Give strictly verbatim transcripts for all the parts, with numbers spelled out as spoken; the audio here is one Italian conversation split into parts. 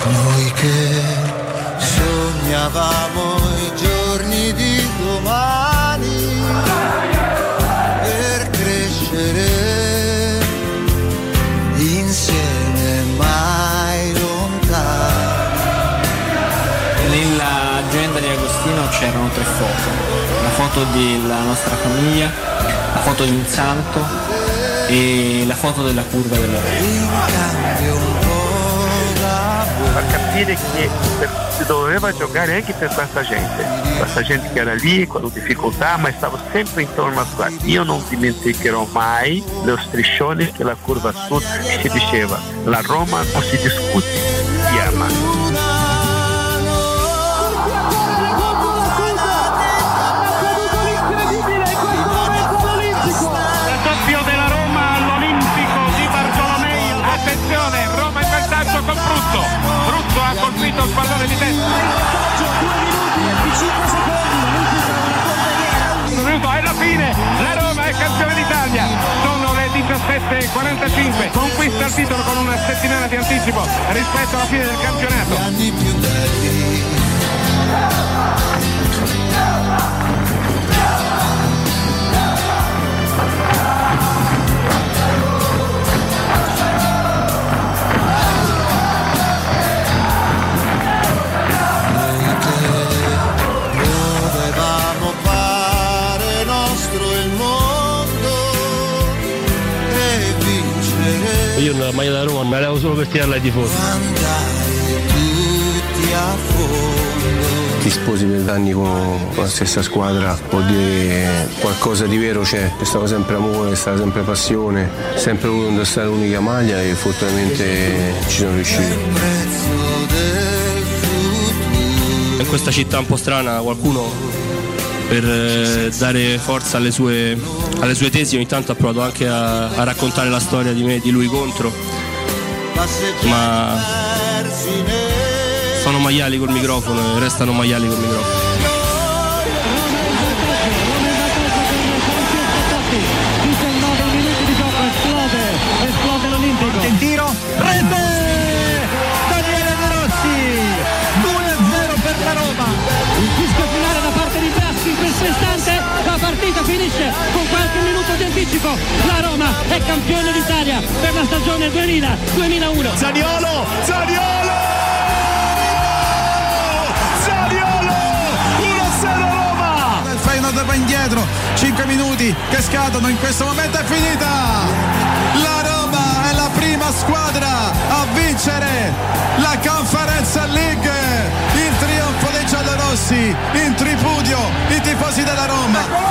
Noi che sognavamo i giorni di domani per crescere insieme mai lontani. Nell'agenda di Agostino c'erano tre foto: la foto della nostra famiglia, la foto di un santo e la foto della curva della Roma. A capire che per, si doveva giocare anche per questa gente, questa gente che era lì con difficoltà ma stava sempre intorno a qua. Io non dimenticherò mai lo striscione che la curva sud si diceva: la Roma non si discute, si ama. Con Brutto, Brutto ha colpito il pallone di testa. Minuto è la fine, la Roma è campione d'Italia. Sono le diciassette e quarantacinque, conquista il titolo con una settimana di anticipo rispetto alla fine del campionato. Anni più belli. Io nella maglia da Roma me la levo solo per tirarla ai tifosi. Ti sposi per anni con la stessa squadra, vuol dire qualcosa di vero c'è, c'è stato sempre amore, c'è stata sempre passione, sempre voluto indossare l'unica maglia e fortunatamente ci sono riuscito. In questa città un po' strana qualcuno, per eh, dare forza alle sue, alle sue tesi, ogni tanto ha provato anche a, a raccontare la storia di me e di lui contro, ma sono maiali col microfono e restano maiali col microfono. diciannove minuti di gioco, esplode, esplode l'Olimpico. In tiro, rete! Daniele De Rossi, due a zero per la Roma. Il fischio finale da parte di Braschi in questo istante, la partita finisce con qualche minuto di anticipo. La Roma è campione d'Italia per la stagione duemila duemilauno. Zaniolo, Zaniolo! Zaniolo! uno a zero Roma! Il Feyenoord va indietro, cinque minuti che scadono, in questo momento è finita! La Roma è la prima squadra a vincere la Conference League! Il trionfo dei giallorossi, in tripudio i tifosi della Roma!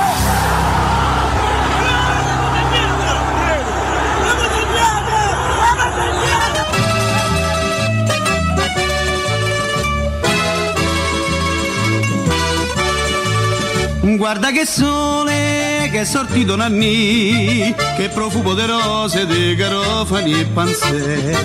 Guarda che sole che è sortito Nanni, che profumo di rose, di garofani e panzè.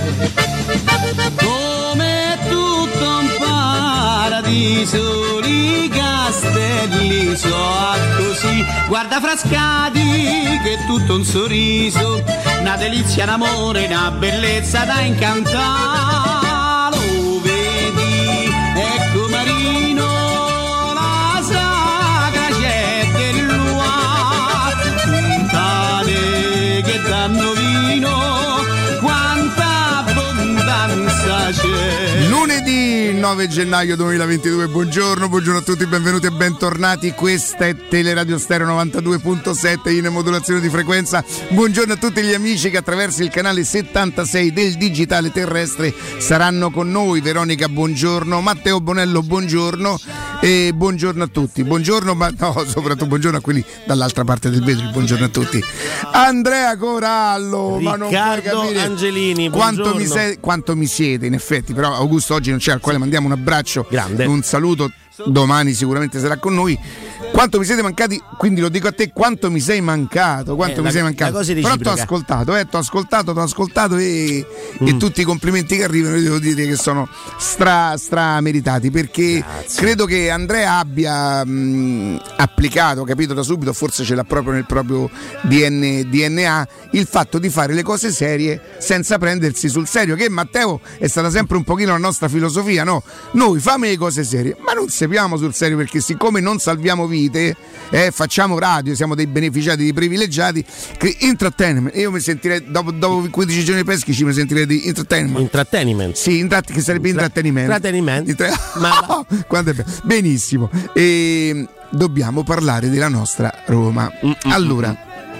Come tutto un paradiso, i castelli sono così. Guarda Frascati che è tutto un sorriso, una delizia, un amore, una bellezza da incantare. Lo vedi, ecco Marino, la sagra c'è dell'Ua, puntane che danno vino, quanta abbondanza c'è. Lunedì nove gennaio duemilaventidue, buongiorno, buongiorno a tutti, benvenuti e bentornati. Questa è Teleradio Stereo novantadue virgola sette in modulazione di frequenza. Buongiorno a tutti gli amici che attraverso il canale settantasei del digitale terrestre saranno con noi. Veronica, buongiorno. Matteo Bonello, buongiorno. E buongiorno a tutti. Buongiorno, ma no, soprattutto buongiorno a quelli dall'altra parte del vetro. Buongiorno a tutti. Andrea Corallo, Riccardo ma non puoi capire Angelini, quanto buongiorno. mi, sei, quanto mi siete, in effetti. Però Augusto oggi non c'è, al quale mandiamo un abbraccio, grande, un saluto domani sicuramente sarà con noi. Quanto mi siete mancati, quindi lo dico a te, quanto mi sei mancato, quanto eh, mi la, sei mancato. Però ti ho ascoltato, eh, ti ho ascoltato, ti ho ascoltato e, mm. e tutti i complimenti che arrivano io devo dire che sono stra, stra meritati, perché Grazie. credo che Andrea abbia mh, applicato, capito da subito, forse ce l'ha proprio nel proprio D N A, il fatto di fare le cose serie senza prendersi sul serio, che Matteo è stata sempre un pochino la nostra filosofia, no? Noi famo le cose serie, ma non sappiamo sul serio, perché siccome non salviamo vite, eh, facciamo radio, siamo dei beneficiati, dei privilegiati, che entertainment, io mi sentirei dopo, dopo quindici giorni di peschici mi sentirei di entertainment. Intrattenimento. Sì, intrat- che sarebbe intrattenimento. Intrattenimento. Intra- ma quando è be- benissimo. E dobbiamo parlare della nostra Roma. Mm-mm. Allora,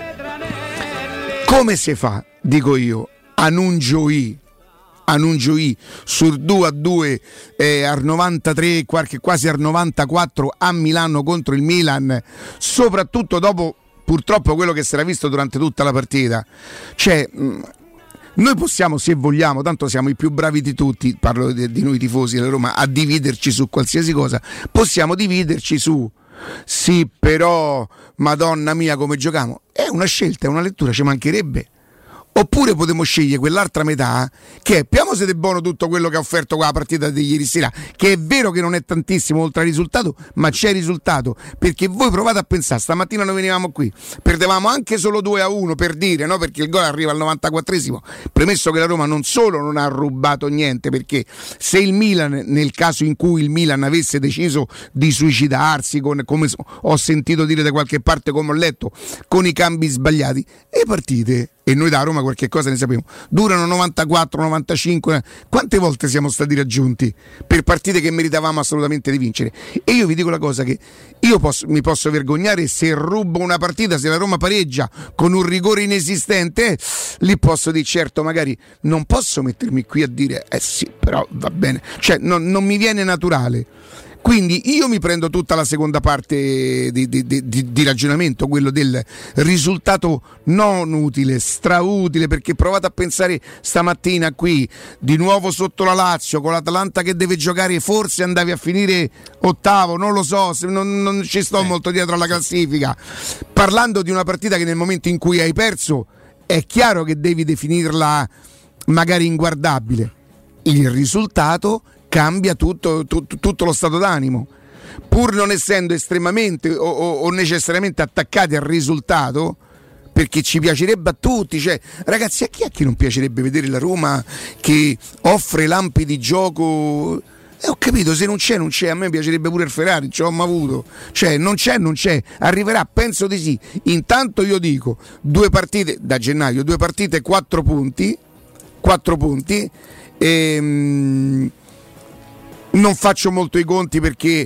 come si fa, dico io, a non gioire? A non gioire sul due a due eh, al novantatré, quasi al novantaquattro a Milano contro il Milan, soprattutto dopo purtroppo quello che si era visto durante tutta la partita. Cioè, mh, noi possiamo, se vogliamo, tanto siamo i più bravi di tutti, parlo di, di noi tifosi della Roma, a dividerci su qualsiasi cosa, possiamo dividerci su sì, però Madonna mia come giochiamo, è una scelta, è una lettura, ci mancherebbe. Oppure potremmo scegliere quell'altra metà che è piamo siete buono tutto quello che ha offerto qua la partita di ieri sera, che è vero che non è tantissimo oltre al risultato, ma c'è risultato, perché voi provate a pensare, stamattina noi venivamo qui, perdevamo anche solo due a uno, per dire, no? Perché il gol arriva al novantaquattresimo, premesso che la Roma non solo non ha rubato niente, perché se il Milan, nel caso in cui il Milan avesse deciso di suicidarsi, con, come ho sentito dire da qualche parte, come ho letto, con i cambi sbagliati, le partite, e noi da Roma qualche cosa ne sappiamo, durano novantaquattro novantacinque, quante volte siamo stati raggiunti per partite che meritavamo assolutamente di vincere? E io vi dico la cosa, che io posso, mi posso vergognare se rubo una partita, se la Roma pareggia con un rigore inesistente, eh, lì posso dire certo, magari non posso mettermi qui a dire eh sì, però va bene, cioè non, non mi viene naturale. Quindi io mi prendo tutta la seconda parte di, di, di, di ragionamento, quello del risultato non utile, strautile, perché provate a pensare stamattina qui, di nuovo sotto la Lazio, con l'Atalanta che deve giocare, forse andavi a finire ottavo, non lo so, se non, non ci sto molto dietro alla classifica, parlando di una partita che nel momento in cui hai perso è chiaro che devi definirla magari inguardabile, il risultato cambia tutto, tutto, tutto lo stato d'animo, pur non essendo estremamente o, o, o necessariamente attaccati al risultato, perché ci piacerebbe a tutti, cioè ragazzi, a chi, a chi non piacerebbe vedere la Roma che offre lampi di gioco? Eh, ho capito, se non c'è non c'è, a me piacerebbe pure il Ferrari, ce l'ho mai avuto, cioè non c'è non c'è, arriverà, penso di sì. Intanto io dico, due partite da gennaio, due partite, quattro punti, quattro punti e mh, non faccio molto i conti perché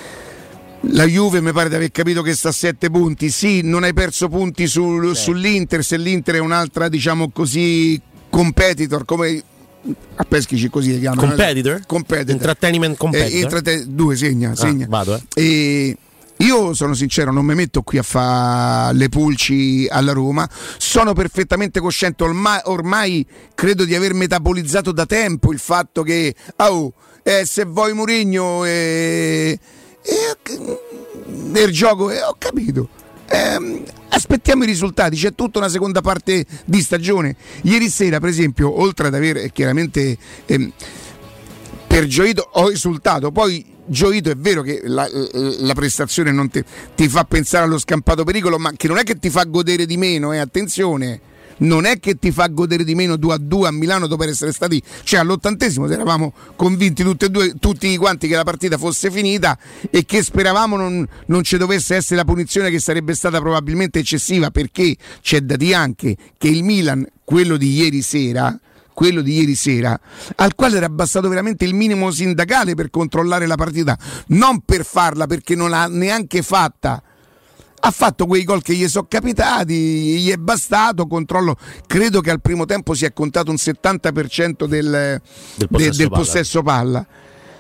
la Juve mi pare di aver capito che sta a sette punti. Sì, non hai perso punti sul, sì. sull'Inter, se l'Inter è un'altra, diciamo così, competitor, come a Peschici così si chiama. Competitor? Competitor. Entertainment competitor. Eh, intraten- due segna, segna. Ah, vado, eh. E io sono sincero, non mi metto qui a fare le pulci alla Roma, sono perfettamente cosciente, ormai, ormai credo di aver metabolizzato da tempo il fatto che oh, eh, se vuoi Mourinho e eh, eh, il gioco, eh, ho capito, eh, aspettiamo i risultati, c'è tutta una seconda parte di stagione. Ieri sera per esempio, oltre ad aver eh, chiaramente eh, per gioito ho esultato, poi gioito è vero che la, la prestazione non te, ti fa pensare allo scampato pericolo, ma che non è che ti fa godere di meno, eh, attenzione, non è che ti fa godere di meno due a due a Milano dopo essere stati, cioè all'ottantesimo eravamo convinti tutti e due, tutti quanti, che la partita fosse finita e che speravamo non, non ci dovesse essere la punizione, che sarebbe stata probabilmente eccessiva, perché c'è da dire anche che il Milan, quello di ieri sera quello di ieri sera, al quale era bastato veramente il minimo sindacale per controllare la partita, non per farla, perché non l'ha neanche fatta, ha fatto quei gol che gli sono capitati, gli è bastato controllo. Credo che al primo tempo si è contato un settanta per cento del, del possesso, de, del palla. possesso palla.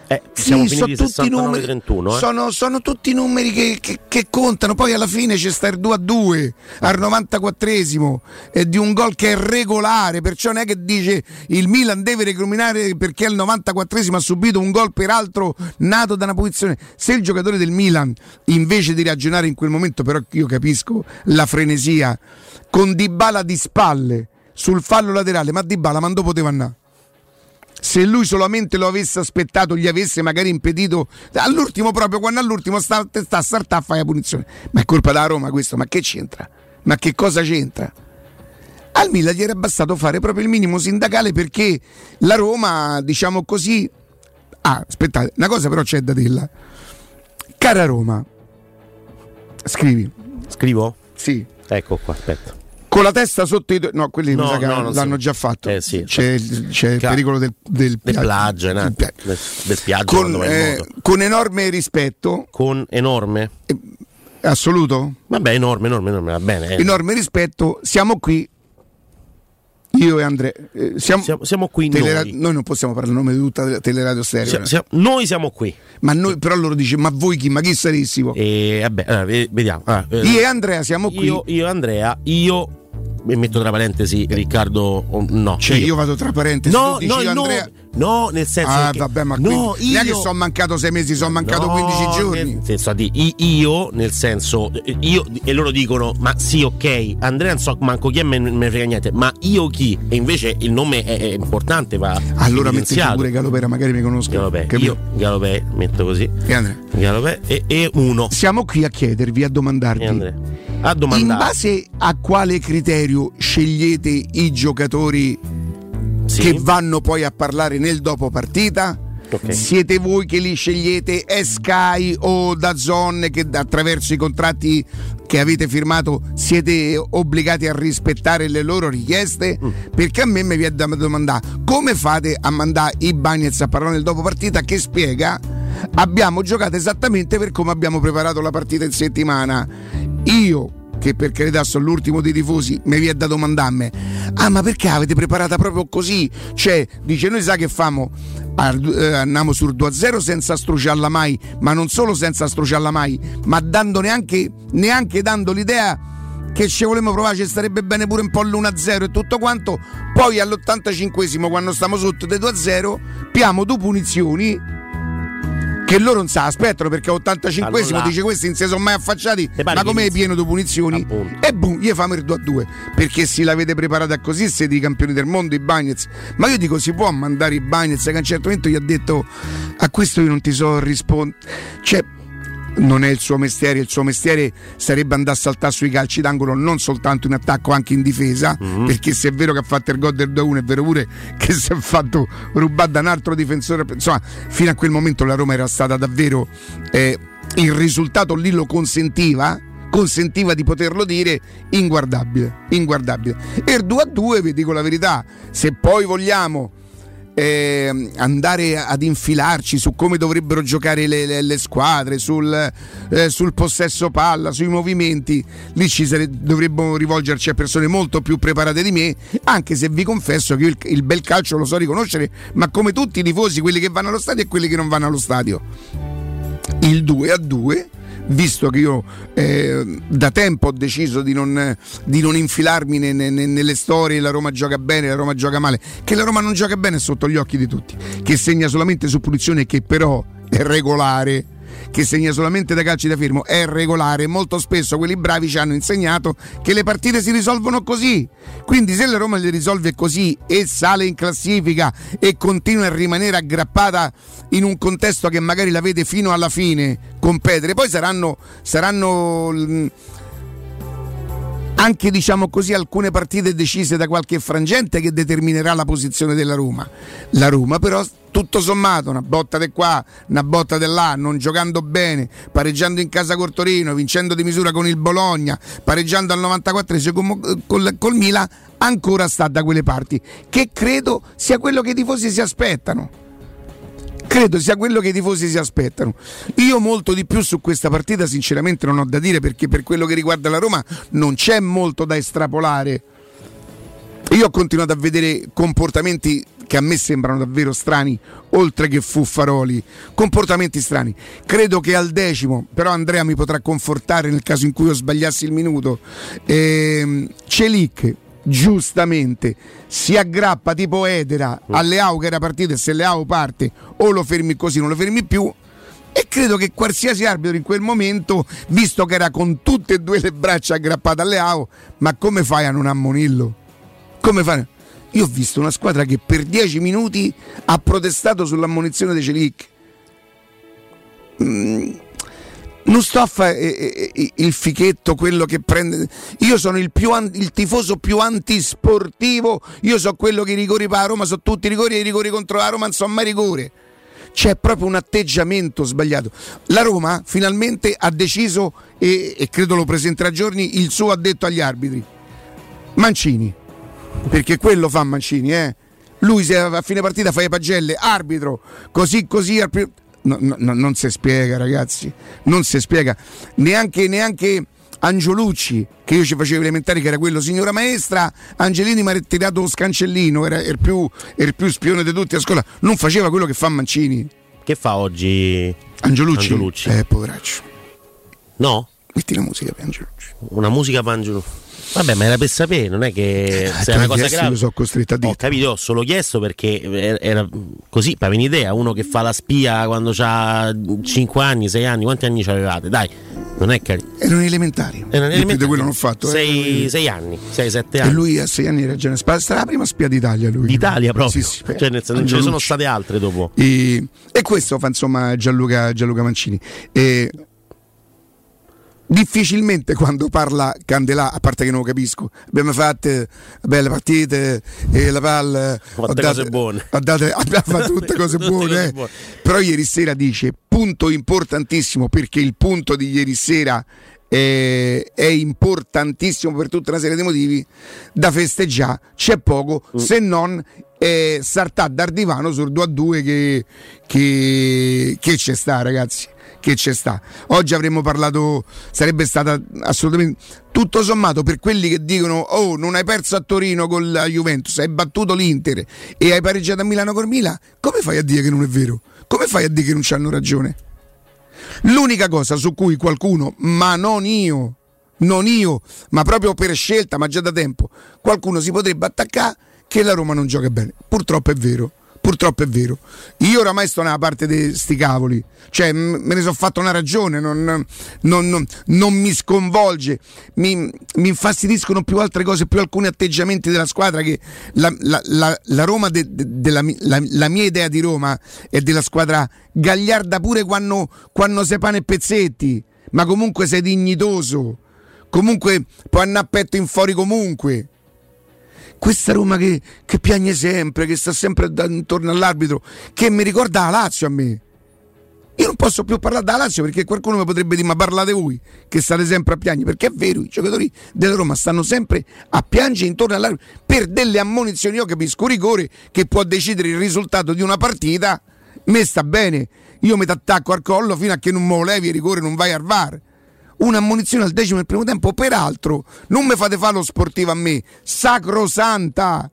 Eh, siamo sì, finiti sono tutti numeri, trentuno, eh? sono, sono tutti numeri che, che, che contano. Poi alla fine c'è sta il due a due al novantaquattresimo e di un gol che è regolare, perciò non è che dice il Milan deve recriminare perché al novantaquattresimo ha subito un gol peraltro nato da una posizione. Se il giocatore del Milan, invece di ragionare in quel momento, però io capisco la frenesia, con Dybala di spalle sul fallo laterale, ma Dybala quando poteva andare? Se lui solamente lo avesse aspettato, gli avesse magari impedito all'ultimo, proprio quando all'ultimo sta, sta a saltare a fare la punizione, ma è colpa della Roma questo, ma che c'entra? Ma che cosa c'entra? Al Milan gli era bastato fare proprio il minimo sindacale, perché la Roma, diciamo così, ah, aspettate, una cosa però c'è da dirla, cara Roma, scrivi. Scrivo? Sì. Ecco qua, aspetta. Con la testa sotto i... No, quelli no, mi sa che no, l'hanno sì. già fatto. Eh, sì. C'è, c'è il pericolo del, del, del plagio, del, del, del piaggio con, eh, con enorme rispetto. Con enorme? Eh, assoluto? Vabbè, enorme, enorme, enorme, va bene. Eh. Enorme rispetto, siamo qui. Io e Andrea eh, siamo, siamo, siamo qui telera- noi. Noi non possiamo parlare a nome di tutta la Teleradio Stereo. Siamo, siamo, noi siamo qui. Ma noi, però loro dice, ma voi chi? Ma chi sarissimo? E vabbè, allora, vediamo. Allora, io e Andrea siamo qui. Io, io e Andrea, io e metto tra parentesi Riccardo, no. Cioè io, io vado tra parentesi. No, tu dici no, Andrea. No, nel senso ah, che vabbè, ma no, quindi, io... non è che sono mancato sei mesi, sono mancato no, quindici giorni. Nel senso di io, nel senso io, e loro dicono ma sì, ok, Andrea non so manco chi è, me ne frega niente, ma io chi? E invece il nome è, è importante, va allora mettete pure Galopera, magari mi conosco. Galopè, io Galopè metto così. E Andrea? Galopè e, e uno. Siamo qui a chiedervi, a domandarvi. E Andrea? A domandare. In base a quale criterio scegliete i giocatori sì. che vanno poi a parlare nel dopo partita? Okay. Siete voi che li scegliete? È Sky o DAZN che attraverso i contratti che avete firmato siete obbligati a rispettare le loro richieste? Mm. Perché a me mi viene da domandare come fate a mandare i Bagnets a parlare nel dopo partita che spiega abbiamo giocato esattamente per come abbiamo preparato la partita in settimana. Io, che per carità sono l'ultimo dei tifosi, mi viene da domandarmi ah ma perché avete preparata proprio così? Cioè dice noi sa che famo eh, andiamo sul due a zero senza struciarla mai, ma non solo senza struciarla mai, ma dando neanche neanche dando l'idea che ci volevamo provare, ci starebbe bene pure un po' l'uno a zero e tutto quanto. Poi all'ottantacinquesimo quando stiamo sotto dei due a zero piamo due punizioni che loro non sa aspettano, perché all'ottantacinquesimo allora, dice questi non si sono mai affacciati, ma come è pieno di punizioni appunto. E boom, gli famo il due a due perché se l'avete preparata così siete i campioni del mondo i Bagnets. Ma io dico si può mandare i Bagnets che a un certo momento gli ha detto a questo io non ti so rispondere, cioè non è il suo mestiere, il suo mestiere sarebbe andare a saltare sui calci d'angolo non soltanto in attacco, anche in difesa, mm-hmm. perché se è vero che ha fatto il gol del due a uno è vero pure che si è fatto rubare da un altro difensore, insomma fino a quel momento la Roma era stata davvero eh, il risultato lì lo consentiva consentiva di poterlo dire inguardabile inguardabile e il due a due vi dico la verità, se poi vogliamo Eh, andare ad infilarci su come dovrebbero giocare le, le, le squadre, sul, eh, sul possesso palla, sui movimenti, lì ci sare- dovremmo rivolgerci a persone molto più preparate di me, anche se vi confesso che io il, il bel calcio lo so riconoscere, ma come tutti i tifosi, quelli che vanno allo stadio e quelli che non vanno allo stadio, il due a due, visto che io eh, da tempo ho deciso di non, di non infilarmi ne, ne, nelle storie la Roma gioca bene, la Roma gioca male, che la Roma non gioca bene è sotto gli occhi di tutti, che segna solamente su punizione, che però è regolare, che segna solamente da calci da fermo, è regolare. Molto spesso quelli bravi ci hanno insegnato che le partite si risolvono così, quindi se la Roma le risolve così e sale in classifica e continua a rimanere aggrappata in un contesto che magari la vede fino alla fine competere, poi saranno saranno mh, anche diciamo così alcune partite decise da qualche frangente che determinerà la posizione della Roma. La Roma però tutto sommato una botta di qua, una botta di là, non giocando bene, pareggiando in casa col Torino, vincendo di misura con il Bologna, pareggiando al novantaquattresimo col, col, col Milan, ancora sta da quelle parti, che credo sia quello che i tifosi si aspettano. Credo sia quello che i tifosi si aspettano. Io molto di più su questa partita sinceramente non ho da dire, perché per quello che riguarda la Roma non c'è molto da estrapolare. Io ho continuato a vedere comportamenti che a me sembrano davvero strani, oltre che fuffaroli, comportamenti strani. Credo che al decimo, però Andrea mi potrà confortare nel caso in cui io sbagliassi il minuto, ehm, Celic giustamente si aggrappa tipo Edera a Leao che era partito, e se Leao parte o lo fermi così non lo fermi più. E credo che qualsiasi arbitro in quel momento, visto che era con tutte e due le braccia aggrappate a Leao, ma come fai a non ammonirlo? Come fai? Io ho visto una squadra che per dieci minuti ha protestato sull'ammonizione di Celic. Mm, non sto a fare eh, eh, il fichetto, quello che prende. Io sono il, più an- il tifoso più antisportivo. Io so quello che i rigori per la Roma sono tutti rigori, e i rigori contro la Roma non sono mai rigori. C'è proprio un atteggiamento sbagliato. La Roma finalmente ha deciso, e, e credo lo presenterà a giorni, il suo addetto agli arbitri, Mancini, perché quello fa Mancini, eh? Lui se a fine partita fa le pagelle, arbitro, così così al primo... no, no, no, non si spiega, ragazzi, non si spiega neanche, neanche Angiolucci, che io ci facevo elementari, che era quello signora maestra, Angelini mi ha tirato lo scancellino, era il più, era il più spione di tutti a scuola, non faceva quello che fa Mancini. Che fa oggi Angiolucci? Angiolucci? Eh, poveraccio. No? Metti la musica per Angiolucci. Una musica per Angiolucci. Vabbè, ma era per sapere, non è che eh, se è una cosa grave. Io sono costretto a dire. Ho capito, ho solo chiesto perché era così, per avere un'idea, uno che fa la spia quando ha cinque anni, sei anni, quanti anni ci avevate? Dai, non è carino. Erano elementari. Erano elementari. Di quello non ho fatto. Sei, eh. sei anni, sei, sette anni. E lui a sei anni era già sarà la prima spia d'Italia lui. D'Italia proprio. Sì, sì, cioè, nel senso, non ce ne sono state altre dopo. E, e questo fa insomma Gianluca, Gianluca Mancini. E, difficilmente quando parla Candelà, a parte che non lo capisco, abbiamo fatto belle partite e la palla ho fatto date, cose buone ho date, abbiamo fatto tutte cose buone, tutte cose buone. Eh. Però ieri sera dice punto importantissimo, perché il punto di ieri sera è, è importantissimo per tutta una serie di motivi, da festeggiare c'è poco, mm. se non eh, Sartà dal divano sul due a due che, che, che c'è sta, ragazzi, che c'è sta. Oggi avremmo parlato, sarebbe stata assolutamente, tutto sommato, per quelli che dicono oh non hai perso a Torino con la Juventus, hai battuto l'Inter e hai pareggiato a Milano col Milan, come fai a dire che non è vero? Come fai a dire che non c'hanno ragione? L'unica cosa su cui qualcuno, ma non io, non io, ma proprio per scelta, ma già da tempo, qualcuno si potrebbe attaccare, che la Roma non gioca bene. Purtroppo è vero. Purtroppo è vero. Io oramai sto nella parte di sti cavoli, cioè m- me ne sono fatto una ragione, non, non, non, non mi sconvolge, mi, mi infastidiscono più altre cose, più alcuni atteggiamenti della squadra, che la, la, la, la Roma de, de, de la, la, la mia idea di Roma è della squadra gagliarda pure quando, quando sei pane e pezzetti, ma comunque sei dignitoso, comunque puoi andare a petto in fuori comunque. Questa Roma che, che piagne sempre, che sta sempre da, intorno all'arbitro, che mi ricorda la Lazio a me. Io non posso più parlare della Lazio, perché qualcuno mi potrebbe dire ma parlate voi che state sempre a piangere, perché è vero, i giocatori della Roma stanno sempre a piangere intorno all'arbitro per delle ammonizioni. Io capisco un rigore che può decidere il risultato di una partita, me sta bene, io mi t'attacco al collo fino a che non me lo levi il rigore, non vai al V A R. Un'ammonizione al decimo del primo tempo, peraltro non mi fate fare lo sportivo a me, sacrosanta.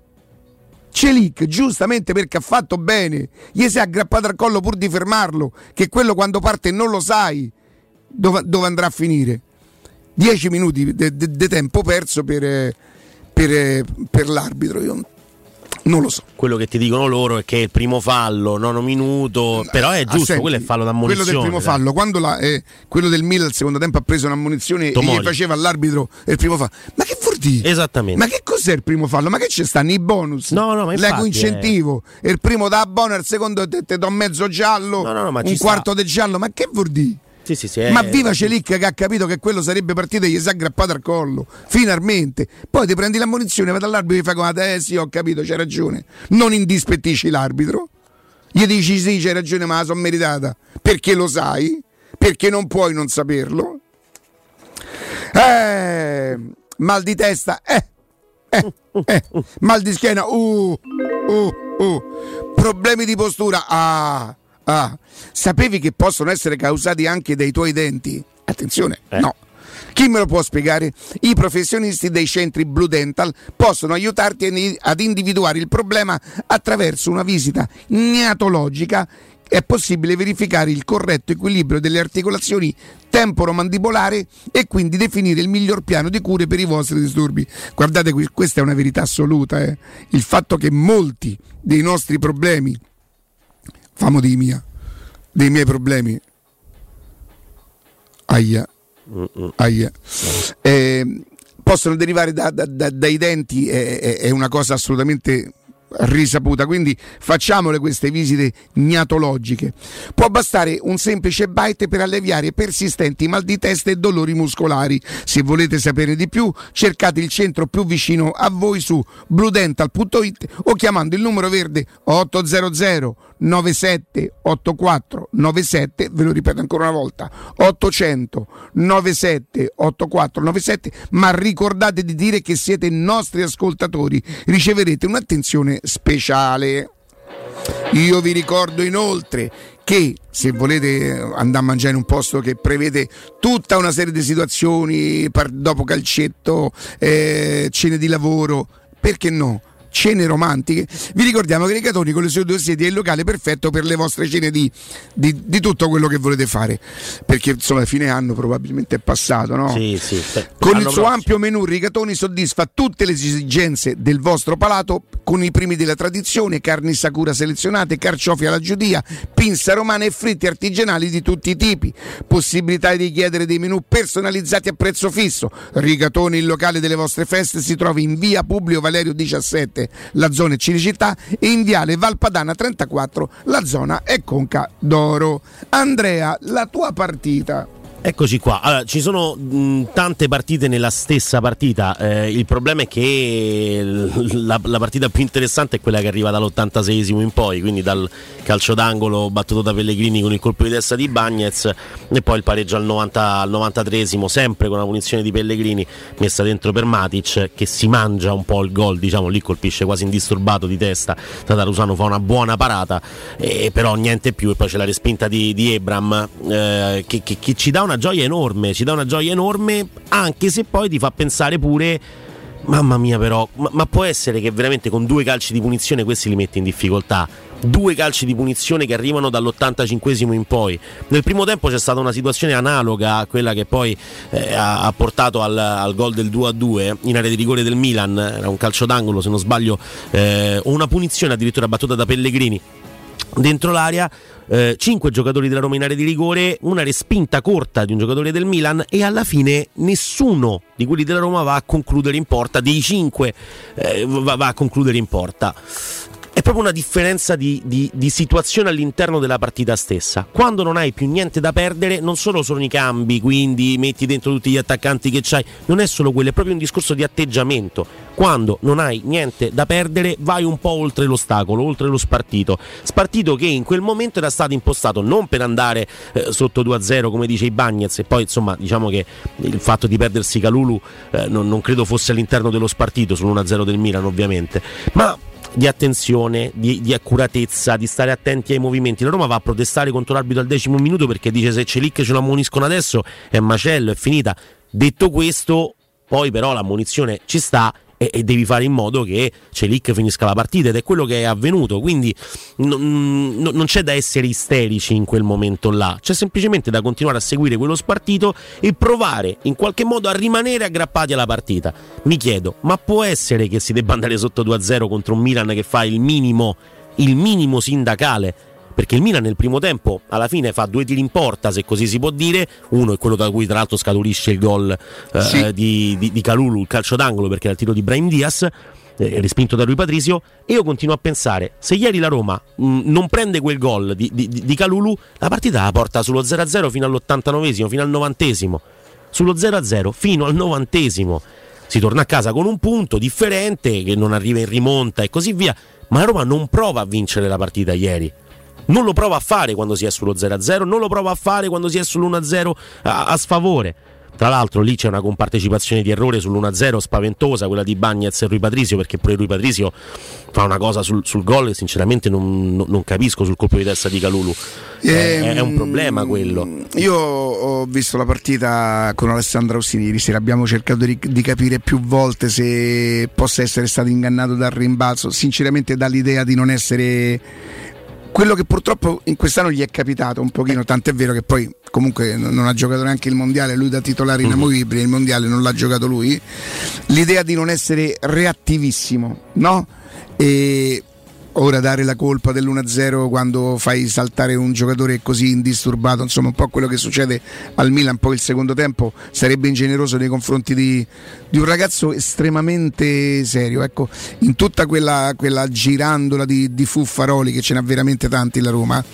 Celic, giustamente, perché ha fatto bene, gli si è aggrappato al collo pur di fermarlo, che quello quando parte non lo sai dove, dove andrà a finire. Dieci minuti di tempo perso per, per, per l'arbitro, io non lo so. Quello che ti dicono loro è che il primo fallo, nono minuto, però è giusto, senti, quello è fallo d'ammonizione. Quello del primo dai. fallo, quando la, eh, quello del Milan al secondo tempo ha preso un'ammonizione Tomoli. E gli faceva all'arbitro il primo fallo. Ma che vuol dire? Esattamente. Ma che cos'è il primo fallo? Ma che ci stanno i bonus? No, no, ma infatti, l'eco incentivo. È... il primo da buono, il secondo te, te do mezzo giallo, no, no, no, ma un quarto del giallo. Ma che vuol dire? Sì, sì, sì, è... Ma viva Celic che ha capito che quello sarebbe partito e gli si è aggrappato al collo, finalmente. Poi ti prendi l'ammonizione, vai dall'arbitro e fai come te, eh sì, ho capito, c'hai ragione. Non indispettisci l'arbitro, gli dici sì, c'hai ragione, ma la sono meritata, perché lo sai, perché non puoi non saperlo. Eh, mal di testa, eh, eh, eh, mal di schiena, uh, uh, uh, problemi di postura, ah. Ah, sapevi che possono essere causati anche dai tuoi denti? Attenzione, eh. no, Chi me lo può spiegare? I professionisti dei centri Blue Dental possono aiutarti ad individuare il problema attraverso una visita gnatologica. È possibile verificare il corretto equilibrio delle articolazioni temporomandibolari e quindi definire il miglior piano di cure per i vostri disturbi. Guardate, questa è una verità assoluta, eh? Il fatto che molti dei nostri problemi, famo di mia, dei miei problemi, aia, aia, eh, possono derivare da, da, da, dai denti, è, è, è una cosa assolutamente risaputa, quindi facciamole queste visite gnatologiche. Può bastare un semplice bite per alleviare persistenti mal di testa e dolori muscolari. Se volete sapere di più, cercate il centro più vicino a voi su blue dental punto it o chiamando il numero verde ottocento nove sette otto quattro nove sette, ve lo ripeto ancora una volta, ottocento nove sette otto quattro nove sette, ma ricordate di dire che siete nostri ascoltatori, riceverete un'attenzione speciale. Io vi ricordo inoltre che se volete andare a mangiare in un posto che prevede tutta una serie di situazioni, dopo calcetto, eh, cene di lavoro, perché no? Cene romantiche, vi ricordiamo che Rigatoni con le sue due sedi è il locale perfetto per le vostre cene di, di, di tutto quello che volete fare, perché insomma fine anno probabilmente è passato, no? Sì, sì. Con il suo ampio menù Rigatoni soddisfa tutte le esigenze del vostro palato con i primi della tradizione, carni Sakura selezionate, carciofi alla giudia, pinza romana e fritti artigianali di tutti i tipi, possibilità di chiedere dei menù personalizzati a prezzo fisso. Rigatoni, il locale delle vostre feste, si trova in via Publio Valerio diciassette, la zona è Cinecittà, e in viale Valpadana trentaquattro, la zona è Conca d'Oro. Andrea, la tua partita. Eccoci qua, allora, ci sono mh, tante partite nella stessa partita, eh, il problema è che la, la partita più interessante è quella che arriva dall'ottantaseiesimo in poi, quindi dal calcio d'angolo battuto da Pellegrini con il colpo di testa di Bagnez e poi il pareggio al, novanta, al novantatreesimo, sempre con una punizione di Pellegrini messa dentro per Matic, che si mangia un po' il gol, diciamo, lì colpisce quasi indisturbato di testa, Tatarusano fa una buona parata, eh, però niente più, e poi c'è la respinta di, di Ebram, eh, che, che, che ci dà una una gioia enorme, ci dà una gioia enorme, anche se poi ti fa pensare pure, mamma mia però, ma, ma può essere che veramente con due calci di punizione questi li mette in difficoltà? Due calci di punizione che arrivano dall'ottantacinquesimo in poi. Nel primo tempo c'è stata una situazione analoga a quella che poi eh, ha, ha portato al, al gol del due a due in area di rigore del Milan, era un calcio d'angolo se non sbaglio, eh, o una punizione addirittura battuta da Pellegrini dentro l'area. Eh, cinque giocatori della Roma in area di rigore, una respinta corta di un giocatore del Milan e alla fine nessuno di quelli della Roma va a concludere in porta, dei cinque eh, va, va a concludere in porta. È proprio una differenza di, di, di situazione all'interno della partita stessa. Quando non hai più niente da perdere, non solo sono i cambi, quindi metti dentro tutti gli attaccanti che c'hai, non è solo quello, è proprio un discorso di atteggiamento. Quando non hai niente da perdere, vai un po' oltre l'ostacolo, oltre lo spartito. Spartito che in quel momento era stato impostato non per andare eh, sotto due a zero, come dice i Bagnez, e poi insomma diciamo che il fatto di perdersi Kalulu eh, non, non credo fosse all'interno dello spartito, sull'uno a zero del Milan ovviamente, ma di attenzione, di, di accuratezza, di stare attenti ai movimenti. La Roma va a protestare contro l'arbitro al decimo minuto perché dice se Celic ce lo ammoniscono adesso è macello, è finita. Detto questo, poi però l'ammonizione ci sta e, e devi fare in modo che Celic finisca la partita, ed è quello che è avvenuto, quindi non, non c'è da essere isterici in quel momento là, c'è semplicemente da continuare a seguire quello spartito e provare in qualche modo a rimanere aggrappati alla partita. Mi chiedo, ma può essere che si debba andare sotto due a zero contro un Milan che fa il minimo, il minimo sindacale? Perché il Milan nel primo tempo alla fine fa due tiri in porta, se così si può dire, uno è quello da cui tra l'altro scaturisce il gol eh, sì. di, di, di Kalulu, il calcio d'angolo, perché era il tiro di Brahim Diaz, eh, respinto da Rui Patricio, e io continuo a pensare, se ieri la Roma mh, non prende quel gol di, di, di Kalulu, la partita la porta sullo zero a zero fino all'ottantanovesimo, fino al novantesimo, sullo zero a zero fino al novantesimo, si torna a casa con un punto differente che non arriva in rimonta e così via, ma la Roma non prova a vincere la partita ieri. Non lo prova a fare quando si è sullo zero a zero, non lo prova a fare quando si è sull'uno a zero a, a sfavore. Tra l'altro lì c'è una compartecipazione di errore sull'uno a zero spaventosa, quella di Bagnez e Rui Patricio, perché pure Rui Patricio fa una cosa sul, sul gol che sinceramente non, non capisco, sul colpo di testa di Kalulu. Ehm, è, è un problema quello. Io ho visto la partita con Alessandro Rossini ieri sera, abbiamo cercato di, di capire più volte se possa essere stato ingannato dal rimbalzo, sinceramente dall'idea di non essere quello che purtroppo in quest'anno gli è capitato un pochino, tant'è vero che poi comunque non ha giocato neanche il mondiale, lui da titolare inamovibile, il mondiale non l'ha giocato lui, l'idea di non essere reattivissimo, no? E ora dare la colpa dell'uno a zero quando fai saltare un giocatore così indisturbato, insomma un po' quello che succede al Milan poi il secondo tempo, sarebbe ingeneroso nei confronti di, di un ragazzo estremamente serio, ecco, in tutta quella, quella girandola di, di fuffaroli, che ce n'ha veramente tanti la Roma,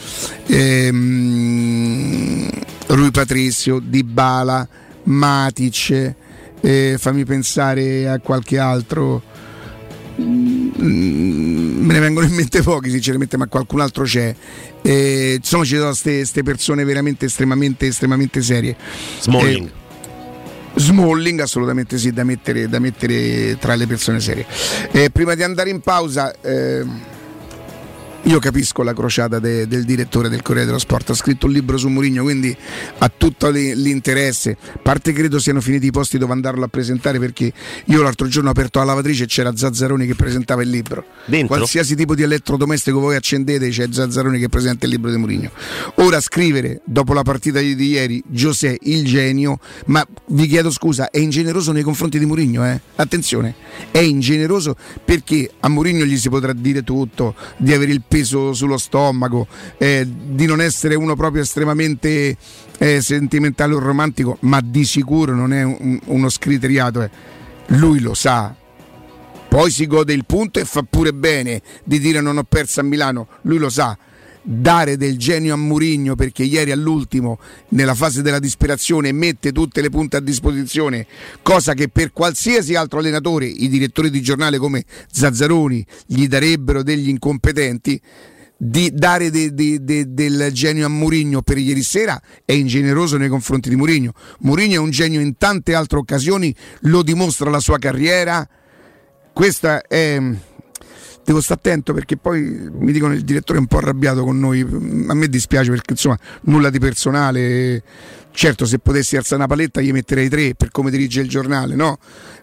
ehm, Rui Patricio, Dybala, Matic, eh, fammi pensare a qualche altro, me ne vengono in mente pochi sinceramente, ma qualcun altro c'è, eh, insomma ci sono queste persone veramente estremamente estremamente serie. Smalling eh, Smalling assolutamente sì, da mettere, da mettere tra le persone serie. Eh, prima di andare in pausa, eh, io capisco la crociata de, del direttore del Corriere dello Sport, ha scritto un libro su Mourinho, quindi ha tutto l'interesse. A parte credo siano finiti i posti dove andarlo a presentare, perché io l'altro giorno ho aperto la lavatrice e c'era Zazzaroni che presentava il libro. Dentro? Qualsiasi tipo di elettrodomestico voi accendete, c'è Zazzaroni che presenta il libro di Mourinho. Ora scrivere dopo la partita di, di ieri José il genio, ma vi chiedo scusa, è ingeneroso nei confronti di Mourinho, eh? Attenzione, è ingeneroso perché a Mourinho gli si potrà dire tutto, di avere il peso sullo stomaco, eh, di non essere uno proprio estremamente eh, sentimentale o romantico, ma di sicuro non è un, uno scriteriato, eh. Lui lo sa, poi si gode il punto e fa pure bene di dire non ho perso a Milano, lui lo sa. Dare del genio a Mourinho perché ieri all'ultimo nella fase della disperazione mette tutte le punte a disposizione, cosa che per qualsiasi altro allenatore i direttori di giornale come Zazzaroni gli darebbero degli incompetenti. Di dare de, de, de, del genio a Mourinho per ieri sera è ingeneroso nei confronti di Mourinho. Mourinho è un genio in tante altre occasioni, lo dimostra la sua carriera. Questa è... Devo stare attento perché poi mi dicono il direttore è un po' arrabbiato con noi, a me dispiace perché insomma nulla di personale, certo se potessi alzare una paletta gli metterei tre per come dirige il giornale, no?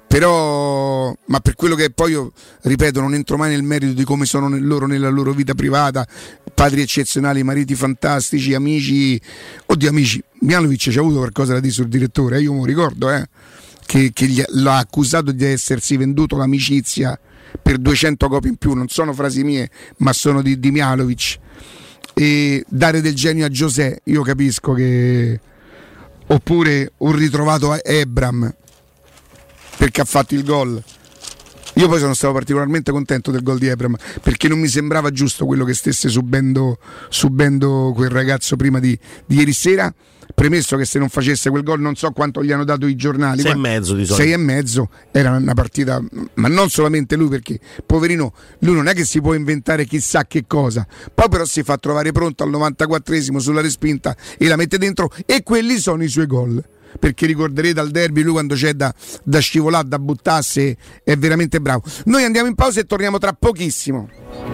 Però, ma per quello che poi io ripeto non entro mai nel merito di come sono nel loro, nella loro vita privata, padri eccezionali, mariti fantastici, amici, oddio amici, Mialovic ci ha avuto qualcosa da dire sul direttore, eh? Io me lo ricordo eh? che, che gli, l'ha accusato di essersi venduto l'amicizia per duecento copie in più, non sono frasi mie ma sono di, di Mialovic. E dare del genio a José, io capisco che, oppure un ritrovato a Ebram perché ha fatto il gol. Io poi sono stato particolarmente contento del gol di Ebram perché non mi sembrava giusto quello che stesse subendo, subendo quel ragazzo prima di, di ieri sera. Premesso che se non facesse quel gol non so quanto gli hanno dato i giornali, sei e mezzo di solito. sei e mezzo era una partita, ma non solamente lui, perché poverino lui non è che si può inventare chissà che cosa, poi però si fa trovare pronto al novantaquattresimo sulla respinta e la mette dentro, e quelli sono i suoi gol. Perché ricorderete al derby lui quando c'è da, da scivolare, da buttarsi, è veramente bravo. Noi andiamo in pausa e torniamo tra pochissimo.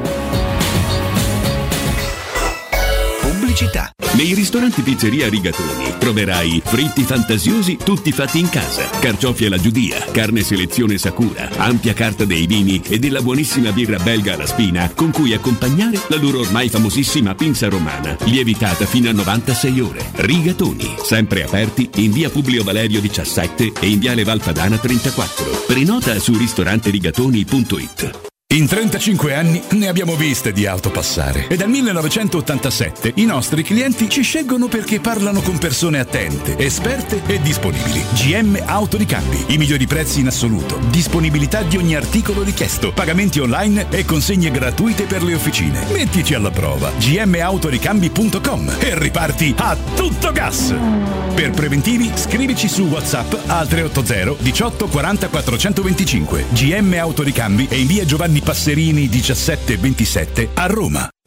Pubblicità. Nei ristoranti Pizzeria Rigatoni troverai fritti fantasiosi tutti fatti in casa, carciofi alla giudia, carne selezione Sakura, ampia carta dei vini e della buonissima birra belga alla spina con cui accompagnare la loro ormai famosissima pinza romana, lievitata fino a novantasei ore. Rigatoni, sempre aperti in via Publio Valerio diciassette e in viale Valpadana trentaquattro. Prenota su ristoranterigatoni punto it. In trentacinque anni ne abbiamo viste di auto passare e dal millenovecentottantasette i nostri clienti ci scelgono perché parlano con persone attente, esperte e disponibili. G M Autoricambi, i migliori prezzi in assoluto, disponibilità di ogni articolo richiesto, pagamenti online e consegne gratuite per le officine. Mettici alla prova g m autoricambi punto com e riparti a tutto gas. Per preventivi scrivici su WhatsApp al tre otto zero diciotto quaranta quattrocentoventicinque. G M Autoricambi e in via Giovanni Passerini diciassette ventisette a Roma.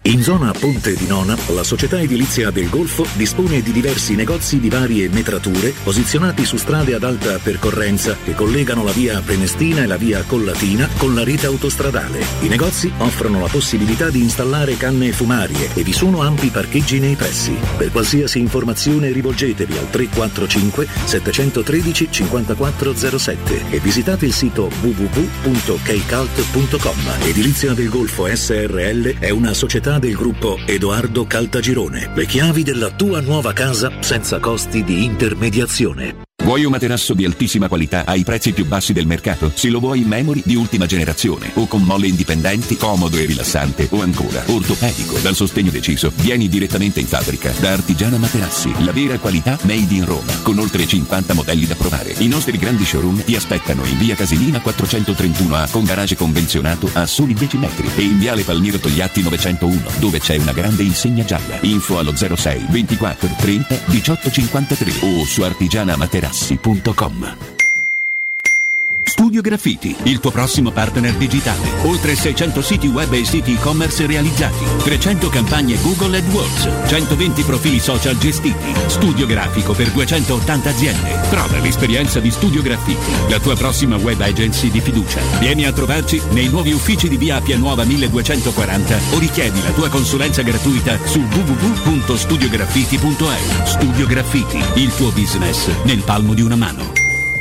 In zona Ponte di Nona, la società edilizia del Golfo dispone di diversi negozi di varie metrature posizionati su strade ad alta percorrenza che collegano la via Prenestina e la via Collatina con la rete autostradale. I negozi offrono la possibilità di installare canne fumarie e vi sono ampi parcheggi nei pressi. Per qualsiasi informazione rivolgetevi al tre quattro cinque sette uno tre cinque zero sette e visitate il sito w w w punto keycult punto com. Edilizia del Golfo S R L è una società del gruppo Edoardo Caltagirone. Le chiavi della tua nuova casa senza costi di intermediazione. Vuoi un materasso di altissima qualità ai prezzi più bassi del mercato? Se lo vuoi in memory di ultima generazione o con molle indipendenti, comodo e rilassante, o ancora ortopedico dal sostegno deciso, vieni direttamente in fabbrica da Artigiana Materassi, la vera qualità made in Roma, con oltre cinquanta modelli da provare. I nostri grandi showroom ti aspettano in via Casilina quattrocentotrentuno A con garage convenzionato a soli dieci metri e in viale Palmiro Togliatti novecentouno, dove c'è una grande insegna gialla. Info allo zero sei ventiquattro trenta diciotto cinquantatré o su artigiana materassi punto com. Studio Graffiti, il tuo prossimo partner digitale. Oltre seicento siti web e siti e-commerce realizzati, trecento campagne Google AdWords, centoventi profili social gestiti. Studio grafico per duecentottanta aziende. Prova l'esperienza di Studio Graffiti, la tua prossima web agency di fiducia. Vieni a trovarci nei nuovi uffici di via Appia Nuova milleduecentoquaranta o richiedi la tua consulenza gratuita su w w w punto studio graffiti punto e u. Studio Graffiti, il tuo business nel palmo di una mano.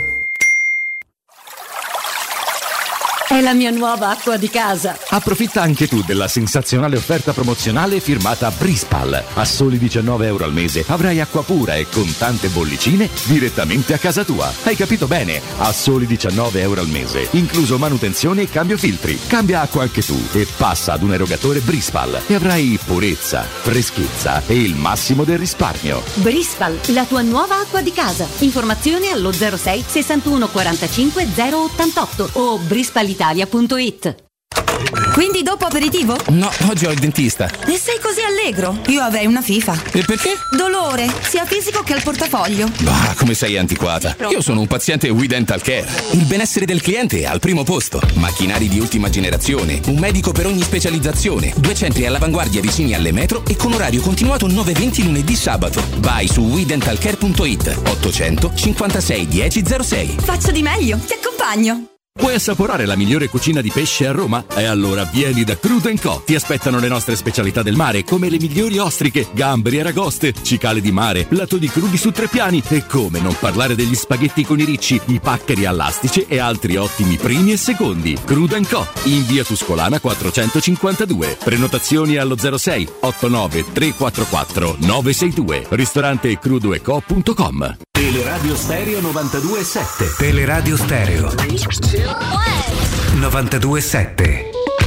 È la mia nuova acqua di casa. Approfitta anche tu della sensazionale offerta promozionale firmata Brispal. A soli diciannove euro al mese avrai acqua pura e con tante bollicine direttamente a casa tua. Hai capito bene? A soli diciannove euro al mese, incluso manutenzione e cambio filtri. Cambia acqua anche tu e passa ad un erogatore Brispal e avrai purezza, freschezza e il massimo del risparmio. Brispal, la tua nuova acqua di casa. Informazioni allo zero sei sessantuno quarantacinque zero ottantotto o brispalitalia punto it. Quindi dopo aperitivo? No, oggi ho il dentista. E sei così allegro? Io avrei una FIFA. E perché? Dolore, sia fisico che al portafoglio. Bah, come sei antiquata. Io sono un paziente We Dental Care. Il benessere del cliente è al primo posto. Macchinari di ultima generazione, un medico per ogni specializzazione, due centri all'avanguardia vicini alle metro e con orario continuato nove venti lunedì sabato. Vai su we dental care punto it ottocento cinquantasei dieci zero sei. Faccio di meglio, ti accompagno. Vuoi assaporare la migliore cucina di pesce a Roma? E allora vieni da Crudo and Co. Ti aspettano le nostre specialità del mare, come le migliori ostriche, gamberi e aragoste, cicale di mare, latoni crudi su tre piani e come non parlare degli spaghetti con i ricci, i paccheri all'astice e altri ottimi primi e secondi. Crudo and Co. in via Tuscolana quattrocentocinquantadue. Prenotazioni allo zero sei ottantanove tre quattro quattro nove sei due. Ristorante crudo e co punto com. Teleradio Stereo novantadue e sette. Teleradio Stereo novantadue e sette.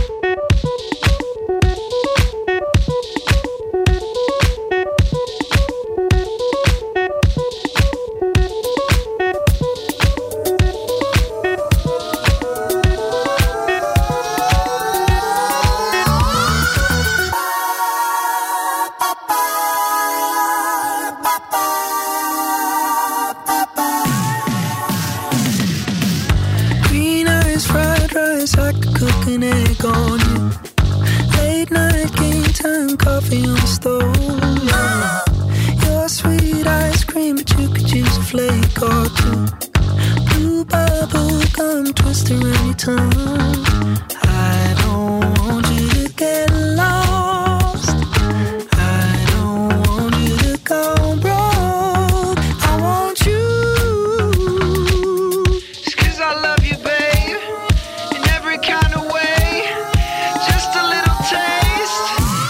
Cook an egg on you. Late night game time coffee on the stove. Yeah. Your sweet ice cream, but you could use a flake or two. Blue bubble gum twist around your tongue. I don't want you to get lost. I don't want you to go broke. I want you. Just 'cause I love you, babe. Kind of way, just a little taste.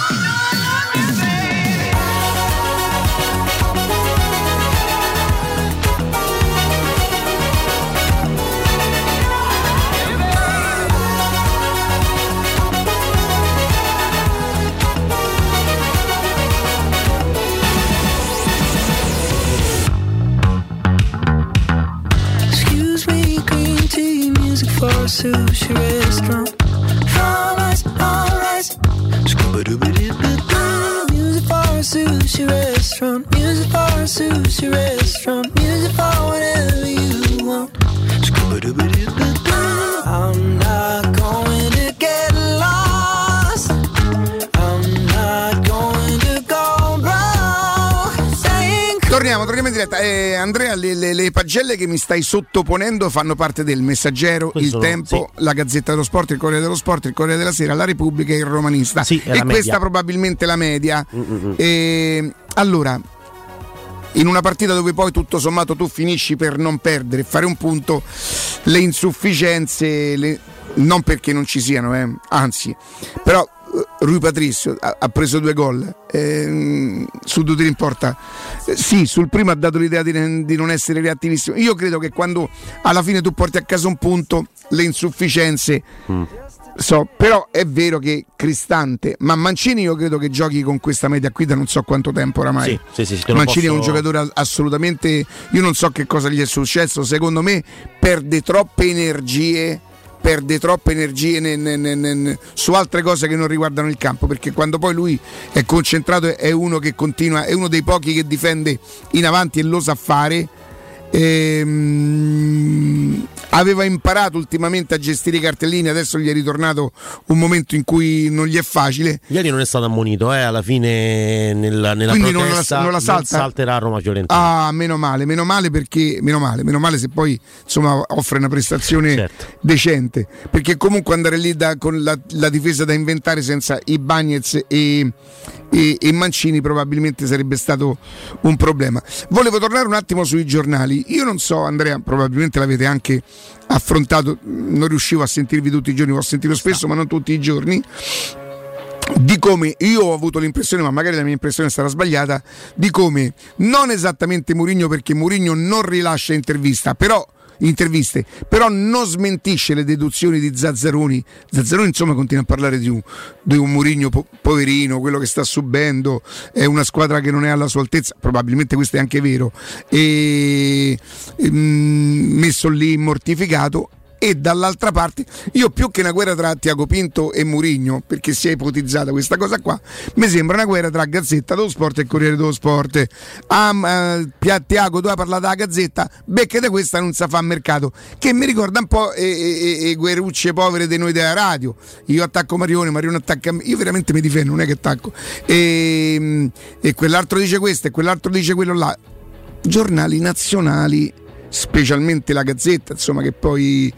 Excuse me, green tea, music for a sushi restaurant. All rice, all rice. Music for a sushi restaurant. Music for a sushi restaurant. Music for whatever you want. I'm not going to get lost. I'm not Torniamo, torniamo in diretta. Eh, Andrea, le, le, le pagelle che mi stai sottoponendo fanno parte del Messaggero, Questo Il Tempo, sì. la Gazzetta dello Sport, il Corriere dello Sport, il Corriere della Sera, la Repubblica e il Romanista. Sì, è e la questa media. probabilmente è la media. Mm-mm. E, allora, in una partita dove poi tutto sommato tu finisci per non perdere, fare un punto, le insufficienze, le, non perché non ci siano, eh, anzi, però Rui Patricio ha, ha preso due gol, eh, su due tiri in porta, eh, sì, sul primo ha dato l'idea di, di non essere reattivissimo. Io credo che quando alla fine tu porti a casa un punto, le insufficienze mm. so, però è vero che Cristante, ma Mancini io credo che giochi con questa media qui da non so quanto tempo oramai. Sì, sì, sì, te lo Mancini posso... è un giocatore assolutamente, io non so che cosa gli è successo, secondo me perde troppe energie perde troppe energie ne, ne, ne, ne, su altre cose che non riguardano il campo, perché quando poi lui è concentrato è uno che continua, è uno dei pochi che difende in avanti e lo sa fare. Ehm, aveva imparato ultimamente a gestire i cartellini, adesso gli è ritornato un momento in cui non gli è facile. Ieri non è stato ammonito, eh, alla fine nella, nella Quindi protesta non la, non la salta? non salterà Roma Fiorentina. Ah, meno male, meno male perché meno male, meno male se poi insomma offre una prestazione certo. decente, perché comunque andare lì da, con la, la difesa da inventare senza i Bagnez e, e, e Mancini probabilmente sarebbe stato un problema. Volevo tornare un attimo sui giornali. Io non so, Andrea, probabilmente l'avete anche affrontato, non riuscivo a sentirvi tutti i giorni, l'ho sentito spesso ma non tutti i giorni, di come io ho avuto l'impressione, ma magari la mia impressione sarà sbagliata, di come non esattamente Mourinho, perché Mourinho non rilascia intervista, però interviste, però non smentisce le deduzioni di Zazzaroni. Zazzaroni insomma continua a parlare di un, di un Mourinho po- poverino, quello che sta subendo, è una squadra che non è alla sua altezza, probabilmente questo è anche vero, e, e mh, messo lì mortificato. E dall'altra parte io, più che una guerra tra Tiago Pinto e Mourinho, perché si è ipotizzata questa cosa qua, mi sembra una guerra tra Gazzetta dello Sport e Corriere dello Sport. Ah, uh, Tiago, tu hai parlato della Gazzetta, beccate questa, non sa fa mercato, che mi ricorda un po' e, e, e guerrucce povere di noi della radio. Io attacco Marione, Marione attacca me, io veramente mi difendo, non è che attacco, e, e quell'altro dice questo e quell'altro dice quello là. Giornali nazionali, specialmente la Gazzetta, insomma, che poi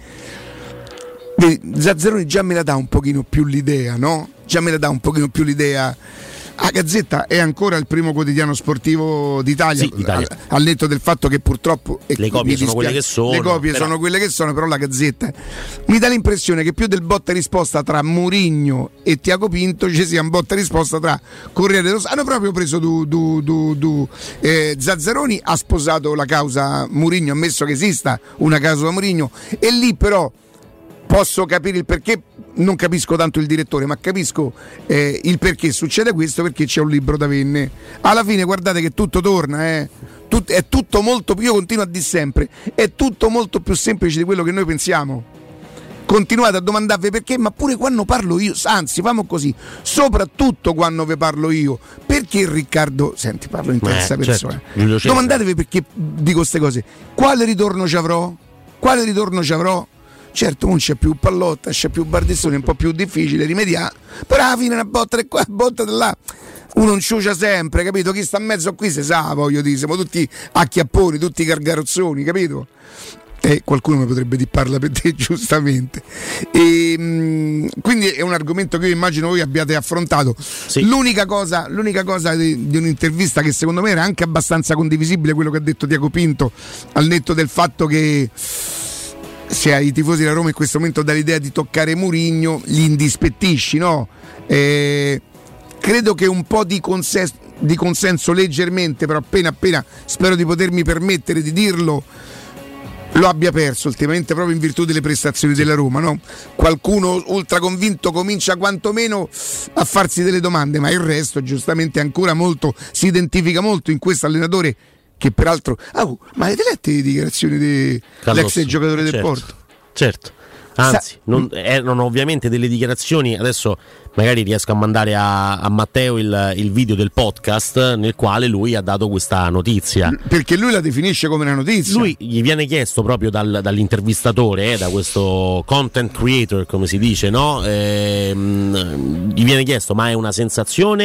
Zazzaroni già me la dà un pochino più l'idea, no? Già me la dà un pochino più l'idea. La Gazzetta è ancora il primo quotidiano sportivo d'Italia, sì, d'Italia. Al, al netto del fatto che purtroppo le copie sono quelle che sono. Le copie però... sono quelle che sono, però la Gazzetta mi dà l'impressione che più del botta e risposta tra Mourinho e Tiago Pinto ci sia un botta e risposta tra Corriere dello Sport. Hanno proprio preso du, du, du, du. Eh, Zazzaroni ha sposato la causa Mourinho, ammesso che esista una causa Mourinho, e lì però posso capire il perché, non capisco tanto il direttore, ma capisco eh, il perché succede questo, perché c'è un libro da venne. Alla fine guardate che tutto torna, eh. Tut- è tutto molto, io continuo a dire sempre, è tutto molto più semplice di quello che noi pensiamo. Continuate a domandarvi perché, ma pure quando parlo io, anzi famo così, soprattutto quando vi parlo io, perché Riccardo, senti, parlo in terza eh, persona, certo. Domandatevi perché dico queste cose, quale ritorno ci avrò? Quale ritorno ci avrò? Certo, non c'è più Pallotta, c'è più Bardessoni, è un po' più difficile rimediare, però alla fine una botta di qua, botta di là, uno non ciucia sempre, capito? Chi sta in mezzo qui si sa, voglio dire, siamo tutti acchiapponi, tutti gargarozzoni, capito? E qualcuno mi potrebbe dire parla per te, giustamente. E, mh, quindi è un argomento che io immagino voi abbiate affrontato. Sì. L'unica cosa, l'unica cosa di, di un'intervista che secondo me era anche abbastanza condivisibile, quello che ha detto Tiago Pinto, al netto del fatto che se ai tifosi della Roma in questo momento dà l'idea di toccare Mourinho, li indispettisci, no? Eh, credo che un po' di consenso, di consenso leggermente, però appena appena spero di potermi permettere di dirlo, lo abbia perso ultimamente proprio in virtù delle prestazioni della Roma, no? Qualcuno ultra convinto comincia quantomeno a farsi delle domande, ma il resto giustamente ancora molto, si identifica molto in questo allenatore che peraltro, oh, ma avete letto le dichiarazioni dell'ex giocatore del certo, Porto? Certo, anzi, Sa- non, erano ovviamente delle dichiarazioni, adesso magari riesco a mandare a, a Matteo il, il video del podcast nel quale lui ha dato questa notizia. Perché lui la definisce come una notizia. Lui gli viene chiesto proprio dal, dall'intervistatore, eh, da questo content creator, come si dice, no? Ehm, gli viene chiesto, ma è una sensazione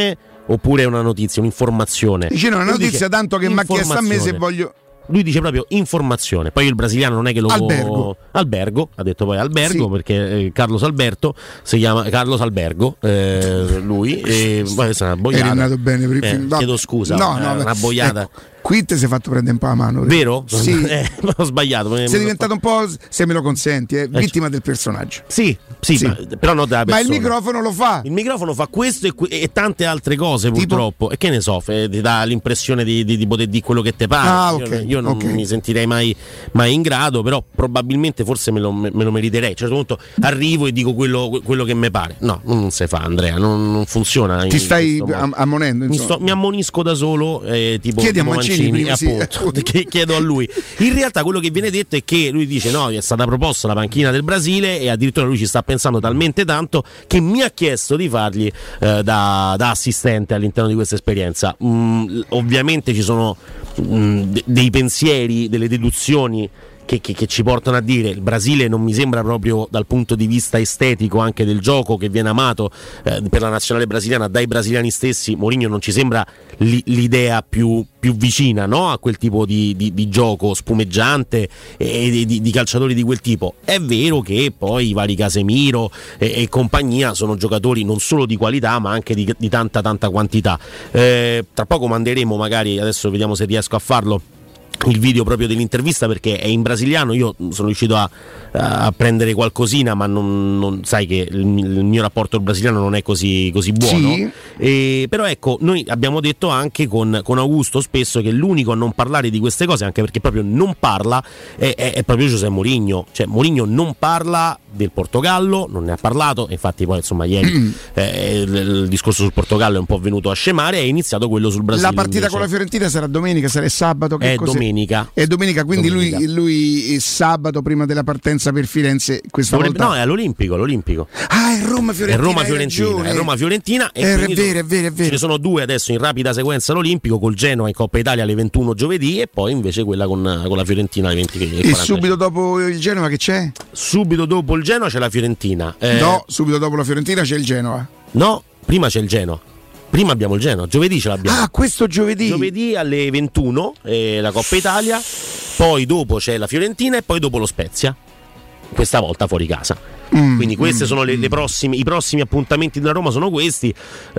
oppure è una notizia, un'informazione? Dice no, è una Lui notizia dice, tanto che mi ha chiesto a me se voglio... Lui dice proprio informazione. Poi il brasiliano non è che lo Albergo, Albergo ha detto poi Albergo, sì, perché eh, Carlos Alberto si chiama Carlos Albergo, eh, lui e poi è una boiata. Eri nato bene per il eh, film. No, chiedo scusa, no, eh, no, una boiata. Ecco, qui ti sei fatto prendere un po' la mano. Vero? Sì. eh, ho sbagliato. Sei diventato un po', se me lo consenti, eh, vittima del personaggio. Sì, sì, sì. Ma, però non della ma persona. il microfono lo fa. Il microfono fa questo e, e tante altre cose, purtroppo. Tipo? E che ne so, f- ti dà l'impressione di, di, di poter dire quello che te pare. Ah, okay, io io non okay. mi sentirei mai, mai in grado, però probabilmente forse me lo, me lo meriterei. A un certo punto arrivo e dico quello, quello che mi pare. No, non si fa, Andrea, non, non funziona. Ti stai am- ammonendo? Mi, sto, mi ammonisco da solo, eh, tipo, Chiedi tipo a Mancini, Mancini, prima, appunto. Sì. Chiedo a lui. In realtà quello che viene detto è che lui dice no, è stata proposta la panchina del Brasile e addirittura lui ci sta pensando talmente tanto che mi ha chiesto di fargli eh, da, da assistente all'interno di questa esperienza. Mm, ovviamente ci sono mm, de- dei pensieri, delle deduzioni Che, che, che ci portano a dire il Brasile non mi sembra proprio dal punto di vista estetico anche del gioco che viene amato eh, per la nazionale brasiliana dai brasiliani stessi. Mourinho non ci sembra li, l'idea più, più vicina, no? A quel tipo di, di, di gioco spumeggiante e di, di, di calciatori di quel tipo. È vero che poi i vari Casemiro e, e compagnia sono giocatori non solo di qualità ma anche di, di tanta tanta quantità. Eh, tra poco manderemo, magari adesso vediamo se riesco a farlo, il video proprio dell'intervista perché è in brasiliano. Io sono riuscito a, a prendere qualcosina, ma non, non sai che il, il mio rapporto al brasiliano non è così, così buono. Sì. E, però ecco, noi abbiamo detto anche con, con Augusto spesso che l'unico a non parlare di queste cose, anche perché proprio non parla, è, è, è proprio José Mourinho. Cioè Mourinho non parla del Portogallo, non ne ha parlato, infatti poi insomma ieri eh, il, il discorso sul Portogallo è un po' venuto a scemare, è iniziato quello sul Brasile. La partita invece. Con la Fiorentina sarà domenica, sarà sabato? Che È cos'è? domenica. È domenica, quindi domenica. Lui, lui sabato prima della partenza per Firenze questa Dovrebbe, volta... no, è all'Olimpico, l'Olimpico. Ah, è Roma-Fiorentina. È Roma-Fiorentina, è Roma-Fiorentina e è, quindi è vero, è vero, è vero. ce ne sono due adesso in rapida sequenza all'Olimpico, col Genoa in Coppa Italia alle ventuno giovedì e poi invece quella con, con la Fiorentina alle venti e quaranta. E subito dopo il Genoa che c'è? Subito dopo il Genoa c'è la Fiorentina. Eh, No, subito dopo la Fiorentina c'è il Genoa. No, prima c'è il Genoa. Prima abbiamo il Genoa, giovedì ce l'abbiamo. Ah, questo giovedì. Giovedì alle ventuno eh, la Coppa Italia, poi dopo c'è la Fiorentina e poi dopo lo Spezia. Questa volta fuori casa. Mm, Quindi questi mm, sono le, le prossime, i prossimi appuntamenti della Roma sono questi.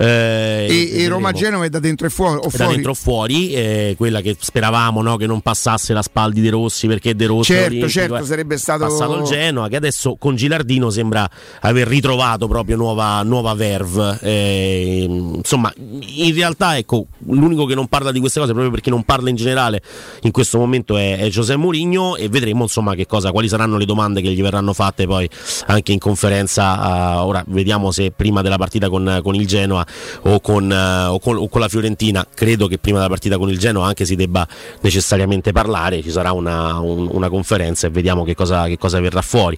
Eh, e, e Roma-Genova è da dentro e fuori? O è fuori? da dentro o fuori, eh, quella che speravamo, no? Che non passasse la Spaldi De Rossi, perché De Rossi certo, certo, eh, sarebbe stato passato il Genoa, che adesso con Gilardino sembra aver ritrovato proprio nuova, nuova verve. Eh, insomma, in realtà ecco, l'unico che non parla di queste cose proprio perché non parla in generale in questo momento è, è José Mourinho, e vedremo insomma che cosa, quali saranno le domande che gli verranno fatte poi anche in conferenza. Uh, ora vediamo se prima della partita con, con il Genoa o con, uh, o, con, o con la Fiorentina. Credo che prima della partita con il Genoa anche si debba necessariamente parlare, ci sarà una, un, una conferenza e vediamo che cosa, che cosa verrà fuori.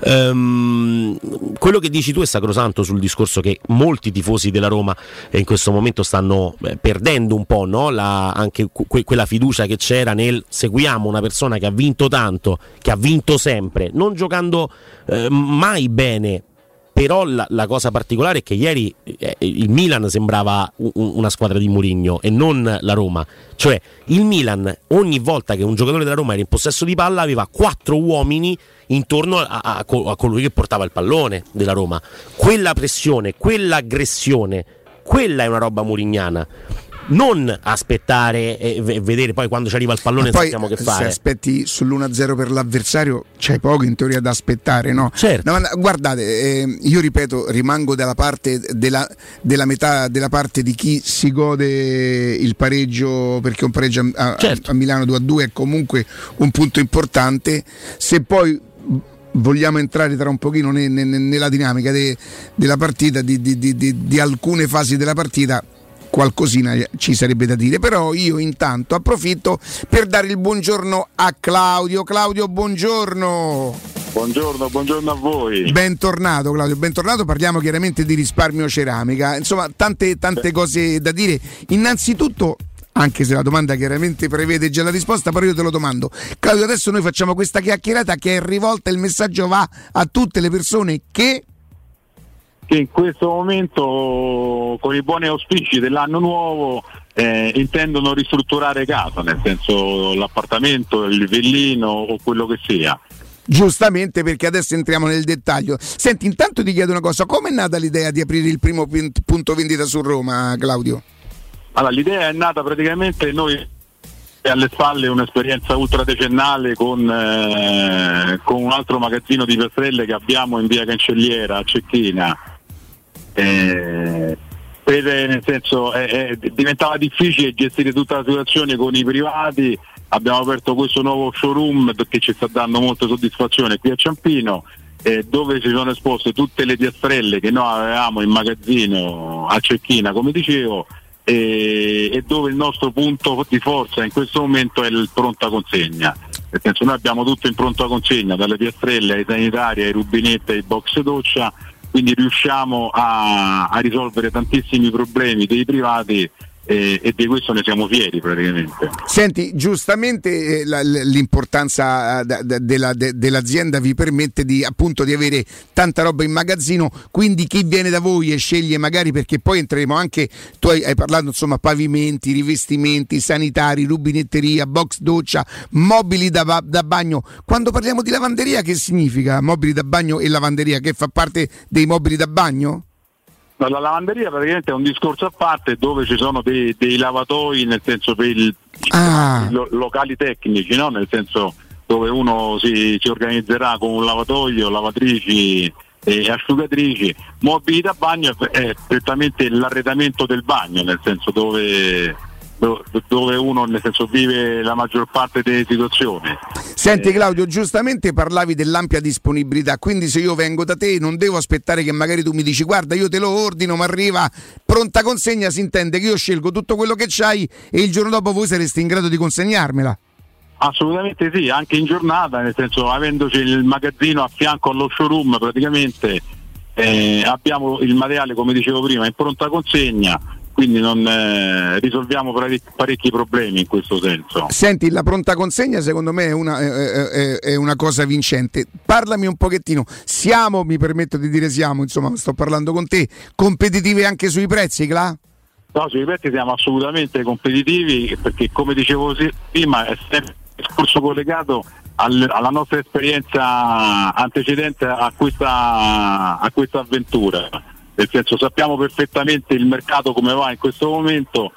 Um, quello che dici tu è sacrosanto sul discorso che molti tifosi della Roma in questo momento stanno eh, perdendo un po', no? La, anche que, quella fiducia che c'era nel seguiamo una persona che ha vinto tanto, che ha vinto sempre, non giocando eh, mai bene. Però la, la cosa particolare è che ieri eh, il Milan sembrava un, una squadra di Mourinho e non la Roma. Cioè il Milan ogni volta che un giocatore della Roma era in possesso di palla aveva quattro uomini intorno a, a, a colui che portava il pallone della Roma. Quella pressione, quell'aggressione, quella è una roba mourignana. Non aspettare e vedere poi quando ci arriva il pallone poi, sappiamo che fare. Se aspetti sull'uno a zero per l'avversario c'è poco in teoria da aspettare, no? Certo. No, guardate, eh, io ripeto, rimango dalla parte della, della metà della parte di chi si gode il pareggio, perché un pareggio a, a, certo. a Milano due a due è comunque un punto importante. Se poi vogliamo entrare tra un pochino ne, ne, nella dinamica de, della partita, di, di, di, di, di alcune fasi della partita, qualcosina ci sarebbe da dire, però io intanto approfitto per dare il buongiorno a Claudio. Claudio, buongiorno. Buongiorno, buongiorno a voi. Bentornato Claudio, bentornato. Parliamo chiaramente di risparmio ceramica, insomma tante tante cose da dire. Innanzitutto, anche se la domanda chiaramente prevede già la risposta, però io te lo domando, Claudio, adesso noi facciamo questa chiacchierata che è rivolta, il messaggio va a tutte le persone che che in questo momento, con i buoni auspici dell'anno nuovo, eh, intendono ristrutturare casa, nel senso l'appartamento, il villino o quello che sia. Giustamente, perché adesso entriamo nel dettaglio. Senti, intanto ti chiedo una cosa: come è nata l'idea di aprire il primo punto vendita su Roma, Claudio? Allora, l'idea è nata praticamente, noi alle spalle un'esperienza ultradecennale con, eh, con un altro magazzino di piastrelle che abbiamo in via Cancelliera a Cecchina. Eh, per, nel senso eh, eh, diventava difficile gestire tutta la situazione con i privati. Abbiamo aperto questo nuovo showroom che ci sta dando molta soddisfazione qui a Ciampino, eh, dove ci sono esposte tutte le piastrelle che noi avevamo in magazzino a Cecchina, come dicevo, e, e dove il nostro punto di forza in questo momento è il pronta consegna. Nel senso, noi abbiamo tutto in pronta consegna, dalle piastrelle ai sanitari, ai rubinetti, ai box doccia, quindi riusciamo a, a risolvere tantissimi problemi dei privati. E, e di questo ne siamo fieri praticamente. Senti, giustamente eh, la, l'importanza da, da, della, de, dell'azienda vi permette di, appunto, di avere tanta roba in magazzino, quindi chi viene da voi e sceglie, magari, perché poi entreremo anche, tu hai, hai parlato insomma pavimenti, rivestimenti, sanitari, rubinetteria, box doccia, mobili da, da bagno. Quando parliamo di lavanderia, che significa mobili da bagno e lavanderia? Che fa parte dei mobili da bagno? La lavanderia praticamente è un discorso a parte, dove ci sono dei, dei lavatoi, nel senso per il, ah. lo, locali tecnici, no? Nel senso dove uno si, si organizzerà con un lavatoio, lavatrici e asciugatrici. Mobili da bagno è prettamente l'arredamento del bagno, nel senso dove, dove uno, nel senso, vive la maggior parte delle situazioni. Senti Claudio, giustamente parlavi dell'ampia disponibilità, quindi se io vengo da te non devo aspettare che magari tu mi dici guarda io te lo ordino, ma arriva pronta consegna, si intende che io scelgo tutto quello che c'hai e il giorno dopo voi sareste in grado di consegnarmela? Assolutamente sì, anche in giornata, nel senso, avendoci il magazzino a fianco allo showroom praticamente eh, abbiamo il materiale, come dicevo prima, in pronta consegna. Quindi non eh, risolviamo parecchi problemi in questo senso. Senti, la pronta consegna secondo me è una, è, è, è una cosa vincente. Parlami un pochettino, siamo, mi permetto di dire siamo, insomma sto parlando con te, competitivi anche sui prezzi, Cla? No, sui prezzi siamo assolutamente competitivi, perché come dicevo prima è sempre un discorso collegato al, alla nostra esperienza antecedente a questa, a questa avventura. Nel senso, sappiamo perfettamente il mercato come va in questo momento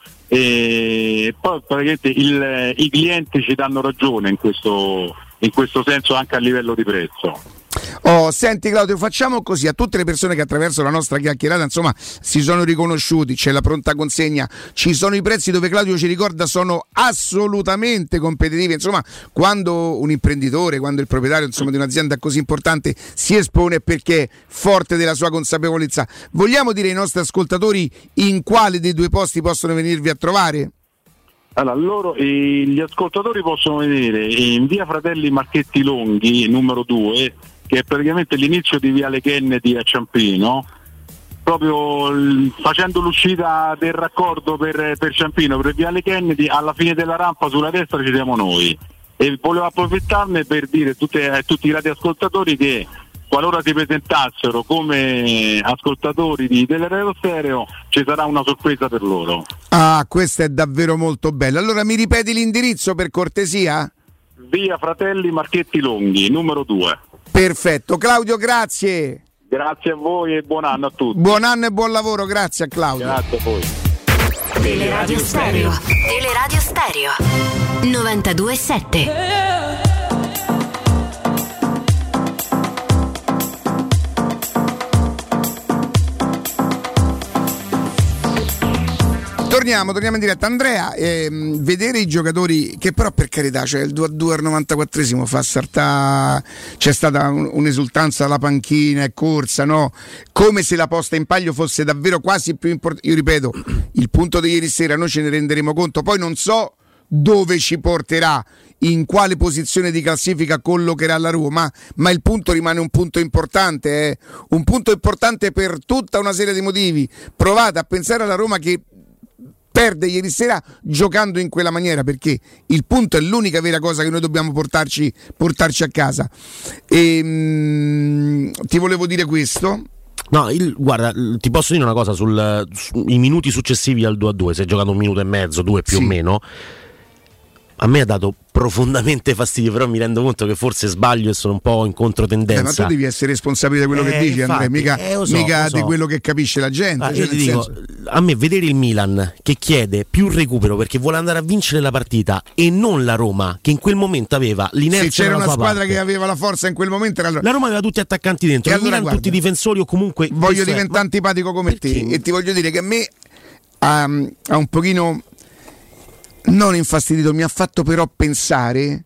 e poi praticamente il, i clienti ci danno ragione in questo, in questo senso, anche a livello di prezzo. Oh, senti Claudio, facciamo così: a tutte le persone che attraverso la nostra chiacchierata insomma si sono riconosciuti, c'è la pronta consegna, ci sono i prezzi dove Claudio ci ricorda sono assolutamente competitivi. Insomma, quando un imprenditore, quando il proprietario insomma di un'azienda così importante si espone è perché è forte della sua consapevolezza. Vogliamo dire ai nostri ascoltatori in quale dei due posti possono venirvi a trovare? Allora, loro, eh, gli ascoltatori possono venire in via Fratelli Marchetti Longhi, numero due, che è praticamente l'inizio di Viale Kennedy a Ciampino, proprio l- facendo l'uscita del raccordo per, per Ciampino, per Viale Kennedy, alla fine della rampa sulla destra ci siamo noi. E volevo approfittarne per dire tutte, a tutti i radioascoltatori che qualora si presentassero come ascoltatori di Teleradio Stereo ci sarà una sorpresa per loro. Ah, questo è davvero molto bello. Allora mi ripeti l'indirizzo per cortesia? Via Fratelli Marchetti Longhi, numero due. Perfetto, Claudio, grazie. Grazie a voi e buon anno a tutti. Buon anno e buon lavoro, grazie a Claudio. Grazie a voi. Teleradio Stereo. Teleradio Stereo novantadue sette. Torniamo, torniamo in diretta. Andrea, ehm, vedere i giocatori che però per carità, cioè il due a due al novantaquattresimo fa saltare, c'è stata un, un'esultanza alla panchina e corsa, no? Come se la posta in palio fosse davvero quasi più importante. Io ripeto, il punto di ieri sera noi ce ne renderemo conto, poi non so dove ci porterà, in quale posizione di classifica collocherà la Roma, ma il punto rimane un punto importante, eh? Un punto importante per tutta una serie di motivi. Provate a pensare alla Roma che perde ieri sera giocando in quella maniera, perché il punto è l'unica vera cosa che noi dobbiamo portarci, portarci a casa. E, mh, ti volevo dire questo. No, il, guarda, ti posso dire una cosa sul, sui minuti successivi al due a due, si è giocato un minuto e mezzo, due più Sì. o meno. A me ha dato profondamente fastidio, però mi rendo conto che forse sbaglio e sono un po' in controtendenza. Eh, ma tu devi essere responsabile di quello Eh, che dici, infatti, Andrea, mica, eh, lo so, mica lo so. di quello che capisce la gente. Ah, cioè, io ti nel dico, senso- a me vedere il Milan che chiede più recupero perché vuole andare a vincere la partita e non la Roma che in quel momento aveva l'inerzia se c'era dalla una sua squadra parte. che aveva la forza in quel momento era la... La Roma aveva tutti attaccanti dentro, E il allora, Milan guarda, tutti difensori o comunque voglio questo è- diventare antipatico come te e ti voglio dire che a me ha, ha un pochino non infastidito, mi ha fatto però pensare,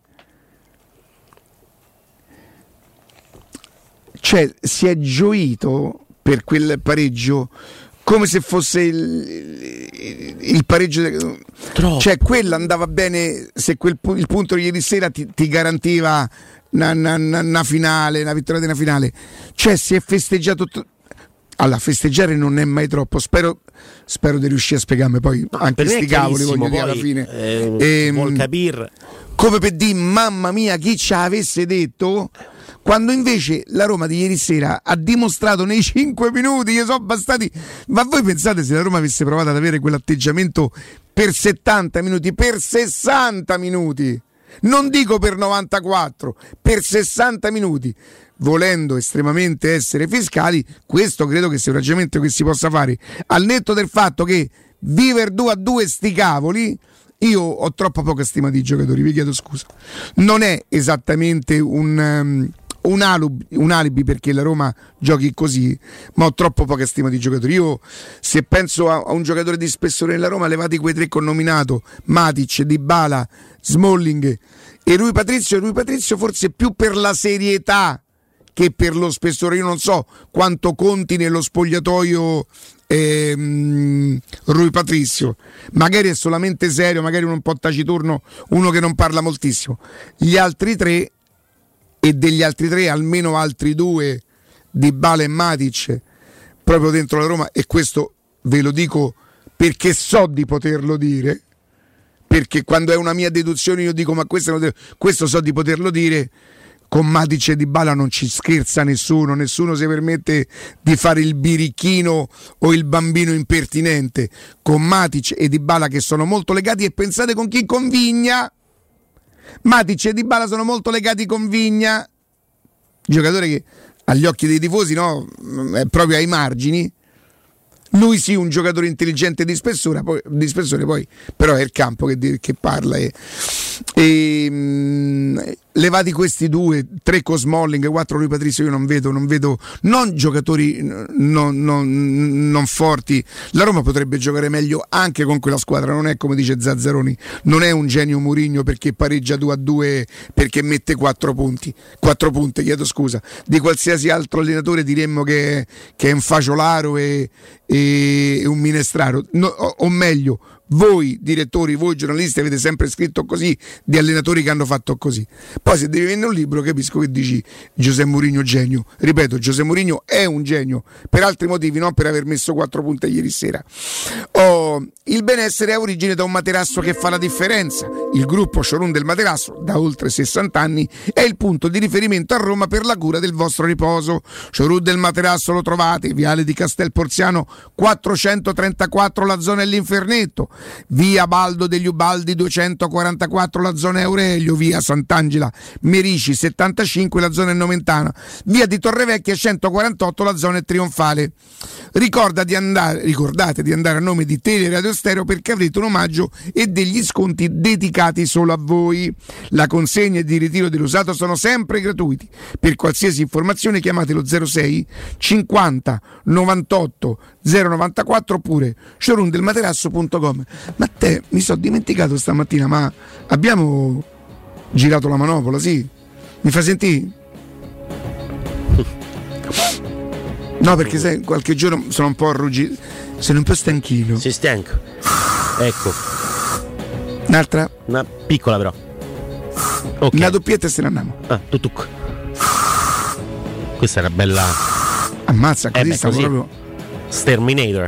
cioè si è gioito per quel pareggio come se fosse il, il, il pareggio de- cioè quello andava bene se quel, pu- il punto di ieri sera ti, ti garantiva una, una, una- una finale, una vittoria di una finale, cioè si è festeggiato t- allora festeggiare non è mai troppo, spero, spero di riuscire a spiegarmi poi anche per me è sti cavoli chiarissimo, voglio dire alla poi, fine eh, Ehm, vuol capire come per dire mamma mia chi ci avesse detto, quando invece la Roma di ieri sera ha dimostrato nei cinque minuti che sono bastati, ma voi pensate se la Roma avesse provato ad avere quell'atteggiamento per settanta minuti, per sessanta minuti, non dico per novantaquattro, per sessanta minuti, volendo estremamente essere fiscali, questo credo che sia un ragionamento che si possa fare, al netto del fatto che viver due a due sti cavoli, io ho troppo poca stima di giocatori, vi chiedo scusa, non è esattamente un, um, un, alibi, un alibi perché la Roma giochi così, ma ho troppo poca stima di giocatori. Io se penso a, a un giocatore di spessore nella Roma, levati quei tre che ho nominato, Matic, Dybala, Smalling e Rui Patrizio, Rui Patrizio forse più per la serietà che per lo spessore, io non so quanto conti nello spogliatoio ehm, Rui Patrizio, magari è solamente serio, magari uno un po' taciturno, uno che non parla moltissimo. Gli altri tre, e degli altri tre almeno altri due, Dybala e Matic, proprio dentro la Roma, e questo ve lo dico perché so di poterlo dire, perché quando è una mia deduzione io dico ma questo, questo so di poterlo dire. Con Matic e Dybala non ci scherza nessuno, nessuno si permette di fare il birichino o il bambino impertinente. Con Matic e Dybala che sono molto legati, e pensate con chi? Con Vigna. Matic e Dybala sono molto legati con Vigna, giocatore che agli occhi dei tifosi, no, è proprio ai margini. Lui sì, un giocatore intelligente di spessore, poi, di spessore, poi però è il campo che, che parla. E, e, mh, levati questi due, tre con Smalling, quattro Rui Patrizio, io non vedo, non vedo, non giocatori non, non, non forti. La Roma potrebbe giocare meglio anche con quella squadra, non è come dice Zazzaroni, non è un genio Mourinho perché pareggia due a due, perché mette quattro punti, quattro punti, chiedo scusa. Di qualsiasi altro allenatore diremmo che, che è un faciolaro e, e un minestraro, no, o, o meglio, voi direttori, voi giornalisti avete sempre scritto così di allenatori che hanno fatto così. Poi se devi vendere un libro capisco che dici José Mourinho genio. Ripeto, José Mourinho è un genio per altri motivi, non per aver messo quattro punti ieri sera. Oh, il benessere ha origine da un materasso che fa la differenza. Il gruppo Showroom del Materasso, da oltre sessanta anni, è il punto di riferimento a Roma per la cura del vostro riposo. Showroom del Materasso lo trovate Viale di Castel Porziano quattrocentotrentaquattro, la zona dell'Infernetto, via Baldo degli Ubaldi duecentoquarantaquattro, la zona Aurelio, via Sant'Angela Merici settantacinque, la zona è Nomentana, via di Torrevecchia centoquarantotto, la zona è Trionfale. Ricorda di andare, ricordate di andare a nome di Teleradio Stereo perché avrete un omaggio e degli sconti dedicati solo a voi. La consegna e il ritiro dell'usato sono sempre gratuiti. Per qualsiasi informazione chiamate lo zero sei cinquanta novantotto zero novantaquattro oppure showroom del materasso punto com. Ma te, mi sono dimenticato stamattina, ma abbiamo girato la manopola, sì? Mi fa sentire? No, perché sai, qualche giorno sono un po' arruggito, sono un po' stanchino. Sei stanco. Ecco. Un'altra? Una piccola però. Okay. Una doppietta e se ne andiamo. Ah, tutuc. Questa era bella. Ammazza, così eh beh, stavo così. proprio. Sterminator.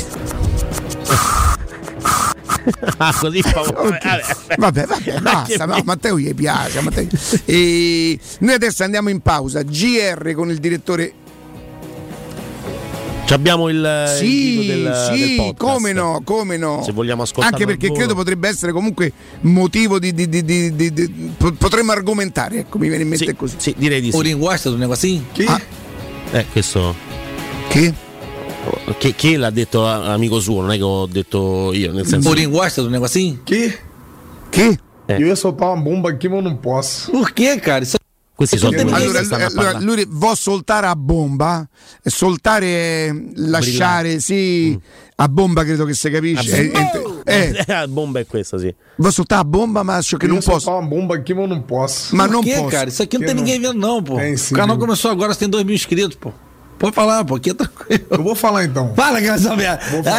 Ah, così fa. Okay. Vabbè, vabbè, basta. No, Matteo gli piace. Matteo. E noi adesso andiamo in pausa. G R con il direttore Abbiamo il, sì, il video del, sì, del podcast. come no, come no. Se vogliamo ascoltarlo. Anche perché credo potrebbe essere comunque motivo di, di, di, di, di, di potremmo argomentare, ecco, mi viene in mente sì, così. Sì, direi di sì. O linguaggio di un negocinho? Chi? Ah. Eh, questo. Chi? Che, che l'ha detto amico suo, non è che ho detto io, nel senso. O linguaggio di un negocinho? Chi? Chi? Eh. Io ia soltar uma bomba aqui, mas não posso. Por quê, cara? Isso... Questi sono allora, allora lui vuole soltare a bomba, soltare, lasciare, sì, mm. a bomba credo che si capisce. A eh, eh. bomba è questa, sì. Vuole soltare a bomba, ma che non posso. Uma bomba aqui, mas não posso. Ma non quê, posso. Cara? Isso aqui não tem ninguém vendo, não, pô. Tem, sim, o canal viu? começou agora, você tem dois mil inscritos, pô. Pode falar, pô, aqui é tranquilo. Eu vou falar então. Fala, Gabriel.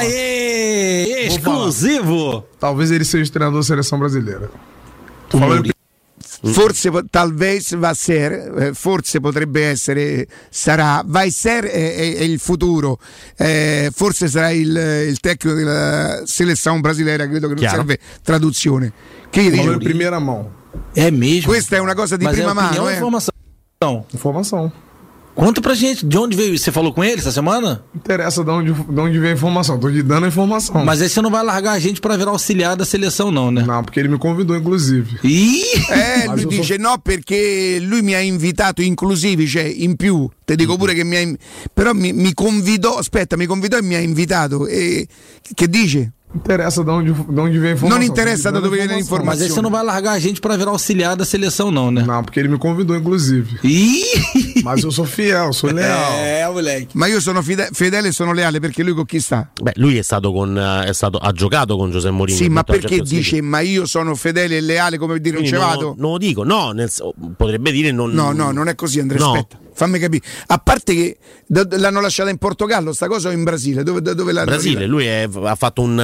Aê! Exclusivo! Talvez ele seja o treinador da seleção brasileira. Tô falando forse, talvez va ser, forse potrebbe essere, sarà, vai ser è, è, è il futuro, eh, forse sarà il, il tecnico della selezione brasiliana, credo che non Chiaro. serve traduzione. Che io dico? In prima mão. É mesmo? Questa è una cosa di Mas prima é opinião mano, ou eh? informação? Informação. Conta pra gente, de onde veio isso? Você falou com ele essa semana? Não interessa de onde, de onde vem a informação, tô te dando a informação. Mas aí você não vai largar a gente pra virar auxiliar da seleção, não, né? Não, porque ele me convidou, inclusive. Ih! Eh, lui dice no perché lui mi ha invitato inclusivi, cioè in più, te dico pure che mi ha in... però mi, mi convidò, aspetta, mi convidò e mi ha invitato e che dice? Interessa de onde, de onde vem a informação. Non interessa da dove viene Mas aí l'informazione. você não vai largar a gente pra virar auxiliar da seleção, não, né? Não, porque ele me convidou, inclusive. Ih! Mas eu sou fiel, sou leal. É, moleque. Ma io sono fide- fedele e sono leale perché lui con chi sta? Beh, lui è stato con è stato, ha giocato con José Mourinho. Sì, ma tutta la perché Champions dice ma io sono fedele e leale come dire non Quindi ce non, vado? non lo dico, no, nel, potrebbe dire non. No, no, non è così, Andrea, no. aspetta. Fammi capire. A parte che da- l'hanno lasciata in Portogallo, sta cosa o in Brasile? Dove, da- dove l'hanno Brasile, lui è, ha fatto un,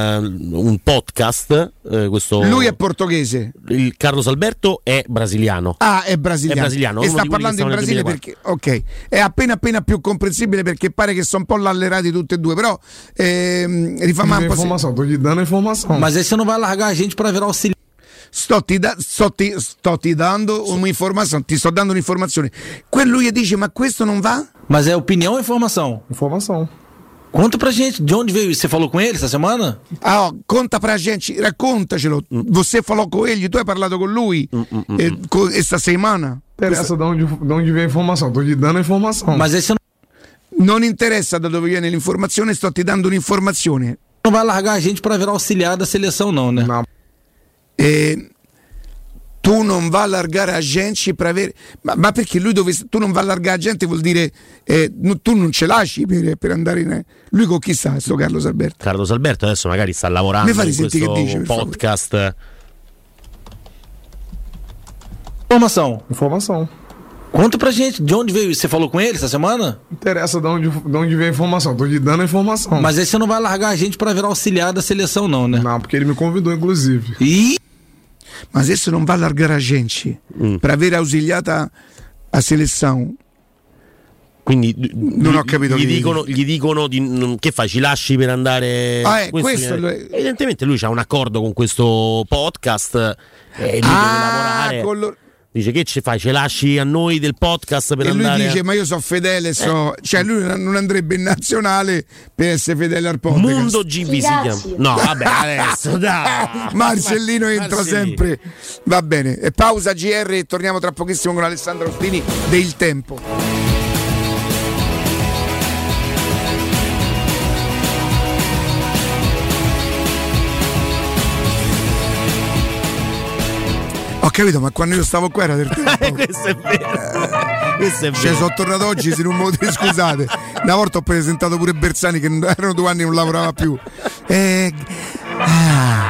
uh, un podcast. Uh, questo, Lui è portoghese. Il Carlos Alberto è brasiliano. Ah, è brasiliano. È brasiliano, E uno sta di quelli parlando che in stavano nel Brasile perché, ok, è appena appena più comprensibile perché pare che sono un po' lallerati tutti e due, però ehm, rifamma un po'. Informação, tô te dando a informação. Mas aí você não vai largar a gente pra virar auxiliar. Sto ti, da- sto, ti, sto ti dando un'informazione, ti sto dando un'informazione. Quello gli dice ma questo non va? Mas é opinião ou informação? Informação. Conta pra gente, de onde veio isso? Você falou com ele essa semana? Ah, oh, conta pra gente, raccontacelo. Você falou con egli, tu hai parlato con lui eh, con, questa settimana? Interessa de onde, de onde vem a informação, tô te dando a informação. Mas aí você Non interessa da dove viene l'informazione, sto ti dando un'informazione. não vai largar a gente pra virar auxiliar da seleção, não, né? Não. Eh, tu non va a allargare a gente per avere ma, ma perché lui dove tu non va a allargare a gente vuol dire eh, no, tu non ce lasci per, per andare in lui con chi sta sto Carlos Alberto? Carlos Alberto adesso magari sta lavorando Mi fai in sentire questo che dice, per podcast. Informação. Informação. Conta pra gente, de onde veio isso? Você falou com ele essa semana? Interessa de onde, de onde vem a informação, tô te dando a informação. Mas aí você não vai largar a gente pra virar auxiliar da seleção, não, né? Não, porque ele me convidou, inclusive. Ih! Ma adesso non va a allargare a gente Mm. per aver ausiliata a selezione. Quindi non ho capito gli che dicono, gli dicono di, non- che fai, ci lasci per andare. Ah, eh, questo viene- lo- evidentemente lui ha un accordo con questo podcast e lui deve Ah, lavorare. con lo- Dice che ci fai, ci lasci a noi del podcast per e lui andare. dice ma io sono fedele so cioè lui non andrebbe in nazionale per essere fedele al podcast. Mondo G V si chiama. No, vabbè, adesso dai. Marcellino entra Marcellino. sempre. Va bene, e pausa G R e torniamo tra pochissimo con Alessandro Ostini del Tempo. Ho capito, ma quando io stavo qua era del tempo. Questo è vero. Questo è Cioè, vero. sono tornato oggi, se non me lo dite, scusate. Una volta ho presentato pure Bersani che erano due anni e non lavorava più. Eh, ah.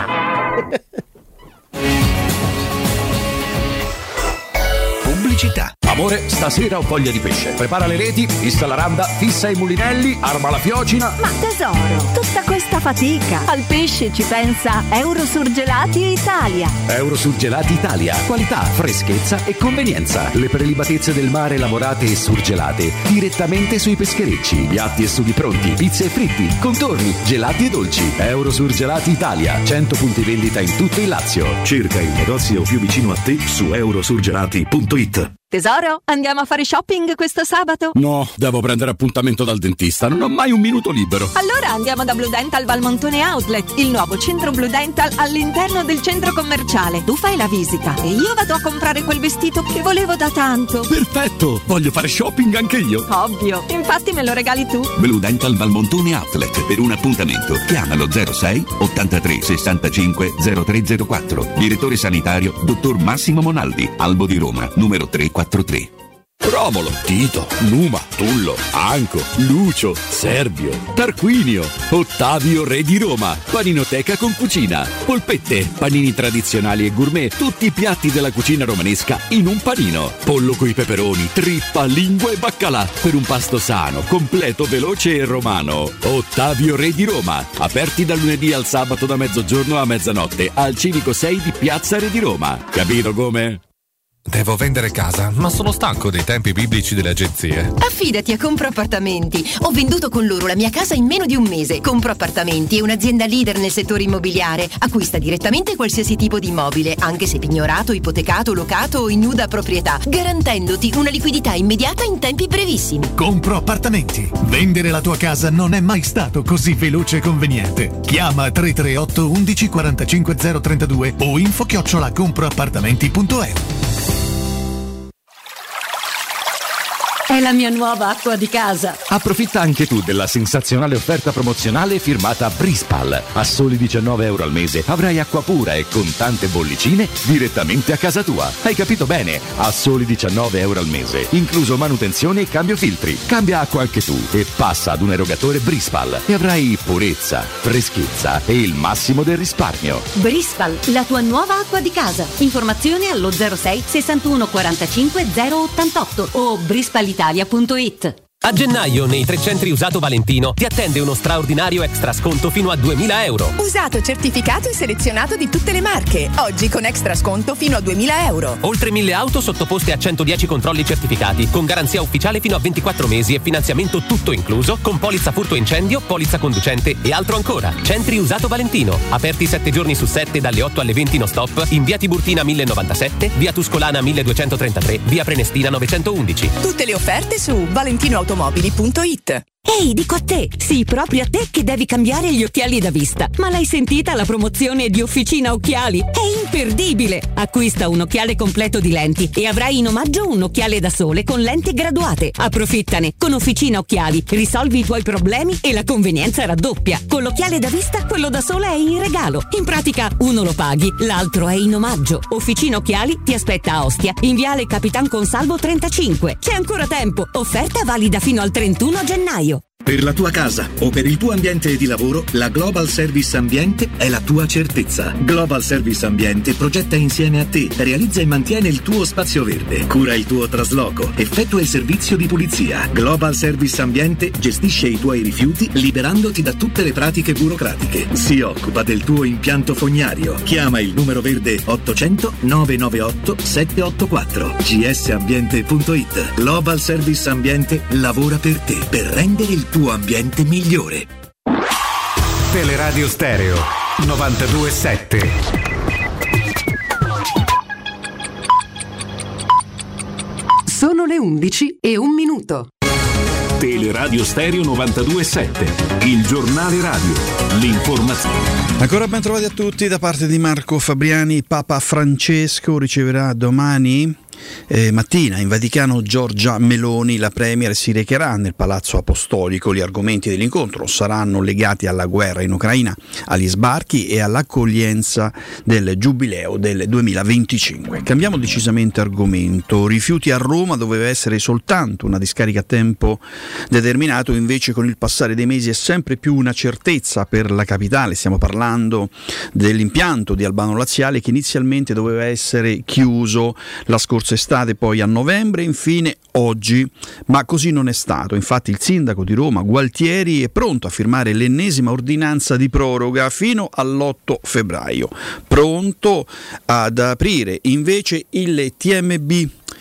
Pubblicità. Amore, stasera ho voglia di pesce. Prepara le reti, fissa la randa, fissa i mulinelli, arma la fiocina. Ma tesoro, tutta questa fatica. Al pesce ci pensa Eurosurgelati Italia. Eurosurgelati Italia. Qualità, freschezza e convenienza. Le prelibatezze del mare lavorate e surgelate direttamente sui pescherecci. Piatti e sughi pronti, pizze e fritti, contorni, gelati e dolci. Eurosurgelati Italia. cento punti vendita in tutto il Lazio. Cerca il negozio più vicino a te su eurosurgelati punto it. Tesoro, andiamo a fare shopping questo sabato? No, devo prendere appuntamento dal dentista, non ho mai un minuto libero. Allora andiamo da Blue Dental Valmontone Outlet, il nuovo centro Blue Dental all'interno del centro commerciale. Tu fai la visita e io vado a comprare quel vestito che volevo da tanto. Perfetto, voglio fare shopping anche io. Ovvio, infatti me lo regali tu. Blue Dental Valmontone Outlet. Per un appuntamento chiamalo zero sei ottantatré sessantacinque zero tre zero quattro. Direttore sanitario dottor Massimo Monaldi, Albo di Roma, numero tre quattro tre. Romolo, Tito, Numa, Tullo, Anco, Lucio, Servio, Tarquinio, Ottavio Re di Roma, paninoteca con cucina, polpette, panini tradizionali e gourmet, tutti i piatti della cucina romanesca in un panino, pollo coi peperoni, trippa, lingua e baccalà, per un pasto sano, completo, veloce e romano. Ottavio Re di Roma, aperti dal lunedì al sabato da mezzogiorno a mezzanotte, al Civico sei di Piazza Re di Roma. Capito come? Devo vendere casa, ma sono stanco dei tempi biblici delle agenzie. Affidati a Compro Appartamenti. Ho venduto con loro la mia casa in meno di un mese. Compro Appartamenti è un'azienda leader nel settore immobiliare. Acquista direttamente qualsiasi tipo di immobile, anche se pignorato, ipotecato, locato o in nuda proprietà, garantendoti una liquidità immediata in tempi brevissimi. Compro Appartamenti. Vendere la tua casa non è mai stato così veloce e conveniente. Chiama tre tre otto undici quarantacinque zero trentadue o info chiocciola comproappartamenti punto e u. È la mia nuova acqua di casa. Approfitta anche tu della sensazionale offerta promozionale firmata Brispal. A soli diciannove euro al mese avrai acqua pura e con tante bollicine direttamente a casa tua. Hai capito bene? A soli diciannove euro al mese, incluso manutenzione e cambio filtri. Cambia acqua anche tu e passa ad un erogatore Brispal e avrai purezza, freschezza e il massimo del risparmio. Brispal, la tua nuova acqua di casa. Informazioni allo zero sei sessantuno quarantacinque zero ottantotto o brispal italia punto it. A gennaio nei tre centri Usato Valentino ti attende uno straordinario extra sconto fino a duemila euro. Usato certificato e selezionato di tutte le marche. Oggi con extra sconto fino a duemila euro. Oltre mille auto sottoposte a centodieci controlli certificati, con garanzia ufficiale fino a ventiquattro mesi e finanziamento tutto incluso, con polizza furto incendio, polizza conducente e altro ancora. Centri Usato Valentino, aperti sette giorni su sette dalle otto alle venti non stop, in via Tiburtina mille novantasette, via Tuscolana milleduecentotrentatré, via Prenestina novecentoundici. Tutte le offerte su valentinoautomobili punto it. Ehi, dico a te, sì, proprio a te che devi cambiare gli occhiali da vista. Ma l'hai sentita la promozione di Officina Occhiali? È imperdibile! Acquista un occhiale completo di lenti e avrai in omaggio un occhiale da sole con lenti graduate. Approfittane! Con Officina Occhiali risolvi i tuoi problemi e la convenienza raddoppia. Con l'occhiale da vista, quello da sole è in regalo. In pratica, uno lo paghi, l'altro è in omaggio. Officina Occhiali ti aspetta a Ostia, in viale Capitan Consalvo trentacinque. C'è ancora tempo! Offerta valida fino al trentuno gennaio. Per la tua casa o per il tuo ambiente di lavoro, la Global Service Ambiente è la tua certezza. Global Service Ambiente progetta insieme a te, realizza e mantiene il tuo spazio verde, cura il tuo trasloco, effettua il servizio di pulizia. Global Service Ambiente gestisce i tuoi rifiuti liberandoti da tutte le pratiche burocratiche. Si occupa del tuo impianto fognario. Chiama il numero verde ottocento nove nove otto sette otto quattro. g s ambiente punto it. Global Service Ambiente lavora per te, per rendere il tuo ambiente migliore. Teleradio Stereo novantadue sette. Sono le undici e un minuto. Teleradio Stereo novantadue sette, il giornale radio, l'informazione. Ancora ben trovati a tutti da parte di Marco Fabriani. Papa Francesco riceverà domani Eh, mattina in Vaticano Giorgia Meloni. La Premier si recherà nel Palazzo Apostolico. Gli argomenti dell'incontro saranno legati alla guerra in Ucraina, agli sbarchi e all'accoglienza del Giubileo del duemilaventicinque. Cambiamo decisamente argomento. Rifiuti a Roma doveva essere soltanto una discarica a tempo determinato, invece con il passare dei mesi è sempre più una certezza per la capitale. Stiamo parlando dell'impianto di Albano Laziale che inizialmente doveva essere chiuso la scorsa estate, poi a novembre, infine oggi, ma così non è stato. Infatti il sindaco di Roma Gualtieri è pronto a firmare l'ennesima ordinanza di proroga fino all'otto febbraio, pronto ad aprire invece il T M B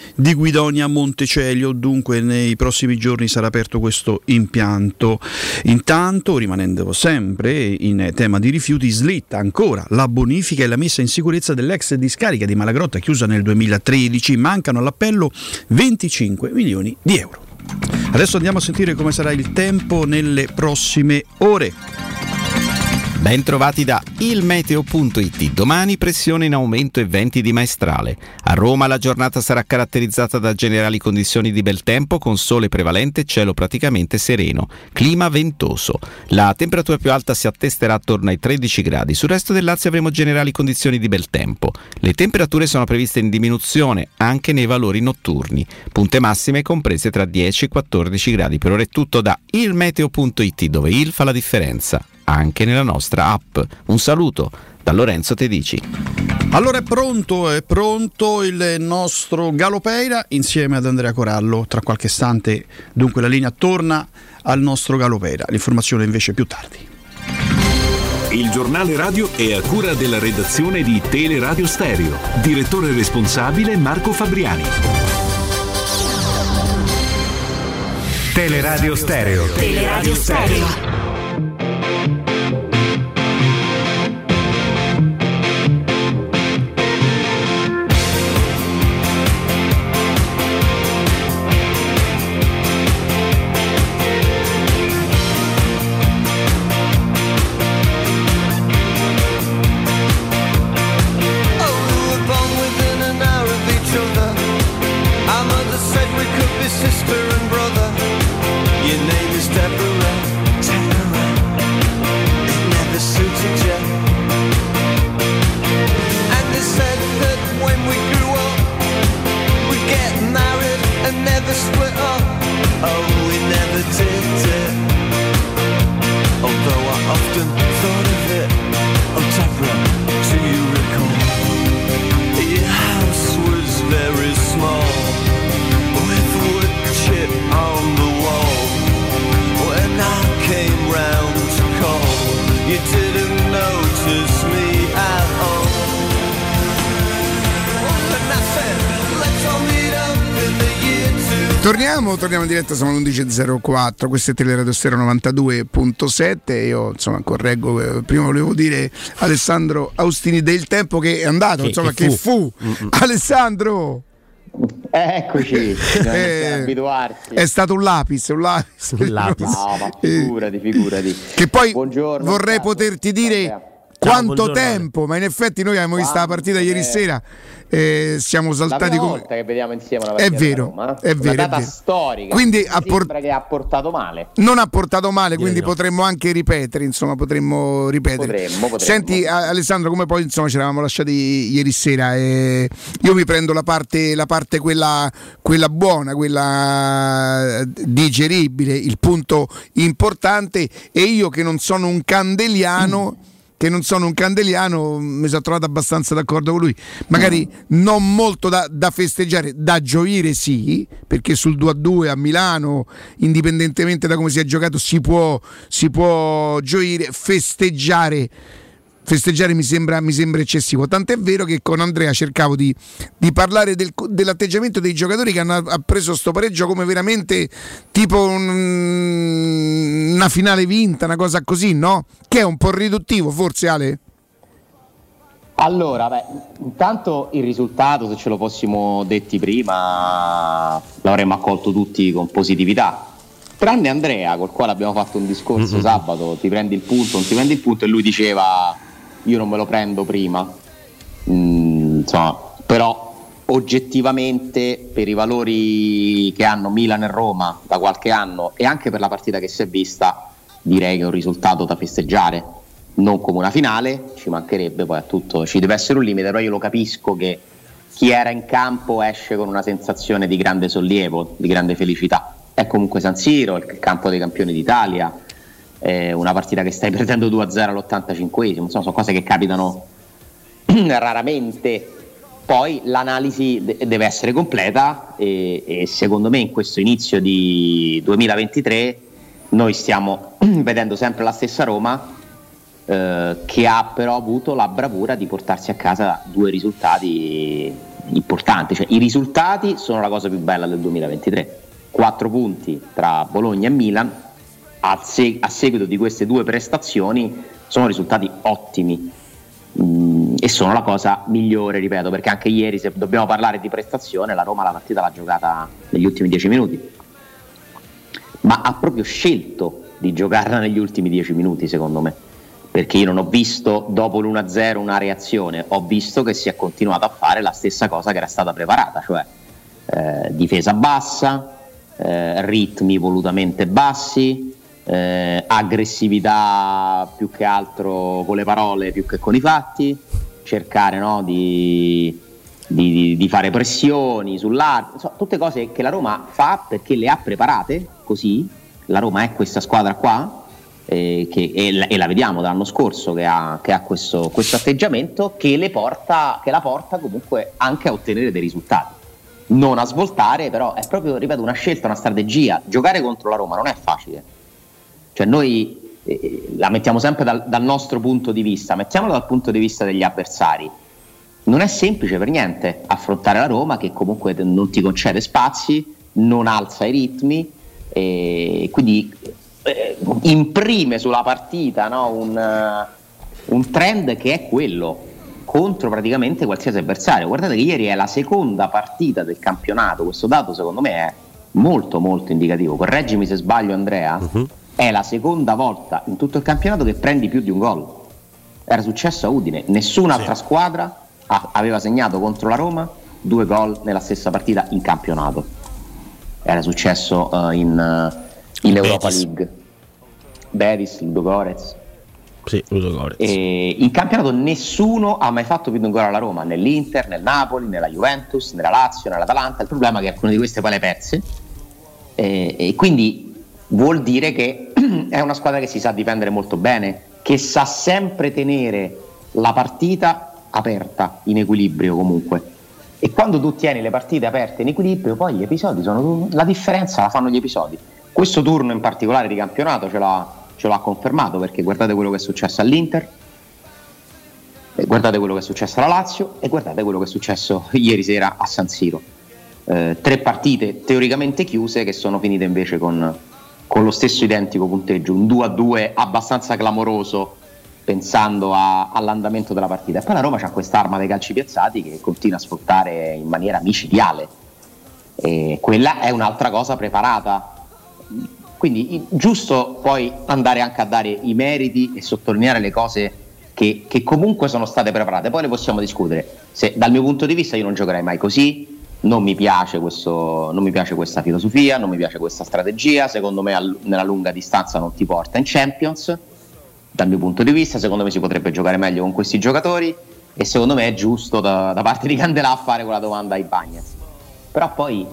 di Guidonia Montecelio. Dunque nei prossimi giorni sarà aperto questo impianto. Intanto, rimanendo sempre in tema di rifiuti, slitta ancora la bonifica e la messa in sicurezza dell'ex discarica di Malagrotta chiusa nel duemilatredici. Mancano all'appello venticinque milioni di euro. Adesso andiamo a sentire come sarà il tempo nelle prossime ore. Ben trovati da ilmeteo punto it. Domani pressione in aumento e venti di maestrale. A Roma la giornata sarà caratterizzata da generali condizioni di bel tempo con sole prevalente e cielo praticamente sereno. Clima ventoso. La temperatura più alta si attesterà attorno ai tredici gradi. Sul resto del Lazio avremo generali condizioni di bel tempo. Le temperature sono previste in diminuzione anche nei valori notturni. Punte massime comprese tra dieci e quattordici gradi. Per ora è tutto da ilmeteo punto it, dove il fa la differenza anche nella nostra app. Un saluto da Lorenzo Tedici. Allora è pronto, è pronto il nostro Galopeira insieme ad Andrea Corallo. Tra qualche istante dunque la linea torna al nostro Galopeira. L'informazione invece più tardi. Il giornale radio è a cura della redazione di Teleradio Stereo. Direttore responsabile Marco Fabriani. Teleradio Stereo. Teleradio Stereo. Torniamo, torniamo in diretta, siamo alle undici e zero quattro, questo è Teleradio Stereo novantadue punto sette. Io insomma correggo, prima volevo dire Alessandro Austini del Tempo che è andato, che, insomma che fu, che fu. Alessandro! Eccoci, eh, abituarsi. È stato un lapis, un lapis. Un lapis. No, ma figurati, figurati. Che poi buongiorno, vorrei ciao, poterti dire ciao, quanto buongiorno. tempo, ma in effetti noi abbiamo visto la partita ieri sera. Eh, siamo saltati la prima come volta che vediamo insieme una è partita vero, Roma, è vero, una data è vero. storica. Quindi mi ha por- sembra che ha portato male. Non ha portato male, quindi no. potremmo anche ripetere, insomma, potremmo ripetere. Potremmo, potremmo. Senti a- Alessandro, come poi insomma ci eravamo lasciati ieri sera, eh, io mi prendo la parte, la parte quella, quella buona, quella digeribile, il punto importante, e io che non sono un candeliano mm. che non sono un candeliano, mi sono trovato abbastanza d'accordo con lui, magari mm. non molto da, da festeggiare, da gioire sì, perché sul due a due a Milano, indipendentemente da come si è giocato, si può, si può gioire, festeggiare festeggiare mi sembra, mi sembra eccessivo, tant'è vero che con Andrea cercavo di, di parlare del, dell'atteggiamento dei giocatori che hanno ha preso sto pareggio come veramente tipo un, una finale vinta, una cosa così, no? Che è un po' riduttivo forse, Ale? Allora, beh, intanto il risultato, se ce lo fossimo detti prima, l'avremmo accolto tutti con positività, tranne Andrea, col quale abbiamo fatto un discorso mm-hmm. sabato, ti prendi il punto, non ti prendi il punto, e lui diceva io non me lo prendo prima, mm, insomma, però oggettivamente per i valori che hanno Milan e Roma da qualche anno e anche per la partita che si è vista, direi che è un risultato da festeggiare, non come una finale, ci mancherebbe, poi a tutto ci deve essere un limite, però io lo capisco che chi era in campo esce con una sensazione di grande sollievo, di grande felicità. È comunque San Siro, il campo dei campioni d'Italia, eh, una partita che stai perdendo due a zero all'ottantacinquesimo, insomma sono cose che capitano raramente. Poi l'analisi de- deve essere completa e, e secondo me in questo inizio di duemilaventitré noi stiamo vedendo sempre la stessa Roma, eh, che ha però avuto la bravura di portarsi a casa due risultati importante, cioè i risultati sono la cosa più bella del duemilaventitré. Quattro punti tra Bologna e Milan a, se- a seguito di queste due prestazioni sono risultati ottimi, mm, e sono la cosa migliore, ripeto, perché anche ieri, se dobbiamo parlare di prestazione, la Roma la partita l'ha giocata negli ultimi dieci minuti, ma ha proprio scelto di giocarla negli ultimi dieci minuti, secondo me, perché io non ho visto dopo l'uno a zero una reazione, ho visto che si è continuato a fare la stessa cosa che era stata preparata, cioè eh, difesa bassa, eh, ritmi volutamente bassi, eh, aggressività più che altro con le parole più che con i fatti, cercare, no, di, di, di fare pressioni sull'arte, insomma, tutte cose che la Roma fa perché le ha preparate così. La Roma è questa squadra qua, eh, che, e, la, e la vediamo dall'anno scorso che ha, che ha questo, questo atteggiamento che, le porta, che la porta comunque anche a ottenere dei risultati, non a svoltare, però è proprio, ripeto, una scelta, una strategia. Giocare contro la Roma non è facile, cioè noi eh, la mettiamo sempre dal, dal nostro punto di vista, mettiamola dal punto di vista degli avversari. Non è semplice per niente affrontare la Roma, che comunque non ti concede spazi, non alza i ritmi, e quindi eh, imprime sulla partita, no, un, uh, un trend che è quello contro praticamente qualsiasi avversario. Guardate che ieri è la seconda partita del campionato, questo dato secondo me è molto molto indicativo, correggimi se sbaglio Andrea, uh-huh. È la seconda volta in tutto il campionato che prendi più di un gol. Era successo a Udine, nessun'altra sì. squadra ha, aveva segnato contro la Roma due gol nella stessa partita in campionato. Era successo uh, in, uh, in Europa League. Betis, Ludo Gorez. Sì, Ludo Gorez. E in campionato nessuno ha mai fatto più di un gol alla Roma, nell'Inter, nel Napoli, nella Juventus, nella Lazio, nell'Atalanta. Il problema è che alcune di queste poi le perse, e, e quindi vuol dire che è una squadra che si sa difendere molto bene, che sa sempre tenere la partita aperta, in equilibrio comunque. E quando tu tieni le partite aperte in equilibrio, poi gli episodi sono, la differenza la fanno gli episodi. Questo turno in particolare di campionato ce l'ha, ce l'ha confermato, perché guardate quello che è successo all'Inter, guardate quello che è successo alla Lazio e guardate quello che è successo ieri sera a San Siro. Eh, tre partite teoricamente chiuse che sono finite invece con, con lo stesso identico punteggio, un due a due abbastanza clamoroso pensando a, all'andamento della partita. E poi la Roma c'ha quest'arma dei calci piazzati che continua a sfruttare in maniera micidiale, e quella è un'altra cosa preparata. Quindi giusto poi andare anche a dare i meriti e sottolineare le cose che, che comunque sono state preparate. Poi le possiamo discutere. Se, dal mio punto di vista io non giocherei mai così, non mi piace questo, non mi piace questa filosofia, non mi piace questa strategia, secondo me all, nella lunga distanza non ti porta in Champions. Dal mio punto di vista, secondo me si potrebbe giocare meglio con questi giocatori, e secondo me è giusto da, da parte di Candelà fare quella domanda ai Bagnez. Però poi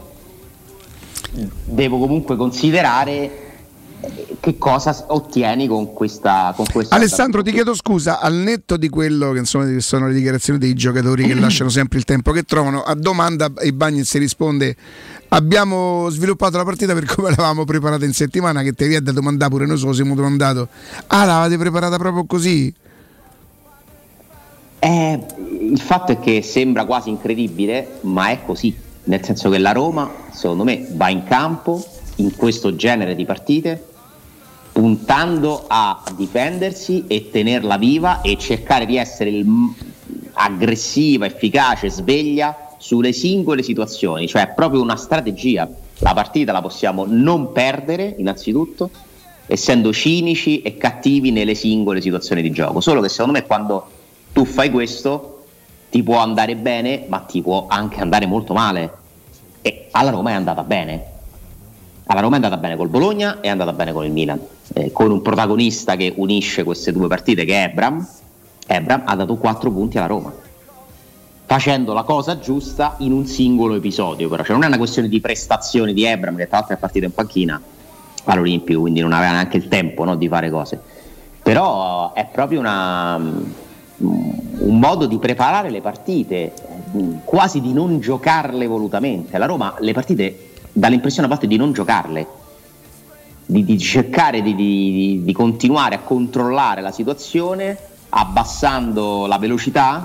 devo comunque considerare che cosa ottieni con questa, con questa Alessandro, ti chiedo scusa, al netto di quello che insomma sono le dichiarazioni dei giocatori che lasciano sempre il tempo che trovano, a domanda ai Bagnez si risponde: abbiamo sviluppato la partita per come l'avevamo preparata in settimana, che te vi è da domandare pure noi, se siamo domandato, ah, l'avete preparata proprio così? Eh, il fatto è che sembra quasi incredibile, ma è così, nel senso che la Roma secondo me va in campo in questo genere di partite puntando a difendersi e tenerla viva e cercare di essere il, aggressiva, efficace, sveglia sulle singole situazioni, cioè è proprio una strategia. La partita la possiamo non perdere innanzitutto, essendo cinici e cattivi nelle singole situazioni di gioco, solo che secondo me quando tu fai questo ti può andare bene, ma ti può anche andare molto male, e alla Roma è andata bene. Alla Roma è andata bene col Bologna e è andata bene con il Milan, eh, con un protagonista che unisce queste due partite, che è Ebram. Ebram ha dato quattro punti alla Roma, facendo la cosa giusta in un singolo episodio, però, cioè non è una questione di prestazioni di Ebram, che tra l'altro è partito in panchina all'Olimpico, quindi non aveva neanche il tempo, no, di fare cose, però è proprio una, un modo di preparare le partite, quasi di non giocarle volutamente. La Roma le partite dà l'impressione a volte di non giocarle, di, di cercare di, di, di continuare a controllare la situazione abbassando la velocità,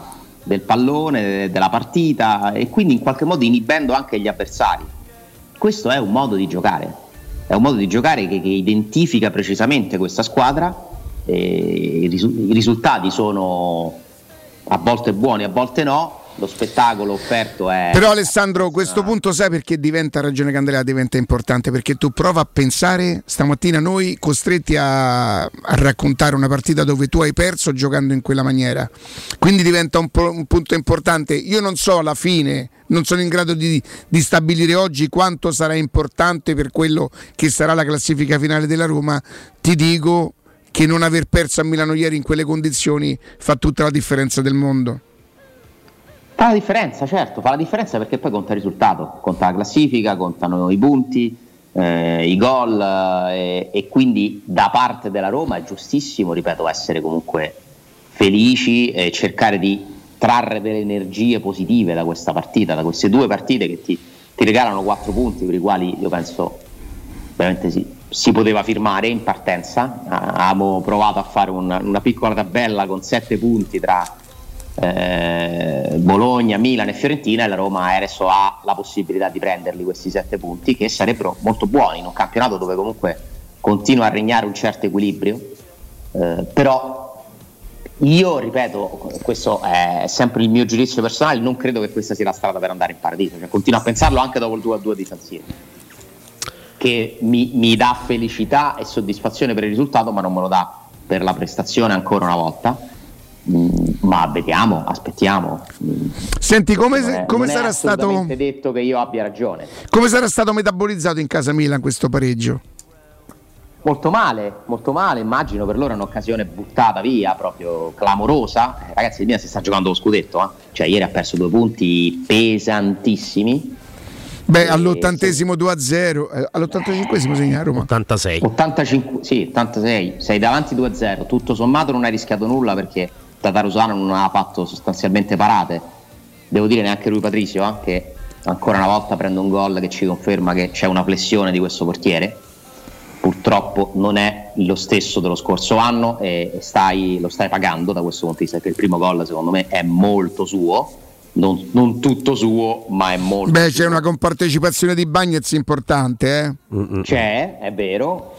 del pallone, della partita, e quindi in qualche modo inibendo anche gli avversari. Questo è un modo di giocare, è un modo di giocare che, che identifica precisamente questa squadra, e i, risu- i risultati sono a volte buoni, a volte no. Lo spettacolo offerto è... Però Alessandro, questo punto sai perché diventa, ragione Candela, diventa importante? Perché tu prova a pensare, stamattina noi costretti a, a raccontare una partita dove tu hai perso giocando in quella maniera, quindi diventa un, po- un punto importante. Io non so alla fine, non sono in grado di, di stabilire oggi quanto sarà importante per quello che sarà la classifica finale della Roma. Ti dico che non aver perso a Milano ieri in quelle condizioni fa tutta la differenza del mondo. Fa la differenza, certo, fa la differenza perché poi conta il risultato, conta la classifica, contano i punti, eh, i gol, eh, e quindi da parte della Roma è giustissimo, ripeto, essere comunque felici e cercare di trarre delle energie positive da questa partita, da queste due partite che ti, ti regalano quattro punti per i quali io penso veramente sì, si poteva firmare in partenza. Abbiamo provato a fare una, una piccola tabella con sette punti tra Eh, Bologna, Milan e Fiorentina, e la Roma adesso ha la possibilità di prenderli questi sette punti, che sarebbero molto buoni in un campionato dove comunque continua a regnare un certo equilibrio, eh, però io ripeto, questo è sempre il mio giudizio personale, non credo che questa sia la strada per andare in paradiso, cioè, continuo a pensarlo anche dopo il due a due di San Siro, che mi, mi dà felicità e soddisfazione per il risultato, ma non me lo dà per la prestazione ancora una volta. Ma vediamo, aspettiamo. Senti, come, non è, come non sarà è stato detto che io abbia ragione. Come sarà stato metabolizzato in casa Milan questo pareggio? Molto male, molto male, immagino per loro è un'occasione buttata via, proprio clamorosa. Eh, ragazzi, il Milan si sta giocando lo scudetto, eh? Cioè ieri ha perso due punti pesantissimi. Beh, e all'ottantesimo due a zero, eh, all'ottantacinquesimo segna Roma. ottantasei. ottantacinque, sì, ottantasei. Sei davanti due a zero, tutto sommato non hai rischiato nulla perché Tatarusano non ha fatto sostanzialmente parate. Devo dire neanche Rui Patricio, eh, che ancora una volta prende un gol che ci conferma che c'è una flessione di questo portiere. Purtroppo non è lo stesso dello scorso anno e stai, lo stai pagando da questo punto di vista, perché il primo gol secondo me è molto suo. Non, non tutto suo, ma è molto. Beh, suo. c'è una compartecipazione di Bagnez importante, eh? C'è, è vero,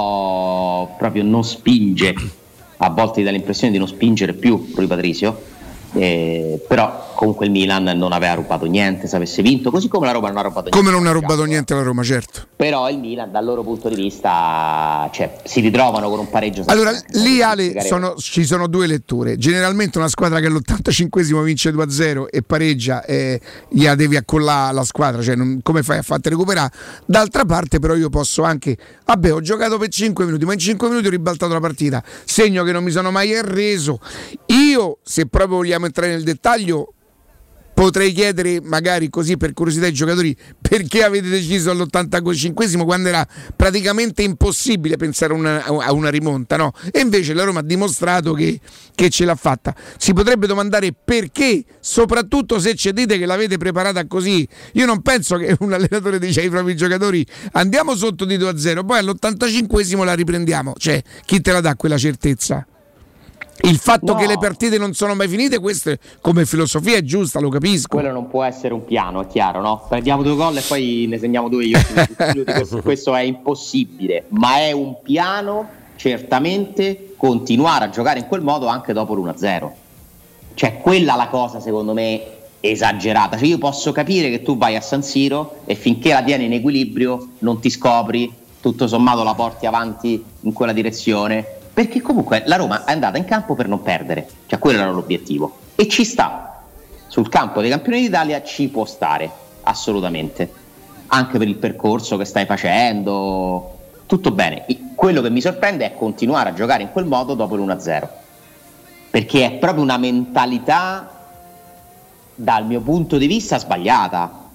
però proprio non spinge. A volte dà l'impressione di non spingere più Rui Patricio. Eh, però comunque il Milan non aveva rubato niente se avesse vinto, così come la Roma non ha rubato niente. Come non ha rubato niente la Roma, certo. Però il Milan dal loro punto di vista, cioè, si ritrovano con un pareggio. Allora lì Ale sono, ci sono due letture. Generalmente una squadra che all'ottantacinquesimo vince due a zero e pareggia, eh, gliela devi accollare la squadra, cioè non, come fai a farti recuperare? D'altra parte però io posso anche, vabbè, ho giocato per cinque minuti, ma in cinque minuti ho ribaltato la partita, segno che non mi sono mai arreso. Io, se proprio vogliamo entrare nel dettaglio, potrei chiedere magari così per curiosità ai giocatori perché avete deciso all'ottantacinquesimo quando era praticamente impossibile pensare una, a una rimonta, no? E invece la Roma ha dimostrato che, che ce l'ha fatta. Si potrebbe domandare perché, soprattutto se ci dite che l'avete preparata così. Io non penso che un allenatore dice ai propri giocatori andiamo sotto di due a zero, poi all'ottantacinquesimo la riprendiamo, cioè chi te la dà quella certezza? Il fatto no. che le partite non sono mai finite, questo come filosofia è giusta, lo capisco. Quello non può essere un piano, è chiaro, no? Prendiamo due gol e poi ne segniamo due io. questo, questo è impossibile, ma è un piano certamente continuare a giocare in quel modo anche dopo l'uno a zero. Cioè quella la cosa secondo me esagerata. Cioè io posso capire che tu vai a San Siro e finché la tieni in equilibrio non ti scopri, tutto sommato la porti avanti in quella direzione. Perché comunque la Roma è andata in campo per non perdere, cioè quello era l'obiettivo, e ci sta, sul campo dei campioni d'Italia ci può stare, assolutamente, anche per il percorso che stai facendo, tutto bene. Quello che mi sorprende è continuare a giocare in quel modo dopo l'uno a zero, perché è proprio una mentalità, dal mio punto di vista, sbagliata.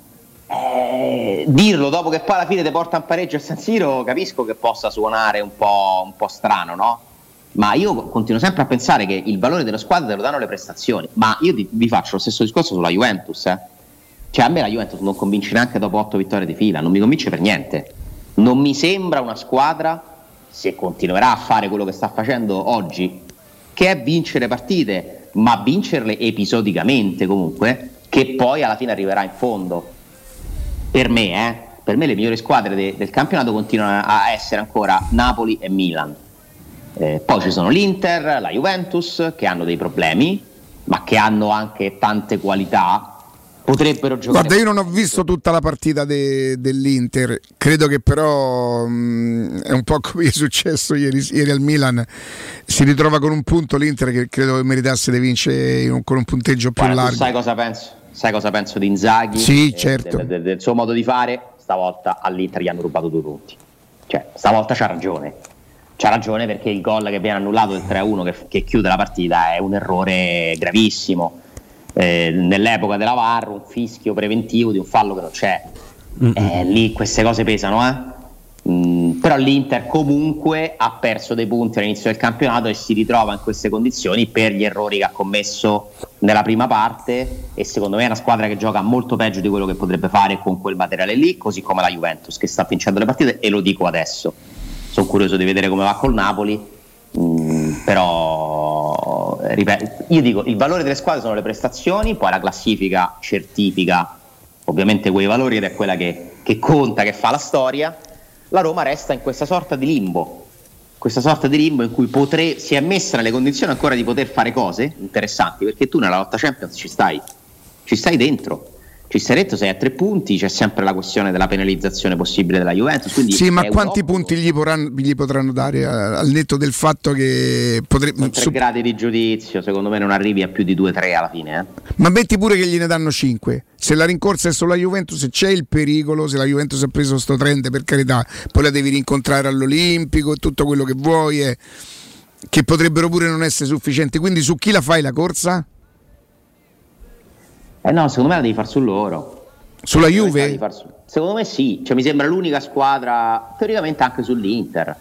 Eh, dirlo dopo che poi alla fine ti porta un pareggio a San Siro, capisco che possa suonare un po', un po' strano, no? Ma io continuo sempre a pensare che il valore della squadra te lo danno le prestazioni. Ma io ti, vi faccio lo stesso discorso sulla Juventus, eh? Cioè a me la Juventus non convince neanche dopo otto vittorie di fila, non mi convince per niente. Non mi sembra una squadra, se continuerà a fare quello che sta facendo oggi, che è vincere partite, ma vincerle episodicamente comunque, che poi alla fine arriverà in fondo. Per me, eh, per me le migliori squadre de- del campionato continuano a essere ancora Napoli e Milan. Eh, poi ci sono l'Inter, la Juventus, che hanno dei problemi, ma che hanno anche tante qualità. Potrebbero giocare. Guarda, io non ho visto tutta la partita de- dell'Inter, credo che però mh, è un po' come è successo ieri, ieri al Milan, si ritrova con un punto l'Inter che credo che meritasse di vincere un, con un punteggio più Guarda, largo. Sai cosa penso? Sai cosa penso di Inzaghi? Sì, eh, certo. Del, del, del suo modo di fare, stavolta all'Inter gli hanno rubato due punti. Cioè, stavolta c'ha ragione. C'ha ragione perché il gol che viene annullato del tre a uno che, che chiude la partita è un errore gravissimo. Eh, nell'epoca della V A R un fischio preventivo di un fallo che non c'è, eh, lì queste cose pesano, eh? mm, però l'Inter comunque ha perso dei punti all'inizio del campionato e si ritrova in queste condizioni per gli errori che ha commesso nella prima parte, e secondo me è una squadra che gioca molto peggio di quello che potrebbe fare con quel materiale lì, così come la Juventus che sta vincendo le partite, e lo dico adesso, sono curioso di vedere come va col Napoli. Mm, però ripeto, io dico il valore delle squadre sono le prestazioni, poi la classifica certifica ovviamente quei valori ed è quella che, che conta, che fa la storia. La Roma resta in questa sorta di limbo, questa sorta di limbo in cui potre, si è messa nelle condizioni ancora di poter fare cose interessanti, perché tu nella lotta Champions ci stai, ci stai dentro. Ci stai detto, sei a tre punti, c'è sempre la questione della penalizzazione possibile della Juventus. Quindi sì, ma quanti Europa, punti gli, potranno, gli potranno dare al netto del fatto che potrebbe. Tre su... gradi di giudizio, secondo me non arrivi a più di due tre alla fine. Eh? Ma metti pure che gliene danno cinque. Se la rincorsa è solo la Juventus, c'è il pericolo, se la Juventus ha preso sto trend, per carità, poi la devi rincontrare all'Olimpico e tutto quello che vuoi, è, che potrebbero pure non essere sufficienti. Quindi su chi la fai la corsa? Eh no, secondo me la devi far su loro. Sulla Juve? Su... Secondo me sì, cioè, mi sembra l'unica squadra, teoricamente anche sull'Inter.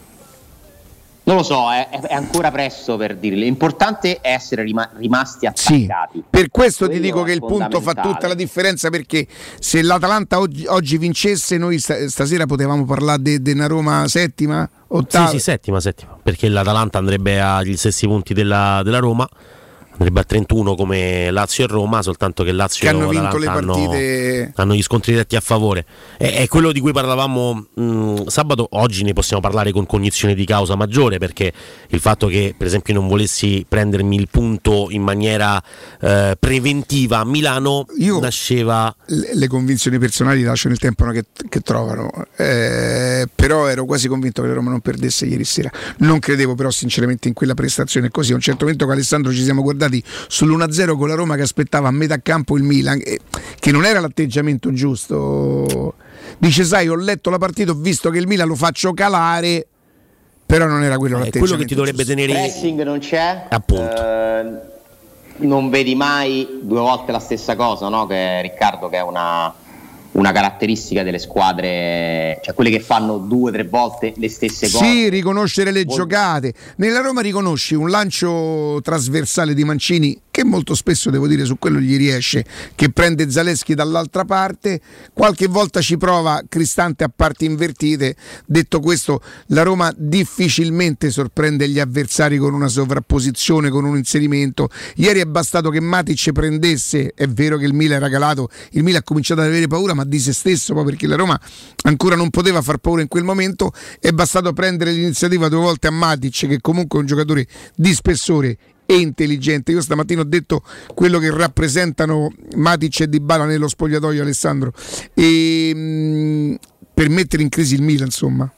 Non lo so, è, è ancora presto per dirlo. L'importante è essere rima- rimasti attaccati. Sì, per questo Quello ti dico che il punto fa tutta la differenza, perché se l'Atalanta oggi, oggi vincesse, noi st- stasera potevamo parlare di de- una Roma settima, ottava. Sì, sì, settima, settima, perché l'Atalanta andrebbe agli stessi punti della, della Roma. Andrebbe a trentuno come Lazio e Roma, soltanto che Lazio che hanno vinto le partite hanno, hanno gli scontri diretti a favore. È, è quello di cui parlavamo mh, sabato. Oggi ne possiamo parlare con cognizione di causa maggiore, perché il fatto che per esempio non volessi prendermi il punto in maniera eh, preventiva a Milano io nasceva. Le, le convinzioni personali lasciano il tempo che, che trovano, eh, però ero quasi convinto che la Roma non perdesse ieri sera. Non credevo però sinceramente in quella prestazione così. A un certo momento con Alessandro ci siamo guardati sull'uno a zero con la Roma che aspettava a metà campo il Milan, che non era l'atteggiamento giusto. Dice, sai, ho letto la partita, ho visto che il Milan lo faccio calare, però non era quello eh, l'atteggiamento quello che ti dovrebbe giusto. tenere. Pressing non c'è, appunto. Eh, non vedi mai due volte la stessa cosa, no? Che Riccardo, che è una una caratteristica delle squadre, cioè quelle che fanno due o tre volte le stesse cose. Sì, riconoscere le Vol- giocate. Nella Roma riconosci un lancio trasversale di Mancini, che molto spesso, devo dire, su quello gli riesce, che prende Zaleschi dall'altra parte, qualche volta ci prova Cristante a parti invertite. Detto questo, la Roma difficilmente sorprende gli avversari con una sovrapposizione, con un inserimento. Ieri è bastato che Matic prendesse, è vero che il Milan era calato, il Milan ha cominciato ad avere paura, ma di se stesso, poi perché la Roma ancora non poteva far paura in quel momento, è bastato prendere l'iniziativa due volte a Matic, che comunque è un giocatore di spessore e intelligente. Io stamattina ho detto quello che rappresentano Matic e Dybala nello spogliatoio, Alessandro, e mh, per mettere in crisi il Milan, insomma.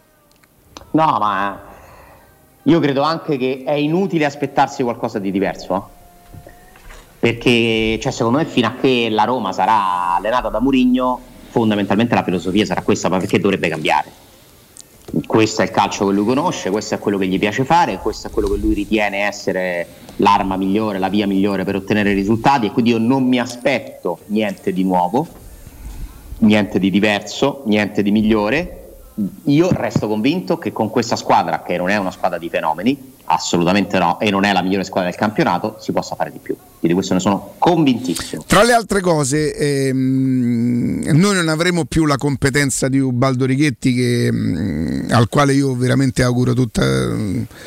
No, ma io credo anche che è inutile aspettarsi qualcosa di diverso, perché cioè, secondo me fino a che la Roma sarà allenata da Mourinho fondamentalmente la filosofia sarà questa, ma perché dovrebbe cambiare? Questo è il calcio che lui conosce, questo è quello che gli piace fare, questo è quello che lui ritiene essere l'arma migliore, la via migliore per ottenere risultati, e quindi io non mi aspetto niente di nuovo, niente di diverso, niente di migliore. Io resto convinto che con questa squadra, che non è una squadra di fenomeni, assolutamente no, e non è la migliore squadra del campionato, si possa fare di più. Di questo ne sono convintissimo. Tra le altre cose, ehm, noi non avremo più la competenza di Ubaldo Righetti, che, ehm, al quale io veramente auguro tutta,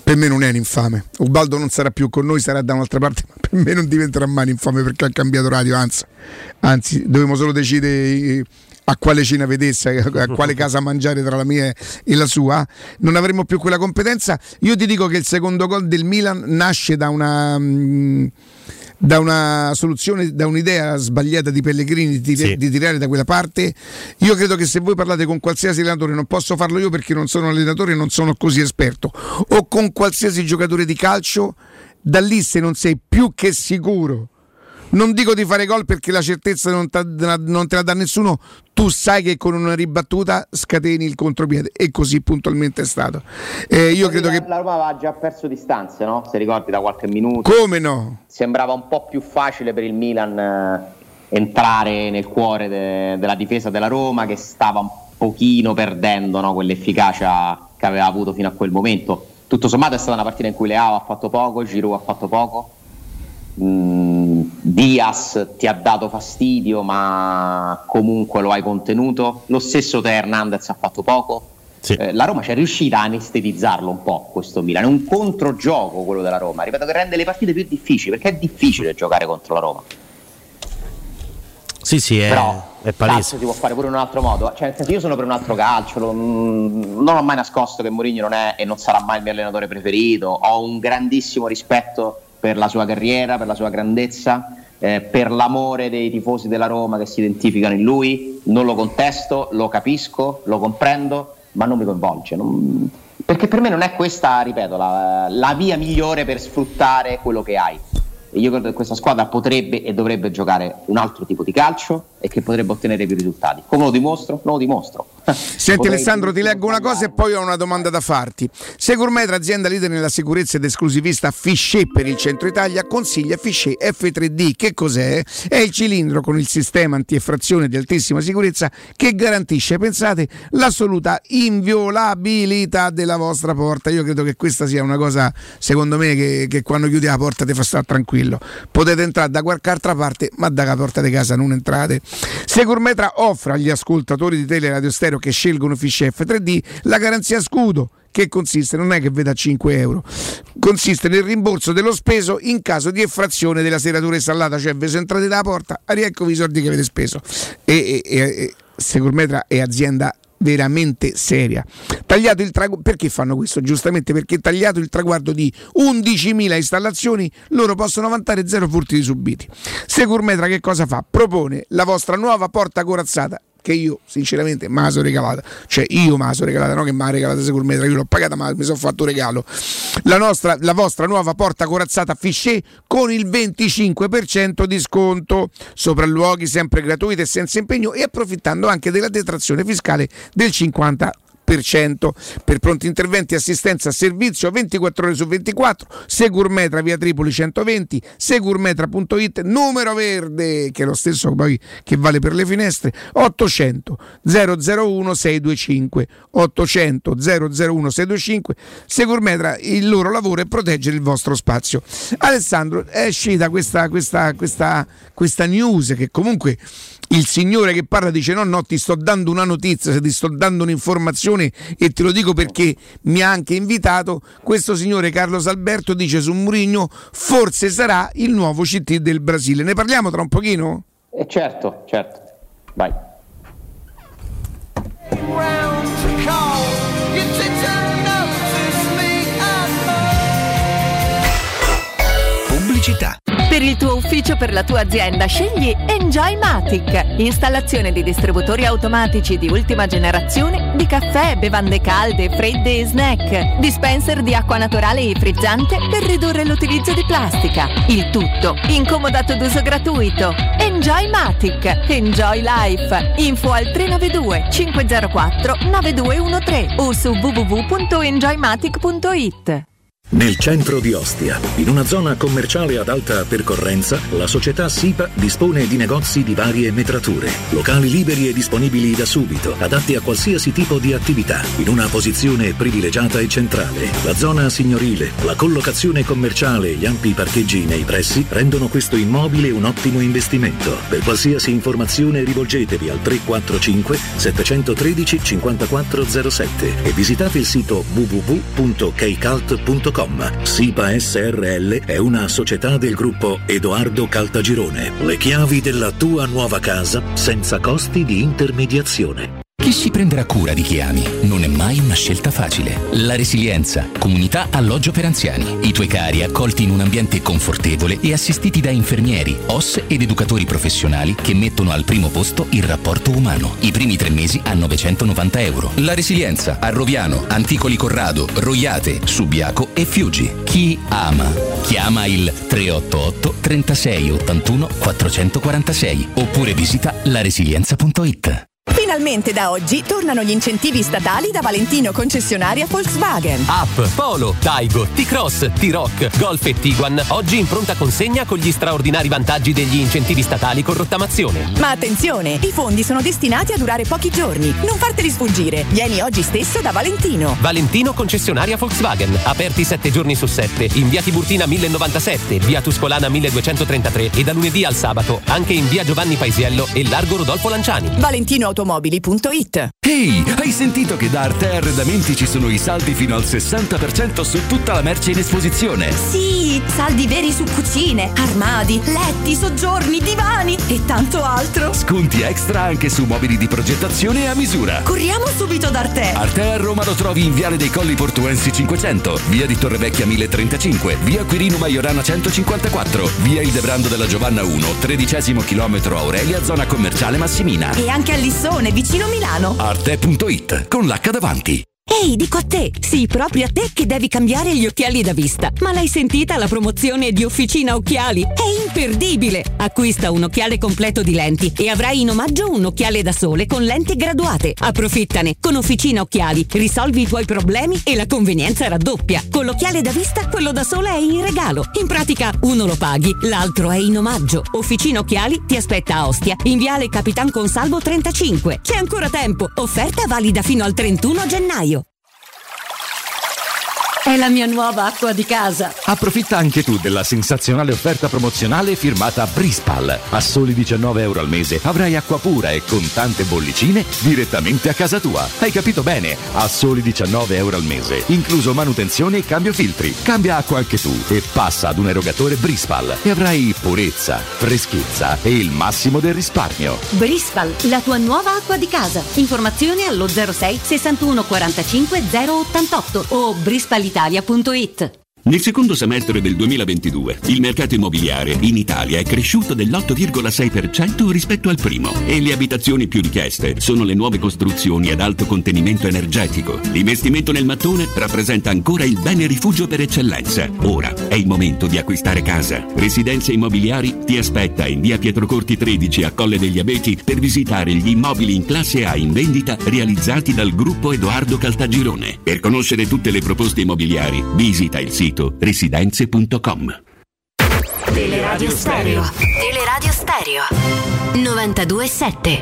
Per me non è un infame. Ubaldo non sarà più con noi, sarà da un'altra parte, ma per me non diventerà mai un infame perché ha cambiato radio, anzi, anzi dovevamo solo decidere a quale cena vedesse, a quale casa mangiare tra la mia e la sua. Non avremo più quella competenza. Io ti dico che il secondo gol del Milan nasce da una mh, da una soluzione, da un'idea sbagliata di Pellegrini di, sì. di tirare da quella parte. Io credo che se voi parlate con qualsiasi allenatore, non posso farlo io perché non sono allenatore e non sono così esperto, o con qualsiasi giocatore di calcio, da lì se non sei più che sicuro, non dico di fare gol perché la certezza non, non te la dà nessuno, tu sai che con una ribattuta scateni il contropiede, e così puntualmente è stato. Eh, io credo la, che la Roma aveva già perso distanze, no? Se ricordi, da qualche minuto. Come no? Sembrava un po' più facile per il Milan eh, entrare nel cuore de, della difesa della Roma, che stava un pochino perdendo, no? Quell'efficacia che aveva avuto fino a quel momento. Tutto sommato è stata una partita in cui Leao ha fatto poco, Giroud ha fatto poco. Mm, Diaz ti ha dato fastidio ma comunque lo hai contenuto, lo stesso Teo Hernandez ha fatto poco, sì. eh, la Roma ci è riuscita a anestetizzarlo un po' questo Milan, è un controgioco quello della Roma, ripeto, che rende le partite più difficili perché è difficile giocare contro la Roma. Sì sì, è, però è palese. Calcio si può fare pure in un altro modo, cioè nel senso, io sono per un altro calcio, non, non ho mai nascosto che Mourinho non è e non sarà mai il mio allenatore preferito, ho un grandissimo rispetto per la sua carriera, per la sua grandezza, eh, per l'amore dei tifosi della Roma che si identificano in lui, non lo contesto, lo capisco, lo comprendo, ma non mi coinvolge, non... perché per me non è questa, ripeto, la, la via migliore per sfruttare quello che hai. Io credo che questa squadra potrebbe e dovrebbe giocare un altro tipo di calcio e che potrebbe ottenere più risultati. Come lo dimostro? Non lo dimostro. Senti Potrei Alessandro, ti leggo una cosa e poi ho una domanda da farti. Segurmetra, azienda leader nella sicurezza ed esclusivista Fichet per il centro Italia, consiglia Fichet F tre D. Che cos'è? È il cilindro con il sistema antieffrazione di altissima sicurezza che garantisce, pensate, l'assoluta inviolabilità della vostra porta. Io credo che questa sia una cosa, secondo me, che, che quando chiudi la porta ti fa stare tranquillo. Potete entrare da qualche altra parte, ma dalla porta di casa non entrate. Segurmetra offre agli ascoltatori di Tele Radio Stereo che scelgono Fichet F tre D la garanzia scudo, che consiste, non è che veda cinque euro, consiste nel rimborso dello speso in caso di effrazione della serratura installata, cioè vi entrate dalla porta, rieccovi i soldi che avete speso. E, e, e Segurmetra è azienda veramente seria. Tagliato il tragu- perché fanno questo? Giustamente perché tagliato il traguardo di undicimila installazioni, loro possono vantare zero furti subiti. Segurmetra che cosa fa? Propone la vostra nuova porta corazzata, che io sinceramente me la sono regalata, cioè io me la sono regalata, no che me la regalata Segurmetra, io l'ho pagata ma mi sono fatto regalo. La nostra, la vostra nuova porta corazzata Fichet con il venticinque per cento di sconto, sopralluoghi sempre gratuiti e senza impegno, e approfittando anche della detrazione fiscale del cinquanta per cento. Per pronti interventi, assistenza, servizio ventiquattro ore su ventiquattro. Segurmetra via Tripoli centoventi, segurmetra punto it, numero verde che è lo stesso poi che vale per le finestre, ottocento zero zero uno sei due cinque, ottocento zero zero uno sei due cinque. Segurmetra, il loro lavoro è proteggere il vostro spazio. Alessandro, è uscita questa, questa, questa, questa news che comunque il signore che parla dice no no ti sto dando una notizia, ti sto dando un'informazione e te lo dico perché mi ha anche invitato. Questo signore Carlos Alberto dice su Mourinho forse sarà il nuovo C T del Brasile. Ne parliamo tra un pochino? Eh certo, certo, vai. Pubblicità. Per il tuo ufficio, per la tua azienda, scegli Enjoymatic. Installazione di distributori automatici di ultima generazione di caffè, bevande calde, fredde e snack. Dispenser di acqua naturale e frizzante per ridurre l'utilizzo di plastica. Il tutto incomodato d'uso gratuito. Enjoymatic. Enjoy Life. Info al tre nove due cinque zero quattro nove due uno tre o su w w w punto enjoymatic punto it. Nel centro di Ostia, in una zona commerciale ad alta percorrenza, la società SIPA dispone di negozi di varie metrature, locali liberi e disponibili da subito, adatti a qualsiasi tipo di attività, in una posizione privilegiata e centrale. La zona signorile, la collocazione commerciale e gli ampi parcheggi nei pressi rendono questo immobile un ottimo investimento. Per qualsiasi informazione rivolgetevi al tre quattro cinque sette uno tre cinque quattro zero sette e visitate il sito w w w punto keicalt punto com. com. SIPA S R L è una società del gruppo Edoardo Caltagirone. Le chiavi della tua nuova casa senza costi di intermediazione. Chi si prenderà cura di chi ami? Non è mai una scelta facile. La Resilienza, comunità alloggio per anziani. I tuoi cari accolti in un ambiente confortevole e assistiti da infermieri, O S ed educatori professionali che mettono al primo posto il rapporto umano. I primi tre mesi a novecentonovanta euro. La Resilienza a Roviano, Anticoli Corrado, Roiate, Subiaco e Fiuggi. Chi ama? Chiama il tre otto otto trentasei ottantuno quattrocentoquarantasei oppure visita la resilienza punto it. Finalmente da oggi tornano gli incentivi statali da Valentino concessionaria Volkswagen. App, Polo, Taigo, T-Cross, T-Rock, Golf e Tiguan oggi in pronta consegna con gli straordinari vantaggi degli incentivi statali con rottamazione. Ma attenzione, i fondi sono destinati a durare pochi giorni. Non farteli sfuggire. Vieni oggi stesso da Valentino. Valentino concessionaria Volkswagen. Aperti sette giorni su sette. In via Tiburtina mille novantasette, via Tuscolana milleduecentotrentatré e da lunedì al sabato anche in via Giovanni Paisiello e largo Rodolfo Lanciani. Valentino automobili punto it. Ehi, hai sentito che da Arte Arredamenti ci sono i saldi fino al sessanta per cento su tutta la merce in esposizione? Sì, saldi veri su cucine, armadi, letti, soggiorni, divani e tanto altro. Sconti extra anche su mobili di progettazione a misura. Corriamo subito da Arte. Arte a Roma lo trovi in Viale dei Colli Portuensi cinquecento, via di Torrevecchia mille trentacinque, via Quirino Maiorana centocinquantaquattro, via Ildebrando della Giovanna uno, tredicesimo chilometro Aurelia, zona commerciale Massimina. E anche a Lissone, vicino Milano. Arte punto it, con l'H davanti. Ehi, dico a te, sì, proprio a te che devi cambiare gli occhiali da vista. Ma l'hai sentita la promozione di Officina Occhiali? È imperdibile! Acquista un occhiale completo di lenti e avrai in omaggio un occhiale da sole con lenti graduate. Approfittane! Con Officina Occhiali risolvi i tuoi problemi e la convenienza raddoppia. Con l'occhiale da vista, quello da sole è in regalo. In pratica, uno lo paghi, l'altro è in omaggio. Officina Occhiali ti aspetta a Ostia, in viale Capitan Consalvo trentacinque. C'è ancora tempo! Offerta valida fino al trentuno gennaio. È la mia nuova acqua di casa. Approfitta anche tu della sensazionale offerta promozionale firmata Brispal. A soli diciannove euro al mese avrai acqua pura e con tante bollicine direttamente a casa tua. Hai capito bene? A soli diciannove euro al mese, incluso manutenzione e cambio filtri. Cambia acqua anche tu e passa ad un erogatore Brispal e avrai purezza, freschezza e il massimo del risparmio. Brispal, la tua nuova acqua di casa. Informazioni allo zero sei sessantuno quarantacinque zero ottantotto o brispal italia punto it. Nel secondo semestre del duemilaventidue il mercato immobiliare in Italia è cresciuto dell'otto virgola sei per cento rispetto al primo e le abitazioni più richieste sono le nuove costruzioni ad alto contenimento energetico. L'investimento nel mattone rappresenta ancora il bene rifugio per eccellenza. Ora è il momento di acquistare casa. Residenze Immobiliari ti aspetta in via Pietrocorti tredici a Colle degli Abeti per visitare gli immobili in classe A in vendita realizzati dal gruppo Edoardo Caltagirone. Per conoscere tutte le proposte immobiliari visita il sito residenze punto com. Teleradio Stereo. Teleradio Stereo. novantadue sette.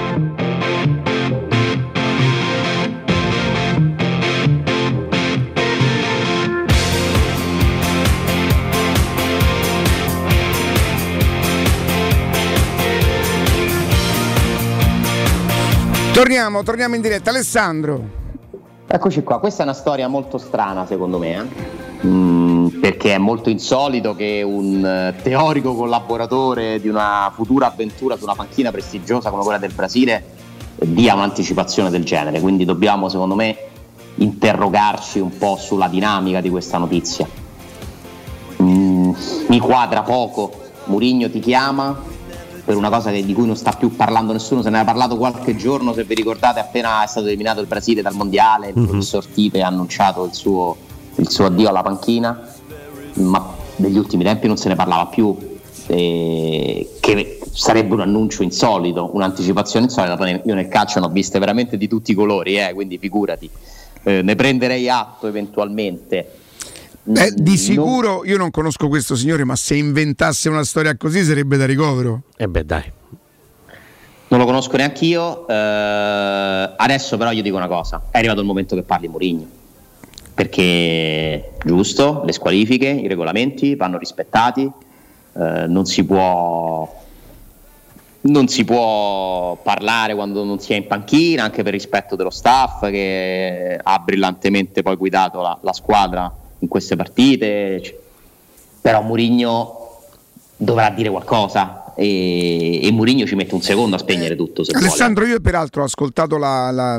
Torniamo, torniamo in diretta. Alessandro. Eccoci qua, questa è una storia molto strana secondo me, eh? mm, perché è molto insolito che un teorico collaboratore di una futura avventura su una panchina prestigiosa come quella del Brasile dia un'anticipazione del genere, quindi dobbiamo secondo me interrogarci un po' sulla dinamica di questa notizia. Mm, mi quadra poco, Mourinho ti chiama per una cosa che, di cui non sta più parlando nessuno, se ne era parlato qualche giorno, se vi ricordate, appena è stato eliminato il Brasile dal mondiale, il mm-hmm. professor Tipe ha annunciato il suo, il suo addio alla panchina, ma negli ultimi tempi non se ne parlava più, eh, che sarebbe un annuncio insolito, un'anticipazione insolita. Io nel calcio ne ho viste veramente di tutti i colori, eh, quindi figurati, eh, ne prenderei atto eventualmente. Eh, di sicuro io non conosco questo signore, ma se inventasse una storia così sarebbe da ricovero. E eh beh dai, non lo conosco neanche io. Eh, adesso però io dico una cosa: è arrivato il momento che parli Mourinho, perché giusto, le squalifiche, i regolamenti vanno rispettati, eh, non si può non si può parlare quando non si è in panchina, anche per rispetto dello staff che ha brillantemente poi guidato la, la squadra in queste partite, però Mourinho dovrà dire qualcosa e, e Mourinho ci mette un secondo a spegnere tutto. Se Alessandro, vuole. io peraltro ho ascoltato la, la,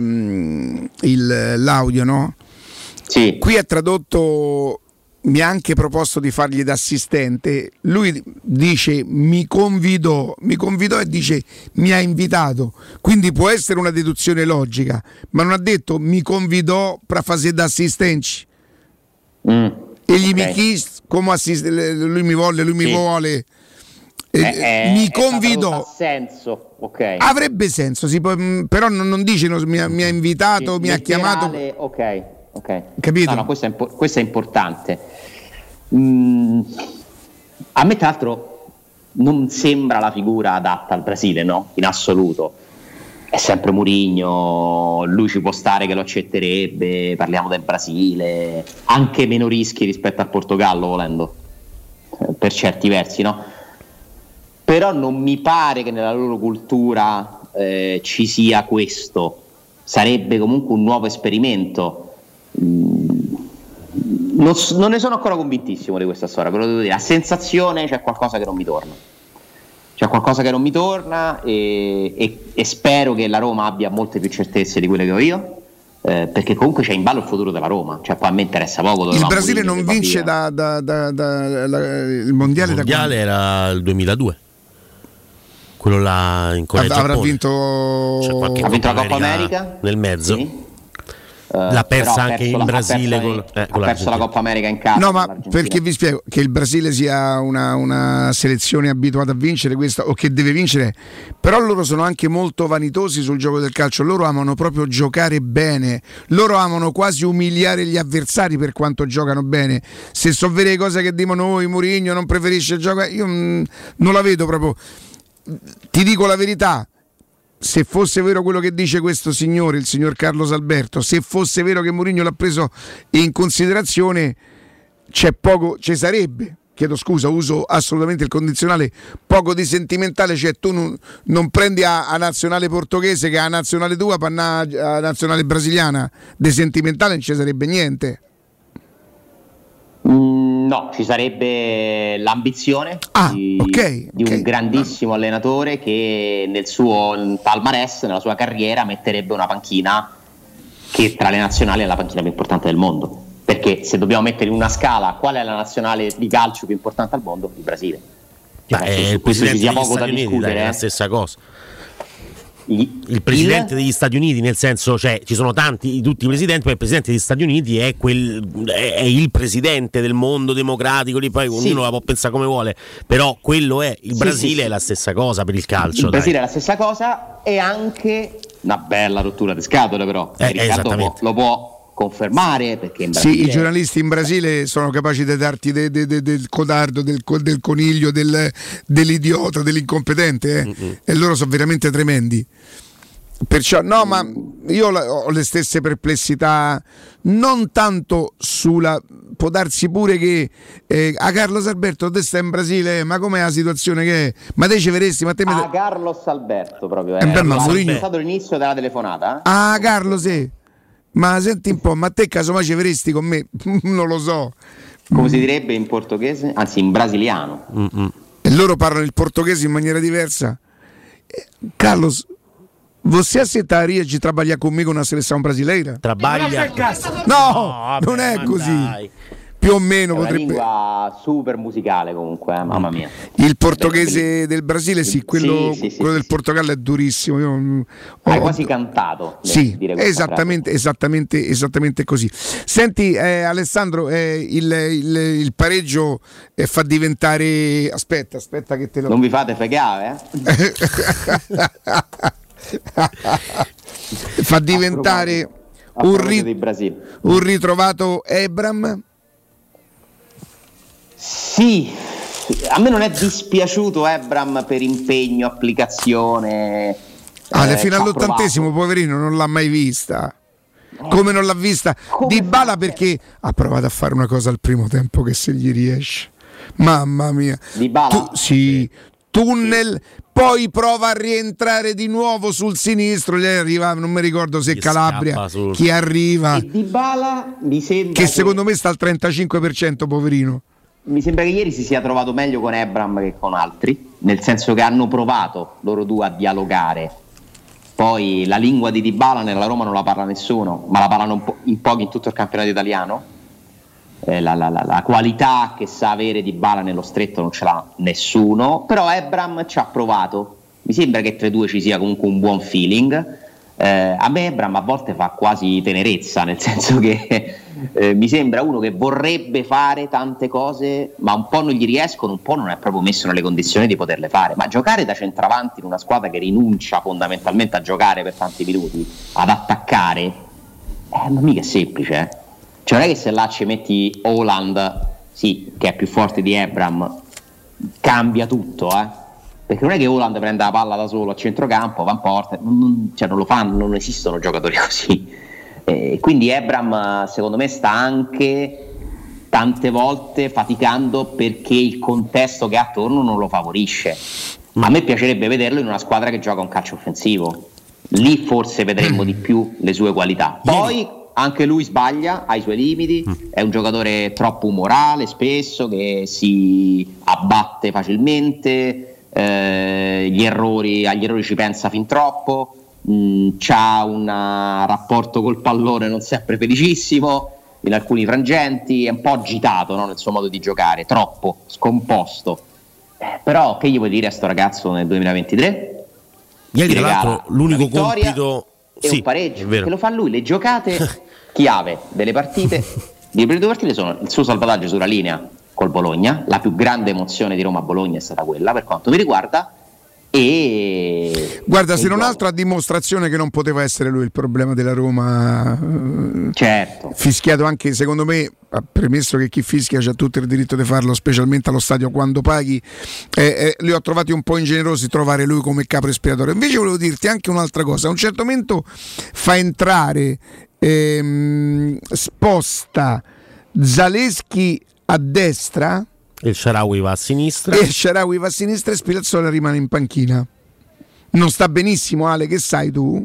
il, l'audio, no? Sì. Qui è tradotto, mi ha anche proposto di fargli da assistente. Lui dice mi convidò, mi convidò e dice mi ha invitato, quindi può essere una deduzione logica, ma non ha detto mi convidò per fare da assistente. Mm, e gli okay. mi chiese come assistente, lui mi vuole, lui sì. mi vuole. Eh, eh, mi è convidò. Ha senso, ok. Avrebbe senso, sì, però non, non dice no, mi, ha, mi ha invitato, sì, mi ha chiamato. Ok, ok. Capito? No, no, questo, è impo- questo è importante. Mm, a me tra l'altro non sembra la figura adatta al Brasile, no? In assoluto. È sempre Mourinho, lui ci può stare che lo accetterebbe, parliamo del Brasile, anche meno rischi rispetto al Portogallo volendo, per certi versi, no? Però non mi pare che nella loro cultura eh, ci sia questo, sarebbe comunque un nuovo esperimento. Mm, non, non ne sono ancora convintissimo di questa storia, però devo dire, a sensazione c'è qualcosa che non mi torna. C'è qualcosa che non mi torna e, e, e spero che la Roma abbia molte più certezze di quelle che ho io, eh, perché comunque c'è in ballo il futuro della Roma, cioè poi a me interessa poco dove il va Brasile Mourinho, non vince da, da, da, da, da, il mondiale, il mondiale da era il duemiladue, quello là in Corea. Avrà vinto, cioè, ha vinto la Coppa America nel mezzo. Sì. L'ha persa Però ha anche perso in la- Brasile ha perso, con, eh, ha con perso la Coppa America in casa. No, con ma l'Argentina. perché vi spiego che il Brasile sia una, una selezione abituata a vincere questa o che deve vincere, però loro sono anche molto vanitosi sul gioco del calcio, loro amano proprio giocare bene, loro amano quasi umiliare gli avversari per quanto giocano bene. Se so vere cose che dicono noi, Mourinho non preferisce il gioco, io mh, non la vedo proprio. Ti dico la verità, se fosse vero quello che dice questo signore, il signor Carlos Alberto, se fosse vero che Mourinho l'ha preso in considerazione, c'è poco, ci sarebbe, chiedo scusa, uso assolutamente il condizionale, poco di sentimentale, cioè tu non, non prendi a, a nazionale portoghese che a nazionale tua, panna a nazionale brasiliana, di sentimentale non ci sarebbe niente. Mm, no, ci sarebbe l'ambizione ah, di, okay, di okay. un grandissimo allenatore che nel suo palmarès, nella sua carriera, metterebbe una panchina che tra le nazionali è la panchina più importante del mondo. Perché se dobbiamo mettere in una scala qual è la nazionale di calcio più importante al mondo, il Brasile. Cioè, eh, il presidente degli Stati Uniti, dai, è la stessa cosa. Il, il presidente il... degli Stati Uniti, nel senso, cioè ci sono tanti, tutti i presidenti, ma il presidente degli Stati Uniti è, quel, è, è il presidente del mondo democratico, lì poi ognuno sì. la può pensare come vuole, però quello è, il sì, Brasile sì, è sì. la stessa cosa per il calcio. Il Brasile dai. è la stessa cosa e anche una bella rottura di scatole, però eh, Riccardo può, lo può confermare, perché in Brasile... Sì, i giornalisti in Brasile sono capaci di darti de, de, de, del codardo, del, del coniglio, del, dell'idiota, dell'incompetente, eh? E loro sono veramente tremendi. Perciò no, ma io ho le stesse perplessità, non tanto sulla, può darsi pure che eh, a Carlos Alberto te stai in Brasile, ma com'è la situazione che è? Ma te ci vedresti? Ma te a me... Carlos Alberto proprio, eh, eh beh, ma Mourinho... è stato l'inizio della telefonata, eh? Ah, Carlos, sì. Ma senti un po', ma te casomai ci verresti con me? Non lo so. Come si direbbe in portoghese? Anzi, in brasiliano. Mm-mm. E loro parlano il portoghese in maniera diversa. Eh, Carlos, você aceitaria de trabalhar comigo na seleção brasileira? Trabalha? No, no non è così. Dai. Più o meno è una potrebbe. Lingua super musicale comunque, eh? Mamma mia. Il portoghese del Brasile, sì, quello, sì, sì, quello sì, del sì. Portogallo è durissimo. Io, Hai ho, quasi cantato. Sì, dire esattamente, esattamente, esattamente così. Senti, eh, Alessandro, eh, il, il, il pareggio eh, fa diventare. Aspetta, aspetta che te lo. Non vi fate fregare, eh? Fa diventare a un, ri- di Brasile. un ritrovato Ebram. Sì, a me non è dispiaciuto Ebram per impegno, applicazione. Ah, eh, fino all'ottantesimo, poverino, non l'ha mai vista. Come non l'ha vista? Dybala perché ha provato a fare una cosa al primo tempo che se gli riesce. Mamma mia. Dybala? Tu, sì, tunnel, poi prova a rientrare di nuovo sul sinistro, gli arriva, non mi ricordo se Calabria, sul... chi arriva, e Dybala mi sembra che, che secondo me sta al trentacinque per cento, poverino. Mi sembra che ieri si sia trovato meglio con Ebram che con altri, nel senso che hanno provato loro due a dialogare. Poi la lingua di Dybala nella Roma non la parla nessuno, ma la parlano un po- in pochi in tutto il campionato italiano. Eh, la, la, la, la qualità che sa avere Dybala nello stretto non ce l'ha nessuno, però Ebram ci ha provato. Mi sembra che tra i due ci sia comunque un buon feeling. Eh, a me Ebram a volte fa quasi tenerezza, nel senso che eh, mi sembra uno che vorrebbe fare tante cose, ma un po' non gli riescono, un po' non è proprio messo nelle condizioni di poterle fare. Ma giocare da centravanti in una squadra che rinuncia fondamentalmente a giocare per tanti minuti, ad attaccare, eh, non mica è semplice, eh. Cioè non è che se là ci metti Haaland, sì, che è più forte di Ebram, cambia tutto, eh. Perché non è che Haaland prenda la palla da solo a centrocampo, va in porta, non, cioè non lo fanno, non esistono giocatori così. Eh, quindi Ebram secondo me sta anche tante volte faticando perché il contesto che ha attorno non lo favorisce. Ma a me piacerebbe vederlo in una squadra che gioca un calcio offensivo. Lì forse vedremmo di più le sue qualità. Poi anche lui sbaglia, ha i suoi limiti, è un giocatore troppo umorale spesso, che si abbatte facilmente. Eh, gli errori, agli errori ci pensa fin troppo, mh, c'ha un rapporto col pallone non sempre felicissimo in alcuni frangenti, è un po' agitato, no, nel suo modo di giocare, troppo scomposto. Eh, però che gli vuoi dire a sto ragazzo nel duemilaventitré? Ieri tra l'altro l'unico compito e sì, un pareggio che lo fa lui. Le giocate chiave delle partite di prime due partite sono il suo salvataggio sulla linea col Bologna, la più grande emozione di Roma-Bologna è stata quella per quanto mi riguarda, e guarda, se non altro a dimostrazione che non poteva essere lui il problema della Roma, certo, fischiato anche secondo me, premesso che chi fischia c'ha tutto il diritto di farlo, specialmente allo stadio quando paghi, eh, eh, li ho trovati un po' ingenerosi trovare lui come capo espiatorio. Invece volevo dirti anche un'altra cosa, a un certo momento fa entrare ehm, sposta Zaleschi a destra, il Shaarawy va a sinistra e il Shaarawy va a sinistra e Spinazzola rimane in panchina. Non sta benissimo, Ale, che sai tu?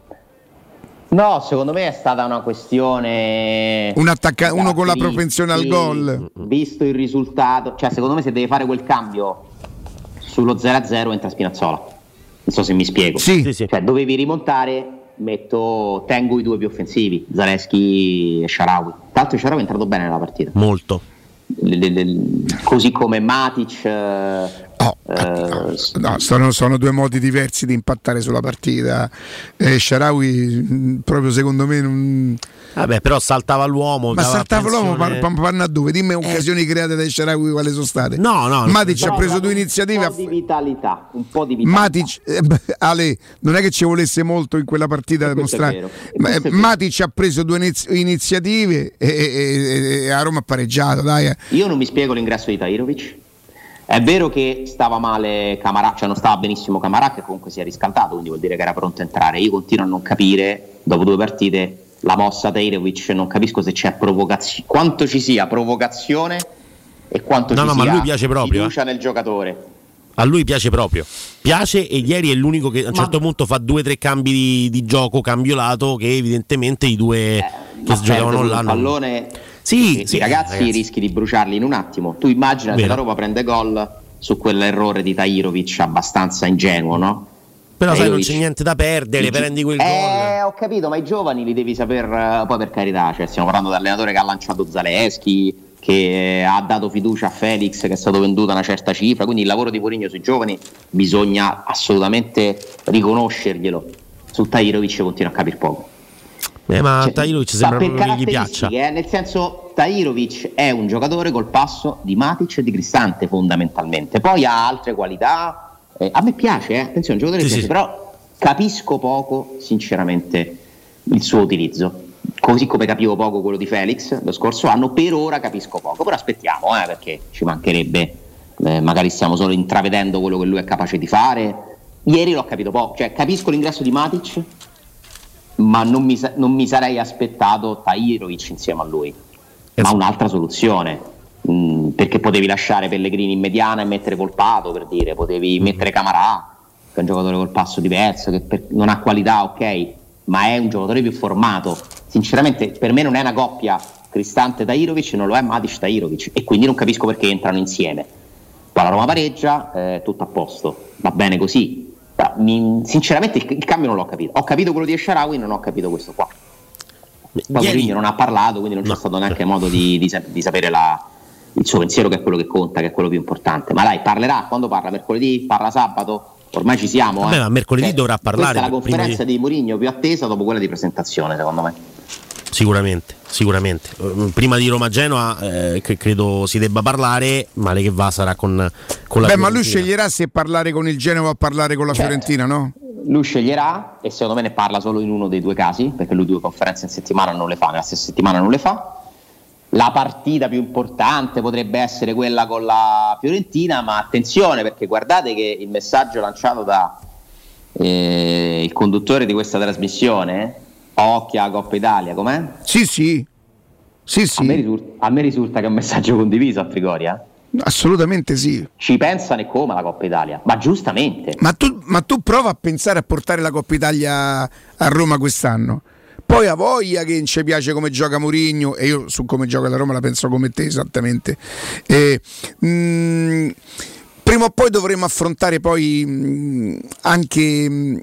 No, secondo me è stata una questione, un attacca- uno con la propensione al gol, visto il risultato, cioè secondo me se deve fare quel cambio sullo zero a zero entra Spinazzola, non so se mi spiego. Sì. Sì, sì. Cioè dovevi rimontare, metto, tengo i due più offensivi, Zaleschi e Shaarawy. Tra l'altro Shaarawy è entrato bene nella partita, molto, le, le, le, così come Matic. eh, Oh, no, no, sono, sono due modi diversi di impattare sulla partita. eh, Shaarawy proprio secondo me non... Vabbè, però saltava l'uomo, ma saltava l'uomo, pensione... par- par- par- dove? Dimmi occasioni eh. create dai Shaarawy quali sono state. No, no, Matic ha preso due iniziative, un po' di vitalità, un po' di vitalità. Matic, eh, Ale, non è che ci volesse molto in quella partita da dimostrare. Ma, eh, Matic ha preso due iniz- iniziative e, e, e a Roma ha pareggiato, dai. Io non mi spiego l'ingresso di Tahirovic. È vero che stava male Camarà, cioè non stava benissimo Camarà, che comunque si è riscaldato, quindi vuol dire che era pronto a entrare. Io continuo a non capire, dopo due partite, la mossa Tahirovic, non capisco se c'è provocazione, quanto ci sia provocazione e quanto no, ci no, sia ma a lui piace proprio, fiducia eh. nel giocatore. A lui piace proprio, piace, e ieri è l'unico che a un ma... certo punto fa due o tre cambi di, di gioco, cambio lato, che evidentemente i due eh, che giocavano là il pallone. Sì, i sì, ragazzi, ragazzi rischi di bruciarli in un attimo. Tu immagina Vero. se la Roma prende gol su quell'errore di Tahirovic abbastanza ingenuo, no? Però Tahirovic, sai, non c'è niente da perdere, prendi quel eh, gol. Eh, ho capito, ma i giovani li devi saper, poi per carità, cioè stiamo parlando dell'allenatore che ha lanciato Zaleschi, che ha dato fiducia a Felix, che è stato venduto a una certa cifra, quindi il lavoro di Mourinho sui giovani bisogna assolutamente riconoscerglielo. Su Tahirovic continuo a capire poco. Eh, ma cioè, Tahirovic sembra proprio che gli piaccia, eh, nel senso, Tahirovic è un giocatore col passo di Matic e di Cristante fondamentalmente, poi ha altre qualità, eh, a me piace, eh, attenzione, un giocatore sì, piace, sì. però capisco poco sinceramente il suo utilizzo, così come capivo poco quello di Felix lo scorso anno. Per ora capisco poco, però aspettiamo, eh, perché ci mancherebbe, eh, magari stiamo solo intravedendo quello che lui è capace di fare. Ieri l'ho capito poco, cioè capisco l'ingresso di Matic, ma non mi, non mi sarei aspettato Tahirovic insieme a lui, ma un'altra soluzione, mh, perché potevi lasciare Pellegrini in mediana e mettere Volpato, per dire, potevi mettere Camarà, che è un giocatore col passo diverso, che per, non ha qualità, ok, ma è un giocatore più formato. Sinceramente per me non è una coppia Cristante-Tahirovic, non lo è Matic-Tahirovic, e quindi non capisco perché entrano insieme. Qua la Roma pareggia, eh, tutto a posto, va bene così. Però, mi, sinceramente il, il cambio non l'ho capito. Ho capito quello di El Shaarawy, non ho capito questo qua. Poi Mourinho non ha parlato, quindi non c'è no. stato neanche modo di, di, di sapere la, il suo pensiero, che è quello che conta, che è quello più importante. Ma dai, parlerà, quando parla? Mercoledì? Parla sabato? Ormai ci siamo. Vabbè, eh. ma mercoledì eh, dovrà parlare. Questa è la conferenza di... di Mourinho più attesa dopo quella di presentazione, secondo me. Sicuramente, sicuramente. Prima di Roma-Genoa eh, che credo si debba parlare, male che va sarà con, con la Beh, Fiorentina. ma lui sceglierà se parlare con il Genova o parlare con la certo. Fiorentina, no? Lui sceglierà, e secondo me ne parla solo in uno dei due casi, perché lui due conferenze in settimana non le fa, nella stessa settimana non le fa. La partita più importante potrebbe essere quella con la Fiorentina, ma attenzione, perché guardate che il messaggio lanciato da eh, il conduttore di questa trasmissione, occhio alla Coppa Italia, com'è? Sì, sì. Sì, sì. A me risulta, a me risulta che è un messaggio condiviso a Trigoria. Assolutamente sì. Ci pensano e come alla Coppa Italia, ma giustamente. Ma tu, ma tu prova a pensare a portare la Coppa Italia a Roma quest'anno. Poi ha voglia che ci piace come gioca Mourinho, e io su come gioca la Roma la penso come te esattamente. E, mh, prima o poi dovremo affrontare poi mh, anche... Mh,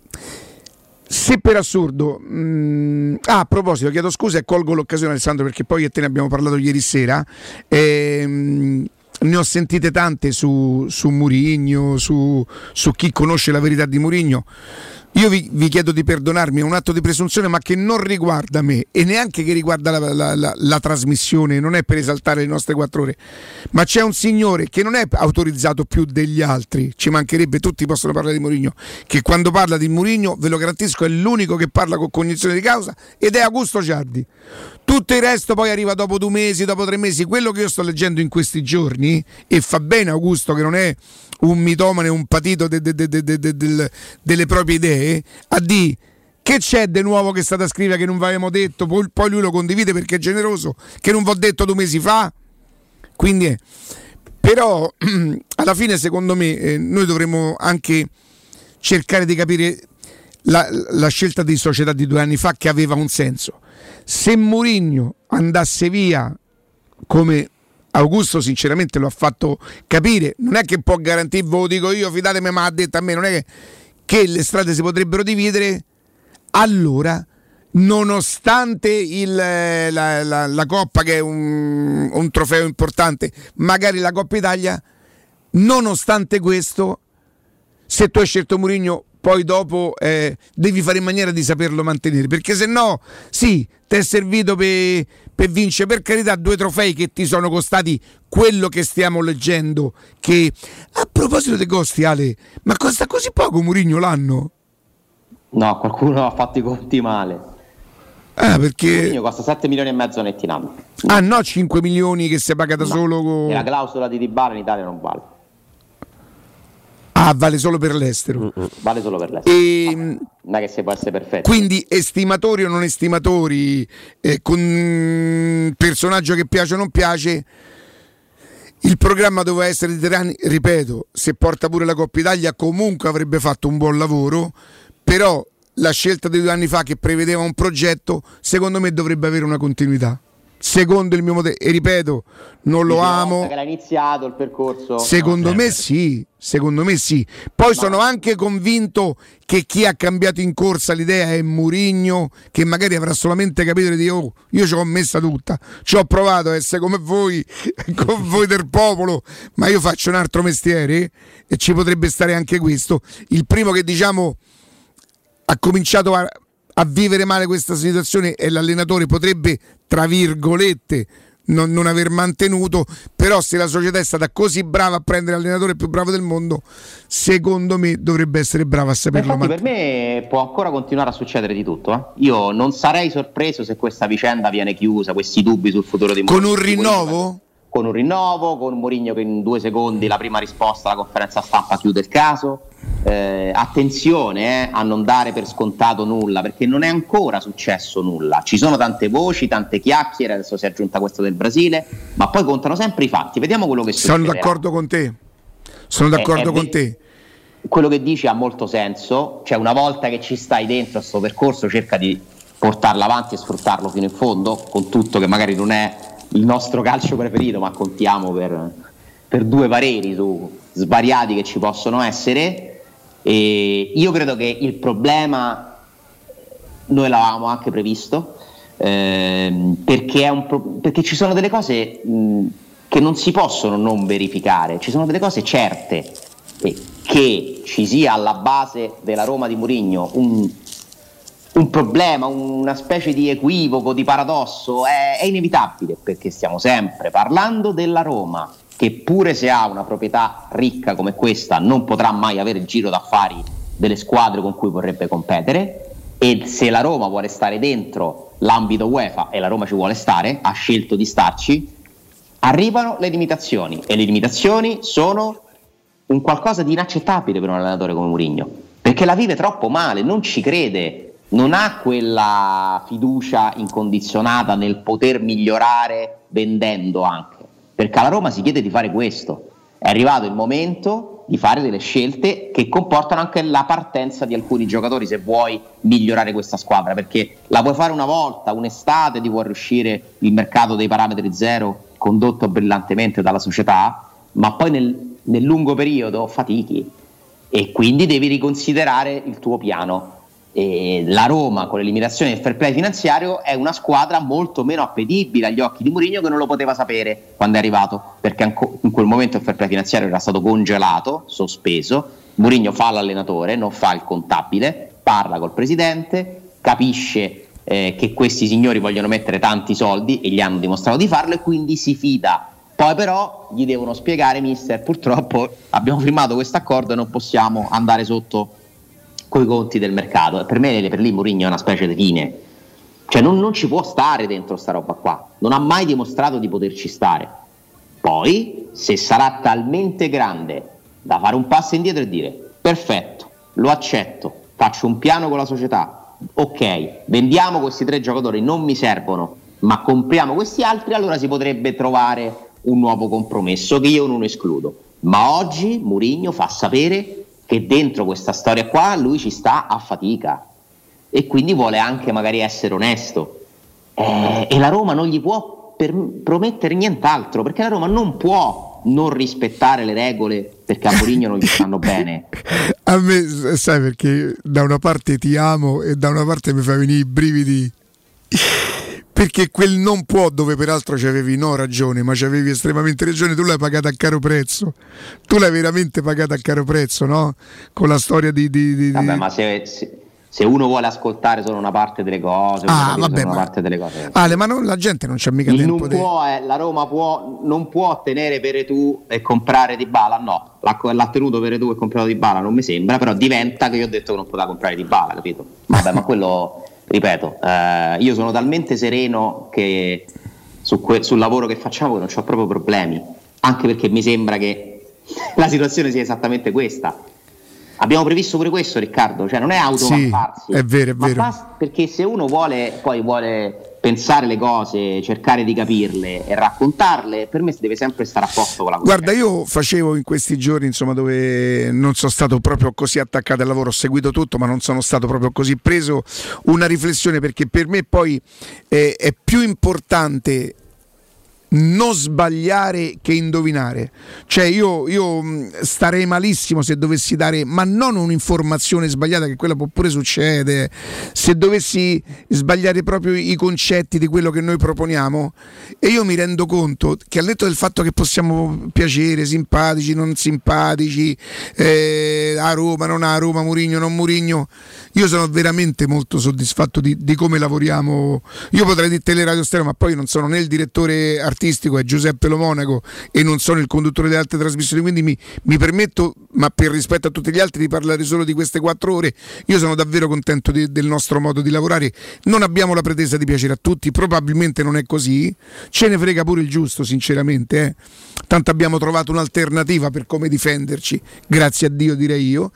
se per assurdo mh, ah, a proposito, chiedo scusa e colgo l'occasione, Alessandro, perché poi e te ne abbiamo parlato ieri sera, e, mh, ne ho sentite tante su, su Mourinho, su, su chi conosce la verità di Mourinho. Io vi, vi chiedo di perdonarmi, è un atto di presunzione, ma che non riguarda me e neanche che riguarda la, la, la, la trasmissione, non è per esaltare le nostre quattro ore, ma c'è un signore che non è autorizzato più degli altri, ci mancherebbe, tutti possono parlare di Mourinho, che quando parla di Mourinho, ve lo garantisco, è l'unico che parla con cognizione di causa, ed è Augusto Ciardi. Tutto il resto poi arriva dopo due mesi, dopo tre mesi. Quello che io sto leggendo in questi giorni, e fa bene Augusto che non è un mitomane, un patito de, de, de, de, de, de, de, delle proprie idee, a di che c'è di nuovo che è stata scrivere che non vi avevamo detto, poi, poi lui lo condivide perché è generoso, che non vi ho detto due mesi fa. Quindi è. Però alla fine secondo me eh, noi dovremmo anche cercare di capire la, la scelta di società di due anni fa, che aveva un senso. Se Mourinho andasse via, come Augusto sinceramente lo ha fatto capire, non è che può garantire, ve lo dico io, fidatemi, ma ha detto a me, non è che, che le strade si potrebbero dividere, allora nonostante il, la, la, la Coppa, che è un, un trofeo importante, magari la Coppa Italia, nonostante questo, se tu hai scelto Mourinho, poi dopo eh, devi fare in maniera di saperlo mantenere, perché se no, sì, ti è servito per per vincere, per carità, due trofei che ti sono costati quello che stiamo leggendo, che a proposito dei costi, Ale, ma costa così poco Mourinho l'anno? No, qualcuno ha fatto i conti male. Ah, perché Mourinho costa sette milioni e mezzo netti in anno. Ah no, cinque milioni che si paga da no. solo con... E la clausola di Dybala in Italia non vale. Ah, vale solo per l'estero. Mm-mm, vale solo per l'estero. E... Vabbè, non è che si può essere perfetto. Quindi estimatori o non estimatori, eh, con personaggio che piace o non piace, il programma doveva essere di tre anni. Ripeto, se porta pure la Coppa Italia comunque avrebbe fatto un buon lavoro, però la scelta di due anni fa, che prevedeva un progetto, secondo me dovrebbe avere una continuità. Secondo il mio modello, e ripeto, non lo amo. Che l'ha iniziato il percorso. Secondo no, me sì, secondo me sì. Poi Ma... sono anche convinto che chi ha cambiato in corsa l'idea è Mourinho, che magari avrà solamente capito di dire, oh, io ci ho messa tutta, ci ho provato a essere come voi, con voi del popolo, ma io faccio un altro mestiere, e ci potrebbe stare anche questo. Il primo che diciamo ha cominciato a a vivere male questa situazione e l'allenatore potrebbe, tra virgolette, non, non aver mantenuto, però se la società è stata così brava a prendere l'allenatore più bravo del mondo, secondo me dovrebbe essere brava a saperlo mantenere. Per me può ancora continuare a succedere di tutto, eh? Io non sarei sorpreso se questa vicenda viene chiusa, questi dubbi sul futuro di Mourinho. Con un rinnovo? con un rinnovo, con Mourinho che in due secondi la prima risposta alla conferenza stampa chiude il caso. Eh, attenzione eh, a non dare per scontato nulla, perché non è ancora successo nulla. Ci sono tante voci, tante chiacchiere, adesso si è aggiunta questo del Brasile, ma poi contano sempre i fatti. Vediamo quello che succederà. Sono d'accordo con te, sono d'accordo eh, con eh, te. Quello che dici ha molto senso, cioè una volta che ci stai dentro a questo percorso cerca di portarlo avanti e sfruttarlo fino in fondo, con tutto che magari non è il nostro calcio preferito, ma contiamo per, per due pareri su svariati che ci possono essere. E io credo che il problema noi l'avevamo anche previsto, ehm, perché, è un pro- perché ci sono delle cose mh, che non si possono non verificare, ci sono delle cose certe, e che ci sia alla base della Roma di Mourinho un, un problema, una specie di equivoco, di paradosso, è, è inevitabile, perché stiamo sempre parlando della Roma, che pure se ha una proprietà ricca come questa non potrà mai avere il giro d'affari delle squadre con cui vorrebbe competere, e se la Roma vuole stare dentro l'ambito UEFA, e la Roma ci vuole stare, ha scelto di starci, arrivano le limitazioni, e le limitazioni sono un qualcosa di inaccettabile per un allenatore come Mourinho, perché la vive troppo male, non ci crede, non ha quella fiducia incondizionata nel poter migliorare vendendo anche. Perché alla Roma si chiede di fare questo. È arrivato il momento di fare delle scelte che comportano anche la partenza di alcuni giocatori, se vuoi migliorare questa squadra, perché la puoi fare una volta, un'estate, ti può riuscire il mercato dei parametri zero condotto brillantemente dalla società, ma poi nel, nel lungo periodo fatichi e quindi devi riconsiderare il tuo piano. E la Roma, con l'eliminazione del fair play finanziario, è una squadra molto meno appetibile agli occhi di Mourinho, che non lo poteva sapere quando è arrivato, perché anco in quel momento il fair play finanziario era stato congelato, sospeso. Mourinho fa l'allenatore, non fa il contabile, parla col presidente, capisce eh, che questi signori vogliono mettere tanti soldi e gli hanno dimostrato di farlo, e quindi si fida. Poi però gli devono spiegare: mister, purtroppo abbiamo firmato questo accordo e non possiamo andare sotto coi conti del mercato. E per me, per lì, Mourinho è una specie di fine, cioè non, non ci può stare dentro sta roba qua, non ha mai dimostrato di poterci stare. Poi, se sarà talmente grande da fare un passo indietro e dire: perfetto, lo accetto, faccio un piano con la società, ok, vendiamo questi tre giocatori, non mi servono, ma compriamo questi altri, allora si potrebbe trovare un nuovo compromesso, che io non escludo. Ma oggi Mourinho fa sapere che dentro questa storia qua lui ci sta a fatica, e quindi vuole anche magari essere onesto, eh, e la Roma non gli può per- promettere nient'altro, perché la Roma non può non rispettare le regole perché a Mourinho non gli stanno bene. A me, sai, perché da una parte ti amo e da una parte mi fa venire i brividi, perché quel non può, dove peraltro c'avevi no ragione, ma c'avevi estremamente ragione, tu l'hai pagata a caro prezzo, tu l'hai veramente pagata a caro prezzo, no? Con la storia di... di, di vabbè, ma se, se, se uno vuole ascoltare solo una parte delle cose, ah, vabbè, solo ma... una parte delle cose. Ale, ma non, la gente non c'ha mica il tempo. Non de... può, eh, la Roma può, non può tenere Veretù e comprare Dybala, no, l'ha, l'ha tenuto Veretù e comprato Dybala, non mi sembra, però diventa che io ho detto che non poteva comprare Dybala, capito? Vabbè, ma quello... Ripeto, eh, io sono talmente sereno che su que- sul lavoro che facciamo che non ho proprio problemi, anche perché mi sembra che la situazione sia esattamente questa. Abbiamo previsto pure questo, Riccardo, cioè non è automattarsi, sì, è vero, è vero. Basta, perché se uno vuole poi vuole pensare le cose, cercare di capirle e raccontarle, per me si deve sempre stare a posto con la cosa. Guarda, io facevo in questi giorni, insomma, dove non sono stato proprio così attaccato al lavoro, ho seguito tutto, ma non sono stato proprio così preso, una riflessione, perché per me poi eh, è più importante non sbagliare che indovinare. Cioè io, io starei malissimo se dovessi dare, ma non un'informazione sbagliata, che quella può pure succedere, se dovessi sbagliare proprio i concetti di quello che noi proponiamo. E io mi rendo conto che, al netto del fatto che possiamo piacere, simpatici, non simpatici, eh, a Roma, non a Roma, Mourinho, non Mourinho, io sono veramente molto soddisfatto di, di come lavoriamo. Io potrei dire Teleradio Stereo, ma poi non sono né il direttore artistico artistico è Giuseppe Lo Monaco e non sono il conduttore delle altre trasmissioni, quindi mi, mi permetto, ma per rispetto a tutti gli altri, di parlare solo di queste quattro ore. Io sono davvero contento di, del nostro modo di lavorare, non abbiamo la pretesa di piacere a tutti, probabilmente non è così, ce ne frega pure il giusto sinceramente, eh. Tanto abbiamo trovato un'alternativa per come difenderci, grazie a Dio direi io,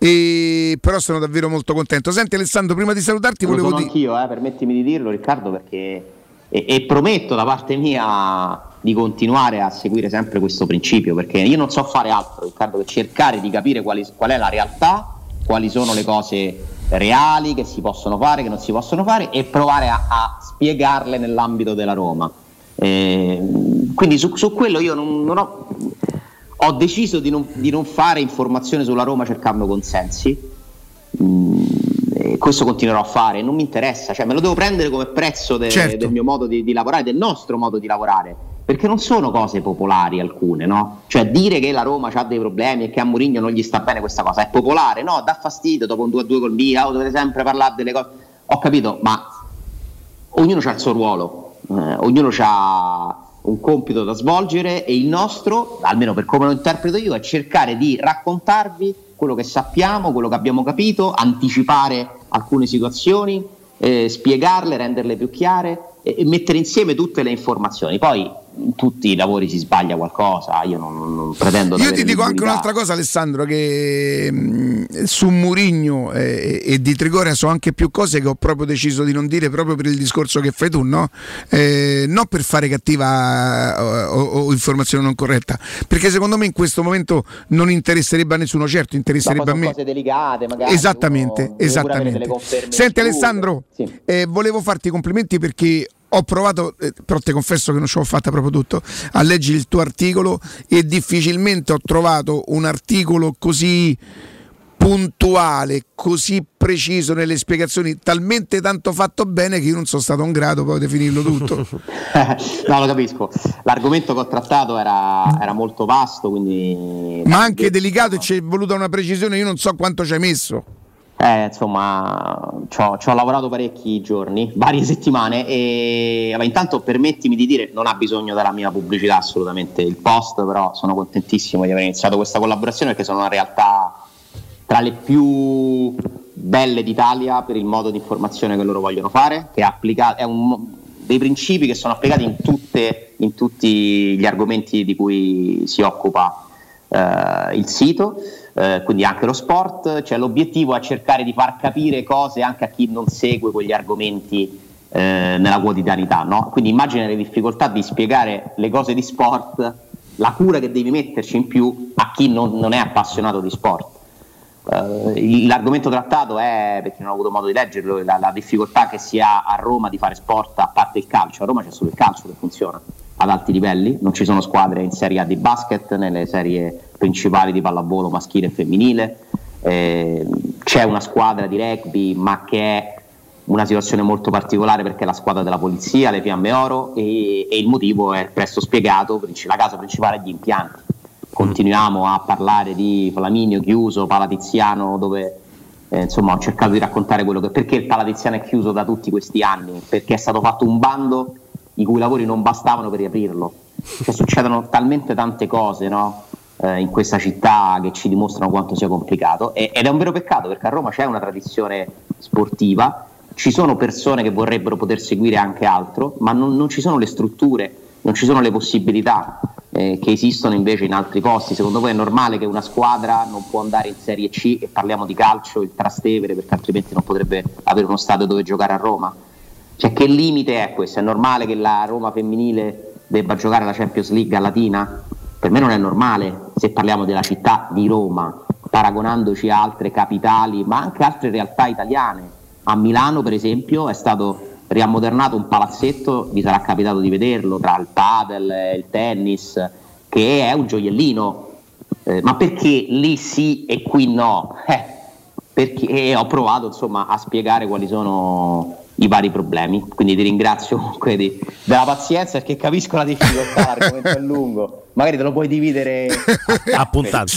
e però sono davvero molto contento. Senti Alessandro, prima di salutarti Lo volevo sono dire anch'io, eh, permettimi di dirlo Riccardo, perché e, e prometto da parte mia di continuare a seguire sempre questo principio, perché io non so fare altro Riccardo che cercare di capire quali, qual è la realtà, quali sono le cose reali che si possono fare, che non si possono fare, e provare a, a spiegarle nell'ambito della Roma. Eh, quindi su, su quello io non, non ho ho deciso di non, di non fare informazione sulla Roma cercando consensi. Mm, e questo continuerò a fare, non mi interessa, cioè me lo devo prendere come prezzo de, certo. del mio modo di, di lavorare, del nostro modo di lavorare, perché non sono cose popolari alcune, no? Cioè dire che la Roma ha dei problemi e che a Mourinho non gli sta bene questa cosa è popolare? No, dà fastidio dopo un due a due col Milan, oh, dovete sempre parlare delle cose. Ho capito, ma ognuno ha il suo ruolo. Eh, ognuno ha un compito da svolgere e il nostro, almeno per come lo interpreto io, è cercare di raccontarvi quello che sappiamo, quello che abbiamo capito, anticipare alcune situazioni, eh, spiegarle, renderle più chiare e, e mettere insieme tutte le informazioni. Poi in tutti i lavori si sbaglia qualcosa, io non, non pretendo. Io ti dico anche un'altra cosa Alessandro, che mh, su Mourinho eh, e di Trigoria so anche più cose che ho proprio deciso di non dire, proprio per il discorso che fai tu, no? Eh, non per fare cattiva o, o informazione non corretta, perché secondo me in questo momento non interesserebbe a nessuno, certo interesserebbe a me, cose delicate magari, esattamente, esattamente. Senti Alessandro, sì. eh, volevo farti i complimenti perché ho provato, eh, però ti confesso che non ce l'ho fatta proprio tutto, a leggere il tuo articolo e difficilmente ho trovato un articolo così puntuale, così preciso nelle spiegazioni, talmente tanto fatto bene che io non sono stato in grado poi di finirlo tutto. No, lo capisco, l'argomento che ho trattato era, era molto vasto, quindi ma anche delicato, e ci è voluta una precisione, io non so quanto ci hai messo. Eh, insomma, ci ho lavorato parecchi giorni, varie settimane, e vabbè, intanto permettimi di dire, non ha bisogno della mia pubblicità assolutamente il post, però sono contentissimo di aver iniziato questa collaborazione, perché sono una realtà tra le più belle d'Italia per il modo di informazione che loro vogliono fare, che è applicato, è un dei principi che sono applicati in tutte, in tutti gli argomenti di cui si occupa eh, il sito. Uh, quindi anche lo sport, cioè l'obiettivo è cercare di far capire cose anche a chi non segue quegli argomenti uh, nella quotidianità, no? Quindi immagina le difficoltà di spiegare le cose di sport, la cura che devi metterci in più a chi non, non è appassionato di sport. Uh, l'argomento trattato è, perché non ho avuto modo di leggerlo, la, la difficoltà che si ha a Roma di fare sport a parte il calcio. A Roma c'è solo il calcio che funziona ad alti livelli, non ci sono squadre in Serie A di basket, nelle serie principali di pallavolo maschile e femminile, eh, c'è una squadra di rugby, ma che è una situazione molto particolare perché è la squadra della polizia, le Fiamme Oro, e, e il motivo è presto spiegato, la casa principale è gli impianti. Continuiamo a parlare di Flaminio chiuso, Palatiziano, dove eh, insomma ho cercato di raccontare quello che, perché il Palatiziano è chiuso da tutti questi anni, perché è stato fatto un bando i cui lavori non bastavano per riaprirlo. Cioè, succedono talmente tante cose, no? eh, in questa città che ci dimostrano quanto sia complicato, e, ed è un vero peccato, perché a Roma c'è una tradizione sportiva, ci sono persone che vorrebbero poter seguire anche altro, ma non, non ci sono le strutture, non ci sono le possibilità eh, che esistono invece in altri posti. Secondo voi è normale che una squadra non può andare in Serie C, e parliamo di calcio, il Trastevere, perché altrimenti non potrebbe avere uno stadio dove giocare a Roma? Cioè, che limite è questo? È normale che la Roma femminile debba giocare la Champions League a Latina? Per me non è normale, se parliamo della città di Roma, paragonandoci a altre capitali, ma anche altre realtà italiane. A Milano, per esempio, è stato riammodernato un palazzetto, vi sarà capitato di vederlo, tra il padel e il tennis, che è un gioiellino. Eh, ma perché lì sì e qui no? Eh, perché e ho provato insomma a spiegare quali sono i vari problemi, quindi ti ringrazio comunque di, della pazienza, perché capisco la difficoltà, l'argomento è lungo, magari te lo puoi dividere a puntate. Sì.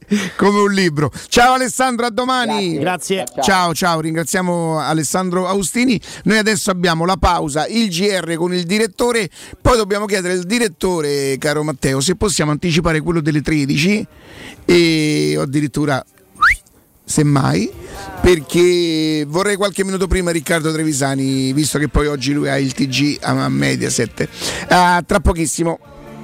come un libro. Ciao Alessandro, a domani. Grazie. Ciao, ciao, ciao. Ringraziamo Alessandro Austini. Noi adesso abbiamo la pausa, il G R con il direttore, poi dobbiamo chiedere al direttore, caro Matteo, se possiamo anticipare quello delle tredici e o addirittura semmai, perché vorrei qualche minuto prima Riccardo Trevisani, visto che poi oggi lui ha il T G a Mediaset. Ah, tra pochissimo.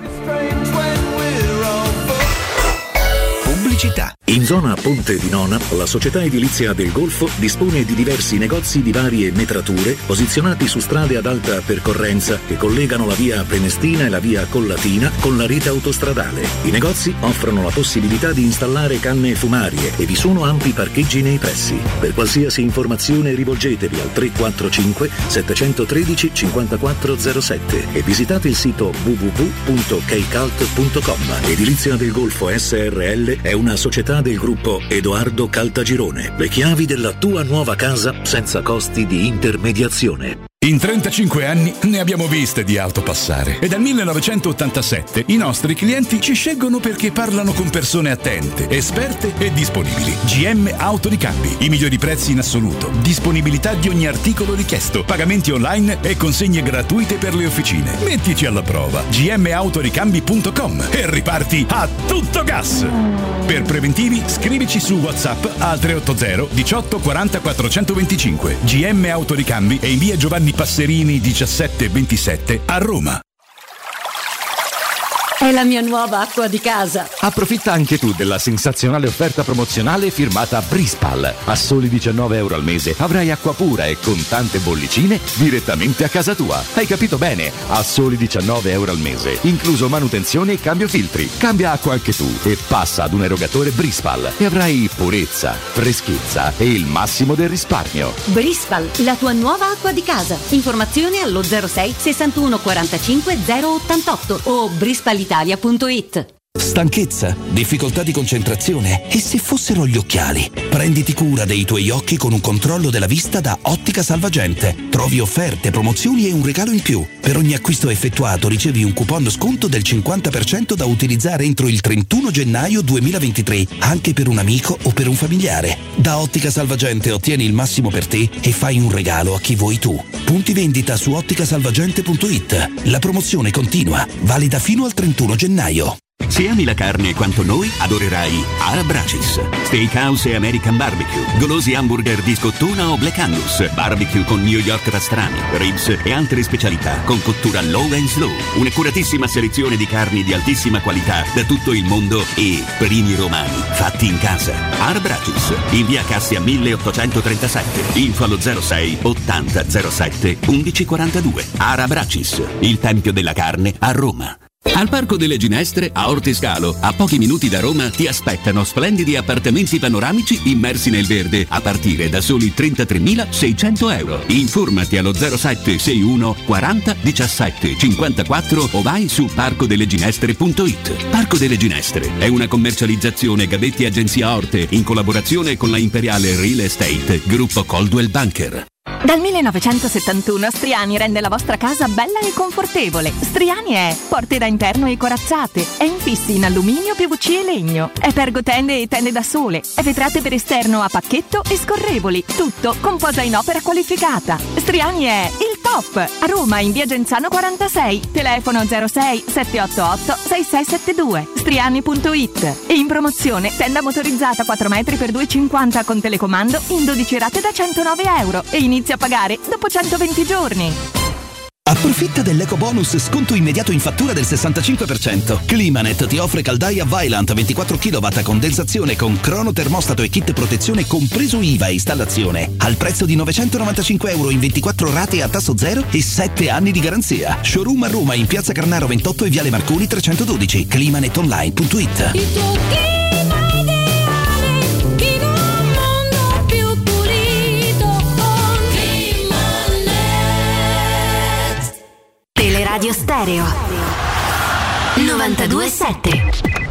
Pubblicità. In zona Ponte di Nona, la società edilizia del Golfo dispone di diversi negozi di varie metrature posizionati su strade ad alta percorrenza che collegano la via Prenestina e la via Collatina con la rete autostradale. I negozi offrono la possibilità di installare canne fumarie e vi sono ampi parcheggi nei pressi. Per qualsiasi informazione rivolgetevi al tre quattro cinque sette uno tre cinque quattro zero sette e visitate il sito w w w punto keicalt punto com. Edilizia del Golfo S R L è una società del gruppo Edoardo Caltagirone. Le chiavi della tua nuova casa senza costi di intermediazione. In trentacinque anni ne abbiamo viste di auto passare e dal millenovecentottantasette i nostri clienti ci scelgono perché parlano con persone attente, esperte e disponibili. G M Autoricambi, i migliori prezzi in assoluto, disponibilità di ogni articolo richiesto, pagamenti online e consegne gratuite per le officine. Mettici alla prova. g m autoricambi punto com e riparti a tutto gas. Per preventivi scrivici su WhatsApp al tre otto zero diciotto quaranta quattrocentoventicinque. G M Autoricambi e in via Giovanni Passerini diciassette ventisette a Roma. È la mia nuova acqua di casa. Approfitta anche tu della sensazionale offerta promozionale firmata Brispal. A soli diciannove euro al mese avrai acqua pura e con tante bollicine direttamente a casa tua. Hai capito bene? A soli diciannove euro al mese, incluso manutenzione e cambio filtri. Cambia acqua anche tu e passa ad un erogatore Brispal e avrai purezza, freschezza e il massimo del risparmio. Brispal, la tua nuova acqua di casa. Informazioni allo zero sei sessantuno quarantacinque zero ottantotto o brispalitalia punto it. Stanchezza, difficoltà di concentrazione e se fossero gli occhiali? Prenditi cura dei tuoi occhi con un controllo della vista da Ottica Salvagente. Trovi offerte, promozioni e un regalo in più. Per ogni acquisto effettuato ricevi un coupon sconto del cinquanta per cento da utilizzare entro il trentuno gennaio duemilaventitré, anche per un amico o per un familiare. Da Ottica Salvagente ottieni il massimo per te e fai un regalo a chi vuoi tu. Punti vendita su ottica salvagente punto it. La promozione continua, valida fino al trentuno gennaio. Se ami la carne quanto noi, adorerai Arabracis. Steakhouse e American Barbecue, golosi hamburger di scottuna o Black Angus, barbecue con New York pastrami, ribs e altre specialità con cottura low and slow. Un'accuratissima selezione di carni di altissima qualità da tutto il mondo e primi romani fatti in casa. Arabracis, in via Cassia milleottocentotrentasette, info allo zero sei ottanta zero sette undici quarantadue. Arabracis, il tempio della carne a Roma. Al Parco delle Ginestre, a Ortescalo, a pochi minuti da Roma, ti aspettano splendidi appartamenti panoramici immersi nel verde a partire da soli trentatremilaseicento euro. Informati allo zero sette sei uno quaranta diciassette cinquantaquattro o vai su parco delle ginestre punto it. Parco delle Ginestre è una commercializzazione Gabetti Agenzia Orte in collaborazione con la Imperiale Real Estate, gruppo Coldwell Banker. Dal millenovecentosettantuno Striani rende la vostra casa bella e confortevole. Striani è porte da interno e corazzate, è infissi in alluminio, P V C e legno, è pergotende e tende da sole, è vetrate per esterno a pacchetto e scorrevoli, tutto con posa in opera qualificata. Striani è il top! A Roma in via Genzano quarantasei, telefono zero sei sette otto otto sei sei sette due, striani punto it. E in promozione tenda motorizzata quattro metri per due e cinquanta con telecomando in dodici rate da centonove euro e inizia a pagare dopo centoventi giorni. Approfitta dell'eco bonus sconto immediato in fattura del sessantacinque per cento. Climanet ti offre caldaia Vaillant ventiquattro chilowatt a condensazione con crono termostato e kit protezione compreso I V A e installazione al prezzo di novecentonovantacinque euro in ventiquattro rate a tasso zero e sette anni di garanzia. Showroom a Roma in Piazza Carnaro ventotto e Viale Marconi trecentododici. climanet online punto it. Radio Stereo novantadue sette.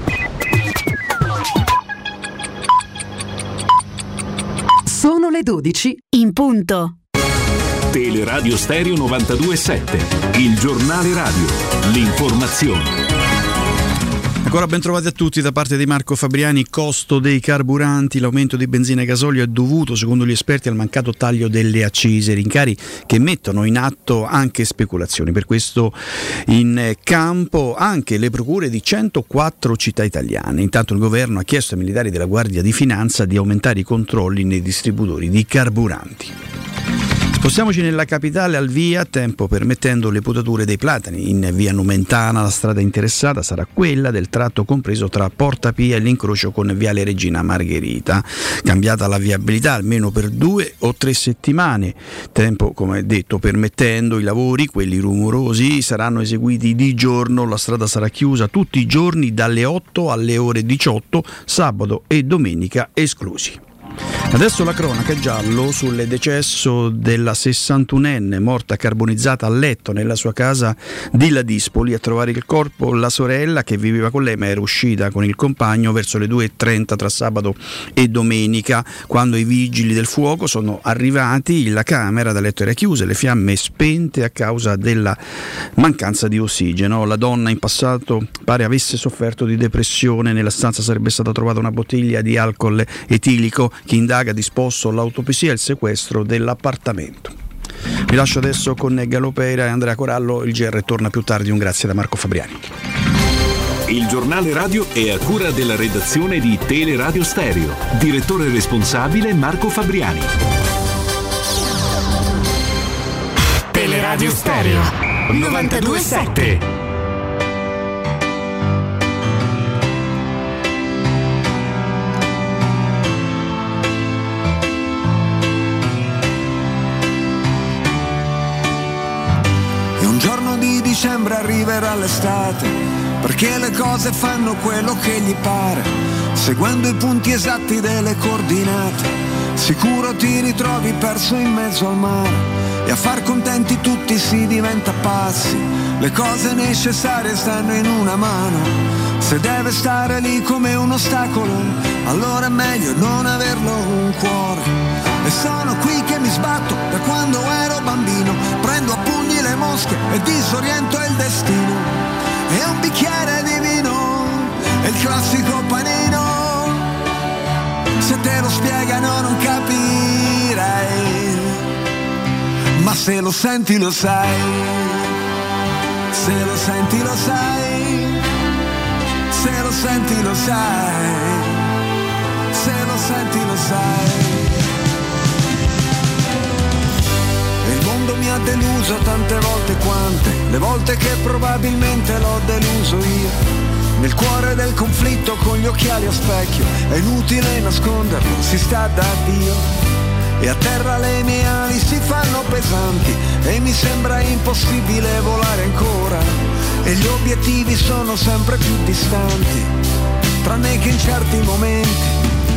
Sono le dodici in punto. Teleradio Stereo novantadue sette, il giornale radio, l'informazione. Ancora ben trovati a tutti da parte di Marco Fabriani. Costo dei carburanti, l'aumento di benzina e gasolio è dovuto, secondo gli esperti, al mancato taglio delle accise, rincari che mettono in atto anche speculazioni. Per questo in campo anche le procure di centoquattro città italiane. Intanto il governo ha chiesto ai militari della Guardia di Finanza di aumentare i controlli nei distributori di carburanti. Spostiamoci nella capitale, al via, tempo permettendo, le potature dei platani. In via Nomentana la strada interessata sarà quella del tratto compreso tra Porta Pia e l'incrocio con viale Regina Margherita. Cambiata la viabilità almeno per due o tre settimane. Tempo, come detto, permettendo, i lavori, quelli rumorosi, saranno eseguiti di giorno. La strada sarà chiusa tutti i giorni dalle otto alle ore diciotto, sabato e domenica esclusi. Adesso la cronaca giallo sul decesso della sessantunenne morta carbonizzata a letto nella sua casa di Ladispoli. A trovare il corpo la sorella, che viveva con lei ma era uscita con il compagno verso le due e trenta tra sabato e domenica. Quando i vigili del fuoco sono arrivati, la camera da letto era chiusa e le fiamme spente a causa della mancanza di ossigeno. La donna in passato pare avesse sofferto di depressione. Nella stanza sarebbe stata trovata una bottiglia di alcol etilico. Chi indaga ha disposto l'autopsia e il sequestro dell'appartamento. Vi lascio adesso con Galopeira e Andrea Corallo. Il G R torna più tardi. Un grazie da Marco Fabriani. Il giornale radio è a cura della redazione di Teleradio Stereo. Direttore responsabile Marco Fabriani. Teleradio Stereo novantadue sette. Dicembre arriverà l'estate, perché le cose fanno quello che gli pare, seguendo i punti esatti delle coordinate. Sicuro ti ritrovi perso in mezzo al mare, e a far contenti tutti si diventa pazzi. Le cose necessarie stanno in una mano, se deve stare lì come un ostacolo, allora è meglio non averlo un cuore. E sono qui che mi sbatto da quando ero bambino, prendo a pugni le mosche e disoriento il destino. E un bicchiere di vino è il classico panino, se te lo spiegano non capirai, ma se lo senti lo sai, se lo senti lo sai, se lo senti lo sai, se lo senti lo sai. Il mondo mi ha deluso tante volte quante, le volte che probabilmente l'ho deluso io. Nel cuore del conflitto con gli occhiali a specchio, è inutile nasconderlo, si sta da Dio. E a terra le mie ali si fanno pesanti, e mi sembra impossibile volare ancora. E gli obiettivi sono sempre più distanti, tranne che in certi momenti.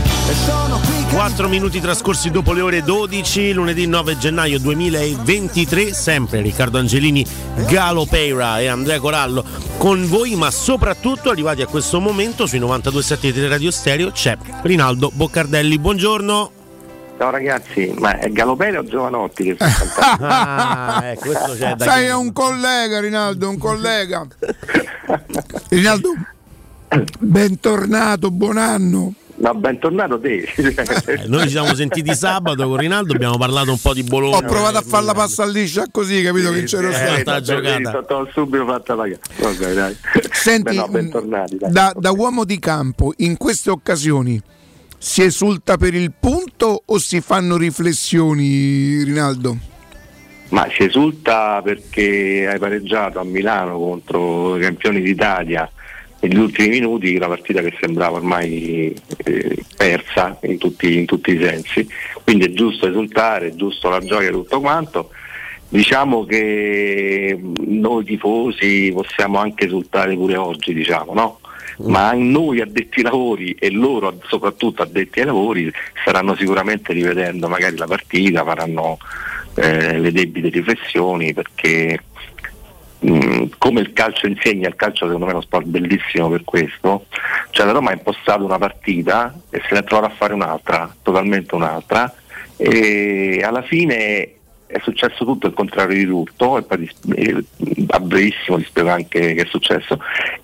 quattro minuti trascorsi dopo le ore dodici, lunedì nove gennaio duemilaventitré, sempre Riccardo Angelini, Galopeira e Andrea Corallo con voi, ma soprattutto arrivati a questo momento sui novantadue sette di Radio Stereo c'è Rinaldo Boccardelli. Buongiorno. Ciao ragazzi, ma è Galopeira o Giovanotti che sta cantando? Ah, eh, questo c'è da Sai, è un collega, Rinaldo, un collega. Rinaldo, bentornato, buon anno. Ma bentornato te. Eh, noi ci siamo sentiti sabato con Rinaldo, abbiamo parlato un po' di Bologna. Ho provato a fare la passa liscia così, capito che c'ero eh, stato. giocata. Ho subito fatta pagare. Okay, dai. Senti, Beh, no, bentornati, dai. Da, da uomo di campo, in queste occasioni si esulta per il punto o si fanno riflessioni, Rinaldo? Ma si esulta perché hai pareggiato a Milano contro i campioni d'Italia negli ultimi minuti, una partita che sembrava ormai eh, persa in tutti, in tutti i sensi, quindi è giusto esultare, è giusto la gioia e tutto quanto. Diciamo che noi tifosi possiamo anche esultare pure oggi, diciamo, no? Ma noi addetti ai lavori e loro soprattutto addetti ai lavori staranno sicuramente rivedendo magari la partita, faranno eh, le debite riflessioni, perché come il calcio insegna, il calcio secondo me è uno sport bellissimo per questo, cioè la Roma ha impostato una partita e se ne è trovata a fare un'altra, totalmente un'altra, e alla fine è successo tutto il contrario di tutto, e poi eh, a brevissimo ti spiego anche che è successo,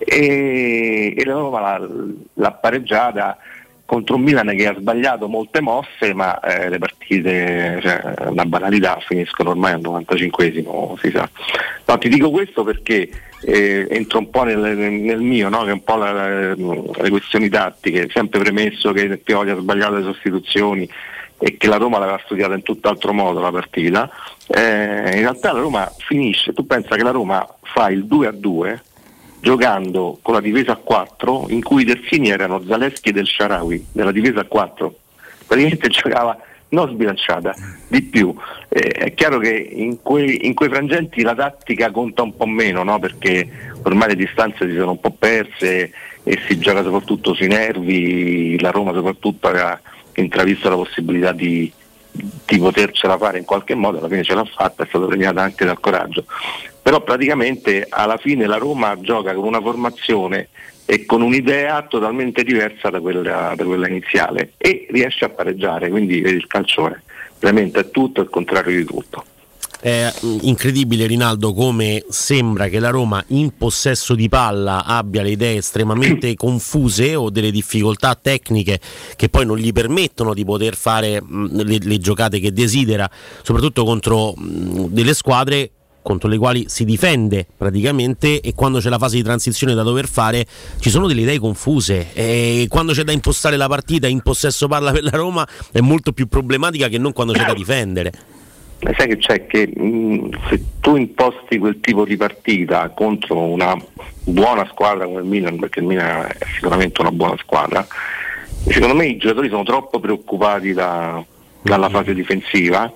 e, e la Roma l'ha, l'ha pareggiata contro un Milan che ha sbagliato molte mosse, ma eh, le partite, cioè, è una banalità, finiscono ormai al novantacinquesimo, si sa. No, ti dico questo perché eh, entro un po' nel, nel mio, no? Che è un po' la, la, le questioni tattiche, sempre premesso che Pioli ha sbagliato le sostituzioni e che la Roma l'aveva studiata in tutt'altro modo la partita, eh, in realtà la Roma finisce, tu pensa che la Roma fa il due a due giocando con la difesa a quattro, in cui i terzini erano Zaleschi e Del Shaarawy, della difesa a quattro, praticamente giocava non sbilanciata, di più. Eh, è chiaro che in quei, in quei frangenti la tattica conta un po' meno, no? Perché ormai le distanze si sono un po' perse e si gioca soprattutto sui nervi, la Roma soprattutto aveva intravisto la possibilità di, di potercela fare in qualche modo, alla fine ce l'ha fatta, è stata premiata anche dal coraggio. Però praticamente alla fine la Roma gioca con una formazione e con un'idea totalmente diversa da quella, da quella iniziale e riesce a pareggiare, quindi il calcione veramente è tutto il contrario di tutto. È incredibile, Rinaldo, come sembra che la Roma in possesso di palla abbia le idee estremamente confuse o delle difficoltà tecniche che poi non gli permettono di poter fare mh, le, le giocate che desidera, soprattutto contro mh, delle squadre contro le quali si difende praticamente, e quando c'è la fase di transizione da dover fare ci sono delle idee confuse, e quando c'è da impostare la partita in possesso palla per la Roma è molto più problematica che non quando c'è da difendere. Sai che c'è che mh, se tu imposti quel tipo di partita contro una buona squadra come il Milan, perché il Milan è sicuramente una buona squadra, secondo me i giocatori sono troppo preoccupati da, dalla fase difensiva,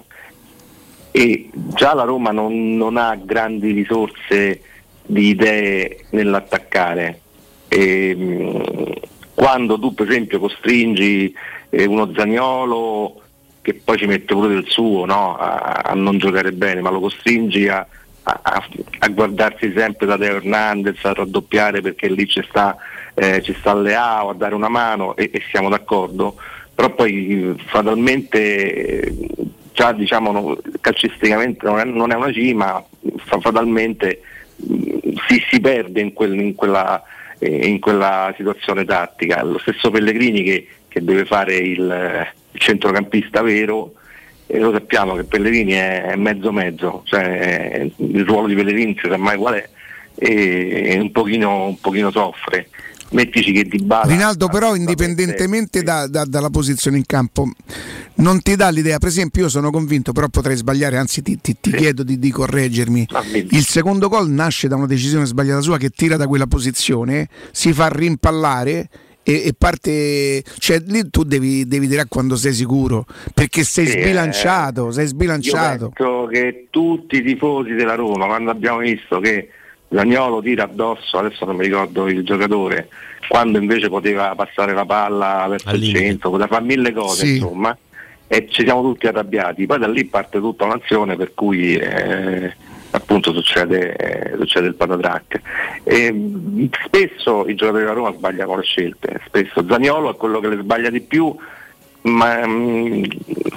e già la Roma non, non ha grandi risorse di idee nell'attaccare. E, mh, quando tu per esempio costringi eh, uno Zaniolo che poi ci mette pure del suo, no? a, a non giocare bene, ma lo costringi a, a, a guardarsi sempre da Teo Hernandez, a raddoppiare perché lì ci sta, eh, ci sta Leao, a dare una mano, e, e siamo d'accordo, però poi fatalmente già diciamo no, calcisticamente non è, non è una cima, fatalmente mh, si, si perde in, quel, in, quella, eh, in quella situazione tattica. Lo stesso Pellegrini che, che deve fare il, il centrocampista vero, e lo sappiamo che Pellegrini è, è mezzo mezzo, cioè il ruolo di Pellegrini non si sa mai qual è, e un pochino, un pochino soffre. Mettici che Dybala, Rinaldo, però indipendentemente da, da, dalla posizione in campo non ti dà l'idea, per esempio io sono convinto, però potrei sbagliare, anzi ti, ti, ti sì. chiedo di, di correggermi, il secondo gol nasce da una decisione sbagliata sua, che tira da quella posizione, si fa rimpallare e, e parte, cioè lì tu devi, devi dire quando sei sicuro, perché sei sì, sbilanciato, eh, sei sbilanciato. Io penso che tutti i tifosi della Roma, quando abbiamo visto che Zaniolo tira addosso, adesso non mi ricordo il giocatore, quando invece poteva passare la palla verso il centro, poteva fare mille cose, sì. insomma, e ci siamo tutti arrabbiati. Poi da lì parte tutta un'azione per cui eh, appunto succede, eh, succede il patatrac. E, spesso i giocatori della Roma sbagliano le scelte, spesso Zaniolo è quello che le sbaglia di più, ma mh,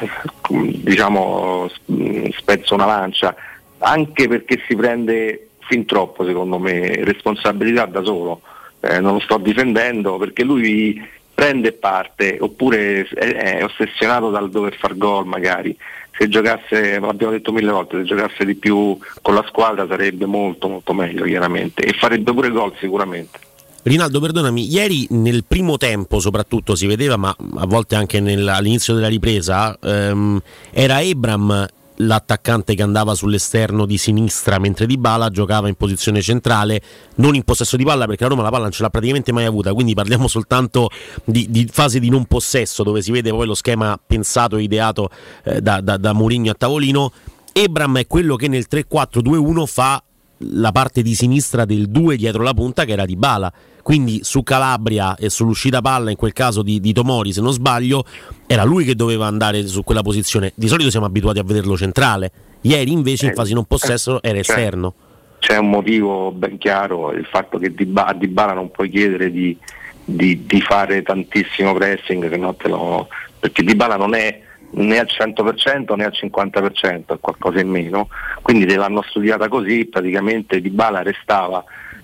diciamo spezzo una lancia, anche perché si prende fin troppo, secondo me, responsabilità da solo, eh, non lo sto difendendo, perché lui prende parte, oppure è, è ossessionato dal dover far gol magari. Se giocasse, l'abbiamo detto mille volte, se giocasse di più con la squadra sarebbe molto molto meglio chiaramente, e farebbe pure gol sicuramente. Rinaldo, perdonami, ieri nel primo tempo soprattutto si vedeva, ma a volte anche nel, all'inizio della ripresa, ehm, era Abraham l'attaccante che andava sull'esterno di sinistra, mentre Dybala giocava in posizione centrale, non in possesso di palla, perché la Roma la palla non ce l'ha praticamente mai avuta, quindi parliamo soltanto di, di fase di non possesso, dove si vede poi lo schema pensato e ideato eh, da, da, da Mourinho a tavolino. Abraham è quello che nel tre quattro due uno fa la parte di sinistra del due dietro la punta, che era Dybala. Quindi su Calabria e sull'uscita palla, in quel caso di, di Tomori se non sbaglio, era lui che doveva andare su quella posizione. Di solito siamo abituati a vederlo centrale, ieri invece in fase non possesso era esterno. C'è un motivo ben chiaro, il fatto che a Dybala non puoi chiedere di, di, di fare tantissimo pressing, che no te lo, perché Dybala non è né al cento per cento né al cinquanta per cento, è qualcosa in meno, quindi se l'hanno studiata così praticamente Dybala restava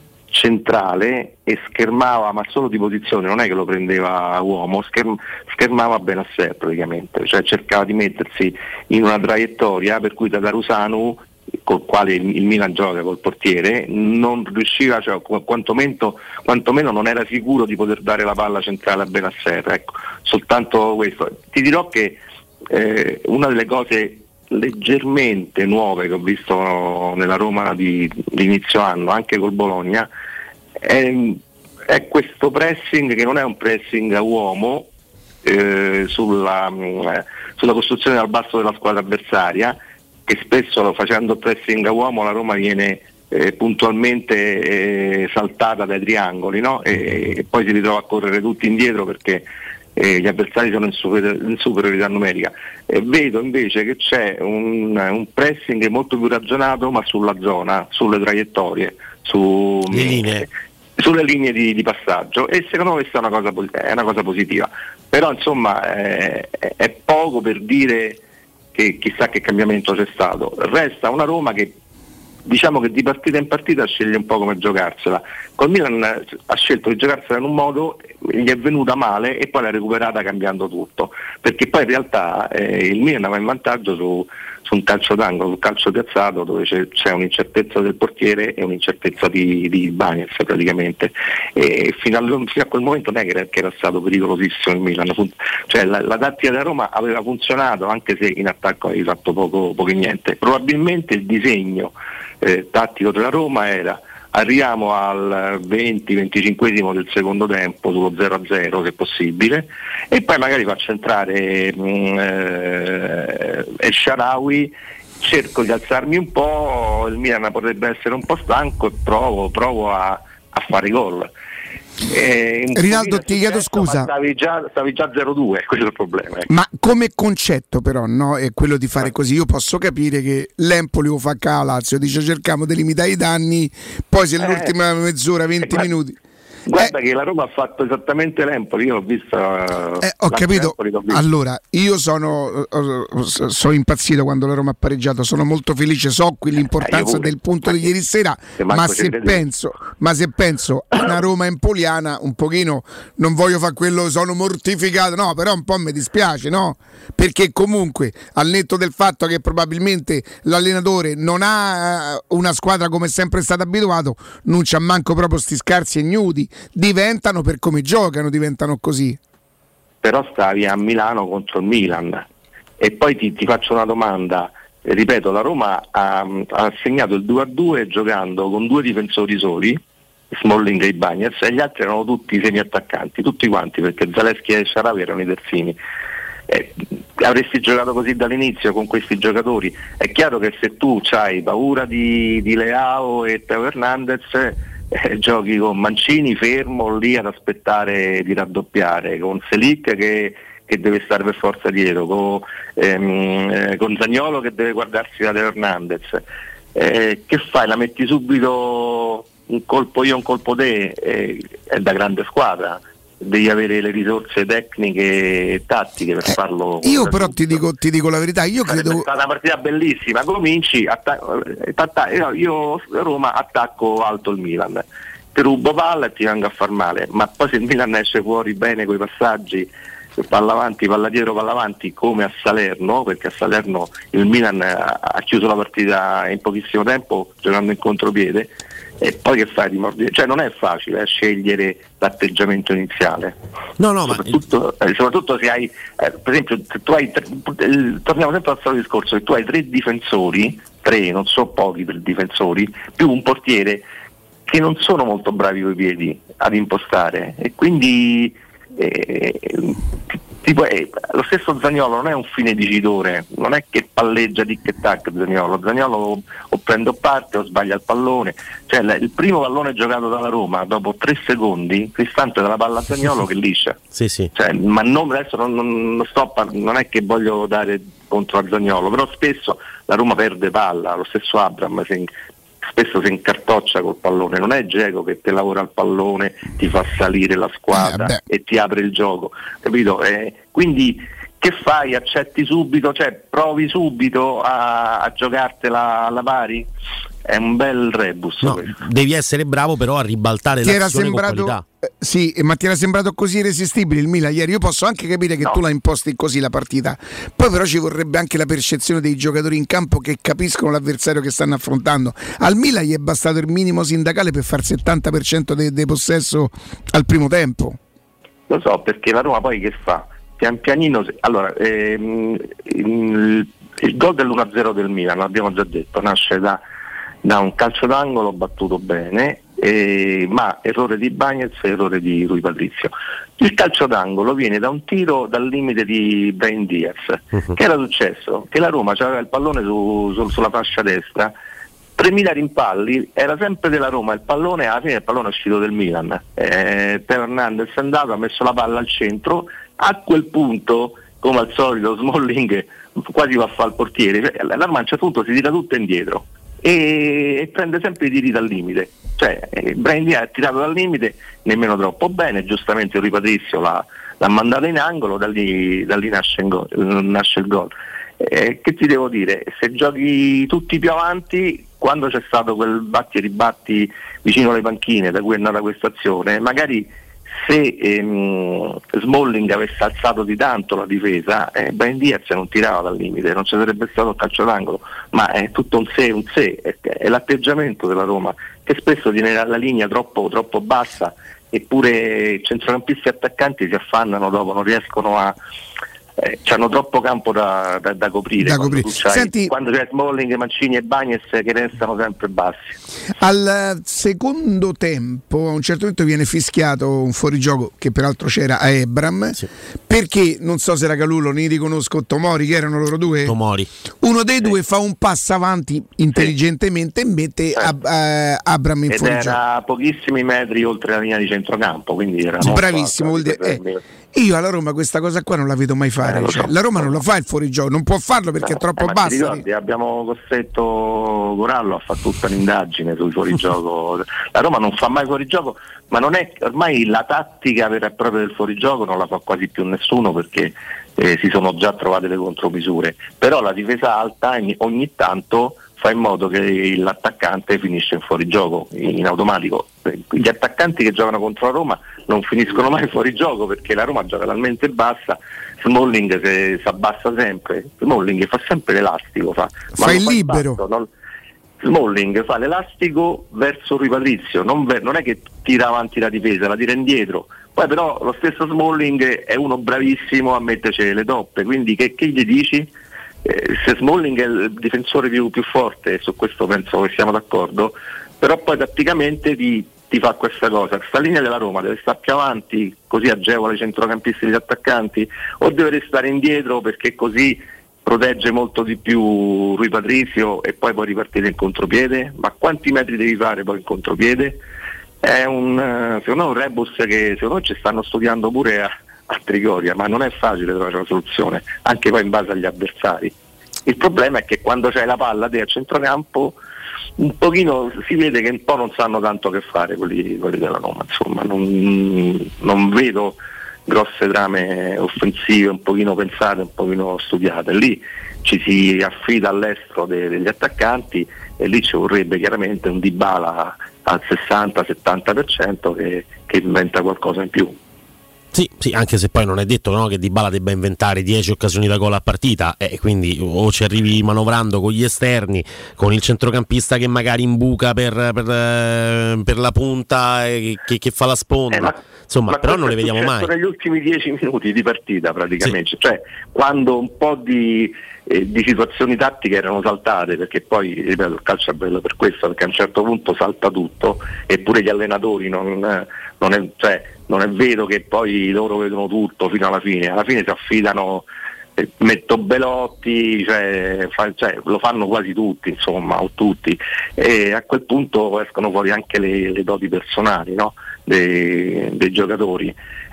centrale e schermava, ma solo di posizione, non è che lo prendeva a uomo, scherm- schermava Benasser praticamente, cioè cercava di mettersi in una traiettoria per cui Tatarusanu, col quale il Milan gioca col portiere, non riusciva, cioè quantomeno, quantomeno non era sicuro di poter dare la palla centrale a Benasser, ecco, soltanto questo. Ti dirò che eh, una delle cose leggermente nuove che ho visto nella Roma di, di inizio anno, anche col Bologna, è, è questo pressing che non è un pressing a uomo eh, sulla, sulla costruzione dal basso della squadra avversaria, che spesso facendo pressing a uomo la Roma viene eh, puntualmente eh, saltata dai triangoli, no? e, e poi si ritrova a correre tutti indietro perché eh, gli avversari sono in, super, in superiorità numerica. E vedo invece che c'è un, un pressing molto più ragionato, ma sulla zona, sulle traiettorie, su, le linee. sulle linee di, di passaggio, e secondo me questa è una cosa, è una cosa positiva, però insomma eh, è poco per dire che chissà che cambiamento c'è stato. Resta una Roma che diciamo che di partita in partita sceglie un po' come giocarsela. Col Milan ha scelto di giocarsela in un modo, gli è venuta male e poi l'ha recuperata cambiando tutto, perché poi in realtà eh, il Milan va in vantaggio su, su un calcio d'angolo, su un calcio piazzato dove c'è, c'è un'incertezza del portiere e un'incertezza di, di Bagnez praticamente, e fino, al, fino a quel momento non è che era, che era stato pericolosissimo il Milan, cioè la, la tattica della Roma aveva funzionato anche se in attacco avevi fatto poco, poco e niente. Probabilmente il disegno eh, tattico della Roma era: arriviamo al venti venticinquesimo del secondo tempo sullo zero a zero se possibile, e poi magari faccio entrare mh, eh, El Shaarawy, cerco di alzarmi un po', il Milan potrebbe essere un po' stanco e provo, provo a, a fare gol. Eh, Rinaldo, ti chiedo scusa, stavi già, stavi già zero due, quello è il problema. Ma come concetto però, no, è quello di fare così. Io posso capire che l'Empoli lo fa a Lazio, dice cerchiamo di limitare i danni, poi se l'ultima eh, mezz'ora, venti minuti. Guarda eh, che la Roma ha fatto esattamente l'Empoli, io l'ho vista. Eh, ho capito. Empoli, allora, io sono sono impazzito quando la Roma ha pareggiato, sono molto felice, so qui l'importanza eh, del punto di ieri sera, ma se penso, ma se penso a una Roma empoliana, un pochino non voglio fare quello, sono mortificato, no, però un po' mi dispiace, no? Perché comunque, al netto del fatto che probabilmente l'allenatore non ha una squadra come è sempre stato abituato, non c'ha manco proprio sti scarsi e ignudi, diventano per come giocano, diventano così. Però stavi a Milano contro il Milan, e poi ti, ti faccio una domanda, ripeto, la Roma ha, ha segnato il due a due giocando con due difensori soli, Smalling e Bagnez, e gli altri erano tutti semi-attaccanti, tutti quanti, perché Zalewski e Shaarawy erano i terzini. Eh, avresti giocato così dall'inizio con questi giocatori? È chiaro che se tu hai paura di, di Leao e Teo Hernandez, eh, giochi con Mancini fermo lì ad aspettare di raddoppiare, con Selic che, che deve stare per forza dietro, con, ehm, eh, con Zaniolo che deve guardarsi da Teo Hernandez. Eh, che fai? La metti subito un colpo io, un colpo te? Eh, è da grande squadra, devi avere le risorse tecniche e tattiche per farlo. Eh, io però ti dico, ti dico la verità, io credo è stata una partita bellissima, cominci atta- atta- io Roma attacco alto il Milan, ti rubo palla e ti vengo a far male, ma poi se il Milan esce fuori bene coi passaggi, palla avanti, palla dietro, palla avanti, come a Salerno, perché a Salerno il Milan ha chiuso la partita in pochissimo tempo giocando in contropiede, e poi che fai di mordire? Cioè non è facile eh, scegliere l'atteggiamento iniziale. No, no, soprattutto, ma... eh, soprattutto se hai, eh, per esempio, se tu hai tre, eh, torniamo sempre al solito discorso, se tu hai tre difensori, tre, non so pochi per difensori, più un portiere che non sono molto bravi coi piedi ad impostare, e quindi eh, tipo, eh, lo stesso Zaniolo non è un fine decidore, non è che palleggia tic e tac. Zaniolo Zaniolo o prende parte o sbaglia il pallone, cioè l- il primo pallone giocato dalla Roma dopo tre secondi, Cristante dalla palla a Zaniolo che liscia. Sì, sì. Cioè, ma non, adesso non, non, non, sto par- non è che voglio dare contro a Zaniolo, però spesso la Roma perde palla, lo stesso Abraham se in- spesso si incartoccia col pallone, non è Dzeko che ti lavora al pallone, ti fa salire la squadra eh, e ti apre il gioco, capito? Eh, quindi che fai? Accetti subito, cioè provi subito a, a giocartela alla pari? È un bel rebus. No, devi essere bravo però a ribaltare ti l'azione era sembrato, con qualità. Eh, sì, ma ti era sembrato così irresistibile il Milan ieri? Io posso anche capire che no. tu la imposti così la partita, poi però ci vorrebbe anche la percezione dei giocatori in campo che capiscono l'avversario che stanno affrontando. Al Milan gli è bastato il minimo sindacale per fare il settanta per cento dei de possesso al primo tempo. Lo so, perché la Roma poi che fa? Pian pianino, allora ehm, il, il gol dell'uno a zero del Milan, l'abbiamo già detto, nasce da, da un calcio d'angolo battuto bene, eh, ma errore di Bagnez e errore di Rui Patrizio. Il calcio d'angolo viene da un tiro dal limite di Brahim Diaz. Uh-huh. Che era successo? Che la Roma aveva il pallone su, su, sulla fascia destra, tremila rimpalli, era sempre della Roma il pallone, alla fine il pallone è uscito del Milan. eh, Teo Hernandez è andato, ha messo la palla al centro. A quel punto, come al solito, Smalling quasi va a fare il portiere, la Roma a un certo punto si tira tutta indietro e, e prende sempre i tiri dal limite, cioè eh, Brahim Diaz ha tirato dal limite nemmeno troppo bene, giustamente Rui Patrizio l'ha, l'ha mandato in angolo, da lì, da lì nasce, il gol, nasce il gol. Eh, che ti devo dire, se giochi tutti più avanti, quando c'è stato quel batti e ribatti vicino alle panchine da cui è nata questa azione, magari se ehm, Smalling avesse alzato di tanto la difesa, eh, Brahim Diaz non tirava dal limite, non ci sarebbe stato il calcio d'angolo, ma è tutto un se, un se, è, è l'atteggiamento della Roma che spesso tiene la linea troppo, troppo bassa, eppure centrocampisti e attaccanti si affannano dopo, non riescono a... Eh, c'hanno troppo campo da, da, da coprire, da quando, coprire. Senti, quando c'è Smalling, Mancini e Bagnez che restano sempre bassi. Al secondo tempo a un certo punto viene fischiato un fuorigioco che peraltro c'era a Ebram, sì. Perché non so se era Calullo, ne riconosco Tomori, che erano loro due. Tomori. Uno dei sì. due fa un passo avanti intelligentemente sì. e mette sì. Ab- uh, Abram in ed fuorigioco. Era pochissimi metri oltre la linea di centrocampo, quindi era sì, bravissimo, vuol dire, eh, io alla Roma questa cosa qua non la vedo mai fare, eh, cioè, so. La Roma non lo fa il fuorigioco, non può farlo perché no, è troppo eh, basso. Ricordi, abbiamo costretto Corallo a fare tutta un'indagine sul fuorigioco. La Roma non fa mai fuorigioco, ma non è ormai la tattica vera e propria del fuorigioco, non la fa quasi più nessuno perché eh, si sono già trovate le contromisure. Però la difesa alta ogni tanto fa in modo che l'attaccante finisce in fuorigioco in automatico. Gli attaccanti che giocano contro la Roma non finiscono mai fuori gioco perché la Roma gioca talmente bassa. Smalling si abbassa sempre, Smalling fa sempre l'elastico, fa, fa il libero. Basso, non... Smalling fa l'elastico verso Rui Patrizio, non, ver- non è che tira avanti la difesa, la tira indietro. Poi però lo stesso Smalling è uno bravissimo a metterci le toppe, quindi che, che gli dici? Eh, se Smalling è il difensore più, più forte, su questo penso che siamo d'accordo, però poi tatticamente ti, ti fa questa cosa, questa linea della Roma deve stare più avanti così agevola i centrocampisti e gli attaccanti, o deve restare indietro perché così protegge molto di più Rui Patrizio e poi puoi ripartire in contropiede? Ma quanti metri devi fare poi in contropiede? È un, secondo me un rebus che secondo me ci stanno studiando pure a a Trigoria, ma non è facile trovare una soluzione, anche poi in base agli avversari. Il problema è che quando c'hai la palla te a centrocampo un pochino si vede che un po' non sanno tanto che fare quelli, quelli della Roma, insomma non, non vedo grosse trame offensive un pochino pensate, un pochino studiate. Lì ci si affida all'estero de, degli attaccanti e lì ci vorrebbe chiaramente un Dybala al sessanta settanta per cento che, che inventa qualcosa in più. Sì, sì, anche se poi non è detto, no, che Dybala debba inventare dieci occasioni da gol a partita, e eh, quindi o ci arrivi manovrando con gli esterni, con il centrocampista che magari imbuca per, per, per la punta e che, che fa la sponda, eh, ma, insomma, ma però non le vediamo mai. Negli ultimi dieci minuti di partita praticamente, sì. Cioè quando un po' di, eh, di situazioni tattiche erano saltate, perché poi, ripeto, il calcio è bello per questo, perché a un certo punto salta tutto, eppure gli allenatori non, non è... Cioè, non è vero che poi loro vedono tutto fino alla fine, alla fine si affidano, eh, metto Belotti, cioè, fa, cioè, lo fanno quasi tutti, insomma, o tutti, e a quel punto escono fuori anche le, le doti personali, no? dei, dei giocatori.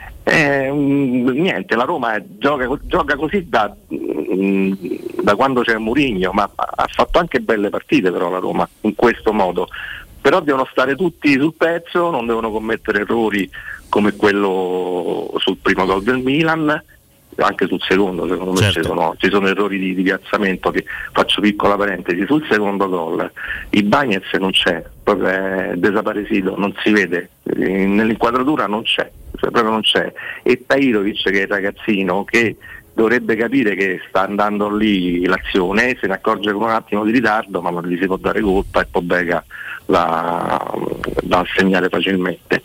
Eh, niente, la Roma gioca, gioca così da, da quando c'è Mourinho, ma ha fatto anche belle partite però la Roma in questo modo. Però devono stare tutti sul pezzo, non devono commettere errori come quello sul primo gol del Milan, anche sul secondo secondo me certo. ci, sono, ci sono errori di, di piazzamento. Che faccio piccola parentesi, sul secondo gol Ibañez non c'è, proprio è desaparecido, non si vede, nell'inquadratura non c'è, cioè proprio non c'è, e Tahirovic, che è il ragazzino che dovrebbe capire che sta andando lì l'azione, se ne accorge con un attimo di ritardo, ma non gli si può dare colpa e Pobega la, la assegnare facilmente.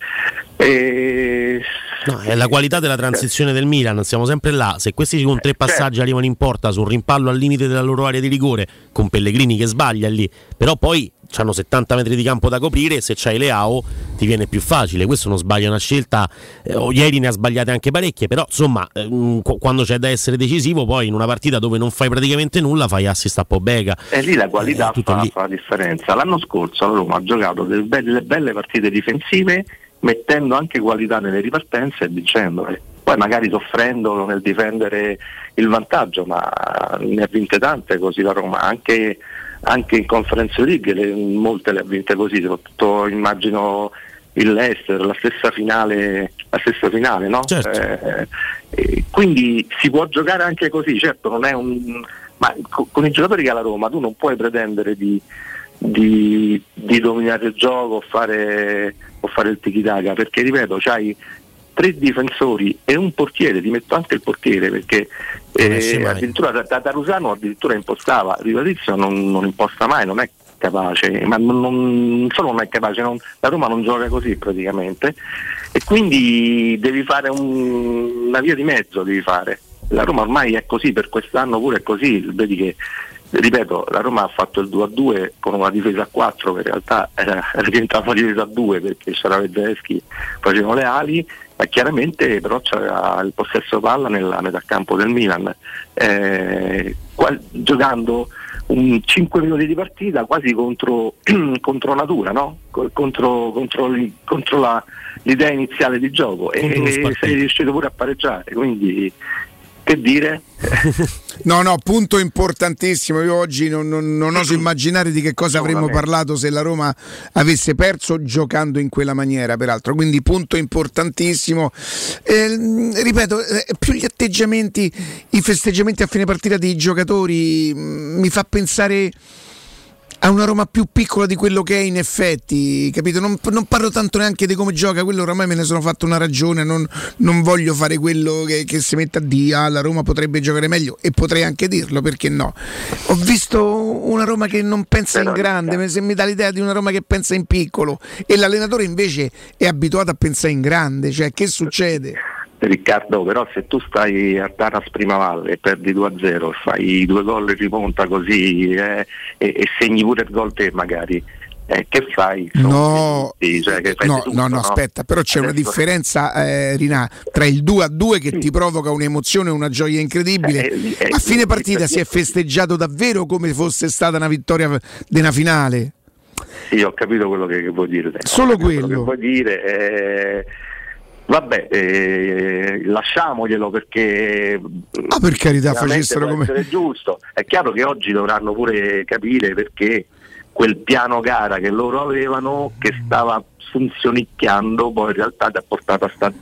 E... No, è la qualità della transizione del Milan, siamo sempre là. Se questi con tre passaggi arrivano in porta su un rimpallo al limite della loro area di rigore, con Pellegrini che sbaglia lì, però poi hanno settanta metri di campo da coprire, se c'hai Leao ti viene più facile. Questo non sbaglia una scelta, eh, ieri ne ha sbagliate anche parecchie, però insomma eh, quando c'è da essere decisivo, poi in una partita dove non fai praticamente nulla fai assist a Pobega, e lì la qualità eh, fa, lì. fa la differenza. L'anno scorso la Roma ha giocato delle belle, delle belle partite difensive, mettendo anche qualità nelle ripartenze e vincendole, poi magari soffrendo nel difendere il vantaggio, ma ne ha vinte tante così la Roma, anche, anche in Conference League le, molte le ha vinte così, soprattutto immagino il Leicester, la stessa finale, la stessa finale, no? Certo. Eh, eh, quindi si può giocare anche così, certo non è un, ma co- con i giocatori che ha la Roma tu non puoi pretendere di Di, di dominare il gioco o fare, o fare il tiki-taka, perché ripeto c'hai tre difensori e un portiere, ti metto anche il portiere perché eh, addirittura da Tarusano addirittura impostava, Rivadizio non, non imposta mai, non è capace, ma non, non solo non è capace, non, la Roma non gioca così praticamente, e quindi devi fare un, una via di mezzo, devi fare. La Roma ormai è così, per quest'anno pure è così, vedi che, ripeto, la Roma ha fatto il due a due con una difesa a quattro che in realtà era, era diventata una difesa a due perché Sharawi e Zalewski facevano le ali, ma chiaramente però c'era il possesso palla nella metà campo del Milan, eh, qua, giocando un cinque minuti di partita quasi contro, contro natura, no? contro, contro, contro la, l'idea iniziale di gioco, e sei riuscito pure a pareggiare, quindi che dire? No, no, punto importantissimo. Io oggi non, non, non oso immaginare di che cosa avremmo parlato se la Roma avesse perso giocando in quella maniera, peraltro. Quindi punto importantissimo. Eh, ripeto, eh, più gli atteggiamenti, i festeggiamenti a fine partita dei giocatori mh, mi fa pensare a una Roma più piccola di quello che è in effetti, capito? Non, non parlo tanto neanche di come gioca, quello oramai me ne sono fatto una ragione, non, non voglio fare quello che, che si mette a dire ah, la Roma potrebbe giocare meglio, e potrei anche dirlo, perché no? Ho visto una Roma che non pensa in grande, se mi dà l'idea di una Roma che pensa in piccolo, e l'allenatore invece è abituato a pensare in grande, cioè che succede? Riccardo, però se tu stai a Taras Primavalle e perdi due a zero, fai due gol e rimonta così eh, e, e segni pure il gol te magari, eh, che fai? No, tutti, cioè, che fai no, tutto, no, no, no, aspetta, però c'è adesso... una differenza, eh, Rina, tra il due a due che sì. ti provoca un'emozione, una gioia incredibile, eh, eh, a fine partita eh, si è festeggiato davvero come fosse stata una vittoria di una finale. Sì, ho capito quello che, che vuoi dire. Solo quello. quello che vuoi dire. Eh... Vabbè, eh, lasciamoglielo perché ah, per carità facessero come essere giusto. È chiaro che oggi dovranno pure capire perché quel piano gara che loro avevano, che stava funzionicchiando, poi in realtà ti ha portato a, sta,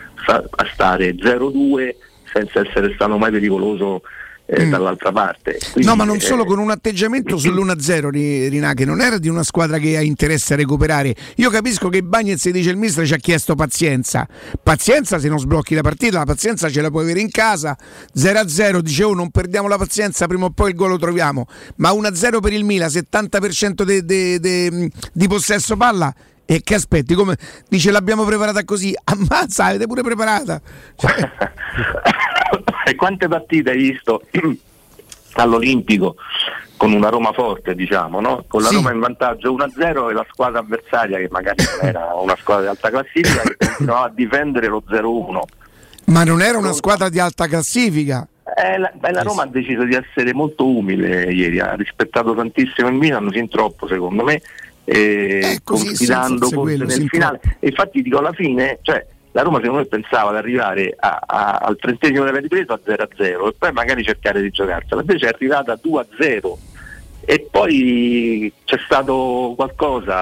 a stare zero due senza essere stato mai pericoloso eh, mm. dall'altra parte. Quindi, no, ma non eh, solo, con un atteggiamento sull'uno a zero, Rinà, che non era di una squadra che ha interesse a recuperare. Io capisco che Bagnez, dice il mister, ci ha chiesto pazienza. Pazienza se non sblocchi la partita, la pazienza ce la puoi avere in casa. zero a zero, dice oh, non perdiamo la pazienza, prima o poi il gol lo troviamo. Ma uno a zero per il Milan, settanta per cento de, de, de, di possesso palla. E che aspetti? Come dice, l'abbiamo preparata così? Ammazza, avete pure preparata. Cioè... E quante partite hai visto all'Olimpico con una Roma forte, diciamo, no? Con la sì. Roma in vantaggio uno a zero e la squadra avversaria, che magari non era una squadra di alta classifica, che continuava a difendere lo zero uno. Ma non era una squadra di alta classifica? Eh, la, beh, la Roma ha deciso di essere molto umile ieri, ha rispettato tantissimo il Milan, fin troppo secondo me, e eh, così, confidando sì, quello, nel finale. E infatti dico, alla fine, cioè, la Roma secondo me pensava di arrivare a, a, al trentesimo della ripresa a zero a zero e poi magari cercare di giocarsela, invece è arrivata a due a zero e poi c'è stato qualcosa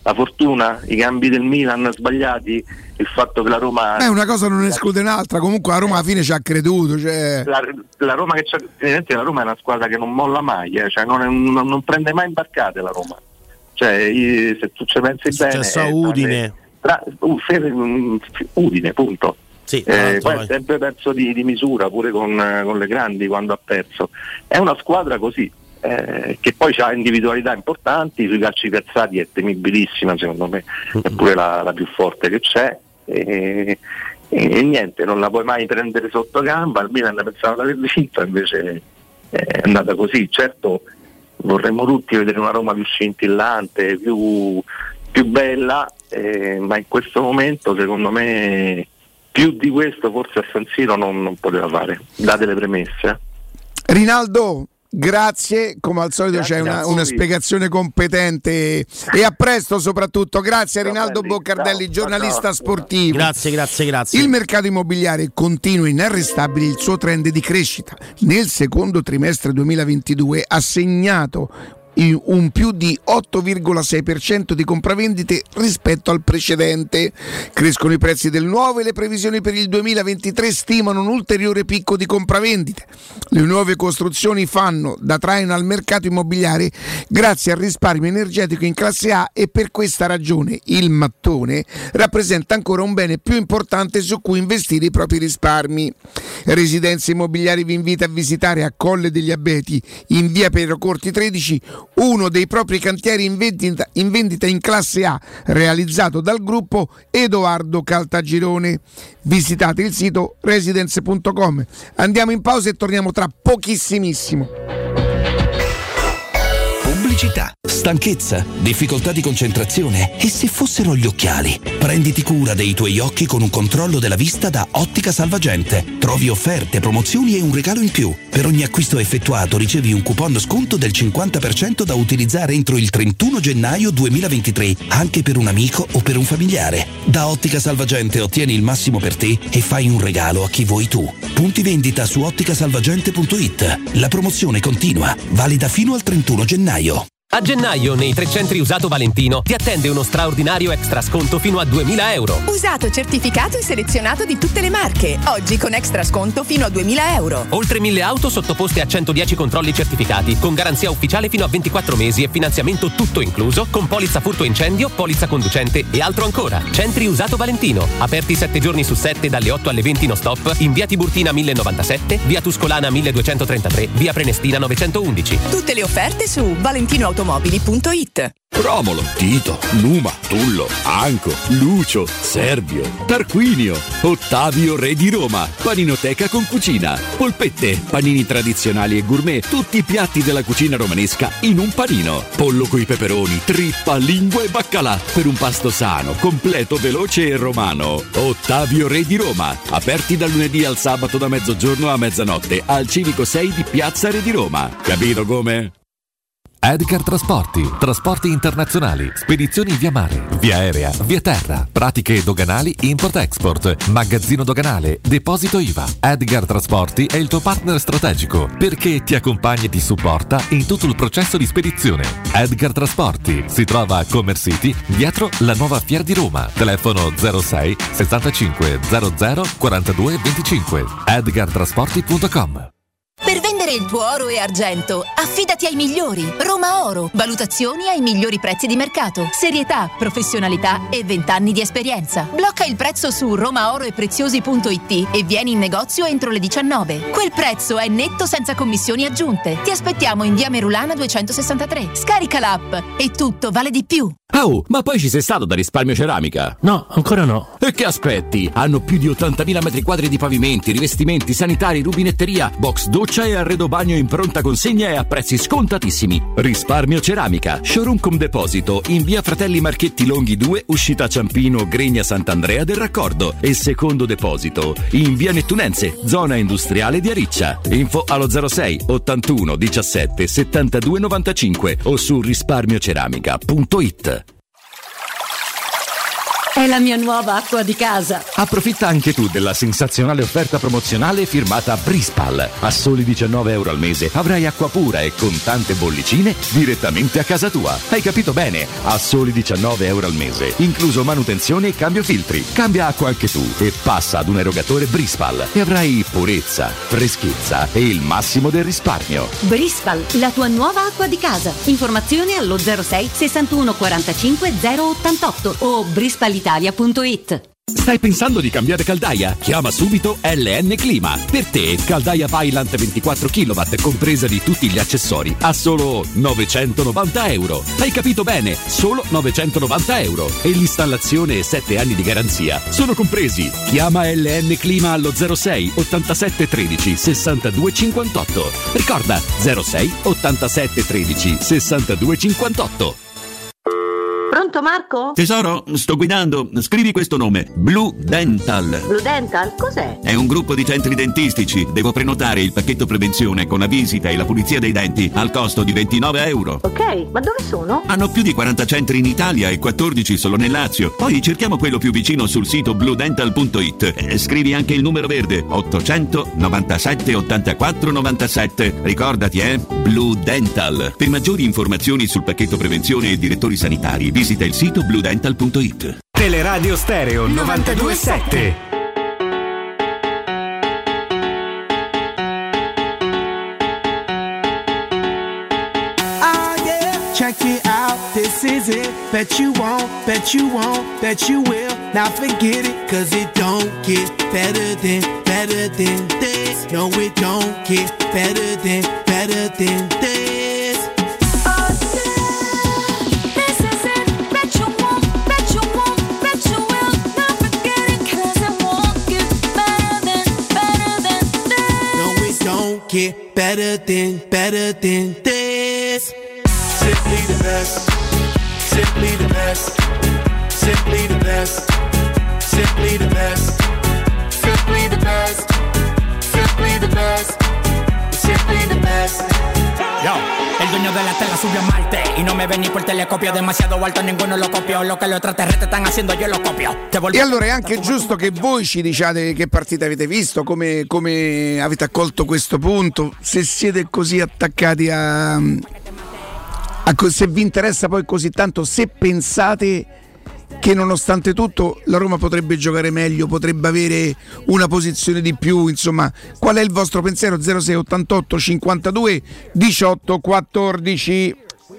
la fortuna, i cambi del Milan sbagliati, il fatto che la Roma... Eh, una cosa non esclude un'altra, comunque la Roma alla fine ci ha creduto. Cioè... La, la Roma che c'ha, la Roma è una squadra che non molla mai, eh, cioè non, è, non, non prende mai imbarcate la Roma. Cioè, se tu ci pensi bene... È successo a Udine. Tra, uh, Udine, punto. Sì, eh, poi ha sempre perso di, di misura, pure con, con le grandi quando ha perso. È una squadra così. Eh, che poi ha individualità importanti, sui calci piazzati è temibilissima, secondo me è pure la, la più forte che c'è, e, e, e niente, non la puoi mai prendere sotto gamba. Il Milan pensava di aver vinto, invece è andata così. Certo, vorremmo tutti vedere una Roma più scintillante, più, più bella, eh, ma in questo momento secondo me più di questo forse a San Siro non, non poteva fare, date le premesse. Rinaldo, grazie, come al solito grazie, c'è una, una spiegazione competente e a presto soprattutto. Grazie a Rinaldo Boccardelli, giornalista sportivo. Grazie, grazie, grazie. Il mercato immobiliare continua inarrestabile il suo trend di crescita. Nel secondo trimestre duemilaventidue ha segnato un più di otto virgola sei per cento di compravendite rispetto al precedente. Crescono i prezzi del nuovo e le previsioni per il duemilaventitré stimano un ulteriore picco di compravendite. Le nuove costruzioni fanno da traino al mercato immobiliare grazie al risparmio energetico in classe A, e per questa ragione il mattone rappresenta ancora un bene più importante su cui investire i propri risparmi. Residenze Immobiliari vi invita a visitare a Colle degli Abeti, in via Piero Corti tredici, uno dei propri cantieri in vendita, in vendita in classe A, realizzato dal gruppo Edoardo Caltagirone. Visitate il sito residence punto com. Andiamo in pausa e torniamo tra pochissimissimo. Pubblicità, stanchezza, difficoltà di concentrazione? E se fossero gli occhiali? Prenditi cura dei tuoi occhi con un controllo della vista da Ottica Salvagente. Trovi offerte, promozioni e un regalo in più. Per ogni acquisto effettuato ricevi un coupon sconto del cinquanta per cento da utilizzare entro il trentuno gennaio duemilaventitré, anche per un amico o per un familiare. Da Ottica Salvagente ottieni il massimo per te e fai un regalo a chi vuoi tu. Punti vendita su ottica salvagente punto it. La promozione continua, valida fino al trentuno gennaio. A gennaio nei tre centri usato Valentino ti attende uno straordinario extra sconto fino a duemila euro. Usato certificato e selezionato di tutte le marche. Oggi con extra sconto fino a duemila euro. Oltre mille auto sottoposte a centodieci controlli certificati, con garanzia ufficiale fino a ventiquattro mesi e finanziamento tutto incluso, con polizza furto incendio, polizza conducente e altro ancora. Centri usato Valentino, aperti sette giorni su sette dalle otto alle venti no stop, in via Tiburtina mille novantasette, via Tuscolana milleduecentotrentatré, via Prenestina novecentoundici. Tutte le offerte su valentino automobili punto it. Romolo, Tito, Numa, Tullo, Anco, Lucio, Servio, Tarquinio, Ottavio Re di Roma, Paninoteca con cucina, polpette, panini tradizionali e gourmet, tutti i piatti della cucina romanesca in un panino, pollo coi peperoni, trippa, lingua e baccalà, per un pasto sano, completo, veloce e romano. Ottavio Re di Roma, aperti dal lunedì al sabato da mezzogiorno a mezzanotte al Civico sei di Piazza Re di Roma. Capito come? Edgar Trasporti, trasporti internazionali, spedizioni via mare, via aerea, via terra, pratiche doganali import-export, magazzino doganale, deposito I V A. Edgar Trasporti è il tuo partner strategico perché ti accompagna e ti supporta in tutto il processo di spedizione. Edgar Trasporti si trova a Commerce City, dietro la nuova Fiera di Roma. Telefono zero sei sessantacinque zero zero quarantadue venticinque. edgar trasporti punto com. Per vendere il tuo oro e argento, affidati ai migliori. Roma Oro. Valutazioni ai migliori prezzi di mercato. Serietà, professionalità e vent'anni di esperienza. Blocca il prezzo su romaoroepreziosi punto it e vieni in negozio entro le diciannove. Quel prezzo è netto senza commissioni aggiunte. Ti aspettiamo in via Merulana duecentosessantatré. Scarica l'app e tutto vale di più. Oh, ma poi ci sei stato da Risparmio Ceramica? No, ancora no. E che aspetti? Hanno più di ottantamila metri quadri di pavimenti, rivestimenti, sanitari, rubinetteria, box doccia e arredo bagno in pronta consegna e a prezzi scontatissimi. Risparmio Ceramica, showroom con deposito in via Fratelli Marchetti Longhi due, uscita Ciampino, Gregna Sant'Andrea del Raccordo, e secondo deposito in via Nettunense, zona industriale di Ariccia. Info allo zero sei ottantuno diciassette settantadue novantacinque o su risparmioceramica punto it. È la mia nuova acqua di casa. Approfitta anche tu della sensazionale offerta promozionale firmata Brispal. A soli diciannove euro al mese avrai acqua pura e con tante bollicine direttamente a casa tua. Hai capito bene? A soli diciannove euro al mese, incluso manutenzione e cambio filtri. Cambia acqua anche tu e passa ad un erogatore Brispal e avrai purezza, freschezza e il massimo del risparmio. Brispal, la tua nuova acqua di casa. Informazioni allo zero sei sessantuno quarantacinque zero ottantotto o brispal italia punto it. Stai pensando di cambiare caldaia? Chiama subito L N Clima. Per te, caldaia Vaillant ventiquattro chilowatt compresa di tutti gli accessori a solo novecentonovanta euro. Hai capito bene? Solo novecentonovanta euro. E l'installazione e sette anni di garanzia sono compresi. Chiama L N Clima allo zero sei ottantasette tredici sessantadue cinquantotto. Ricorda zero sei ottantasette tredici sessantadue cinquantotto. Pronto Marco? Tesoro, sto guidando. Scrivi questo nome: Blue Dental. Blue Dental, cos'è? È un gruppo di centri dentistici. Devo prenotare il pacchetto prevenzione con la visita e la pulizia dei denti al costo di ventinove euro. Ok, ma dove sono? Hanno più di quaranta centri in Italia e quattordici solo nel Lazio. Poi cerchiamo quello più vicino sul sito blue dental punto it. Eh, scrivi anche il numero verde: ottocento novantasette ottantaquattro novantasette. Ricordati, eh? Blue Dental. Per maggiori informazioni sul pacchetto prevenzione e direttori sanitari, visita il sito blue dental punto it. Teleradio Stereo novantadue sette. Check it out, this is it. Bet you won't, bet you won't, bet you will. Now forget it, cause it don't get better than, better than this. No, it don't get better than, better than this. Oh, yeah. This is it. Bet you won't, bet you won't, bet you will. Now forget it, cause it won't get better than, better than this. No, it don't get better than, better than this. Simply the best, simply the best, simply the best, simply the best, simply the best, simply the best, simply the best. Yo, el dueño de la tela subió a Marte y no me ven ni por telescopio, demasiado alto, ninguno lo copió, lo che los extraterrestres están haciendo io lo copio. E allora è anche giusto che voi ci diciate che partita avete visto, come, come avete accolto questo punto, se siete così attaccati a... se vi interessa poi così tanto, se pensate che nonostante tutto la Roma potrebbe giocare meglio, potrebbe avere una posizione di più, insomma, qual è il vostro pensiero? zero sei ottantotto cinquantadue diciotto quattordici.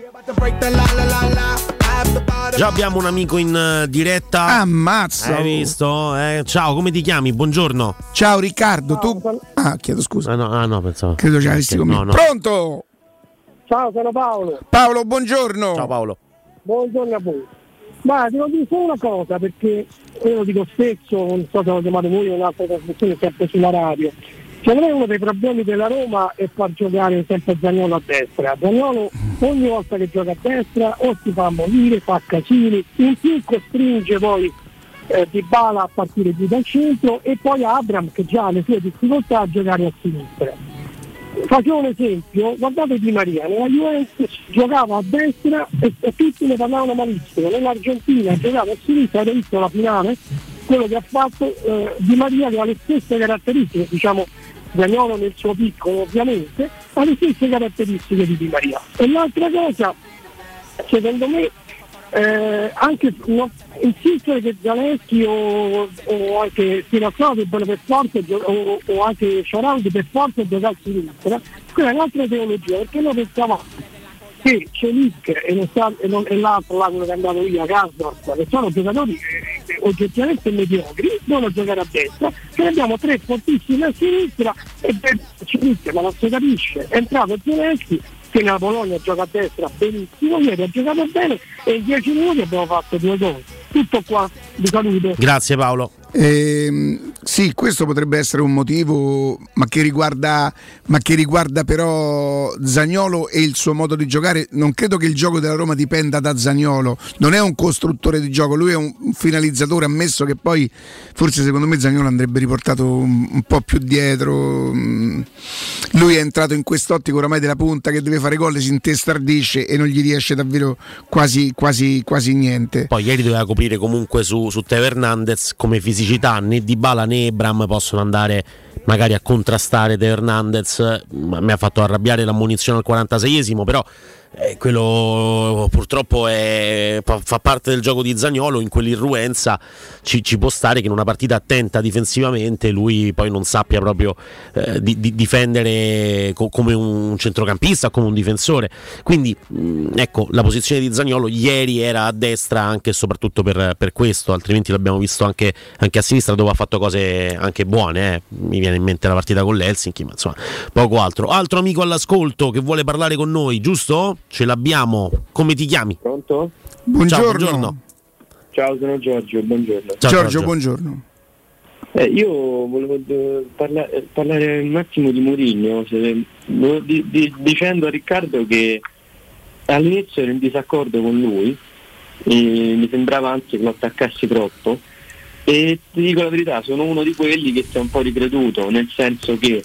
Già abbiamo un amico in diretta. Ammazza! Hai visto? Eh, ciao, come ti chiami? Buongiorno. Ciao Riccardo, tu... Ah, chiedo scusa. Ah no, ah, no pensavo. Credo ci avessi con me. No, no. Pronto? Ciao, sono Paolo. Paolo, buongiorno. Ciao Paolo. Buongiorno a voi. Ma devo dire solo una cosa, perché io lo dico spesso, non so se lo chiamate voi o un'altra trasmissione sempre sulla radio. Secondo me uno dei problemi della Roma è far giocare sempre Zaniolo a destra. Zaniolo ogni volta che gioca a destra o si fa morire, fa casini, in più costringe poi eh, Dybala a partire più dal centro e poi Abraham, che già ha le sue difficoltà, a giocare a sinistra. Faccio un esempio, guardate Di Maria, nella Juventus giocava a destra e, e tutti ne parlavano malissimo, nell'Argentina giocava a sinistra, avete visto la finale, quello che ha fatto eh, Di Maria, che ha le stesse caratteristiche, diciamo Zaniolo nel suo piccolo ovviamente, ha le stesse caratteristiche di Di Maria. E l'altra cosa, secondo me, eh, anche no, insistere che Zaleschi o, o anche Spinazzola debbano per forza o, o anche Sciaraldi per forza giocare a sinistra, quella è un'altra teologia, perché noi pensavamo che Celic e, non sta, e, non, e l'altro là, quello che è andato via, Gasdorp, che sono giocatori eh, oggettivamente mediocri, devono giocare a destra, che ne abbiamo tre fortissimi a sinistra e Celic, ma non si capisce, è entrato Zaleschi che nella Bologna gioca a destra benissimo, ieri ha giocato bene e in dieci minuti abbiamo fatto due gol. Tutto qua, di salute. Grazie Paolo. Eh, sì, questo potrebbe essere un motivo, ma che riguarda, ma che riguarda però Zaniolo e il suo modo di giocare. Non credo che il gioco della Roma dipenda da Zaniolo, non è un costruttore di gioco, lui è un finalizzatore, ammesso che poi forse secondo me Zaniolo andrebbe riportato un, un po' più dietro. Lui è entrato in quest'ottica oramai della punta che deve fare gol, si intestardisce e non gli riesce davvero quasi, quasi, quasi niente. Poi ieri doveva coprire comunque su, su Teo Hernandez come fisicità, né Dybala né Ebram possono andare magari a contrastare Teo Hernandez. Mi ha fatto arrabbiare l'ammonizione al quarantaseiesimo, però eh, quello purtroppo è, fa parte del gioco di Zaniolo. In quell'irruenza ci, ci può stare che in una partita attenta difensivamente lui poi non sappia proprio eh, di, di difendere co- come un centrocampista, come un difensore. Quindi mh, ecco, la posizione di Zaniolo ieri era a destra anche e soprattutto per, per questo, altrimenti l'abbiamo visto anche, anche a sinistra, dove ha fatto cose anche buone, eh. Mi viene in mente la partita con l'Helsinki, ma insomma poco altro. Altro amico all'ascolto che vuole parlare con noi, giusto? Ce l'abbiamo. Come ti chiami? Pronto? Buongiorno. Ciao, buongiorno. Ciao, sono Giorgio, buongiorno. Ciao, Giorgio, Giorgio, buongiorno. Eh, io volevo d- parla- parlare un attimo di Mourinho, se, di, di, dicendo a Riccardo che all'inizio ero in disaccordo con lui, e mi sembrava anzi che lo attaccassi troppo, e ti dico la verità, sono uno di quelli che si è un po' ricreduto, nel senso che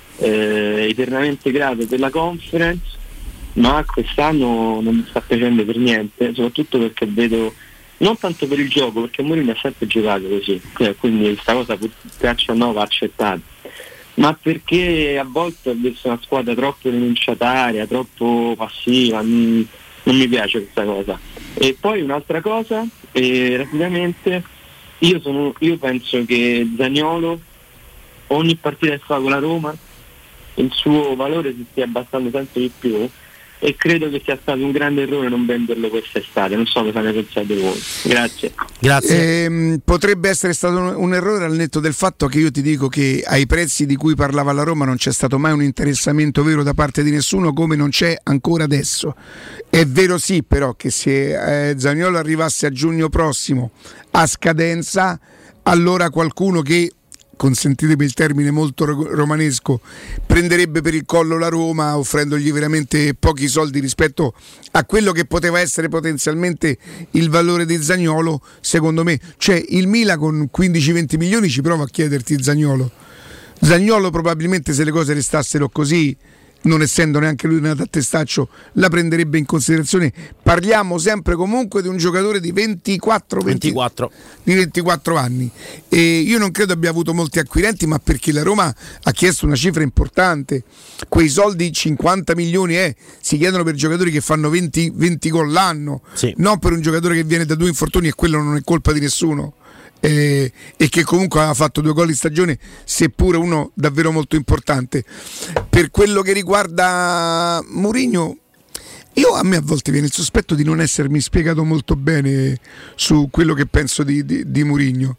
eh, eternamente grato per la Conference, ma quest'anno non mi sta piacendo per niente, soprattutto perché vedo, non tanto per il gioco, perché Mourinho ha sempre giocato così, cioè, quindi questa cosa piaccia o no va accettata, ma perché a volte ho visto una squadra troppo rinunciataria, troppo passiva, non, non mi piace questa cosa. E poi un'altra cosa, eh, rapidamente, io, sono, io penso che Zaniolo ogni partita che fa con la Roma il suo valore si stia abbassando sempre di più, e credo che sia stato un grande errore non venderlo quest'estate. Non so cosa ne pensate voi. Grazie. Grazie. Eh, potrebbe essere stato un, un errore, al netto del fatto che io ti dico che ai prezzi di cui parlava la Roma non c'è stato mai un interessamento vero da parte di nessuno, come non c'è ancora adesso. È vero sì però che se eh, Zaniolo arrivasse a giugno prossimo a scadenza, allora qualcuno che, consentitemi il termine molto romanesco, prenderebbe per il collo la Roma offrendogli veramente pochi soldi rispetto a quello che poteva essere potenzialmente il valore di Zaniolo. Secondo me, cioè, il Milan con quindici venti milioni ci prova a chiederti Zaniolo. Zaniolo probabilmente, se le cose restassero così, non essendo neanche lui nato a testaccio, la prenderebbe in considerazione. Parliamo sempre comunque di un giocatore di ventiquattro, venti, ventiquattro. Di ventiquattro anni, e io non credo abbia avuto molti acquirenti, ma perché la Roma ha chiesto una cifra importante. Quei soldi, cinquanta milioni, eh, si chiedono per giocatori che fanno venti, venti gol l'anno, sì. Non per un giocatore che viene da due infortuni, e quello non è colpa di nessuno. Eh, e che comunque ha fatto due gol in stagione, seppure uno davvero molto importante. Per quello che riguarda Mourinho, io a me a volte viene il sospetto di non essermi spiegato molto bene su quello che penso di, di, di Mourinho.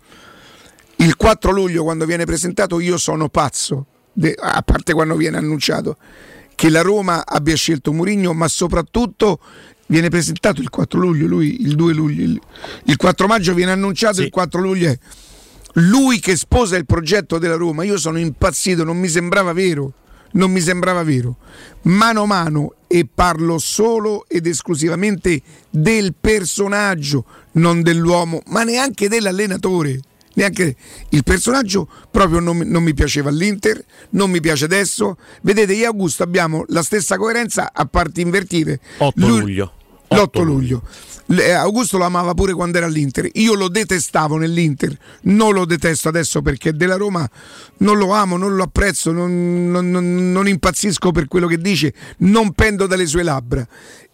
Il quattro luglio, quando viene presentato, io sono pazzo, de, a parte quando viene annunciato che la Roma abbia scelto Mourinho, ma soprattutto viene presentato il quattro luglio, lui il due luglio, il, il quattro maggio viene annunciato, sì. Il quattro luglio è lui che sposa il progetto della Roma. Io sono impazzito, non mi sembrava vero, non mi sembrava vero. Mano a mano, e parlo solo ed esclusivamente del personaggio, non dell'uomo, ma neanche dell'allenatore. Neanche il personaggio proprio non, non mi piaceva all'Inter, non mi piace adesso. Vedete, io e Augusto abbiamo la stessa coerenza a parti invertite. otto luglio. L'otto luglio. Augusto lo amava pure quando era all'Inter, io lo detestavo nell'Inter, non lo detesto adesso perché della Roma non lo amo, non lo apprezzo, non, non, non, non impazzisco per quello che dice, non pendo dalle sue labbra,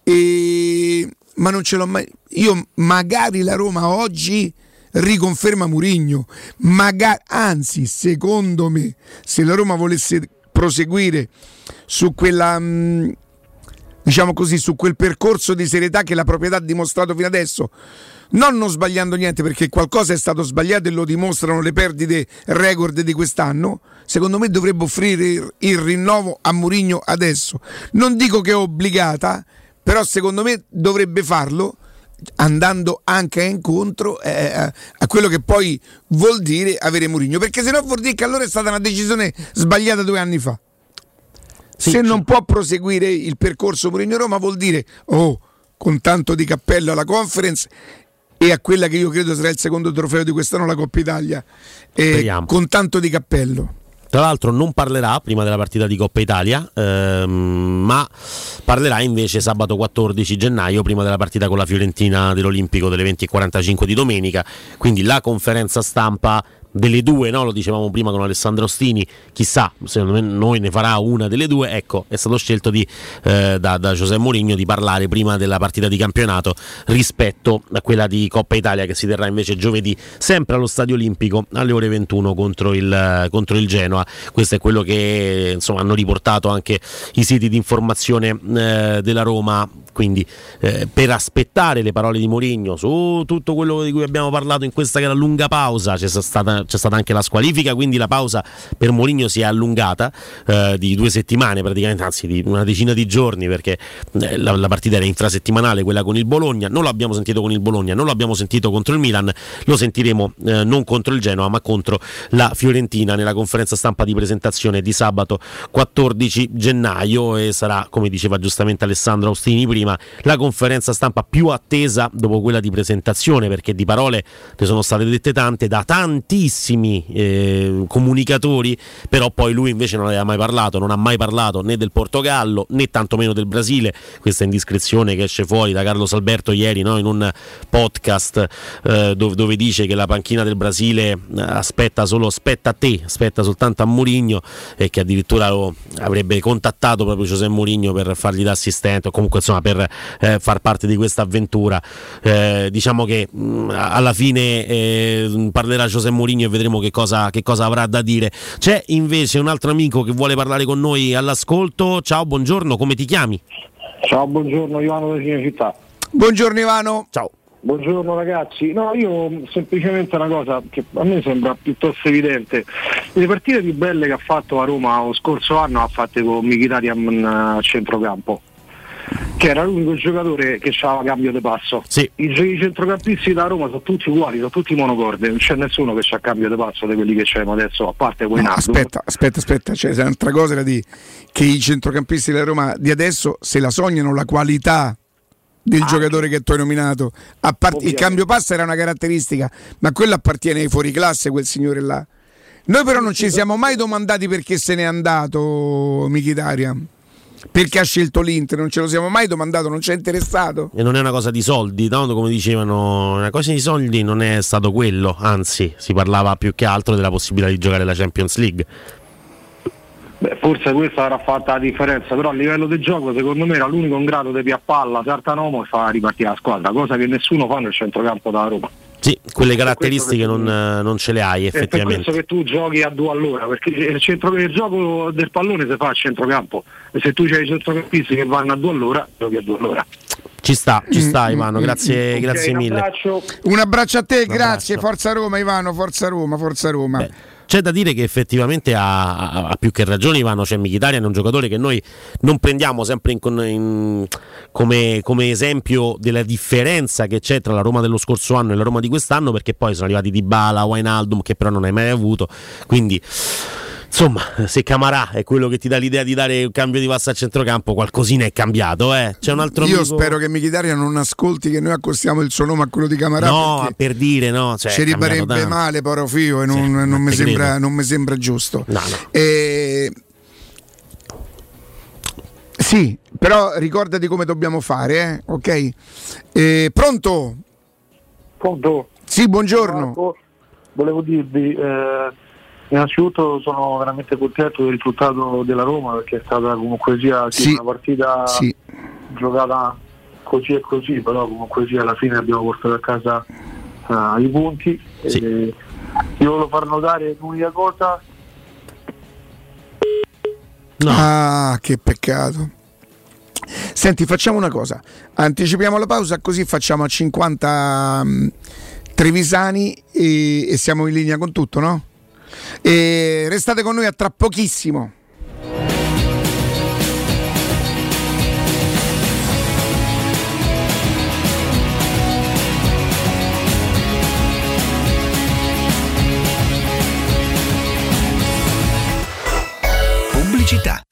e... ma non ce l'ho mai. Io magari la Roma oggi riconferma Mourinho, magari, anzi secondo me, se la Roma volesse proseguire su quella mh, diciamo così, su quel percorso di serietà che la proprietà ha dimostrato fino adesso, non non sbagliando niente, perché qualcosa è stato sbagliato e lo dimostrano le perdite record di quest'anno, secondo me dovrebbe offrire il rinnovo a Mourinho adesso. Non dico che è obbligata, però secondo me dovrebbe farlo, andando anche incontro eh, a, a quello che poi vuol dire avere Mourinho, perché se no vuol dire che allora è stata una decisione sbagliata due anni fa. Sì, se non può proseguire il percorso Mourinho-Roma vuol dire oh, con tanto di cappello alla Conference e a quella che io credo sarà il secondo trofeo di quest'anno, la Coppa Italia, eh, con tanto di cappello. Tra l'altro non parlerà prima della partita di Coppa Italia, ehm, ma parlerà invece sabato quattordici gennaio prima della partita con la Fiorentina dell'Olimpico delle venti e quarantacinque di domenica, quindi la conferenza stampa delle due, no? Lo dicevamo prima con Alessandro Ostini, chissà, secondo me noi ne farà una delle due. Ecco, è stato scelto di, eh, da, da José Mourinho di parlare prima della partita di campionato rispetto a quella di Coppa Italia che si terrà invece giovedì sempre allo Stadio Olimpico alle ore ventuno contro il, contro il Genoa. Questo è quello che insomma hanno riportato anche i siti di informazione eh, della Roma, quindi eh, per aspettare le parole di Mourinho su tutto quello di cui abbiamo parlato in questa che era lunga pausa, c'è stata c'è stata anche la squalifica, quindi la pausa per Mourinho si è allungata eh, di due settimane praticamente, anzi di una decina di giorni, perché eh, la, la partita era infrasettimanale, quella con il Bologna. Non l'abbiamo sentito con il Bologna, non l'abbiamo sentito contro il Milan, lo sentiremo eh, non contro il Genoa ma contro la Fiorentina nella conferenza stampa di presentazione di sabato quattordici gennaio, e sarà, come diceva giustamente Alessandro Austini prima, la conferenza stampa più attesa dopo quella di presentazione, perché di parole ne sono state dette tante da tantissimi Eh, comunicatori, però poi lui invece non aveva mai parlato, non ha mai parlato né del Portogallo né tantomeno del Brasile. Questa indiscrezione che esce fuori da Carlos Alberto ieri, no? In un podcast eh, dove, dove dice che la panchina del Brasile aspetta solo aspetta a te, aspetta soltanto a Mourinho, e che addirittura lo avrebbe contattato proprio José Mourinho per fargli da assistente o comunque insomma per eh, far parte di questa avventura. Eh, diciamo che mh, alla fine eh, parlerà José Mourinho e vedremo che cosa, che cosa avrà da dire. C'è invece un altro amico che vuole parlare con noi all'ascolto. Ciao, buongiorno, come ti chiami? Ciao, buongiorno, Ivano da Cinecittà. Buongiorno Ivano. Ciao. Buongiorno ragazzi. No, io semplicemente una cosa che a me sembra piuttosto evidente: le partite più belle che ha fatto a Roma lo scorso anno ha fatte con Mkhitaryan a centrocampo, che era l'unico giocatore che aveva cambio di passo. Sì. I, i centrocampisti da Roma sono tutti uguali, sono tutti monocorde, non c'è nessuno che ha cambio di passo di quelli che c'erano adesso, a parte quei no, aspetta, aspetta, aspetta, c'è un'altra cosa da dire, che i centrocampisti della Roma di adesso se la sognano la qualità del ah, giocatore che tu hai nominato. A part- il cambio passo era una caratteristica, ma quello appartiene ai fuoriclasse, quel signore là. Noi però non ci siamo mai domandati perché se n'è andato Mkhitaryan, perché ha scelto l'Inter, non ce lo siamo mai domandato, non ci è interessato. E non è una cosa di soldi, no? Come dicevano, una cosa di soldi non è stato quello, anzi si parlava più che altro della possibilità di giocare la Champions League. Beh, forse questa avrà fatta la differenza, però a livello del gioco secondo me era l'unico in grado di piappalla, Sartanomo e fa ripartire la squadra, cosa che nessuno fa nel centrocampo da Roma. Sì, quelle caratteristiche non, non ce le hai effettivamente. È per questo che tu giochi a due all'ora, perché il, centro, il gioco del pallone si fa a centrocampo, e se tu c'hai i centrocampisti che vanno a due all'ora, giochi a due all'ora. Ci sta, ci sta Ivano, grazie, okay, grazie mille. Un abbraccio. Un abbraccio a te, un grazie, abbraccio. Forza Roma Ivano, forza Roma, forza Roma. Beh. C'è da dire che effettivamente ha, ha, ha più che ragione Ivano, cioè Mkhitaryan è un giocatore che noi non prendiamo sempre in, in, come, come esempio della differenza che c'è tra la Roma dello scorso anno e la Roma di quest'anno, perché poi sono arrivati Dybala, Wijnaldum, che però non hai mai avuto, quindi insomma se Camarà è quello che ti dà l'idea di dare un cambio di passo a centrocampo, qualcosina è cambiato, eh. C'è un altro io amico... spero che Mkhitaryan non ascolti che noi accostiamo il suo nome a quello di Camarà, no, per dire, no, cioè, ci riparebbe male poro figlio, e non, sì, non, mi sembra, non mi sembra giusto, no, no. E... sì, però ricordati come dobbiamo fare, eh? Ok? E... pronto? Pronto? Sì, buongiorno. Marco, volevo dirvi eh... innanzitutto sono veramente contento del risultato della Roma, perché è stata comunque sia sì, una partita sì. giocata così e così, però comunque sia alla fine abbiamo portato a casa uh, i punti. Sì. E io volevo far notare l'unica cosa. No. Ah, che peccato. Senti, facciamo una cosa, anticipiamo la pausa così facciamo a cinquanta um, Trevisani e, e siamo in linea con tutto, no? E restate con noi a tra pochissimo.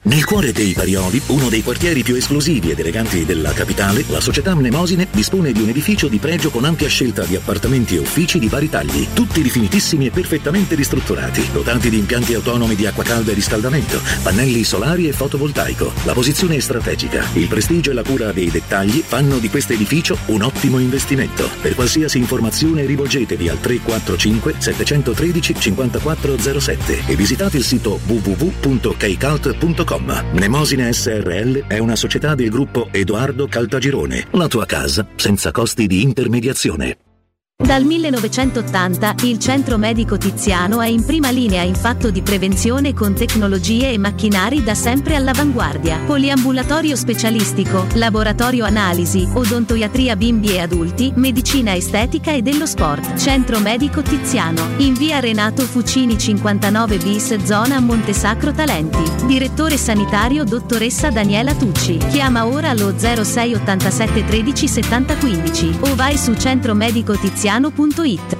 Nel cuore dei Parioli, uno dei quartieri più esclusivi ed eleganti della capitale, la società Mnemosine dispone di un edificio di pregio con ampia scelta di appartamenti e uffici di vari tagli, tutti rifinitissimi e perfettamente ristrutturati, dotati di impianti autonomi di acqua calda e riscaldamento, pannelli solari e fotovoltaico. La posizione è strategica, il prestigio e la cura dei dettagli fanno di questo edificio un ottimo investimento. Per qualsiasi informazione rivolgetevi al tre quattro cinque sette uno tre cinque zero sette e visitate il sito w w w punto keycult punto com. Mnemosine S R L è una società del gruppo Edoardo Caltagirone. La tua casa senza costi di intermediazione. Dal millenovecentottanta il Centro Medico Tiziano è in prima linea in fatto di prevenzione con tecnologie e macchinari da sempre all'avanguardia. Poliambulatorio specialistico, laboratorio analisi, odontoiatria bimbi e adulti, medicina estetica e dello sport. Centro Medico Tiziano, in via Renato Fucini cinquantanove bis, zona Montesacro Talenti. Direttore sanitario dottoressa Daniela Tucci. Chiama ora allo zero sei ottantasette tredici settanta quindici o vai su centromedico tiziano punto it.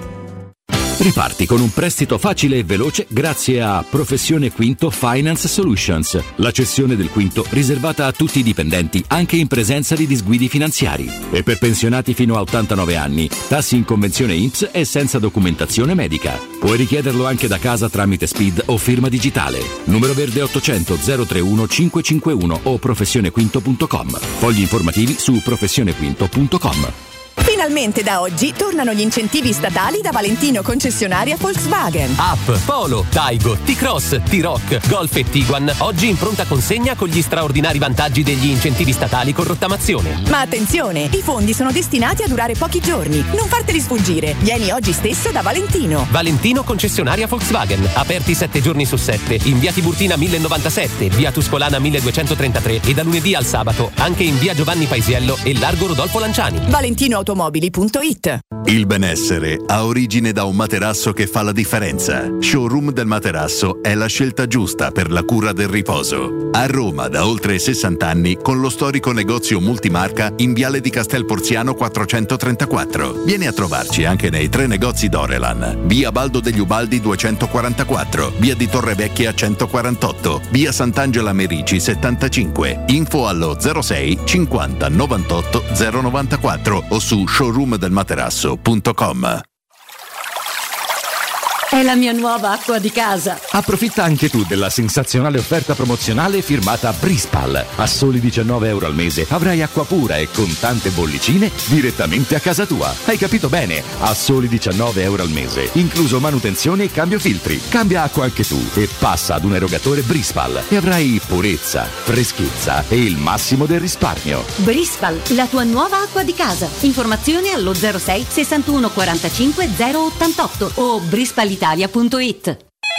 Riparti con un prestito facile e veloce grazie a Professione Quinto Finance Solutions, la cessione del quinto riservata a tutti i dipendenti anche in presenza di disguidi finanziari e per pensionati fino a ottantanove anni, tassi in convenzione I N P S e senza documentazione medica. Puoi richiederlo anche da casa tramite S P I D o firma digitale. Numero verde ottocento zero trentuno cinquecentocinquantuno o professionequinto punto com. Fogli informativi su professionequinto punto com. Finalmente da oggi tornano gli incentivi statali da Valentino concessionaria Volkswagen. App, Polo, Taigo, T-Cross, T-Roc, Golf e Tiguan oggi in pronta consegna con gli straordinari vantaggi degli incentivi statali con rottamazione. Ma attenzione, i fondi sono destinati a durare pochi giorni. Non farteli sfuggire. Vieni oggi stesso da Valentino. Valentino concessionaria Volkswagen. Aperti sette giorni su sette. In via Tiburtina mille novantasette, via Tuscolana milleduecentotrentatré e da lunedì al sabato anche in via Giovanni Paisiello e largo Rodolfo Lanciani. Valentino automobili punto it. Il benessere ha origine da un materasso che fa la differenza. Showroom del Materasso è la scelta giusta per la cura del riposo. A Roma da oltre sessanta anni con lo storico negozio multimarca in Viale di Castel Porziano quattrocentotrentaquattro. Vieni a trovarci anche nei tre negozi Dorelan. Via Baldo degli Ubaldi duecentoquarantaquattro, via di Torrevecchia centoquarantotto, via Sant'Angela Merici settantacinque. Info allo zero sei cinquanta novantotto zero novantaquattro o su showroom del materasso punto com. È la mia nuova acqua di casa. Approfitta anche tu della sensazionale offerta promozionale firmata Brispal. A soli diciannove euro al mese avrai acqua pura e con tante bollicine direttamente a casa tua. Hai capito bene? A soli diciannove euro al mese, incluso manutenzione e cambio filtri. Cambia acqua anche tu e passa ad un erogatore Brispal e avrai purezza, freschezza e il massimo del risparmio. Brispal, la tua nuova acqua di casa. Informazioni allo zero sei sessantuno quarantacinque zero ottantotto o brispal italia punto it.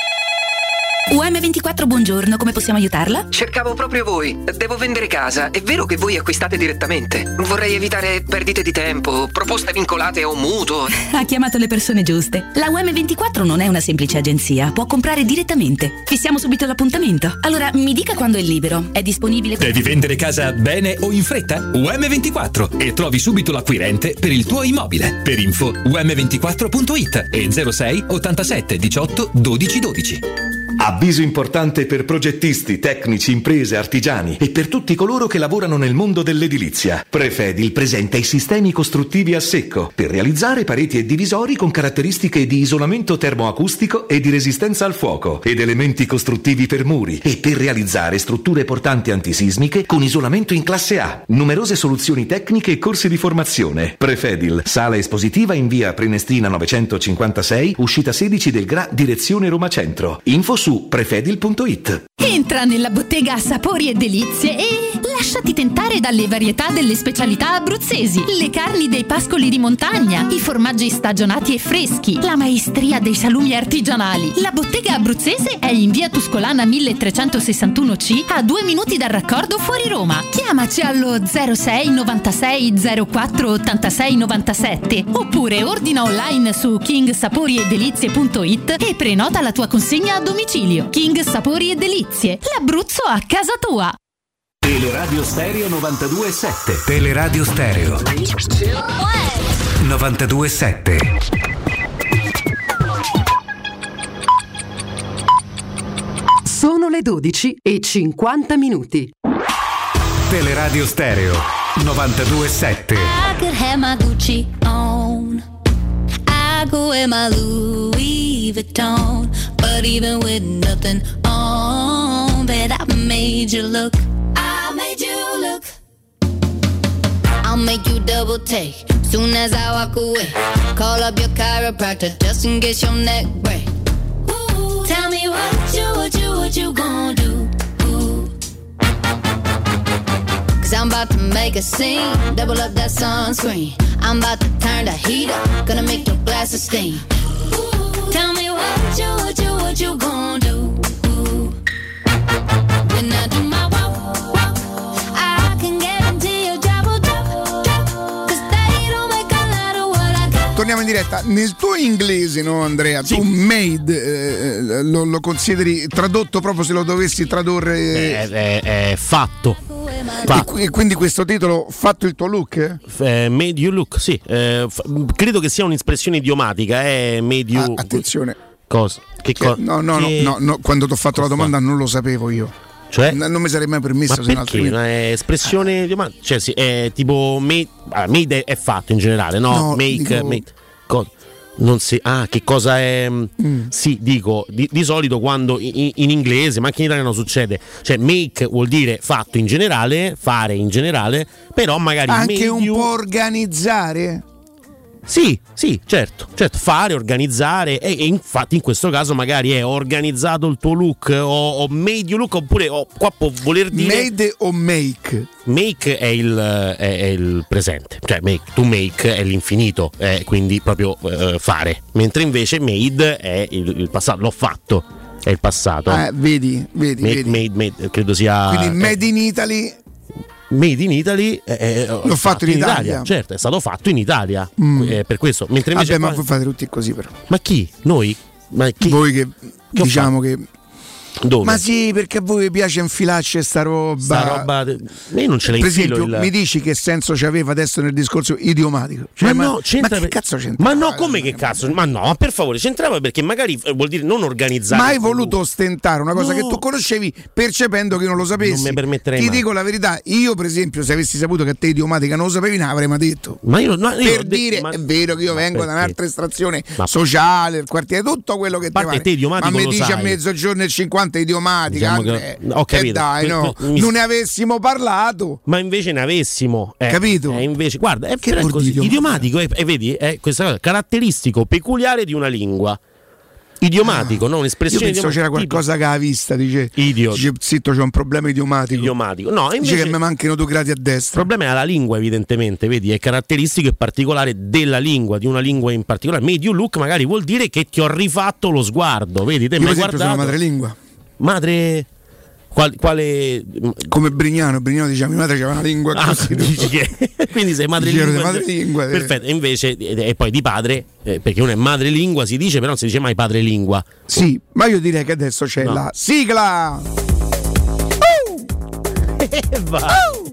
U M ventiquattro, buongiorno, come possiamo aiutarla? Cercavo proprio voi. Devo vendere casa. È vero che voi acquistate direttamente? Vorrei evitare perdite di tempo, proposte vincolate a un mutuo. Ha chiamato le persone giuste. La U M ventiquattro non è una semplice agenzia, può comprare direttamente. Fissiamo subito l'appuntamento. Allora, mi dica quando è libero. È disponibile? Devi vendere casa bene o in fretta? U M ventiquattro e trovi subito l'acquirente per il tuo immobile. Per info u m ventiquattro punto it e zero sei ottantasette diciotto dodici dodici. Avviso importante per progettisti, tecnici, imprese, artigiani e per tutti coloro che lavorano nel mondo dell'edilizia. Prefedil presenta i sistemi costruttivi a secco per realizzare pareti e divisori con caratteristiche di isolamento termoacustico e di resistenza al fuoco ed elementi costruttivi per muri e per realizzare strutture portanti antisismiche con isolamento in classe A. Numerose soluzioni tecniche e corsi di formazione. Prefedil, sala espositiva in via Prenestina novecentocinquantasei, uscita sedici del Gra, direzione Roma Centro. Info su prefedil punto it. Entra nella bottega Sapori e Delizie e lasciati tentare dalle varietà delle specialità abruzzesi, le carni dei pascoli di montagna, i formaggi stagionati e freschi, la maestria dei salumi artigianali. La bottega abruzzese è in via Tuscolana milletrecentosessantuno C, a due minuti dal raccordo fuori Roma. Chiamaci allo zero sei novantasei zero quattro ottantasei novantasette oppure ordina online su king sapori e delizie punto it e prenota la tua consegna a domicilio. King Sapori e Delizie, l'Abruzzo a casa tua. Teleradio Stereo novantadue e sette. Teleradio Stereo novantadue e sette. Sono le le dodici e cinquanta minuti. Teleradio Stereo novantadue sette. I could have my Gucci on, I go wear my Louis Vuitton, but even with nothing on, bet I made you look, I made you look. I'll make you double take soon as I walk away. Call up your chiropractor just in case your neck break. Ooh, tell me what you, what you, what you gonna do? Ooh. Cause I'm about to make a scene, double up that sunscreen. I'm about to turn the heat up, gonna make your glasses steam. Ooh, tell me what you, what you, what you gonna do? Ooh. When I do my walk, walk, I can guarantee your job will drop, drop. Cause they don't make a lot of what I got. Torniamo in diretta. Nel tuo inglese, no Andrea? Sì. Tu made eh, lo, lo consideri tradotto proprio se lo dovessi tradurre? È, è, è fatto. E, e quindi questo titolo, fatto il tuo look? Eh, made you look, sì. Eh, f- credo che sia un'espressione idiomatica. Eh, made you. Ah, attenzione. Cosa? Che che, co- no, no, che... no, no, no, quando ti ho fatto la domanda non lo sapevo io. Cioè? N- non mi sarei mai permesso. Ma se perché? altrimenti... Ma è espressione idiomatica. Cioè, sì, è tipo made, ah, made è fatto in generale, no? No, Make, dico... made. Co- Non si, ah, che cosa è? Mm. Sì, dico di, di solito quando in, in inglese, ma anche in italiano succede, cioè make vuol dire fatto in generale, fare in generale, però magari anche un you... po' organizzare. Sì, sì, certo, certo, fare, organizzare e, e infatti in questo caso magari è organizzato il tuo look o, o made you look oppure o, qua può voler dire made o make. Make è il, è, è il presente, cioè make, to make è l'infinito, è quindi proprio uh, fare, mentre invece made è il, il passato, l'ho fatto, è il passato. Eh, vedi, vedi, make, vedi. Made, made, credo sia. Quindi made eh, in Italy. Made in Italy eh, l'ho fatto, fatto in Italia. Italia, certo, è stato fatto in Italia, mm. eh, per questo. Mentre invece vabbè, qua... ma voi fate tutti così però. Ma chi? Noi? Ma chi? Voi che, che diciamo che Dove? Ma sì, perché a voi vi piace infilarci sta roba. Sta roba. Io non ce la Per infilo esempio, il... mi dici che senso c'aveva adesso nel discorso idiomatico? Cioè, ma ma, no, c'entra. ma che per... cazzo c'entra? Ma no, come che cazzo? Ma no, ma per favore, c'entrava perché magari vuol dire non organizzare. Ma hai voluto ostentare una cosa no. che tu conoscevi percependo che non lo sapessi. Non mi permetterei Ti mai. dico la verità, io per esempio, se avessi saputo che te idiomatica non lo sapevi, ne avrei mai detto. Ma io, no, io per dire, de- ma... è vero che io ma vengo perché? da un'altra estrazione ma... sociale, il quartiere, tutto quello che parte te, te idiomatico ma mi lo dici sai. a mezzogiorno e cinquanta idiomatica. Diciamo che... Ho capito. E dai, no, mi... non ne avessimo parlato. Ma invece ne avessimo. Eh, Capito? Eh, invece, guarda, è, che è così. Idiomatico, idiomatico, è, è, vedi, è questa cosa caratteristico, peculiare di una lingua. Idiomatico, ah, no? Un'espressione io penso idiomatica. C'era qualcosa che ha vista, dice. Idiot. Dice, zitto, c'è un problema idiomatico. Idiomatico. No, invece, dice che mi mancano due gradi a destra. Il problema è la lingua, evidentemente, vedi, è caratteristico e particolare della lingua, di una lingua in particolare. Made you look magari vuol dire che ti ho rifatto lo sguardo, vedi? Te io mi hai per esempio guardato. sono madrelingua. Madre. Qual, quale come Brignano, Brignano diceva mia madre c'aveva una lingua ah, così. Dici che... quindi sei madrelingua. madrelingua Perfetto, e invece e poi di padre, eh, perché uno è madrelingua si dice, però non si dice mai padrelingua. Sì, oh. ma io direi che adesso c'è no. la sigla. Uh! E va. Uh!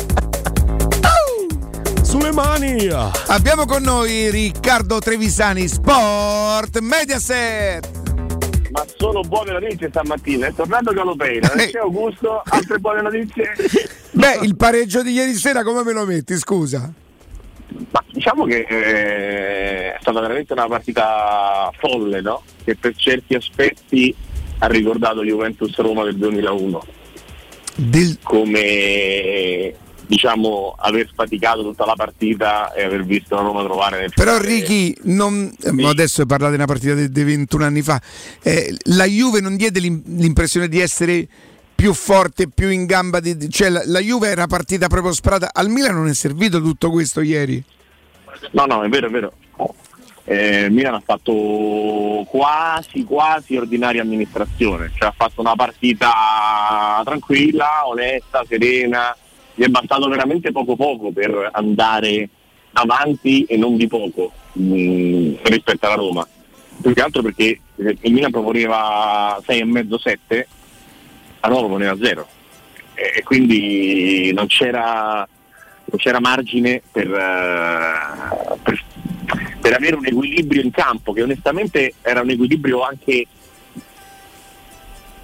Uh! Sulle mani. Abbiamo con noi Riccardo Trevisani, Sport Mediaset. Ma sono buone notizie stamattina, è tornato Galopera, non c'è Augusto, altre buone notizie? Beh, il pareggio di ieri sera come me lo metti, scusa? Ma diciamo che eh, è stata veramente una partita folle, no? Che per certi aspetti ha ricordato Juventus Roma del duemilauno. Del... Come diciamo aver faticato tutta la partita e aver visto la Roma trovare nel però Ricky non sì. adesso parlate di una partita di, di ventuno anni fa, eh, la Juve non diede l'impressione di essere più forte, più in gamba di, cioè la, la Juve era partita proprio sparata. Al Milan non è servito tutto questo ieri? No no è vero è vero eh, Milan ha fatto quasi quasi ordinaria amministrazione, cioè ha fatto una partita tranquilla, onesta, serena. Gli è bastato veramente poco poco per andare avanti e non di poco mh, rispetto alla Roma, più che altro perché il Milan proponeva sei e mezzo sette, la Roma proponeva zero e quindi non c'era non c'era margine per, uh, per, per avere un equilibrio in campo, che onestamente era un equilibrio anche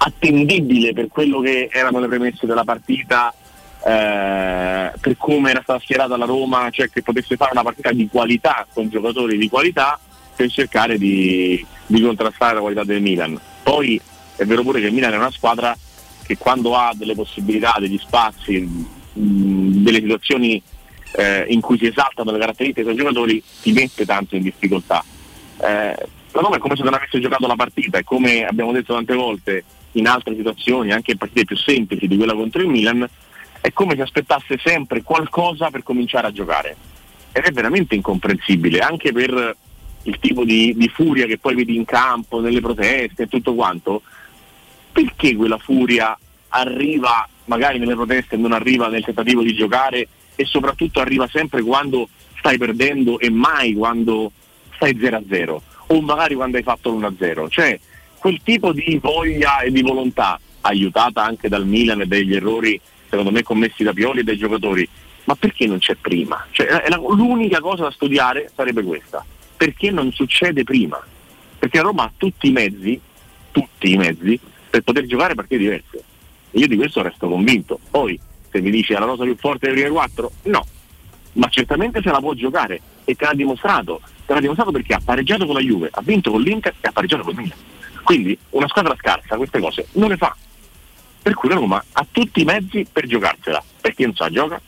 attendibile per quello che erano le premesse della partita, eh, per come era stata schierata la Roma, cioè che potesse fare una partita di qualità con giocatori di qualità per cercare di, di contrastare la qualità del Milan. Poi è vero pure che il Milan è una squadra che quando ha delle possibilità, degli spazi, mh, delle situazioni eh, in cui si esaltano le caratteristiche dei giocatori, ti mette tanto in difficoltà. Eh, la Roma è come se non avesse giocato la partita, e come abbiamo detto tante volte in altre situazioni, anche in partite più semplici di quella contro il Milan, è come se aspettasse sempre qualcosa per cominciare a giocare, ed è veramente incomprensibile, anche per il tipo di, di furia che poi vedi in campo, nelle proteste e tutto quanto. Perché quella furia arriva magari nelle proteste e non arriva nel tentativo di giocare, e soprattutto arriva sempre quando stai perdendo e mai quando stai zero a zero, o magari quando hai fatto l'uno a zero? Cioè quel tipo di voglia e di volontà, aiutata anche dal Milan e dagli errori secondo me commessi da Pioli e dai giocatori, ma perché non c'è prima? Cioè, è la, l'unica cosa da studiare sarebbe questa: perché non succede prima? Perché la Roma ha tutti i mezzi, tutti i mezzi per poter giocare partite diverse, e io di questo resto convinto. Poi se mi dici è la rosa più forte delle prime quattro, no, ma certamente se la può giocare, e te l'ha dimostrato, te l'ha dimostrato perché ha pareggiato con la Juve, ha vinto con l'Inter e ha pareggiato con il Milan. Quindi una squadra scarsa queste cose non le fa, per cui la Roma ha tutti i mezzi per giocarsela. Perché non sa gioca?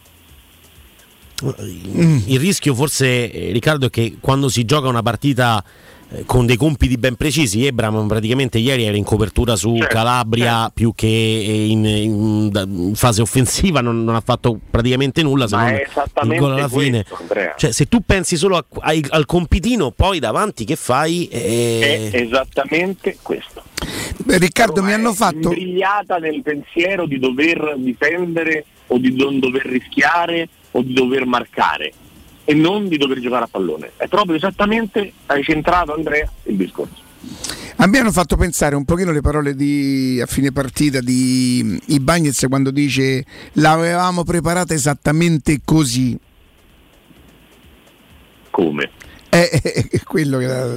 Il rischio forse, Riccardo, è che quando si gioca una partita con dei compiti ben precisi, Ebram praticamente ieri era in copertura su certo, Calabria, certo. più che in, in, in fase offensiva non, non ha fatto praticamente nulla, se non il gol alla fine. Questo, cioè, se tu pensi solo a, a, al compitino, poi davanti che fai? È, è esattamente questo. Beh, Riccardo, mi hanno fatto imbrigliata nel pensiero di dover difendere o di non dover rischiare o di dover marcare, e non di dover giocare a pallone. È proprio esattamente, hai centrato, Andrea, il discorso. A me hanno fatto pensare un pochino le parole di a fine partita di Ibañez quando dice l'avevamo preparata esattamente così. Come? È, è, è quello che la...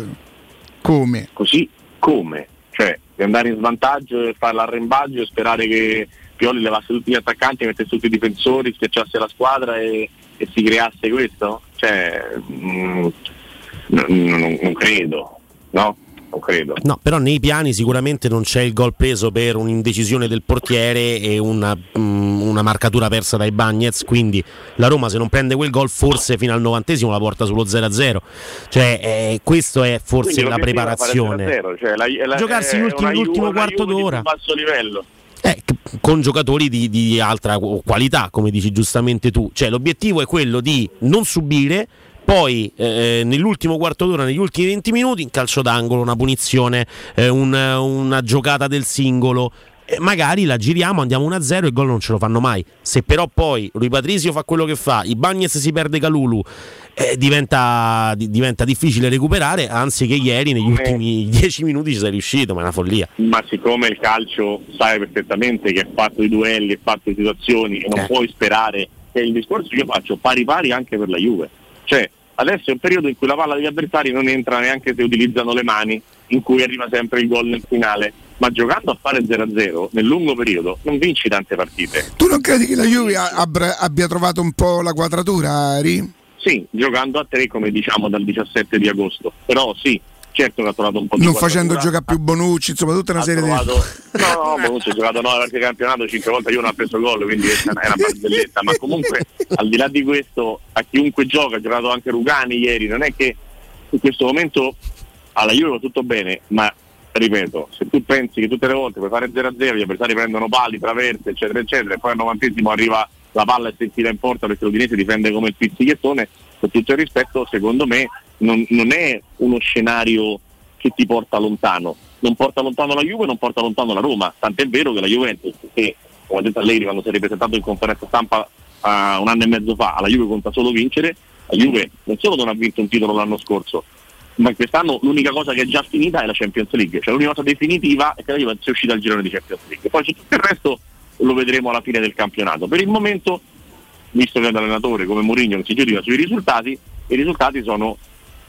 come? Così come? Cioè, di andare in svantaggio e fare l'arrembaggio e sperare che Pioli levasse tutti gli attaccanti, mettesse tutti i difensori, schiacciasse la squadra e e si creasse questo? Cioè mh, non, non, non credo, no? Non credo. No, però nei piani sicuramente non c'è il gol preso per un'indecisione del portiere e una, mh, una marcatura persa dai Ibañez, quindi la Roma se non prende quel gol forse fino al novantesimo la porta sullo zero a zero. Cioè eh, questo è forse quindi la preparazione. zero, cioè la, la, Giocarsi l'ultimo, l'ultimo quarto d'ora. Basso livello. Eh, con giocatori di, di altra qualità, come dici giustamente tu. Cioè l'obiettivo è quello di non subire, poi eh, nell'ultimo quarto d'ora, negli ultimi venti minuti, in calcio d'angolo, una punizione, eh, un, una giocata del singolo, eh, magari la giriamo, andiamo uno a zero e il gol non ce lo fanno mai. Se però poi Rui Patricio fa quello che fa, Ibañez si perde Kalulu, eh, diventa, di, diventa difficile recuperare, anzi che ieri negli ultimi dieci minuti ci sei riuscito, ma è una follia. Ma siccome il calcio sai perfettamente che è fatto di duelli, è fatto di situazioni, e non eh. puoi sperare, che il discorso che io faccio pari pari anche per la Juve. Cioè adesso è un periodo in cui la palla degli avversari non entra neanche se utilizzano le mani, in cui arriva sempre il gol nel finale, ma giocando a fare zero a zero nel lungo periodo non vinci tante partite. Tu non credi che la Juve abbia, abbia trovato un po' la quadratura, Ari? Sì, giocando a tre come diciamo dal diciassette di agosto, però sì, certo che ha trovato un po' di non quadratura. Facendo giocare più Bonucci, insomma tutta una ha serie trovato... di no, no, Bonucci ha giocato nove partite di campionato, cinque volte io non ha preso gol, quindi è una barzelletta, ma comunque al di là di questo a chiunque gioca, ha giocato anche Rugani ieri, non è che in questo momento alla Juve va tutto bene, ma ripeto, se tu pensi che tutte le volte puoi fare zero a zero, gli avversari prendono pali, traverse, eccetera eccetera, e poi al novantesimo arriva la palla e sentita in porta perché l'Udinese difende come il pizzichettone, con tutto il rispetto, secondo me non, non è uno scenario che ti porta lontano, non porta lontano la Juve, non porta lontano la Roma, tant'è vero che la Juventus, che come ha detto a lei quando si è ripresentato in conferenza stampa uh, un anno e mezzo fa, alla Juve conta solo vincere, la Juve non solo non ha vinto un titolo l'anno scorso, ma quest'anno l'unica cosa che è già finita è la Champions League, cioè l'unica cosa definitiva è che la Juve sia uscita al girone di Champions League, poi c'è tutto il resto lo vedremo alla fine del campionato. Per il momento, visto che è un allenatore come Mourinho che si giudica sui risultati, i risultati sono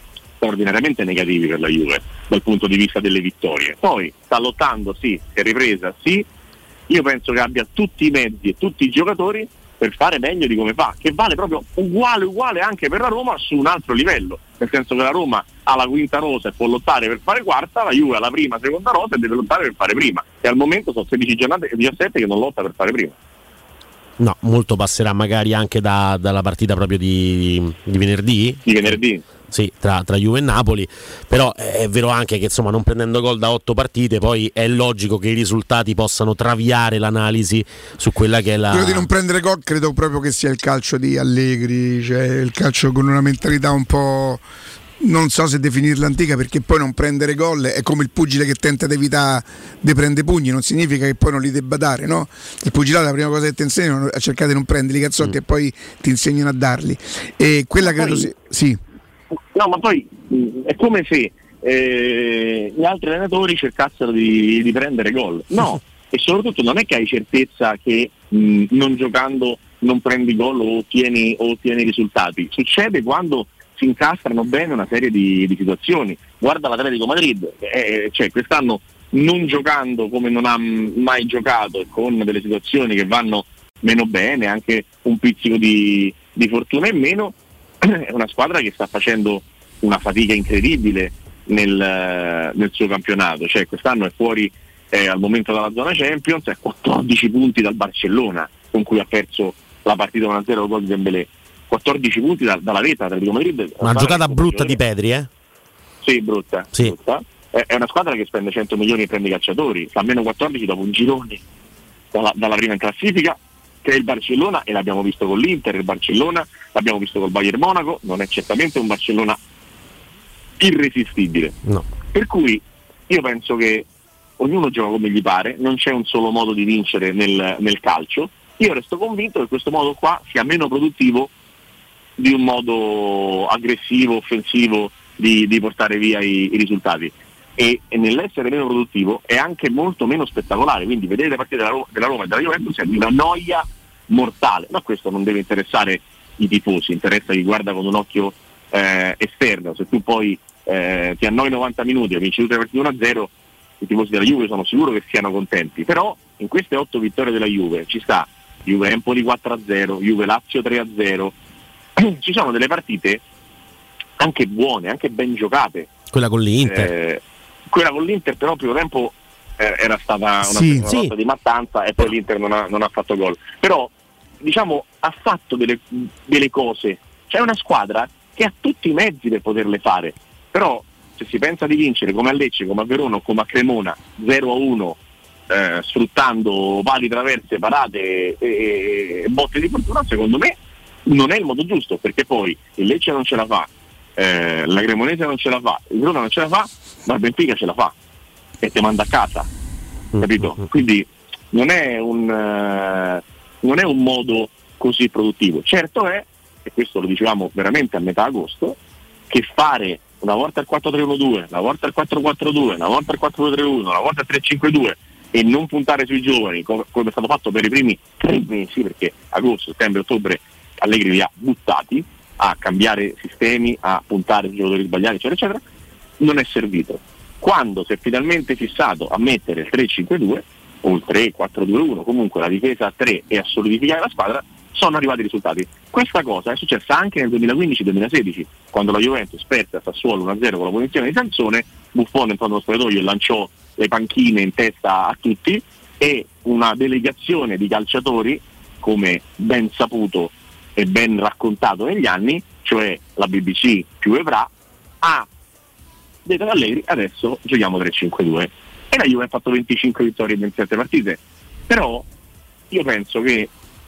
straordinariamente negativi per la Juve dal punto di vista delle vittorie. Poi sta lottando, sì, è ripresa, sì, io penso che abbia tutti i mezzi e tutti i giocatori per fare meglio di come fa, che vale proprio uguale uguale anche per la Roma su un altro livello, nel senso che la Roma ha la quinta rosa e può lottare per fare quarta, la Juve ha la prima, seconda rosa e deve lottare per fare prima, e al momento sono sedici giornate e diciassette che non lotta per fare prima. No, molto passerà magari anche da, dalla partita proprio di, di venerdì. Di venerdì. Sì, tra, tra Juve e Napoli, però è vero anche che insomma non prendendo gol da otto partite poi è logico che i risultati possano traviare l'analisi su quella che è la... Quello di non prendere gol credo proprio che sia il calcio di Allegri, cioè il calcio con una mentalità un po'... non so se definirla antica, perché poi non prendere gol è come il pugile che tenta di evitare di prendere pugni, non significa che poi non li debba dare, no? Il pugilato la prima cosa che ti insegnano è cercare di non prendere i cazzotti mm. e poi ti insegnano a darli, e quella ma credo poi, sì, sì. No, ma poi mh, è come se eh, gli altri allenatori cercassero di, di prendere gol, no, e soprattutto non è che hai certezza che mh, non giocando non prendi gol o ottieni, o ottieni risultati, succede quando si incastrano bene una serie di, di situazioni. Guarda l'Atletico Madrid, eh, cioè quest'anno non giocando come non ha mai giocato e con delle situazioni che vanno meno bene, anche un pizzico di, di fortuna in meno, è una squadra che sta facendo una fatica incredibile nel, nel suo campionato, cioè quest'anno è fuori eh, al momento dalla zona Champions, è quattordici punti dal Barcellona, con cui ha perso la partita uno a zero gol di Dembélé. quattordici punti da, dalla vetta Atletico Madrid. Una giocata brutta di Pedri, eh? Sì, brutta. Sì. brutta. È, è una squadra che spende cento milioni e prende i calciatori, fa meno quattordici dopo un girone dalla, dalla prima in classifica, che è il Barcellona, e l'abbiamo visto con l'Inter, il Barcellona, l'abbiamo visto col Bayern Monaco, non è certamente un Barcellona irresistibile. No. Per cui io penso che ognuno gioca come gli pare, non c'è un solo modo di vincere nel, nel calcio. Io resto convinto che questo modo qua sia meno produttivo di un modo aggressivo, offensivo di, di portare via i, i risultati, e, e nell'essere meno produttivo è anche molto meno spettacolare, quindi vedere le partite della Roma, della Roma e della Juventus è di una noia mortale, ma questo non deve interessare i tifosi, interessa chi guarda con un occhio eh, esterno. Se tu poi eh, ti annoi novanta minuti e vinci tutte le partite uno a zero, i tifosi della Juve sono sicuro che siano contenti, però in queste otto vittorie della Juve ci sta Juve Empoli quattro a zero, Juve Lazio tre a zero, ci sono delle partite anche buone, anche ben giocate. Quella con l'Inter. Eh, quella con l'Inter però il primo tempo eh, era stata una, sì, una sì. lotta di mattanza e poi l'Inter non ha, non ha fatto gol. Però diciamo ha fatto delle, delle cose. C'è una squadra che ha tutti i mezzi per poterle fare. Però se si pensa di vincere come a Lecce, come a Verona o come a Cremona zero a uno, eh, sfruttando pali, traverse, parate e, e botte di fortuna, secondo me non è il modo giusto, perché poi il Lecce non ce la fa, eh, la Cremonese non ce la fa, il Verona non ce la fa, ma il Benfica ce la fa e ti manda a casa, capito? Quindi non è un uh, non è un modo così produttivo. Certo è, e questo lo dicevamo veramente a metà agosto, che fare una volta il quattro tre uno due, una volta il quattro quattro due, una volta il quattro due tre uno, una volta il tre cinque due e non puntare sui giovani come, come è stato fatto per i primi tre mesi, perché agosto, settembre, ottobre Allegri li ha buttati a cambiare sistemi, a puntare sui giocatori sbagliati, eccetera, eccetera, non è servito. Quando si è finalmente fissato a mettere il tre cinque due o il tre quattro due uno, comunque la difesa a tre, e a solidificare la squadra, sono arrivati i risultati. Questa cosa è successa anche nel duemilaquindici duemilasedici, quando la Juventus perse a Sassuolo uno a zero con la punizione di Sansone, Buffon entrò nello spogliatoio e lanciò le panchine in testa a tutti, e una delegazione di calciatori, come ben saputo e ben raccontato negli anni, cioè la B B C più Evra, ha detto ad Allegri: adesso giochiamo tre cinque due, e la Juve ha fatto venticinque vittorie in ventisette partite. Però io penso che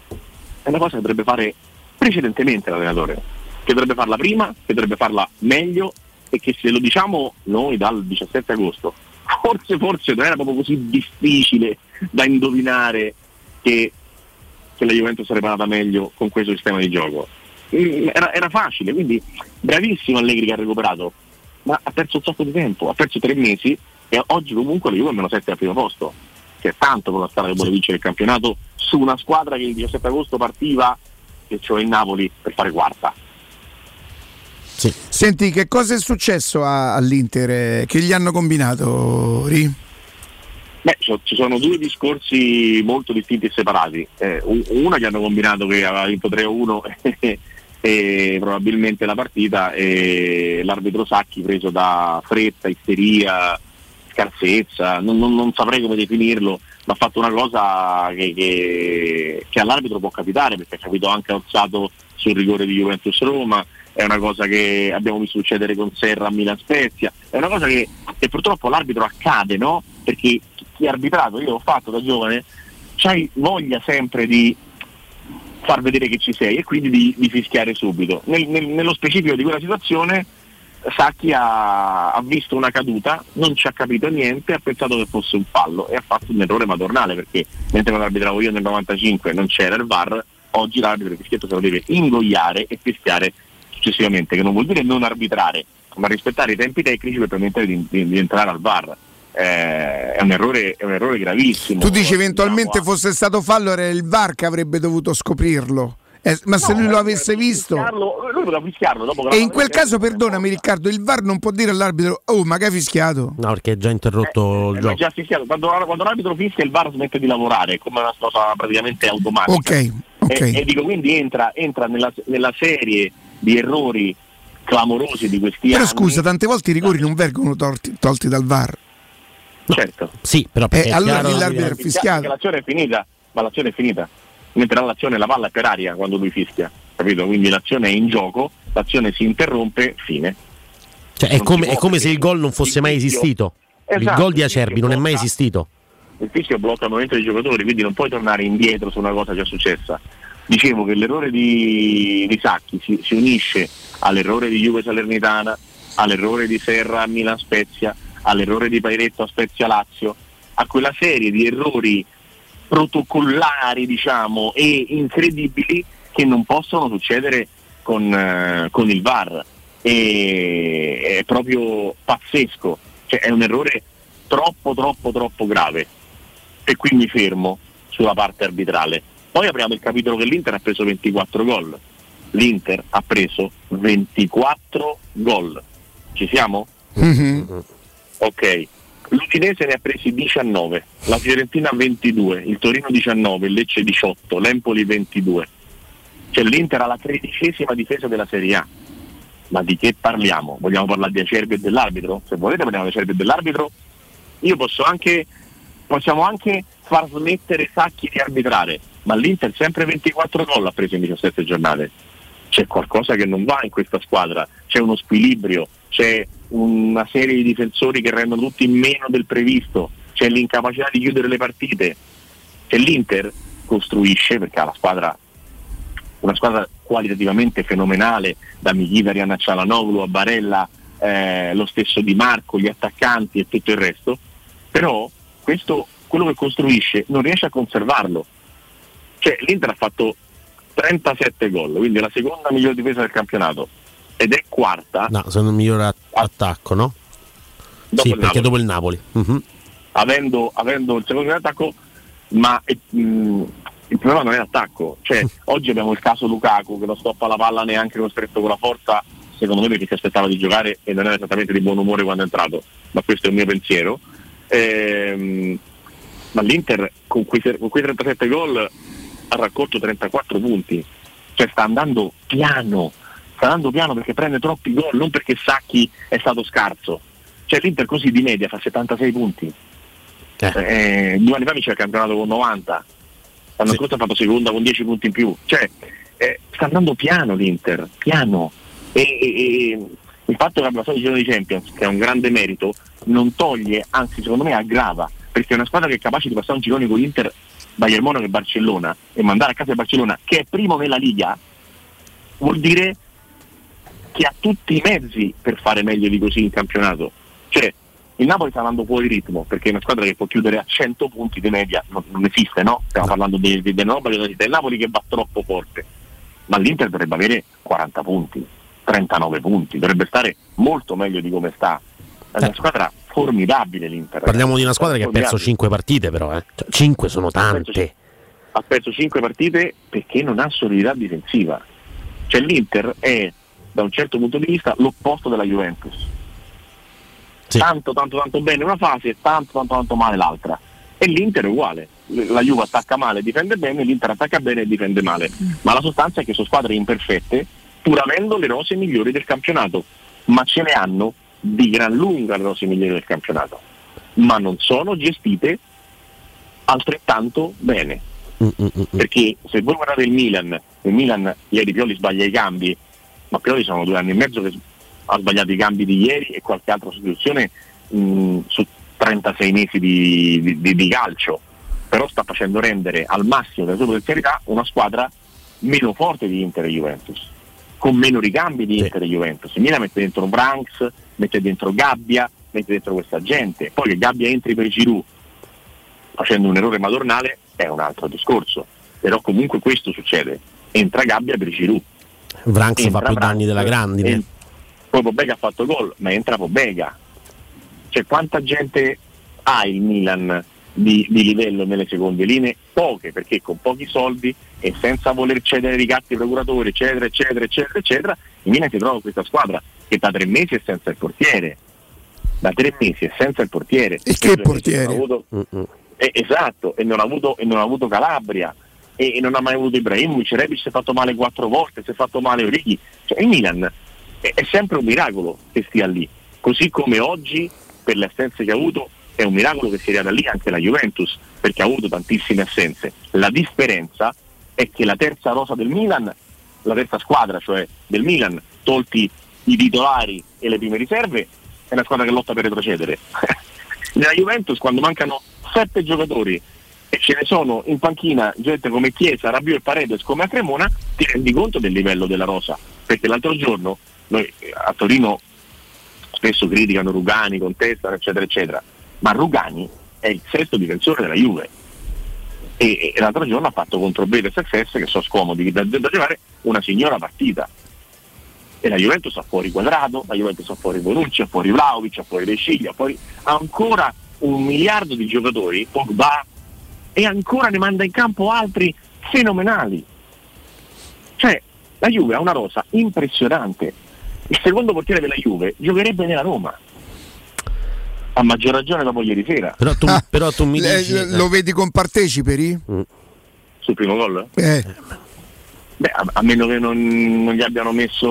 è una cosa che dovrebbe fare precedentemente l'allenatore, che dovrebbe farla prima, che dovrebbe farla meglio, e che se lo diciamo noi dal diciassette agosto, forse forse non era proprio così difficile da indovinare che che la Juventus sarebbe andata meglio con questo sistema di gioco. Era, era facile, quindi bravissimo Allegri che ha recuperato, ma ha perso un sacco di tempo, ha perso tre mesi, e oggi comunque la Juve è meno sette al primo posto, che è tanto per una squadra che vuole vincere il campionato su una squadra che il diciassette agosto partiva, che cioè il Napoli, per fare quarta. Sì. Senti, che cosa è successo a, all'Inter? Che gli hanno combinato, Ri? Beh, so, ci sono due discorsi molto distinti e separati. Eh, una che hanno combinato che aveva vinto tre a uno e probabilmente la partita, e l'arbitro Sacchi, preso da fretta, isteria, scarsezza, non, non, non saprei come definirlo, ma ha fatto una cosa che, che, che all'arbitro può capitare, perché ha capito anche a Orsato sul rigore di Juventus Roma, è una cosa che abbiamo visto succedere con Serra a Milan Spezia, è una cosa che, che purtroppo all'arbitro accade, no? Perché chi ha arbitrato, io l'ho fatto da giovane, c'hai voglia sempre di far vedere che ci sei e quindi di, di fischiare subito. Nel, nel, nello specifico di quella situazione Sacchi ha, ha visto una caduta, non ci ha capito niente, ha pensato che fosse un fallo e ha fatto un errore madornale, perché mentre quando arbitravo io nel novantacinque non c'era il V A R, oggi l'arbitro il fischietto se lo deve ingoiare e fischiare successivamente, che non vuol dire non arbitrare, ma rispettare i tempi tecnici per permettere di, di, di entrare al V A R. Eh, è un errore, è un errore gravissimo. Tu dici eventualmente diciamo, fosse stato fallo, era il V A R che avrebbe dovuto scoprirlo. Eh, ma se no, lui lo avesse visto, lui poteva fischiarlo dopo. E in quel caso, perdonami Riccardo, il V A R non può dire all'arbitro: oh, ma che hai fischiato? No, perché è già interrotto eh, il gioco. Già fischiato. Quando, quando l'arbitro fischia, il V A R smette di lavorare, come una cosa praticamente automatica. Ok, ok. E, e dico, quindi entra, entra nella, nella serie di errori clamorosi di questi Però anni. Però scusa, tante volte i rigori non vengono tolti, tolti dal V A R. No, certo. Sì, però eh, allora l'arbitro è fischiato. L'azione è finita, ma l'azione è finita. Mentre l'azione, la palla è per aria quando lui fischia, capito? Quindi l'azione è in gioco, l'azione si interrompe, fine. Cioè è come, è come se il gol non fosse mai esistito. Esatto, il gol di Acerbi non è mai esistito. Il fischio blocca il movimento dei giocatori, quindi non puoi tornare indietro su una cosa già successa. Dicevo che l'errore di, di Sacchi si, si unisce all'errore di Juve Salernitana, all'errore di Serra a Milan Spezia, all'errore di Pairetto a Spezia Lazio, a quella serie di errori protocollari, diciamo, e incredibili che non possono succedere con, eh, con il V A R. E, è proprio pazzesco, cioè è un errore troppo troppo troppo grave, e qui mi fermo sulla parte arbitrale. Poi apriamo il capitolo che l'Inter ha preso ventiquattro gol. L'Inter ha preso ventiquattro gol. Ci siamo? Mm-hmm. Ok. L'Udinese ne ha presi diciannove, la Fiorentina ventidue, il Torino diciannove, il Lecce diciotto, l'Empoli ventidue. Cioè l'Inter ha la tredicesima difesa della Serie A. Ma di che parliamo? Vogliamo parlare di Acerbi e dell'arbitro? Se volete parliamo di Acerbi e dell'arbitro. Io posso anche possiamo anche far smettere Sacchi di arbitrare, ma l'Inter sempre ventiquattro gol ha preso in diciassette giornate. C'è qualcosa che non va in questa squadra, c'è uno squilibrio, c'è una serie di difensori che rendono tutti meno del previsto, c'è l'incapacità di chiudere le partite. C'è l'Inter costruisce, perché ha la squadra, una squadra qualitativamente fenomenale, da Mkhitaryan a Çalhanoğlu a Barella, eh, lo stesso Di Marco, gli attaccanti e tutto il resto, però questo, quello che costruisce non riesce a conservarlo. Cioè l'Inter ha fatto trentasette gol, quindi è la seconda miglior difesa del campionato ed è quarta. No, sono il miglior att- attacco, no? Dopo sì, il perché Napoli. dopo il Napoli. Uh-huh. Avendo, avendo il secondo miglior attacco, ma eh, mh, il problema non è l'attacco. Cioè, oggi abbiamo il caso Lukaku che non stoppa la palla neanche costretto con la forza, secondo me perché si aspettava di giocare e non era esattamente di buon umore quando è entrato, ma questo è il mio pensiero. Ehm, ma l'Inter con quei, con quei trentasette gol ha raccolto trentaquattro punti, cioè sta andando piano, sta andando piano perché prende troppi gol, non perché Sacchi è stato scarso. Cioè l'Inter così di media fa settantasei punti. Eh. Eh, due anni fa vince il campionato con novanta, l'anno sì. scorso ha fatto seconda con dieci punti in più. Cioè eh, sta andando piano l'Inter, piano. E, e, e il fatto che abbia passato il giro di Champions, che è un grande merito, non toglie, anzi secondo me aggrava, perché è una squadra che è capace di passare un girone con l'Inter, Bayern Monaco e Barcellona e mandare a casa il Barcellona, che è primo nella Liga, vuol dire che ha tutti i mezzi per fare meglio di così in campionato. Cioè il Napoli sta andando fuori ritmo, perché è una squadra che può chiudere a cento punti di media, non, non esiste, no? Stiamo parlando di, di, di roba che non esiste. Il Napoli che va troppo forte, ma l'Inter dovrebbe avere quaranta punti, trentanove punti, dovrebbe stare molto meglio di come sta. È una squadra formidabile l'Inter. Parliamo di una squadra che ha perso cinque partite, però eh. cioè, cinque sono tante. Ha perso cinque partite perché non ha solidità difensiva. Cioè l'Inter è da un certo punto di vista l'opposto della Juventus. Sì. Tanto tanto tanto bene una fase e tanto tanto tanto male l'altra. E l'Inter è uguale, la Juve attacca male e difende bene, l'Inter attacca bene e difende male, ma la sostanza è che sono squadre imperfette pur avendo le rose migliori del campionato, ma ce ne hanno di gran lunga le rose migliori del campionato, ma non sono gestite altrettanto bene. Mm-mm-mm. Perché se voi guardate il Milan, il Milan ieri Pioli sbaglia i cambi, ma Pioli sono due anni e mezzo che ha sbagliato i cambi di ieri e qualche altra sostituzione mh, su trentasei mesi di, di, di calcio, però sta facendo rendere al massimo delle sue potenzialità una squadra meno forte di Inter e Juventus, con meno ricambi di Inter e Juventus. Il Milan mette dentro Branks, mette dentro Gabbia, mette dentro questa gente, poi che Gabbia entri per Giroud facendo un errore madornale è un altro discorso, però comunque questo succede, entra Gabbia per Giroud, Branks fa più danni della grandine, en- poi Pobega ha fatto gol, ma entra Pobega. Cioè quanta gente ha il Milan di, di livello nelle seconde linee? Poche, perché con pochi soldi e senza voler cedere ricatti ai procuratori eccetera eccetera eccetera eccetera, il Milan si trova questa squadra che da tre mesi è senza il portiere, da tre mesi è senza il portiere. E che portiere? Non ha avuto, eh, esatto, e non ha avuto, e non ha avuto Calabria e, e non ha mai avuto Ibrahimovic, Rebic si è fatto male quattro volte, si è fatto male Origi, cioè il Milan è, è sempre un miracolo che stia lì, così come oggi per le assenze che ha avuto è un miracolo che sia arrivata lì anche la Juventus, perché ha avuto tantissime assenze. La differenza è che la terza rosa del Milan, la terza squadra cioè del Milan, tolti i titolari e le prime riserve, è una squadra che lotta per retrocedere. Nella Juventus quando mancano sette giocatori e ce ne sono in panchina gente come Chiesa, Rabiot e Paredes come a Cremona, ti rendi conto del livello della rosa, perché l'altro giorno noi a Torino spesso criticano Rugani, contestano eccetera eccetera, ma Rugani è il sesto difensore della Juve e, e l'altro giorno ha fatto contro Betis e Success, che sono scomodi da, da giocare, una signora partita, e la Juventus ha fuori Quadrado, la Juventus ha fuori Bonucci, ha fuori Vlahovic, ha fuori De Sciglio, ha fuori ha ancora un miliardo di giocatori, Pogba, e ancora ne manda in campo altri fenomenali. Cioè la Juve ha una rosa impressionante. Il secondo portiere della Juve giocherebbe nella Roma, a maggior ragione dopo ieri sera. Però tu, ah, però tu mi le, dici lo vedi comparteciperi? Mm. Sul primo gol? Eh. Beh, a, a meno che non, non gli abbiano messo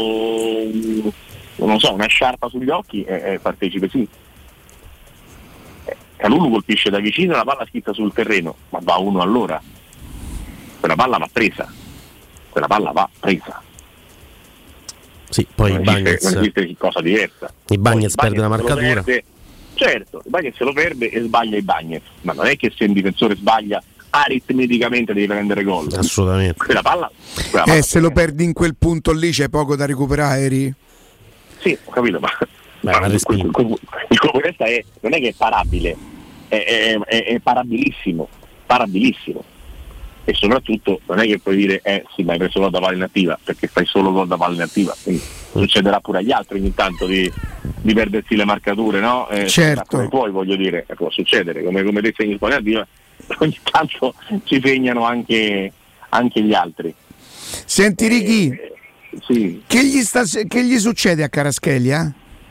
non so, una sciarpa sugli occhi, eh, eh, partecipe sì. Eh, Calulu colpisce da vicino e la palla schizza sul terreno, ma va uno all'ora. Quella palla va presa. Quella palla va presa. Sì, poi non il Bagnez, esiste, non esiste cosa diversa. Il Bagnez perde la marcatura. Perde, certo, il Bagnez se lo perde e sbaglia il Bagnez, ma non è che se un difensore sbaglia aritmeticamente devi prendere gol. Assolutamente. Quella palla, quella eh, palla se lo perdi in quel punto lì c'è poco da recuperare, Eri. Sì, ho capito, ma, Beh, ma il, il, il, il colpo di testa è, non è che è parabile, è, è, è, è parabilissimo, parabilissimo. E soprattutto non è che puoi dire eh sì, ma hai preso gol da palla inattiva, perché fai solo gol da palla inattiva, quindi succederà pure agli altri ogni tanto di, di perdersi le marcature, no? Eh, certo. Poi voglio dire, eh, può succedere, come, come te segni palla inattiva, ogni tanto ci segnano anche, anche gli altri. Senti Righi, eh, sì. che, gli sta, che gli succede a Kvaratskhelia?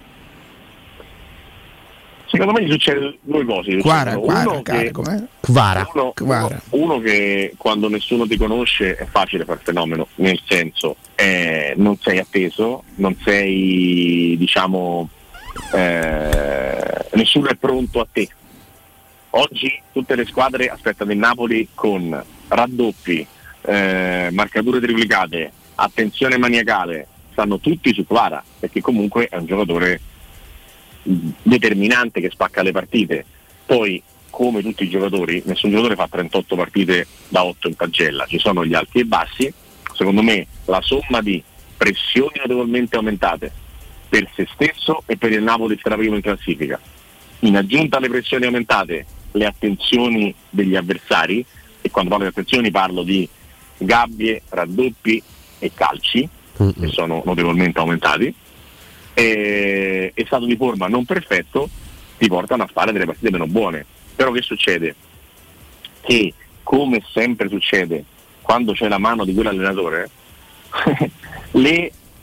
Secondo me gli succede due cose. Quara, Quara, uno, Quara, che, Quara. Uno, Quara. Uno, uno che quando nessuno ti conosce è facile far fenomeno, nel senso eh, non sei atteso, non sei, diciamo, eh, nessuno è pronto a te. Oggi tutte le squadre aspettano il Napoli con raddoppi, eh, marcature triplicate, attenzione maniacale, stanno tutti su Quara, perché comunque è un giocatore determinante che spacca le partite. Poi, come tutti i giocatori, nessun giocatore fa trentotto partite da otto in pagella, ci sono gli alti e bassi. Secondo me la somma di pressioni notevolmente aumentate per se stesso e per il Napoli che era primo in classifica, in aggiunta alle pressioni aumentate le attenzioni degli avversari, e quando parlo di attenzioni parlo di gabbie, raddoppi e calci mm-hmm. che sono notevolmente aumentati, e, e stato di forma non perfetto ti portano a fare delle partite meno buone. Però che succede? Che come sempre succede quando c'è la mano di quell'allenatore le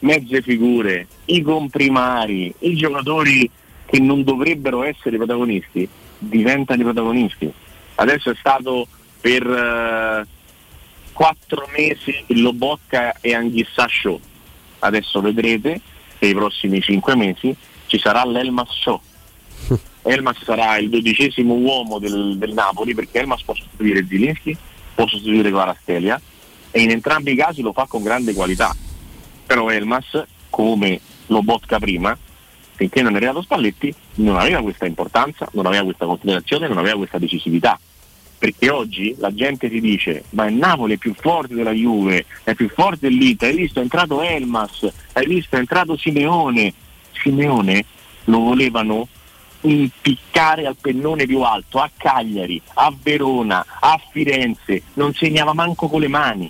mezze figure, i comprimari, i giocatori che non dovrebbero essere protagonisti diventano i protagonisti. Adesso è stato per uh, quattro mesi il Lobotka e Anghissà Show, adesso vedrete che i prossimi cinque mesi ci sarà l'Elmas Show. Elmas sarà il dodicesimo uomo del, del Napoli, perché Elmas può sostituire Zielinski, può sostituire Kvaratskhelia, e in entrambi i casi lo fa con grande qualità. Però Elmas, come Lobotka prima, finché non è arrivato Spalletti, non aveva questa importanza, non aveva questa considerazione, non aveva questa decisività. Perché oggi la gente si dice: ma il Napoli è più forte della Juve, è più forte dell'Inter, hai visto è entrato Elmas, hai visto è entrato Simeone. Simeone lo volevano impiccare al pennone più alto, a Cagliari, a Verona, a Firenze, non segnava manco con le mani.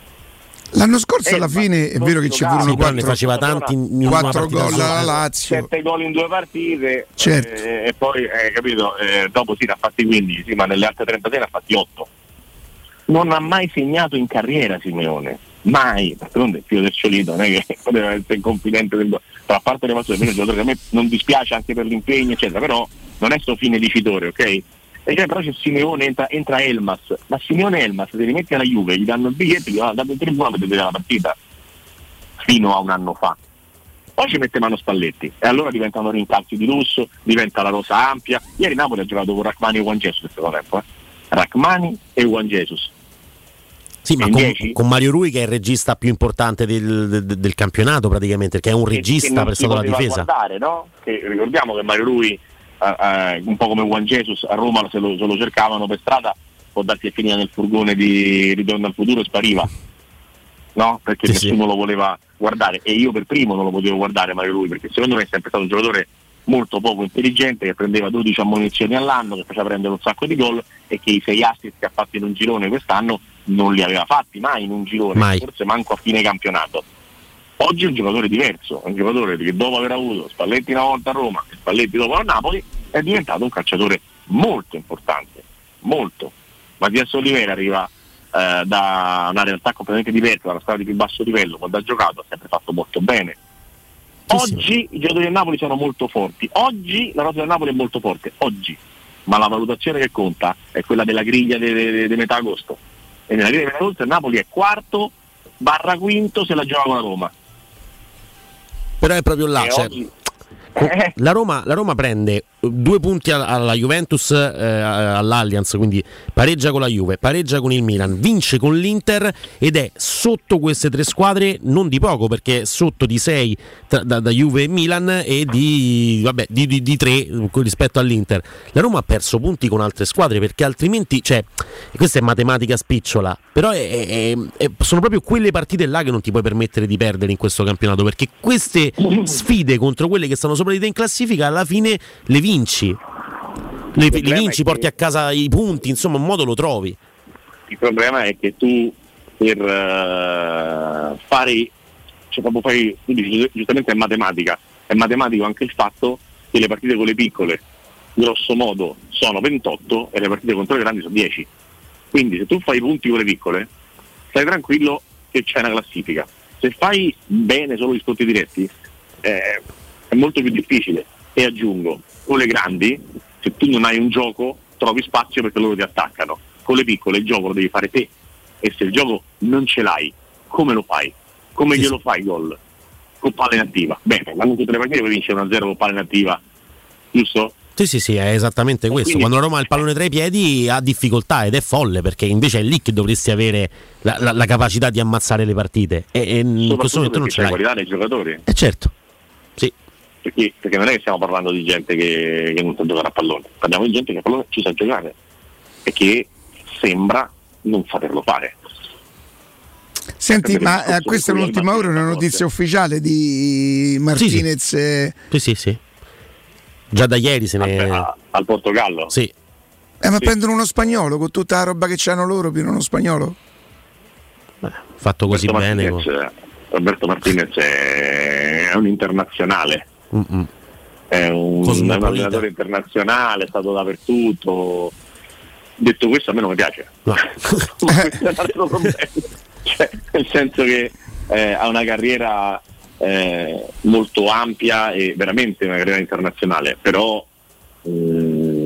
L'anno scorso Eh, alla ma fine è vero che ci furono Sì, però ne quattro, faceva tanti in una quattro partita gol sola. alla Lazio. Sette gol in due partite, Certo. eh, e poi eh, capito, eh, dopo sì ne ha fatti quindici, sì, ma nelle altre trentasei ne ha fatti otto. Non ha mai segnato in carriera Simeone, mai. D'altronde il figlio del Ciolito non è che poteva essere confidente del gol. Tra a parte le battute, almeno il giocatore che a me non dispiace anche per l'impegno eccetera, però non è sto fine dicitore, ok? E cioè, però c'è Simeone, entra, entra Elmas, ma Simeone e Elmas se li metti alla Juve, gli danno il biglietto, gli danno il tribunale per vedere la partita fino a un anno fa. Poi ci mette mano Spalletti e allora diventano rincalzi di lusso, diventa la rosa ampia. Ieri Napoli ha giocato con Rachmani e Juan Jesus il secondo tempo, eh? Rachmani e Juan Jesus. Sì, ma con, con Mario Rui, che è il regista più importante del, del, del campionato praticamente, perché è un regista per stata la difesa. Guardare, no? Che ricordiamo che Mario Rui, eh, eh, un po' come Juan Jesus, a Roma se lo, se lo cercavano per strada, può darsi che finiva nel furgone di Ritorno al futuro e spariva, no? Perché Sì, nessuno sì. lo voleva guardare, e io per primo non lo potevo guardare Mario Rui, perché secondo me è sempre stato un giocatore molto poco intelligente, che prendeva dodici ammonizioni all'anno, che faceva prendere un sacco di gol, e che i sei assist che ha fatto in un girone quest'anno non li aveva fatti mai in un girone, Mai. forse manco a fine campionato. Oggi è un giocatore diverso, è un giocatore che dopo aver avuto Spalletti una volta a Roma e Spalletti dopo a Napoli è diventato un calciatore molto importante, molto. Mattias Oliveira arriva eh, da una realtà completamente diversa, dalla squadra di più basso livello, quando ha giocato ha sempre fatto molto bene. Oggi i giocatori del Napoli sono molto forti, oggi la rosa del Napoli è molto forte, oggi, ma la valutazione che conta è quella della griglia di metà agosto, e nella griglia di metà agosto il Napoli è quarto barra quinto se la gioca con la Roma. Però è proprio là, E cioè, oggi- la, Roma, la Roma prende due punti alla, alla Juventus, eh, all'Allianz, quindi pareggia con la Juve, pareggia con il Milan, vince con l'Inter ed è sotto queste tre squadre non di poco, perché è sotto di sei tra, da, da Juve e Milan e di, vabbè, di, di, di tre rispetto all'Inter. La Roma ha perso punti con altre squadre, perché altrimenti, cioè, questa è matematica spicciola, però è, è, è, sono proprio quelle partite là che non ti puoi permettere di perdere in questo campionato, perché queste sfide contro quelle che stanno sopra di te in classifica alla fine le vinci, le, li vinci, porti a casa i punti, insomma un modo lo trovi. Il problema è che tu per uh, fare, cioè proprio fai, quindi giustamente è matematica, è matematico anche il fatto che le partite con le piccole grosso modo sono ventotto e le partite contro le grandi sono dieci, quindi se tu fai i punti con le piccole stai tranquillo che c'è una classifica. Se fai bene solo gli scontri diretti eh, è molto più difficile. E aggiungo, con le grandi, se tu non hai un gioco trovi spazio perché loro ti attaccano, con le piccole il gioco lo devi fare te, e se il gioco non ce l'hai, come lo fai? Come Sì, glielo sì. fai gol? Con palla inattiva. Bene, ma non tutte le partite puoi vincere uno a zero con palla inattiva, giusto? Sì, sì, sì, è esattamente questo. quindi- Quando la Roma ha il pallone tra i piedi ha difficoltà ed è folle, perché invece è lì che dovresti avere la, la- la capacità di ammazzare le partite. E, e in questo momento non perché ce c'è l'hai. qualità dei giocatori. Eh certo, sì. Perché, perché non è che stiamo parlando di gente che, che non sa giocare a pallone, parliamo di gente che a pallone ci sa giocare e che sembra non saperlo fare. Senti, Perché ma il discorso eh, questa è di cui l'ultima Alba ora, una si notizia ufficiale di Martinez. eh, Sì, sì, sì. Già da ieri se ne al, al Portogallo. Sì. Eh, ma Sì. prendono uno spagnolo con tutta la roba che c'hanno loro, più uno spagnolo. Fatto così Roberto bene. Martinez, Roberto Martinez è un internazionale, Mm-mm. è un, Cosmopolita. è un allenatore internazionale, è stato dappertutto. Detto questo a me non mi piace. No. Ma questo è un altro problema. Cioè, nel senso che eh, ha una carriera eh, molto ampia e veramente una carriera internazionale, però mh,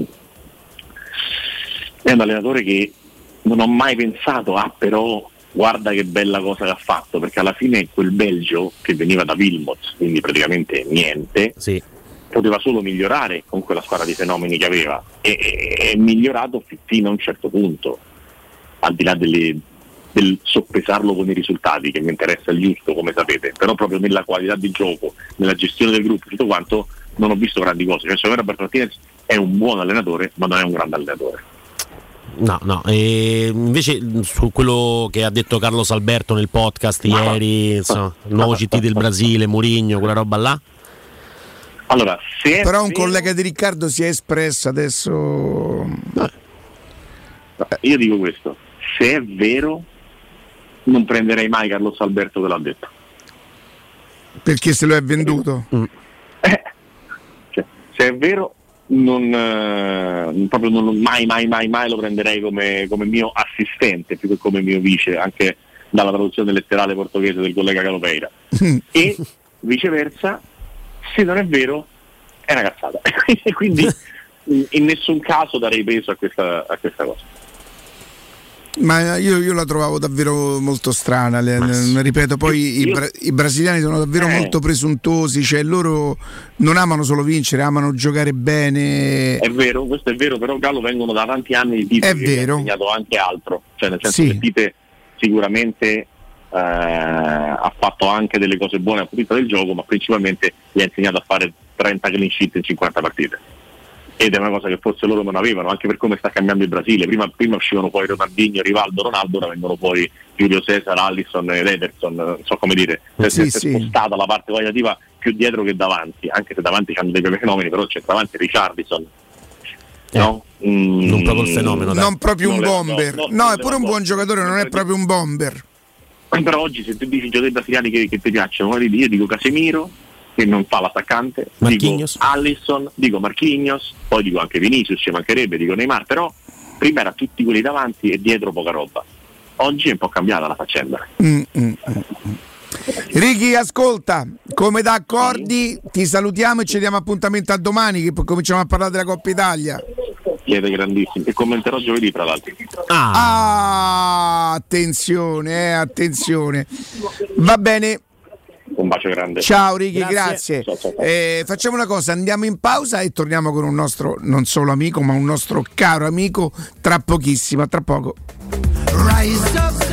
è un allenatore che non ho mai pensato, ah però guarda che bella cosa che ha fatto, perché alla fine quel Belgio che veniva da Wilmots, quindi praticamente niente, sì, poteva solo migliorare con quella squadra di fenomeni che aveva, e è migliorato fino a un certo punto, al di là delle, del soppesarlo con i risultati, che mi interessa il giusto come sapete, però proprio nella qualità di gioco, nella gestione del gruppo, tutto quanto non ho visto grandi cose. Cioè, secondo me Roberto Martinez è un buon allenatore, ma non è un grande allenatore. No, no, e invece su quello che ha detto Carlos Alberto nel podcast Ma ieri, insomma, il nuovo C T del Brasile, Mourinho, quella roba là. Allora, se però un vero... collega di Riccardo si è espresso adesso. No, io dico questo: se è vero, non prenderei mai Carlos Alberto che l'ha detto. Perché se lo è venduto? Mm. Eh, cioè, se è vero, non eh, proprio non, mai, mai, mai, mai lo prenderei come, come mio assistente più che come mio vice, anche dalla traduzione letterale portoghese del collega Calopeira. E viceversa, se non è vero, è una cazzata. Quindi in nessun caso darei peso a questa, a questa cosa. Ma io, io la trovavo davvero molto strana, le, le, ripeto, poi io, i, bra- i brasiliani sono davvero eh. molto presuntuosi, cioè loro non amano solo vincere, amano giocare bene. È vero, questo è vero, però Gallo vengono da tanti anni di Tite, è che vero. ha insegnato anche altro, cioè nel senso sì. che Tite sicuramente eh, ha fatto anche delle cose buone a punto del gioco, ma principalmente gli ha insegnato a fare trenta clean sheet in cinquanta partite. Ed è una cosa che forse loro non avevano, anche per come sta cambiando il Brasile. Prima, prima uscivano poi Ronaldinho, Rivaldo, Ronaldo, ora vengono poi Giulio Cesar, Alisson ed Ederson, non so come dire, sì, si è sì. spostata la parte qualitativa più dietro che davanti, anche se davanti c'hanno dei bei fenomeni, però c'è davanti Richarlison, eh, no? Mm, non proprio il fenomeno, dai. Non proprio un non bomber, no, no, no è pure un buon giocatore, non è proprio un bomber. Però oggi se tu dici giocatori brasiliani che, che ti piacciono, io dico Casemiro, che non fa l'attaccante, Marquinhos. dico Alisson, dico Marquinhos, poi dico anche Vinicius, ci mancherebbe, dico Neymar, però prima era tutti quelli davanti e dietro poca roba. Oggi è un po' cambiata la faccenda. Mm, mm, mm. Ricky, ascolta, come da accordi ti salutiamo e ci diamo appuntamento a domani che poi cominciamo a parlare della Coppa Italia. Siete grandissimi e commenterò giovedì tra l'altro. Ah, ah attenzione, eh, attenzione. Va bene. Un bacio grande. Ciao Ricky, grazie. grazie. Ciao, ciao, ciao. Eh, facciamo una cosa, andiamo in pausa e torniamo con un nostro, non solo amico, ma un nostro caro amico tra pochissimo, tra poco. Rise up.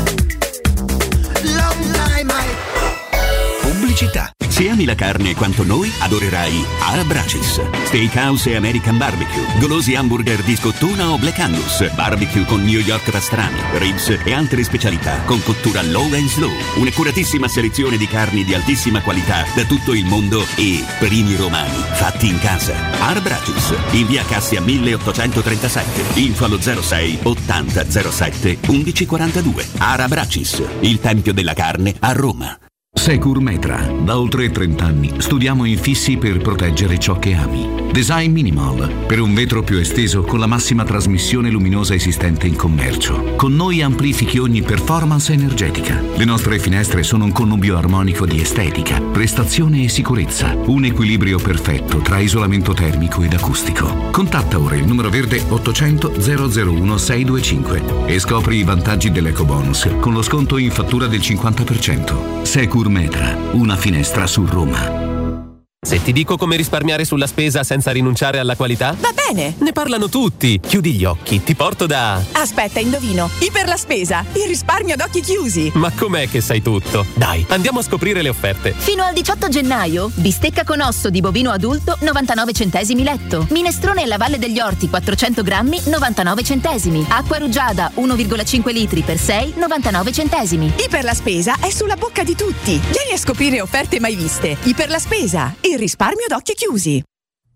Long time I... Pubblicità. Se ami la carne quanto noi, adorerai Arabracis. Steakhouse e American Barbecue. Golosi hamburger di scottuna o Black Angus. Barbecue con New York pastrami, ribs e altre specialità con cottura low and slow. Un'accuratissima selezione di carni di altissima qualità da tutto il mondo e primi romani fatti in casa. Arabracis. In via Cassia milleottocentotrentasette. Info allo zero sei ottanta zero sette undici quarantadue. Arabracis. Il tempio della carne a Roma. Securmetra. Da oltre trenta anni studiamo infissi per proteggere ciò che ami. Design Minimal, per un vetro più esteso con la massima trasmissione luminosa esistente in commercio. Con noi amplifichi ogni performance energetica. Le nostre finestre sono un connubio armonico di estetica, prestazione e sicurezza. Un equilibrio perfetto tra isolamento termico ed acustico. Contatta ora il numero verde ottocento zero zero uno sei due cinque e scopri i vantaggi dell'ecobonus con lo sconto in fattura del cinquanta per cento. Securmetra, una finestra su Roma. Se ti dico come risparmiare sulla spesa senza rinunciare alla qualità? Va bene! Ne parlano tutti! Chiudi gli occhi, ti porto da... Aspetta, indovino! Iper la spesa! Il risparmio ad occhi chiusi! Ma com'è che sai tutto? Dai, andiamo a scoprire le offerte! Fino al diciotto gennaio, bistecca con osso di bovino adulto novantanove centesimi letto. Minestrone alla Valle degli Orti quattrocento grammi novantanove centesimi. Acqua rugiada uno virgola cinque litri per sei novantanove centesimi. Iper la spesa è sulla bocca di tutti! Vieni a scoprire offerte mai viste! Iper la spesa! Il risparmio ad occhi chiusi.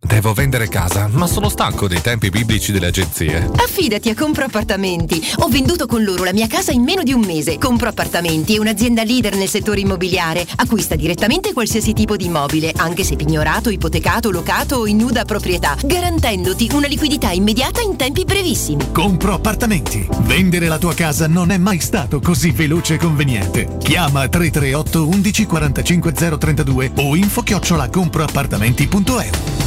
Devo vendere casa, ma sono stanco dei tempi biblici delle agenzie. Affidati a Compro Appartamenti. Ho venduto con loro la mia casa in meno di un mese. Compro Appartamenti è un'azienda leader nel settore immobiliare. Acquista direttamente qualsiasi tipo di immobile, anche se pignorato, ipotecato, locato o in nuda proprietà, garantendoti una liquidità immediata in tempi brevissimi. Compro Appartamenti. Vendere la tua casa non è mai stato così veloce e conveniente. Chiama tre tre otto undici quarantacinque zero trentadue o info chiocciola comproappartamenti punto e u.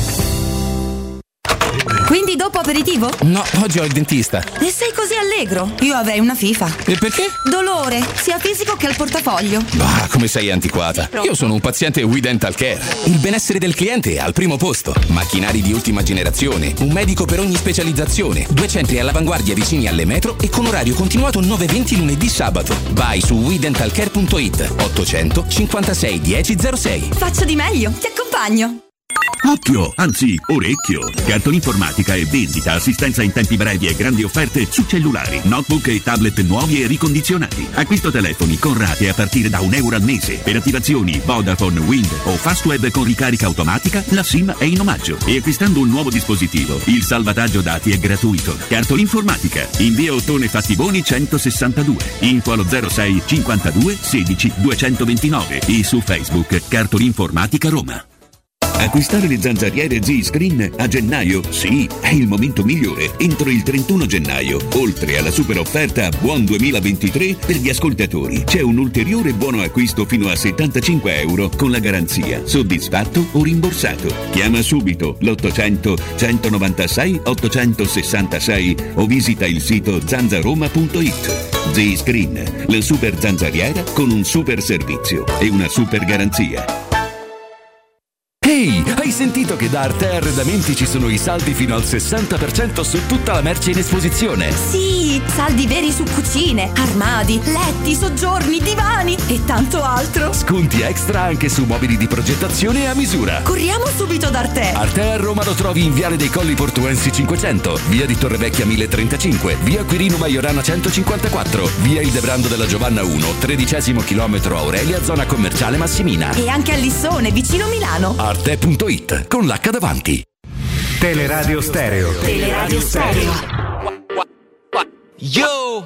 Quindi dopo aperitivo? No, oggi ho il dentista. E sei così allegro? Io avrei una FIFA. E perché? Dolore, sia fisico che al portafoglio. Bah, come sei antiquata. Io sono un paziente We Dental Care. Il benessere del cliente è al primo posto. Macchinari di ultima generazione, un medico per ogni specializzazione, due centri all'avanguardia vicini alle metro e con orario continuato nove venti lunedì sabato. Vai su we dental care punto it ottocento cinquantasei dieci zero sei. Faccio di meglio, ti accompagno. Occhio, anzi orecchio. Cartolinformatica e vendita, assistenza in tempi brevi e grandi offerte su cellulari, notebook e tablet nuovi e ricondizionati. Acquisto telefoni con rate a partire da un euro al mese. Per attivazioni Vodafone, Wind o Fastweb con ricarica automatica, la SIM è in omaggio. E acquistando un nuovo dispositivo, il salvataggio dati è gratuito. Cartolinformatica, in via Ottone Fattiboni centosessantadue. Info allo zero sei cinquantadue sedici duecentoventinove e su Facebook Cartolinformatica Roma. Acquistare le zanzariere Z-Screen a gennaio? Sì, è il momento migliore. Entro il trentuno gennaio, oltre alla super offerta Buon duemilaventitré per gli ascoltatori, c'è un ulteriore buono acquisto fino a settantacinque euro con la garanzia soddisfatto o rimborsato. Chiama subito l'ottocento centonovantasei ottocentosessantasei o visita il sito zanzaroma punto it. Z-Screen, la super zanzariera con un super servizio e una super garanzia. Ehi, hai sentito che da Arte Arredamenti ci sono i saldi fino al sessanta per cento su tutta la merce in esposizione? Sì, saldi veri su cucine, armadi, letti, soggiorni, divani e tanto altro. Sconti extra anche su mobili di progettazione a misura. Corriamo subito da Arte. Arte a Roma lo trovi in Viale dei Colli Portuensi cinquecento, via di Torrevecchia mille e trentacinque, via Quirino Maiorana centocinquantaquattro, via Il Debrando della Giovanna uno, tredicesimo chilometro Aurelia, zona commerciale Massimina. E anche a Lissone, vicino Milano. Arte punto it con l'H davanti. Teleradio Stereo. Teleradio Stereo. Yo!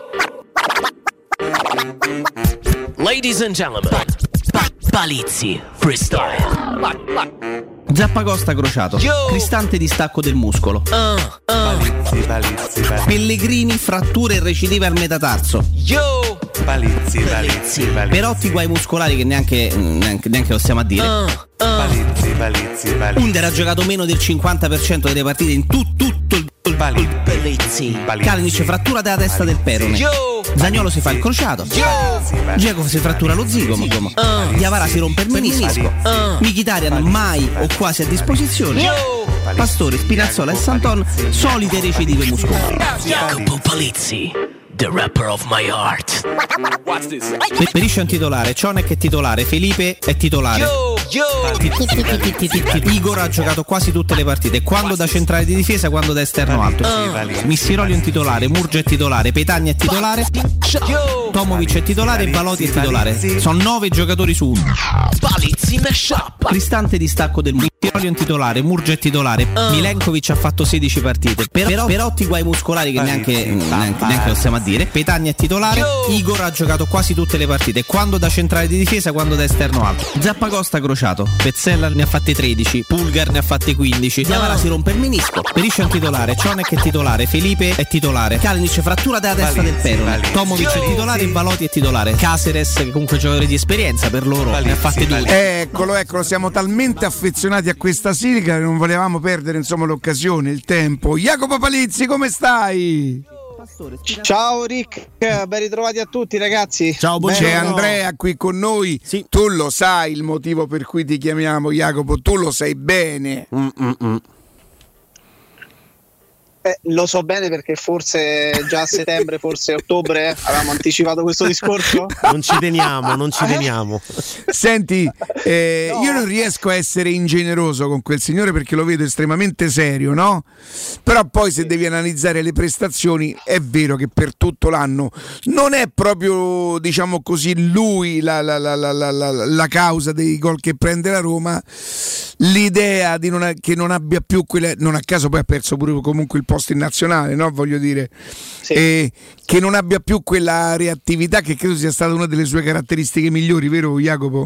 Ladies and gentlemen, Palizzi Freestyle. Zappacosta crociato, Yo! cristante distacco del muscolo. Uh, uh. Palizzi, palizzi, palizzi. Pellegrini, fratture e recidive al metatarso. Yo! Palizzi, palizzi, palizzi. Perotti, guai muscolari che neanche, neanche, neanche lo stiamo a dire. Uh, uh. Palizzi, palizzi, palizzi. Under ha giocato meno del cinquanta per cento delle partite in tu, tutto il Palizzi. Kalinic frattura della testa del perone. Zaniolo si fa il crociato. Dzeko si frattura lo zigomo. uh. Diavara si rompe il menisco. uh. Mkhitaryan mai o quasi a disposizione. Pastore, Spinazzola e Santon solite recidive muscolari. Jacopo Palizzi, the rapper of my heart. Beriscia è un titolare, Cionek è titolare, Felipe è titolare. Yo, yo. Igor ha giocato quasi tutte le partite, quando da centrale di difesa, quando da esterno alto. uh. Missiroli è un titolare, Murgia è titolare, Petagna è titolare, Tomovic è titolare e Baloti è titolare. Sono nove giocatori su uno. Palizzi mashup. Cristante distacco del Missiroli è un titolare, Murgia è titolare, uh. Milenkovic ha fatto sedici partite. Però, Perotti guai muscolari che neanche, neanche, neanche lo stiamo a dire. Petagna è titolare, Igor ha giocato quasi tutte le partite, quando da centrale di difesa, quando da esterno alto. Zappacosta crociato, Pezzella ne ha fatte tredici, Pulgar ne ha fatte quindici, Diavara si rompe il menisco, Beriscia è un titolare, Cionek è titolare, Felipe è titolare, Kalinic frattura della testa del perone, Tomovic è titolare e Baloti è titolare, Caceres che comunque giocatore di esperienza per loro ne ha fatte due. Eccolo, eccolo, siamo talmente affezionati a questa sigla che non volevamo perdere insomma l'occasione, il tempo. Jacopo Palizzi, come stai? Ciao Rick, ben ritrovati a tutti ragazzi. Ciao, c'è Andrea qui con noi. Sì. Tu lo sai il motivo per cui ti chiamiamo Jacopo, tu lo sai bene. Mm-mm. Eh, lo so bene perché forse già a settembre, forse a ottobre eh, avevamo anticipato questo discorso. Non ci teniamo, non ci teniamo. Senti, eh, no. io non riesco a essere ingeneroso con quel signore perché lo vedo estremamente serio, no? Però poi se sì. devi analizzare le prestazioni, è vero che per tutto l'anno non è proprio, diciamo così, lui la, la, la, la, la, la, la causa dei gol che prende la Roma. L'idea di non, che non abbia più quelle, non a caso poi ha perso pure comunque il posto in nazionale, no? Voglio dire, sì. e che non abbia più quella reattività che credo sia stata una delle sue caratteristiche migliori, vero Jacopo?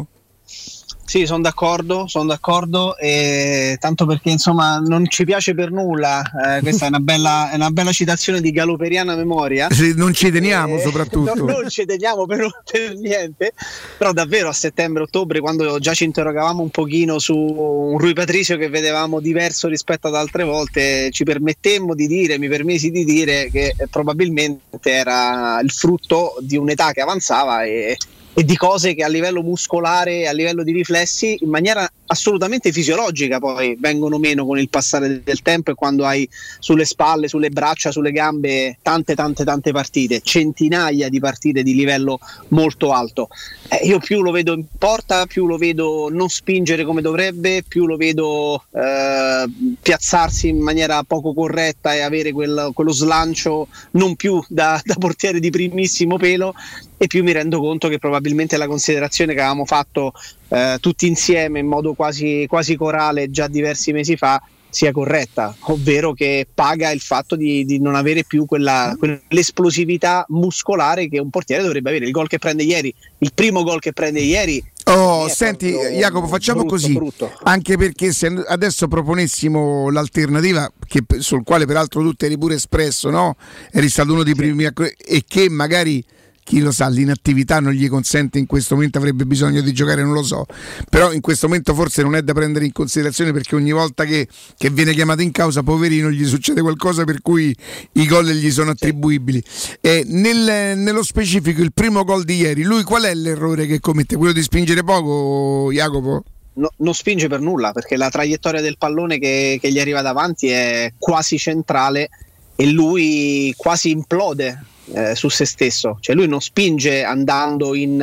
Sì, sono d'accordo, sono d'accordo, e tanto perché insomma non ci piace per nulla, eh, questa è una bella, è una bella citazione di galoperiana memoria. Sì, non ci teniamo e, soprattutto. Non, non ci teniamo per, per niente, però davvero a settembre-ottobre, quando già ci interrogavamo un pochino su un Rui Patricio che vedevamo diverso rispetto ad altre volte, ci permettemmo di dire, mi permisi di dire che probabilmente era il frutto di un'età che avanzava e e di cose che a livello muscolare, a livello di riflessi, in maniera assolutamente fisiologica poi vengono meno con il passare del tempo, e quando hai sulle spalle, sulle braccia, sulle gambe tante tante tante partite, centinaia di partite di livello molto alto. Eh, io più lo vedo in porta, più lo vedo non spingere come dovrebbe, più lo vedo eh, piazzarsi in maniera poco corretta e avere quel, quello slancio non più da, da portiere di primissimo pelo, e più mi rendo conto che probabilmente la considerazione che avevamo fatto eh, tutti insieme in modo quasi, quasi corale già diversi mesi fa sia corretta, ovvero che paga il fatto di, di non avere più quella, quell'esplosività muscolare che un portiere dovrebbe avere. Il gol che prende ieri, il primo gol che prende ieri. Oh, senti Jacopo, facciamo brutto, così, brutto. Anche perché se adesso proponessimo l'alternativa, che, sul quale peraltro tu eri pure espresso, no? Eri stato uno dei primi, e che magari, chi lo sa, l'inattività non gli consente in questo momento, avrebbe bisogno di giocare, non lo so, però in questo momento forse non è da prendere in considerazione, perché ogni volta che, che viene chiamato in causa, poverino, gli succede qualcosa per cui i gol gli sono attribuibili. E nel, nello specifico il primo gol di ieri, lui qual è l'errore che commette? Quello di spingere poco, Jacopo? No, non spinge per nulla, perché la traiettoria del pallone che, che gli arriva davanti è quasi centrale e lui quasi implode Eh, su se stesso, cioè lui non spinge andando in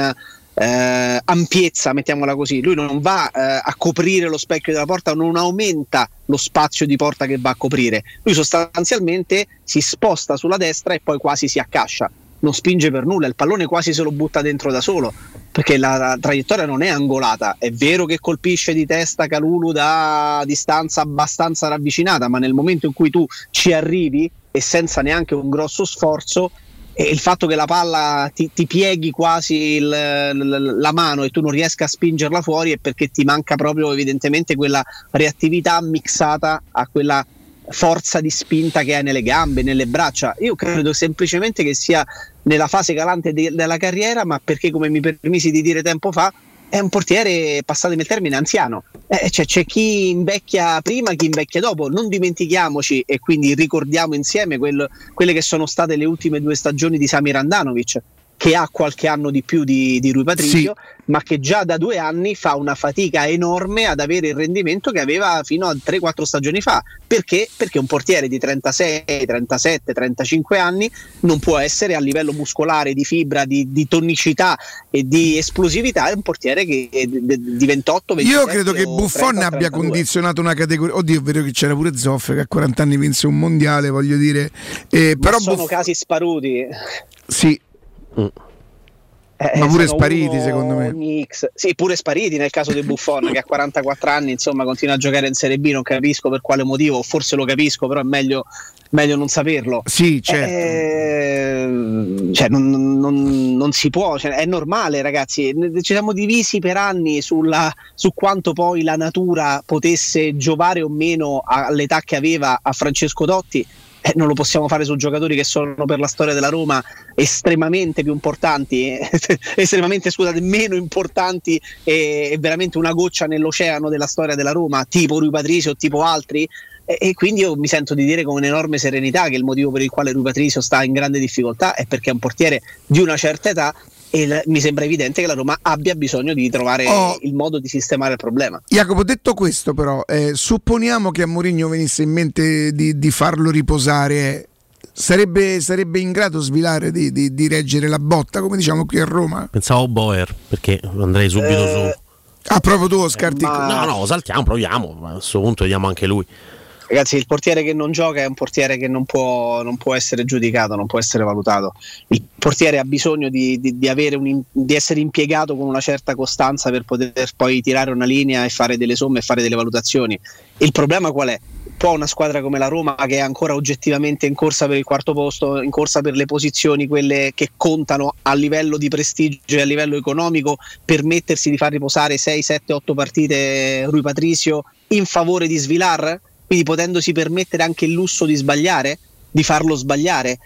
eh, ampiezza, mettiamola così, lui non va eh, a coprire lo specchio della porta, non aumenta lo spazio di porta che va a coprire, lui sostanzialmente si sposta sulla destra e poi quasi si accascia, non spinge per nulla, il pallone quasi se lo butta dentro da solo, perché la, la traiettoria non è angolata. È vero che colpisce di testa Kalulu da distanza abbastanza ravvicinata, ma nel momento in cui tu ci arrivi e senza neanche un grosso sforzo, e il fatto che la palla ti, ti pieghi quasi il, l, la mano e tu non riesca a spingerla fuori è perché ti manca proprio evidentemente quella reattività mixata a quella forza di spinta che hai nelle gambe, nelle braccia. Io credo semplicemente che sia nella fase calante de- della carriera, ma perché, come mi permisi di dire tempo fa, è un portiere, passatemi il termine, anziano. Eh, cioè, c'è chi invecchia prima, chi invecchia dopo. Non dimentichiamoci, e quindi ricordiamo insieme quel, quelle che sono state le ultime due stagioni di Samir Handanovic, che ha qualche anno di più di, di Rui Patricio, sì, ma che già da due anni fa una fatica enorme ad avere il rendimento che aveva fino a tre quattro stagioni fa. Perché? Perché un portiere di trentasei, trentasette, trentacinque anni non può essere, a livello muscolare, di fibra, di, di tonicità e di esplosività, è un portiere che è di ventotto ventisette. Io credo che Buffon trenta, abbia condizionato una categoria. Oddio, è vero che c'era pure Zoff che a quaranta anni vinse un mondiale, voglio dire. Eh, però sono Buff... casi sparuti. Sì. Mm. Eh, ma pure Spariti secondo me. X. Sì, pure Spariti nel caso di Buffon che a quarantaquattro anni insomma continua a giocare in Serie B, non capisco per quale motivo, forse lo capisco, però è meglio, meglio non saperlo. Sì, certo. Eh, cioè non, non, non si può, cioè, è normale, ragazzi, ci siamo divisi per anni sulla, su quanto poi la natura potesse giovare o meno all'età che aveva a Francesco Totti. Eh, non lo possiamo fare su giocatori che sono per la storia della Roma estremamente più importanti, estremamente scusate, meno importanti e, e veramente una goccia nell'oceano della storia della Roma, tipo Rui Patricio o tipo altri, e, e quindi io mi sento di dire con un'enorme serenità che il motivo per il quale Rui Patricio sta in grande difficoltà è perché è un portiere di una certa età e la, mi sembra evidente che la Roma abbia bisogno di trovare oh. il modo di sistemare il problema. Jacopo, detto questo però, eh, supponiamo che a Mourinho venisse in mente di, di farlo riposare, sarebbe, sarebbe in grado Svilare di, di, di reggere la botta, come diciamo qui a Roma? Pensavo Boer, perché andrei subito eh, su... Ah, proprio tu scarti? Eh, ma... No, no, saltiamo, proviamo, a questo punto vediamo anche lui. Ragazzi, il portiere che non gioca è un portiere che non può, non può essere giudicato, non può essere valutato. Il portiere ha bisogno di, di, di, avere un, di essere impiegato con una certa costanza per poter poi tirare una linea e fare delle somme e fare delle valutazioni. Il problema qual è? Può una squadra come la Roma, che è ancora oggettivamente in corsa per il quarto posto, in corsa per le posizioni, quelle che contano a livello di prestigio e a livello economico, permettersi di far riposare sei, sette, otto partite Rui Patricio in favore di Svilar? Quindi potendosi permettere anche il lusso di sbagliare, di farlo sbagliare?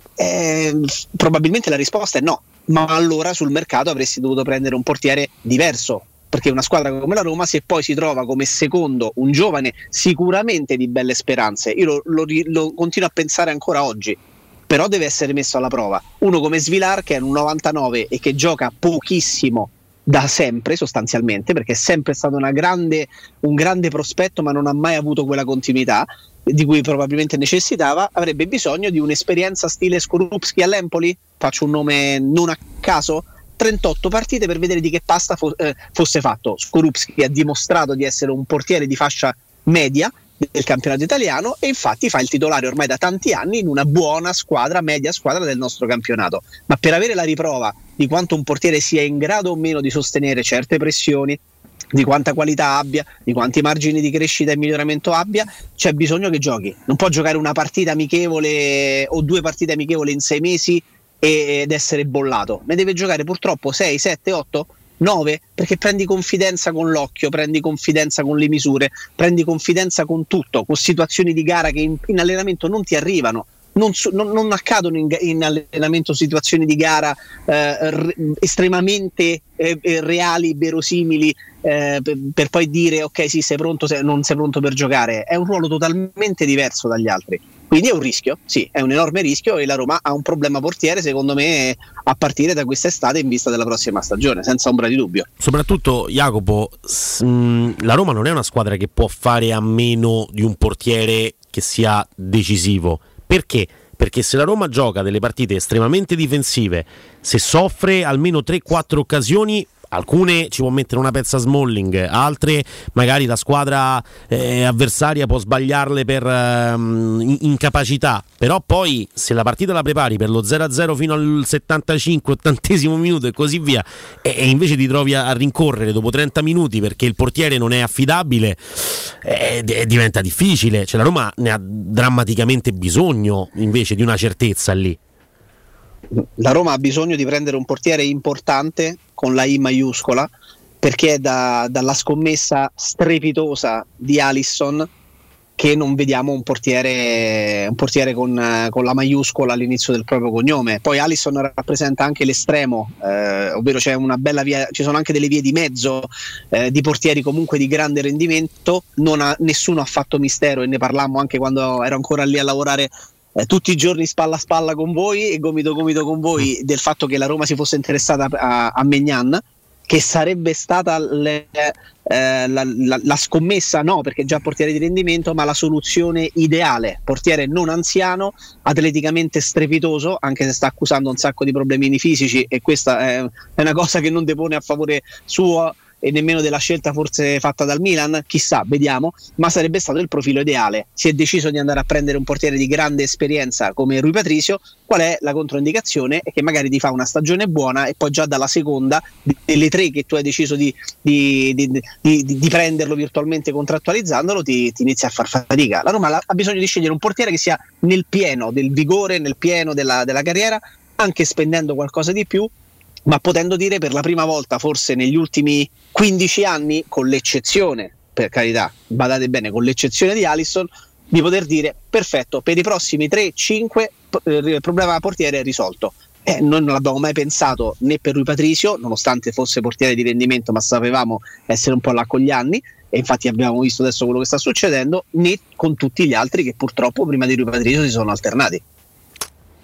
Eh, probabilmente la risposta è no, ma allora sul mercato avresti dovuto prendere un portiere diverso, perché una squadra come la Roma, se poi si trova come secondo un giovane sicuramente di belle speranze, io lo, lo, lo continuo a pensare ancora oggi, però deve essere messo alla prova. Uno come Svilar, che è un novantanove e che gioca pochissimo da sempre sostanzialmente, perché è sempre stato una grande, un grande prospetto, ma non ha mai avuto quella continuità di cui probabilmente necessitava, avrebbe bisogno di un'esperienza stile Skorupski all'Empoli, faccio un nome non a caso, trentotto partite per vedere di che pasta fo- eh, fosse fatto. Skorupski ha dimostrato di essere un portiere di fascia media del campionato italiano e infatti fa il titolare ormai da tanti anni in una buona squadra, media squadra del nostro campionato. Ma per avere la riprova di quanto un portiere sia in grado o meno di sostenere certe pressioni, di quanta qualità abbia, di quanti margini di crescita e miglioramento abbia, c'è bisogno che giochi. Non può giocare una partita amichevole o due partite amichevoli in sei mesi ed essere bollato. Ne deve giocare purtroppo sei, sette, otto, nove, perché prendi confidenza con l'occhio, prendi confidenza con le misure, prendi confidenza con tutto, con situazioni di gara che in, in allenamento non ti arrivano. Non, non, non accadono in, in allenamento situazioni di gara eh, re, estremamente eh, reali, verosimili, eh, per, per poi dire ok sì sei pronto, sei, non sei pronto per giocare. È un ruolo totalmente diverso dagli altri, quindi è un rischio, sì, è un enorme rischio e la Roma ha un problema portiere secondo me a partire da quest'estate in vista della prossima stagione, senza ombra di dubbio. Soprattutto Jacopo, la Roma non è una squadra che può fare a meno di un portiere che sia decisivo. Perché? Perché se la Roma gioca delle partite estremamente difensive, se soffre almeno tre quattro occasioni, alcune ci può mettere una pezza Smalling, altre magari la squadra eh, avversaria può sbagliarle per eh, incapacità, però poi se la partita la prepari per lo zero a zero fino al settantacinque ottantesimo minuto e così via e, e invece ti trovi a, a rincorrere dopo trenta minuti perché il portiere non è affidabile, eh, d- diventa difficile. Cioè la Roma ne ha drammaticamente bisogno invece di una certezza lì. La Roma ha bisogno di prendere un portiere importante con la I maiuscola, perché è da, dalla scommessa strepitosa di Alisson che non vediamo un portiere, un portiere con, con la maiuscola all'inizio del proprio cognome. Poi Alisson rappresenta anche l'estremo, eh, ovvero c'è una bella via, ci sono anche delle vie di mezzo eh, di portieri comunque di grande rendimento. Non ha, nessuno ha fatto mistero, e ne parlammo anche quando ero ancora lì a lavorare Eh, tutti i giorni spalla a spalla con voi e gomito gomito con voi del fatto che la Roma si fosse interessata a, a Maignan, che sarebbe stata le, eh, la, la, la scommessa, no perché già portiere di rendimento, ma la soluzione ideale, portiere non anziano, atleticamente strepitoso, anche se sta accusando un sacco di problemini fisici e questa è, è una cosa che non depone a favore suo e nemmeno della scelta forse fatta dal Milan, chissà, vediamo, ma sarebbe stato il profilo ideale. Si è deciso di andare a prendere un portiere di grande esperienza come Rui Patricio. Qual è la controindicazione? È che magari ti fa una stagione buona e poi già dalla seconda, delle tre che tu hai deciso di, di, di, di, di prenderlo virtualmente contrattualizzandolo, ti, ti inizia a far fatica. La Roma ha bisogno di scegliere un portiere che sia nel pieno del vigore, nel pieno della, della carriera, anche spendendo qualcosa di più, ma potendo dire per la prima volta forse negli ultimi quindici anni, con l'eccezione, per carità, badate bene, con l'eccezione di Alisson, di poter dire perfetto, per i prossimi tre cinque il problema portiere è risolto. Eh, noi non l'abbiamo mai pensato né per Rui Patricio, nonostante fosse portiere di rendimento, ma sapevamo essere un po' là con gli anni, e infatti abbiamo visto adesso quello che sta succedendo, né con tutti gli altri che purtroppo prima di Rui Patricio si sono alternati.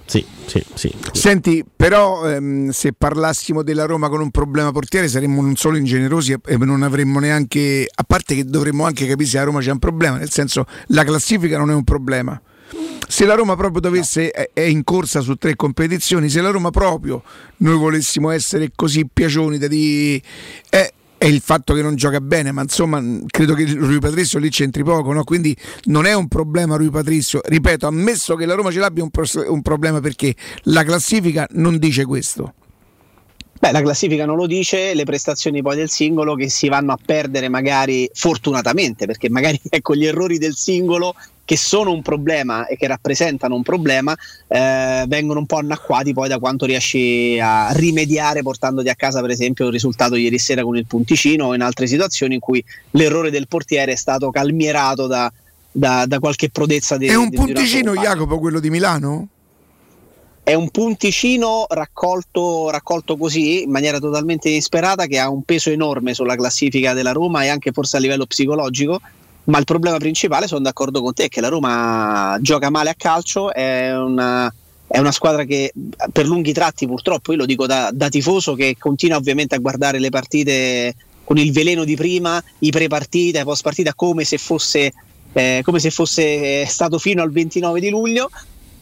Sì, sì, sì. Senti, però ehm, se parlassimo della Roma con un problema portiere saremmo non solo ingenerosi e non avremmo neanche, a parte che dovremmo anche capire se a Roma c'è un problema, nel senso la classifica non è un problema. Se la Roma proprio dovesse no. è in corsa su tre competizioni, se la Roma proprio noi volessimo essere così piacioni da di è, è il fatto che non gioca bene, ma insomma credo che Rui Patrizio lì c'entri poco, no? Quindi non è un problema Rui Patrizio, ripeto, ammesso che la Roma ce l'abbia un, pro- un problema, perché la classifica non dice questo. Beh, la classifica non lo dice, le prestazioni poi del singolo che si vanno a perdere magari fortunatamente, perché magari ecco gli errori del singolo che sono un problema e che rappresentano un problema eh, vengono un po' annacquati poi da quanto riesci a rimediare portandoti a casa per esempio il risultato ieri sera con il Punticino o in altre situazioni in cui l'errore del portiere è stato calmierato da, da, da qualche prodezza di, è un di, Punticino, di Jacopo, quello di Milano? È un punticino raccolto, raccolto così in maniera totalmente inesperata, che ha un peso enorme sulla classifica della Roma e anche forse a livello psicologico. Ma il problema principale, sono d'accordo con te, è che la Roma gioca male a calcio, è una, è una squadra che per lunghi tratti purtroppo, io lo dico da, da tifoso che continua ovviamente a guardare le partite con il veleno di prima, i pre-partita, i post-partita come se fosse, eh, come se fosse stato fino al ventinove di luglio,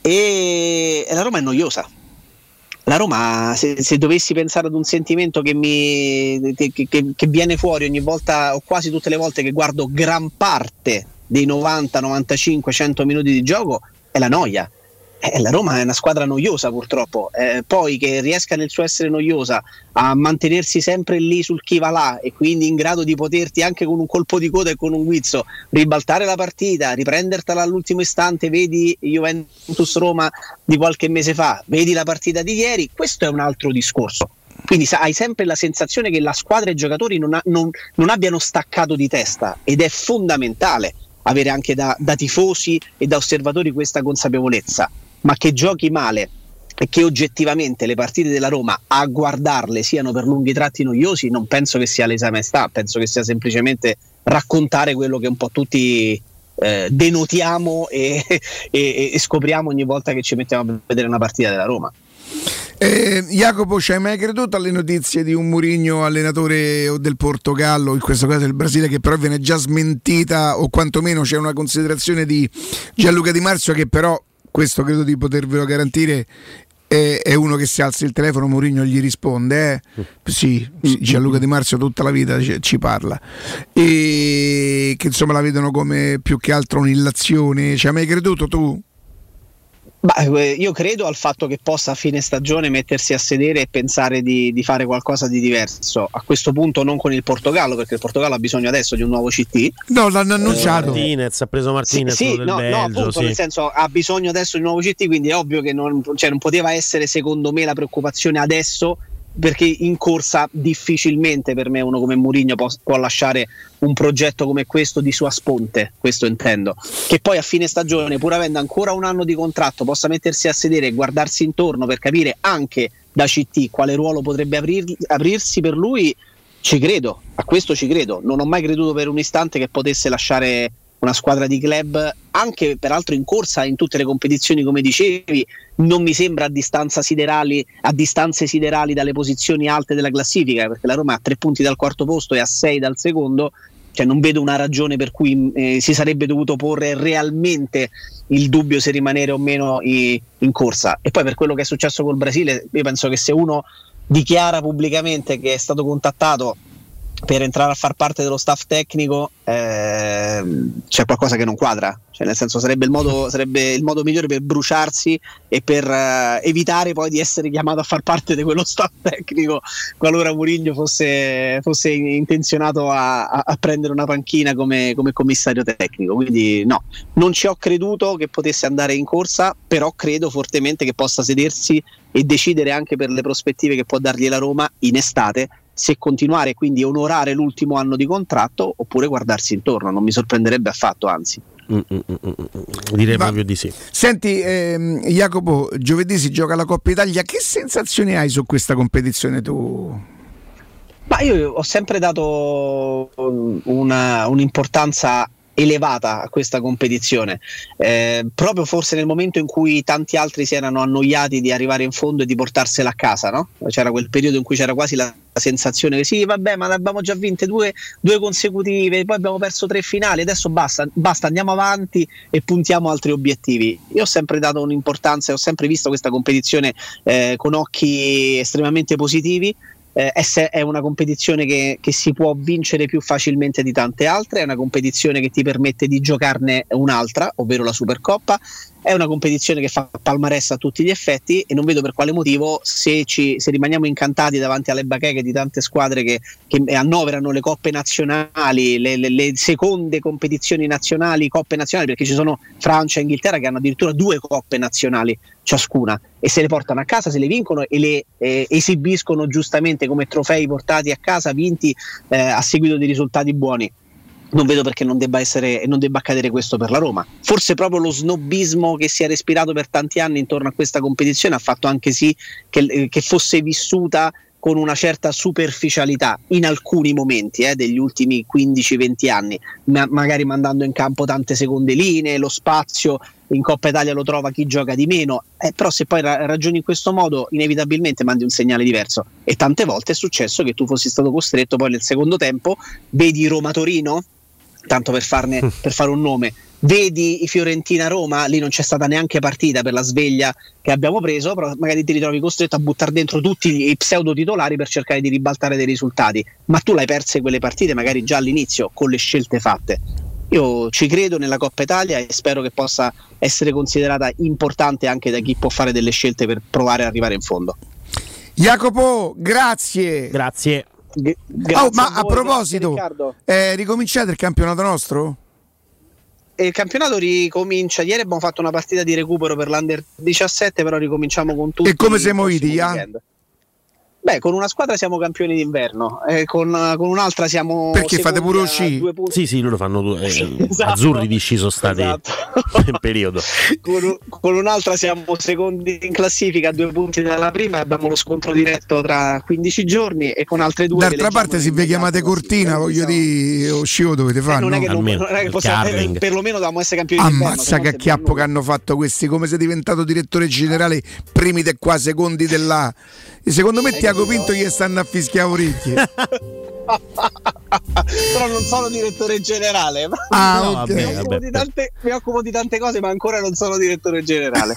e la Roma è noiosa. La Roma, se, se dovessi pensare ad un sentimento che mi che, che, che viene fuori ogni volta o quasi tutte le volte che guardo gran parte dei novanta, novantacinque, cento minuti di gioco, è la noia. Eh, la Roma è una squadra noiosa purtroppo, eh, poi che riesca nel suo essere noiosa a mantenersi sempre lì sul chi va là e quindi in grado di poterti anche con un colpo di coda e con un guizzo ribaltare la partita, riprendertela all'ultimo istante, vedi Juventus Roma di qualche mese fa, vedi la partita di ieri, questo è un altro discorso. Quindi hai sempre la sensazione che la squadra e i giocatori non, ha, non, non abbiano staccato di testa, ed è fondamentale avere anche da, da tifosi e da osservatori questa consapevolezza. Ma che giochi male e che oggettivamente le partite della Roma a guardarle siano per lunghi tratti noiosi, non penso che sia lesa maestà, penso che sia semplicemente raccontare quello che un po' tutti eh, denotiamo e, e, e scopriamo ogni volta che ci mettiamo a vedere una partita della Roma. Eh, Jacopo, ci hai mai creduto alle notizie di un Mourinho allenatore o del Portogallo, in questo caso del Brasile, che però viene già smentita, o quantomeno c'è una considerazione di Gianluca Di Marzio che però, questo credo di potervelo garantire, è, è uno che se alza il telefono Mourinho gli risponde, eh? Sì, Gianluca Di Marzio tutta la vita ci, ci parla, e che insomma la vedono come più che altro un'illazione. Ci hai mai creduto tu? Bah, io credo al fatto che possa a fine stagione mettersi a sedere e pensare di, di fare qualcosa di diverso. A questo punto non con il Portogallo, perché il Portogallo ha bisogno adesso di un nuovo C T. No, l'hanno annunciato. Eh, Martinez, ha preso Martinez sì, sì, del no, Belgio, no, appunto, sì. Nel senso, ha bisogno adesso di un nuovo C T, quindi è ovvio che non, cioè, non poteva essere, secondo me, la preoccupazione adesso, perché in corsa difficilmente per me uno come Mourinho può, può lasciare un progetto come questo di sua sponte, questo intendo, che poi a fine stagione, pur avendo ancora un anno di contratto, possa mettersi a sedere e guardarsi intorno per capire anche da C T quale ruolo potrebbe aprir, aprirsi per lui. Ci credo, a questo ci credo. Non ho mai creduto per un istante che potesse lasciare una squadra di club, anche peraltro in corsa in tutte le competizioni, come dicevi. Non mi sembra a distanza siderali, a distanze siderali dalle posizioni alte della classifica, perché la Roma ha tre punti dal quarto posto e a sei dal secondo, cioè non vedo una ragione per cui eh, si sarebbe dovuto porre realmente il dubbio se rimanere o meno i, in corsa. E poi per quello che è successo col Brasile, io penso che se uno dichiara pubblicamente che è stato contattato per entrare a far parte dello staff tecnico, eh, c'è qualcosa che non quadra, cioè nel senso sarebbe il modo, sarebbe il modo migliore per bruciarsi e per uh, evitare poi di essere chiamato a far parte di quello staff tecnico qualora Mourinho fosse, fosse intenzionato a, a, a prendere una panchina come, come commissario tecnico. Quindi no, non ci ho creduto che potesse andare in corsa, però credo fortemente che possa sedersi e decidere anche per le prospettive che può dargli la Roma in estate, se continuare, quindi onorare l'ultimo anno di contratto oppure guardarsi intorno. Non mi sorprenderebbe affatto, anzi. Mm, mm, mm, mm. Direi Ma, proprio di sì. Senti, ehm, Jacopo, giovedì si gioca la Coppa Italia. Che sensazioni hai su questa competizione tu? Ma io ho sempre dato una, un'importanza elevata a questa competizione, eh, proprio forse nel momento in cui tanti altri si erano annoiati di arrivare in fondo e di portarsela a casa, no? C'era quel periodo in cui c'era quasi la sensazione che sì, vabbè, ma ne abbiamo già vinte due, due consecutive, poi abbiamo perso tre finali, adesso basta, basta, andiamo avanti e puntiamo altri obiettivi. Io ho sempre dato un'importanza e ho sempre visto questa competizione eh, con occhi estremamente positivi. Eh, è una competizione che, che si può vincere più facilmente di tante altre, è una competizione che ti permette di giocarne un'altra, ovvero la Supercoppa, è una competizione che fa palmarès a tutti gli effetti e non vedo per quale motivo, se, ci, se rimaniamo incantati davanti alle bacheche di tante squadre che, che annoverano le coppe nazionali, le, le, le seconde competizioni nazionali, coppe nazionali, perché ci sono Francia e Inghilterra che hanno addirittura due coppe nazionali ciascuna e se le portano a casa, se le vincono e le eh, esibiscono giustamente come trofei portati a casa, vinti eh, a seguito di risultati buoni. Non vedo perché non debba essere non debba accadere questo per la Roma. Forse proprio lo snobismo che si è respirato per tanti anni intorno a questa competizione ha fatto anche sì che, che fosse vissuta con una certa superficialità in alcuni momenti eh, degli ultimi quindici venti anni, ma magari mandando in campo tante seconde linee, lo spazio in Coppa Italia lo trova chi gioca di meno, eh, però se poi ra- ragioni in questo modo inevitabilmente mandi un segnale diverso e tante volte è successo che tu fossi stato costretto poi nel secondo tempo, vedi Roma-Torino, tanto per farne per fare un nome, vedi i Fiorentina-Roma, lì non c'è stata neanche partita per la sveglia che abbiamo preso, però magari ti ritrovi costretto a buttare dentro tutti i pseudo titolari per cercare di ribaltare dei risultati, ma tu l'hai perse quelle partite magari già all'inizio con le scelte fatte. Io ci credo nella Coppa Italia e spero che possa essere considerata importante anche da chi può fare delle scelte per provare ad arrivare in fondo. Jacopo, grazie. Grazie. G- oh, ma a, a voi, proposito, è ricominciato il campionato nostro? E il campionato ricomincia. Ieri abbiamo fatto una partita di recupero per l'Under diciassette, però ricominciamo con tutti. E come siamo iti? Ja? Beh, con una squadra siamo campioni d'inverno, eh, con, con un'altra siamo. Perché fate pure sci? Sì, sì, loro fanno due. Eh, esatto. Azzurri di sci sono stati esatto. in periodo. Con, con un'altra siamo secondi in classifica a due punti dalla prima, abbiamo lo scontro diretto tra quindici giorni e con altre due. D'altra parte, se vi chiamate Cortina, voglio dire, o sci dovete fare. Eh, non, no? è che non, non è che possiamo, eh, perlomeno dobbiamo essere campioni d'inverno. Ammazza che acchiappo che hanno fatto questi, come sei diventato direttore generale, primi de qua, secondi dell'A. E secondo me Tiago Pinto gli stanno a fischiare orecchie. Però non sono direttore generale. Ah, no, okay. mi, occupo vabbè, di tante, mi occupo di tante cose, ma ancora non sono direttore generale.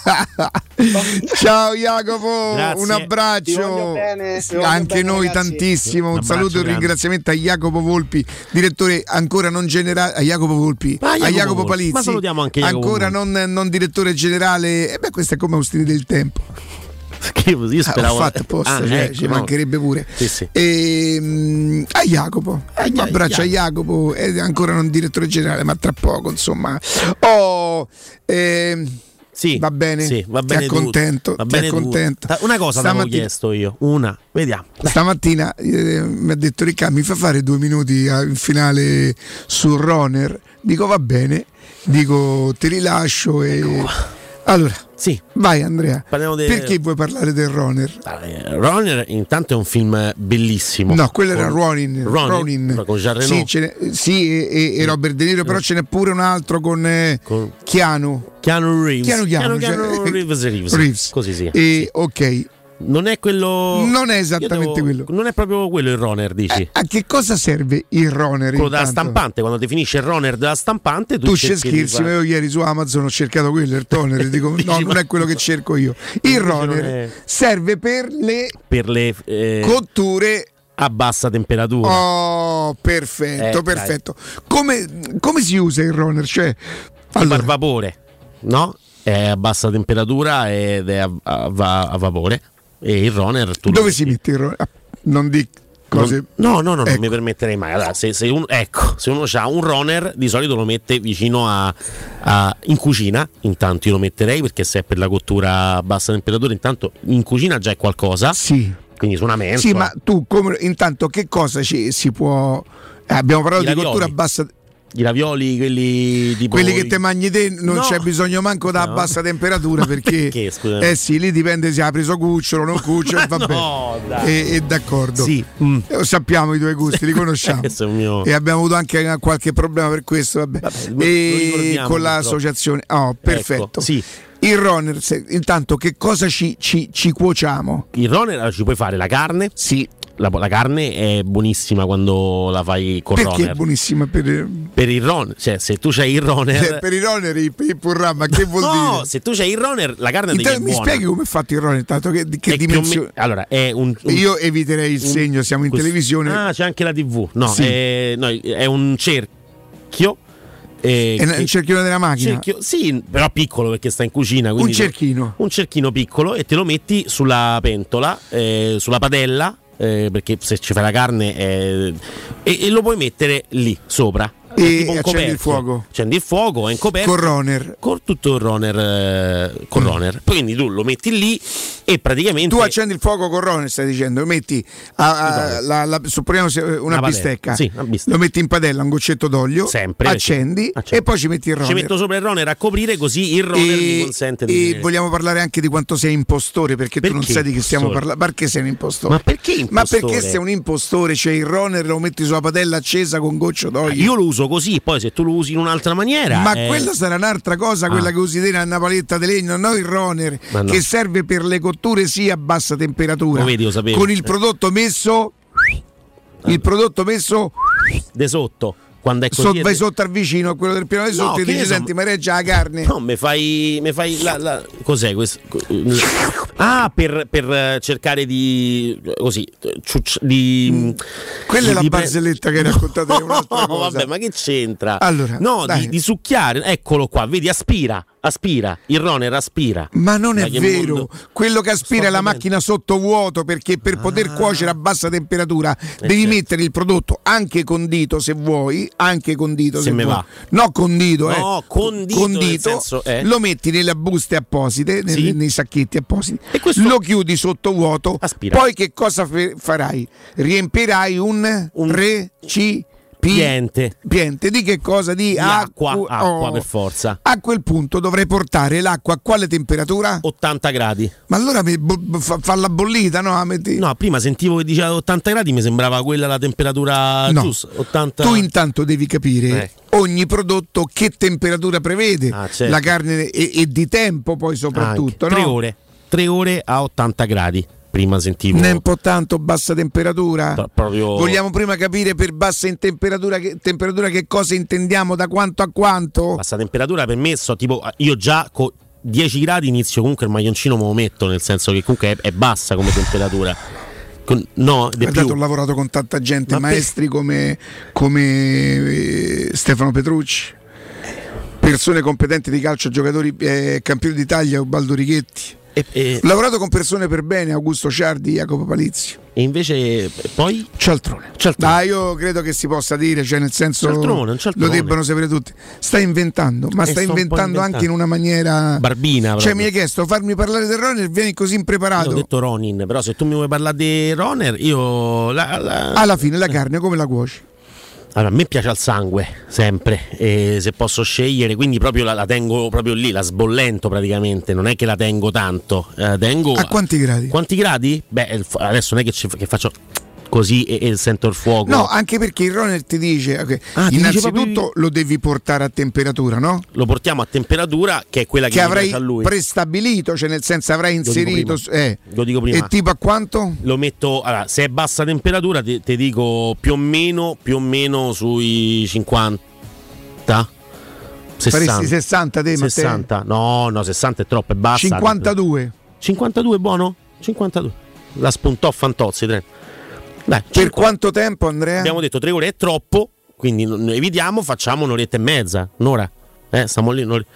Ciao Jacopo, grazie. un abbraccio. Bene, anche bene, noi ragazzi. tantissimo. Un, un saluto e un ringraziamento a Jacopo Volpi, direttore ancora non generale, a Jacopo Volpi, ah, Jacopo a Jacopo Volpi. Palizzi, ma salutiamo anche Jacopo ancora non, non direttore generale. E beh, questo è come Austini del Tempo. Io speravo ah, ho fatto apposta, ah, cioè, ecco, ci no. mancherebbe pure. Sì, sì. E, um, a Jacopo, eh, un abbraccio a Jacopo, è ancora non direttore generale, ma tra poco, insomma. Oh, eh, sì, va bene, sì, va bene, ti accontento, va bene ti accontento. Una cosa ti avevo chiesto io, una, vediamo. Dai. Stamattina eh, mi ha detto Riccardo, mi fa fare due minuti in finale sul runner. Dico va bene, dico te li lascio e ecco. Allora, sì. Vai Andrea, de... perché vuoi parlare del Runner? Uh, Runner intanto è un film bellissimo. No, quello con... era Ronin, Ronin, Ronin. con Jean sì, ce n'è, sì e, e Robert De Niro, però ce n'è pure un altro con, eh, con... Keanu Keanu Reeves Keanu, Keanu, Keanu, cioè, Keanu Reeves, Reeves. Reeves. Così sì. E, ok. Non è quello. Non è esattamente devo... quello. Non è proprio quello il runner, dici? Eh, a che cosa serve il runner? Quello della stampante, quando definisce il runner della stampante, tu, tu ci scherzi, ma io ieri su Amazon ho cercato quello, il toner, dico no, non è quello che cerco io. Il runner è... serve per le, per le eh... cotture a bassa temperatura. Oh, perfetto, eh, perfetto. Come, come si usa il runner? Cioè, allora... a vapore, no? È a bassa temperatura ed è a, a, a, a vapore. E il runner tu dove si mette il runner? Non di cose. Non, no, no, no, ecco. non mi permetterei mai. Allora, se, se, un, ecco, se uno ha un runner, di solito lo mette vicino a, a in cucina. Intanto io lo metterei perché se è per la cottura a bassa temperatura, intanto in cucina già è qualcosa. Sì. Quindi su una mensola. Sì, ma tu come intanto che cosa ci, si può. Eh, abbiamo parlato I di cottura a bassa. I ravioli, quelli tipo quelli che te mangi te, non no. c'è bisogno manco da no. bassa temperatura perché, perché eh sì, lì dipende se ha preso cucciolo o non cucciolo, va no, bene. E, e d'accordo. Sì. Mm. Eh, sappiamo i tuoi gusti, li conosciamo. mio... E abbiamo avuto anche qualche problema per questo, vabbè. vabbè e con l'associazione. Oh, perfetto. Ecco, sì. Il runner, se, intanto che cosa ci, ci, ci cuociamo? Il runner allora, ci puoi fare la carne? Sì. La, la carne è buonissima quando la fai con Perché runner. Perché è buonissima per... per il runner? Cioè, se tu c'hai il runner... Cioè, per il runner il, il purra, ma che vuol no, dire? No, se tu c'hai il runner la carne intanto, è mi buona. spieghi come è fatto il runner? Intanto che, che dimensione? Me... Allora, è un, un... Io eviterei il segno, siamo in questo... televisione. Ah, c'è anche la tivù. No, sì. è, no, è un cerchio. Eh, è un cerchino della macchina? Cerchio, sì, però piccolo perché sta in cucina. Un cerchino? Un cerchino piccolo e te lo metti sulla pentola, eh, sulla padella, eh, perché se ci fai la carne eh, e, e lo puoi mettere lì sopra. E accendi il fuoco. Accendi il fuoco, è in coperto. Con runner. Con tutto il runner. Eh, con mm. runner. Quindi tu lo metti lì e praticamente. Tu accendi il fuoco con runner, stai dicendo. Metti a, a, la, la, supponiamo una, una bistecca. Sì, una bistecca. Lo metti in padella, un goccetto d'olio. Sempre. Accendi, accendi e poi ci metti il runner. Ci metto sopra il runner a coprire, così il runner e, mi consente di. E vedere. Vogliamo parlare anche di quanto sei impostore, perché, perché tu non sai di che stiamo parlando. Perché sei un impostore? Ma perché impostore? Ma perché sei un impostore? C'è il runner, lo metti sulla padella accesa con goccio d'olio. Io lo uso così, poi se tu lo usi in un'altra maniera. Ma eh... quella sarà un'altra cosa, quella ah. che usi te nella paletta di legno, no il runner, no. Che serve per le cotture sia a bassa temperatura. Lo vedi, lo sapevo. Con il prodotto messo il prodotto messo de sotto. Quando è così so, vai sotto al vicino a quello del piano di sotto no, e dici senti ma reggia la carne. No, mi fai, mi fai la, la, cos'è questo? Ah, per, per cercare di così ciucci, di quella di, è la di barzelletta pre... che hai raccontato no, un'altra cosa. Vabbè, ma che c'entra? Allora, no, di, di succhiare, eccolo qua, vedi, aspira, aspira, il runner aspira. Ma non è vero, mondo... quello che aspira è la macchina sottovuoto, perché per ah. poter cuocere a bassa temperatura eh devi certo. mettere il prodotto anche condito se vuoi, anche condito se, se me vuoi. Va. No, condito, no, eh. condito, condito senso, eh. lo metti nelle buste apposite, sì. nei, nei sacchetti appositi, e questo... lo chiudi sottovuoto, aspira. Poi che cosa fe- farai? Riempirai un, un... recipiente. Piente. Piente di che cosa? Di, di acqua, acqua, acqua oh. per forza. A quel punto dovrei portare l'acqua a quale temperatura? ottanta gradi. Ma allora bo- fa, falla bollita, no? Metti... No, prima sentivo che diceva ottanta gradi, mi sembrava quella la temperatura no. giusta. ottanta... Tu intanto devi capire eh. ogni prodotto che temperatura prevede, ah, certo. la carne e, e di tempo poi soprattutto. Anche. No? Tre ore, tre ore a ottanta gradi. Prima sentivo non è un po' tanto bassa temperatura. Pro- proprio... Vogliamo prima capire per bassa in temperatura che, temperatura che cosa intendiamo, da quanto a quanto? Bassa temperatura per me so tipo io già con dieci gradi inizio comunque il maglioncino me lo metto, nel senso che comunque è, è bassa come temperatura. Con, no, guardate, ho lavorato con tanta gente, ma maestri per... come, come eh, Stefano Petrucci, persone competenti di calcio, giocatori eh, campioni d'Italia, Ubaldo Righetti. E, e... Ho lavorato con persone per bene, Augusto Ciardi, Jacopo Palizzi. E invece poi Cialtrone. Cialtrone. Dai, io credo che si possa dire, cioè nel senso Cialtrone, Cialtrone. Lo debbano sapere tutti. Stai inventando, ma stai inventando anche in una maniera barbina. Cioè proprio. Mi hai chiesto farmi parlare del runner, vieni così impreparato. Io ho detto Ronin, però se tu mi vuoi parlare di runner, io la, la... alla fine la carne come la cuoci? Allora, a me piace al sangue, sempre, e se posso scegliere, quindi proprio la, la tengo proprio lì, la sbollento praticamente, non è che la tengo tanto. La tengo a quanti gradi? Quanti gradi? Beh, adesso non è che, ci, che faccio così e, e sento il fuoco. No, anche perché il runner ti dice, okay, ah, ti innanzitutto dice proprio... lo devi portare a temperatura, no? Lo portiamo a temperatura che è quella che, che avrai a lui. prestabilito, cioè nel senso avrai inserito. Lo dico eh. Lo dico prima. E tipo a quanto? Lo metto, allora, se è bassa temperatura ti, ti dico più o meno, più o meno sui cinquanta. sessanta. Faresti sessanta te, sessanta. Matteo? No, no, sessanta è troppo, è bassa. cinquantadue. cinquantadue buono? cinquantadue. La spuntò Fantozzi, tre. Dai, per cinquanta. Quanto tempo, Andrea? Abbiamo detto tre ore è troppo, quindi evitiamo, facciamo un'oretta e mezza, un'ora. Eh, stiamo lì, un'ora.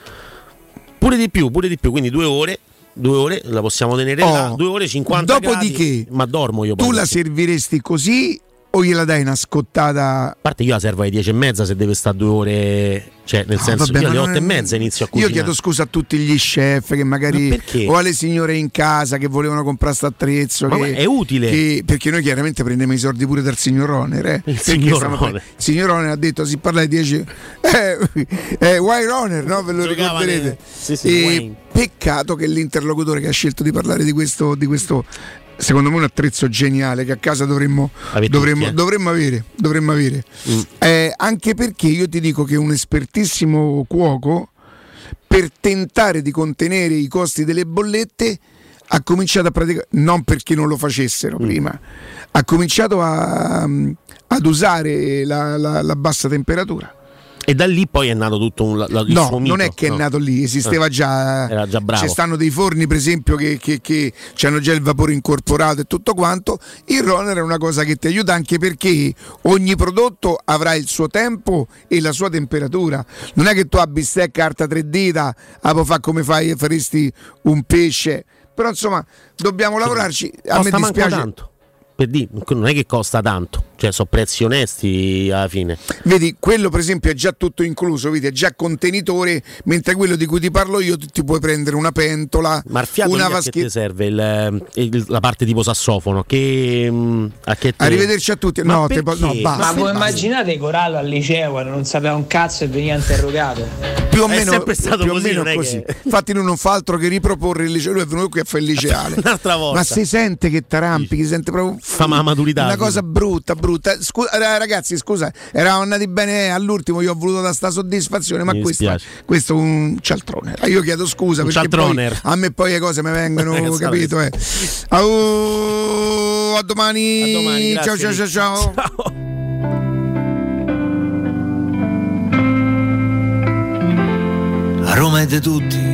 Pure di più, pure di più, quindi due ore, due ore la possiamo tenere oh, là, due ore cinquanta dopodiché, gradi, ma dormo io poi. Tu la serviresti così o gliela dai una scottata. A parte io la servo alle dieci e mezza se deve stare due ore, cioè nel Ah, senso vabbè, io alle ma otto non e è- mezza inizio a Io cucinare. chiedo scusa a tutti gli chef che magari Ma perché? o alle signore in casa che volevano comprare sto attrezzo. Ma che, è utile. che- perché noi chiaramente prendiamo i soldi pure dal signor Roner. Eh. Perché signor stiamo- Roner. il signor Roner ha detto si parla di dieci. Eh, eh, Why Roner, no? Ve lo Giocava ricorderete? nel- sì, sì, E Wayne. peccato che l'interlocutore che ha scelto di parlare di questo, di questo secondo me un attrezzo geniale che a casa dovremmo, Avete dovremmo, tutti, eh? dovremmo avere, dovremmo avere. Mm. Eh, anche perché io ti dico che un espertissimo cuoco, per tentare di contenere i costi delle bollette, ha cominciato a praticare, non perché non lo facessero Mm. prima, ha cominciato a, ad usare la, la- la bassa temperatura. E da lì poi è nato tutto un, la, il No, suo mito. non è che No. è nato lì, esisteva Eh. già. Era già bravo. Ci stanno dei forni, per esempio, che, che, che hanno già il vapore incorporato e tutto quanto. Il runner è una cosa che ti aiuta anche perché ogni prodotto avrà il suo tempo e la sua temperatura. Non è che tu a bistecca carta tre dita, ah, può fare come fai, faresti un pesce. Però insomma, dobbiamo lavorarci. A me Costa manco dispiace. tanto. Per dire, non è che costa tanto, cioè sono prezzi onesti alla fine. Vedi, quello per esempio è già tutto incluso, vedi, è già contenitore, mentre quello di cui ti parlo io ti, ti puoi prendere una pentola, Marfiato una lì a che vaschetta. ti serve il, il- la parte tipo sassofono che, mm, a che te- Arrivederci a tutti. Ma No, te- perché? no, basta. Ma voi basta. immaginate Corallo al liceo quando non sapeva un cazzo e veniva interrogato? Più o È meno, sempre stato più o così, meno non è così. che- Infatti lui non fa altro che riproporre il liceo, lui è venuto qui a fare il liceale. Un'altra volta. Ma si sente che tarampi, si sente proprio Fa ma la maturità. una cosa brutta, brutta. Scusa, eh, ragazzi, scusa, eravamo andati bene all'ultimo, io ho voluto dare sta soddisfazione, ma Mi questo, dispiace. questo è un cialtrone. Io chiedo scusa Un perché poi cialtroner. a me poi le cose mi vengono, Ragazzi, capito? Eh. Au, a domani. A domani, ciao, grazie, ciao, ciao, ciao. Ciao. A Roma è di tutti,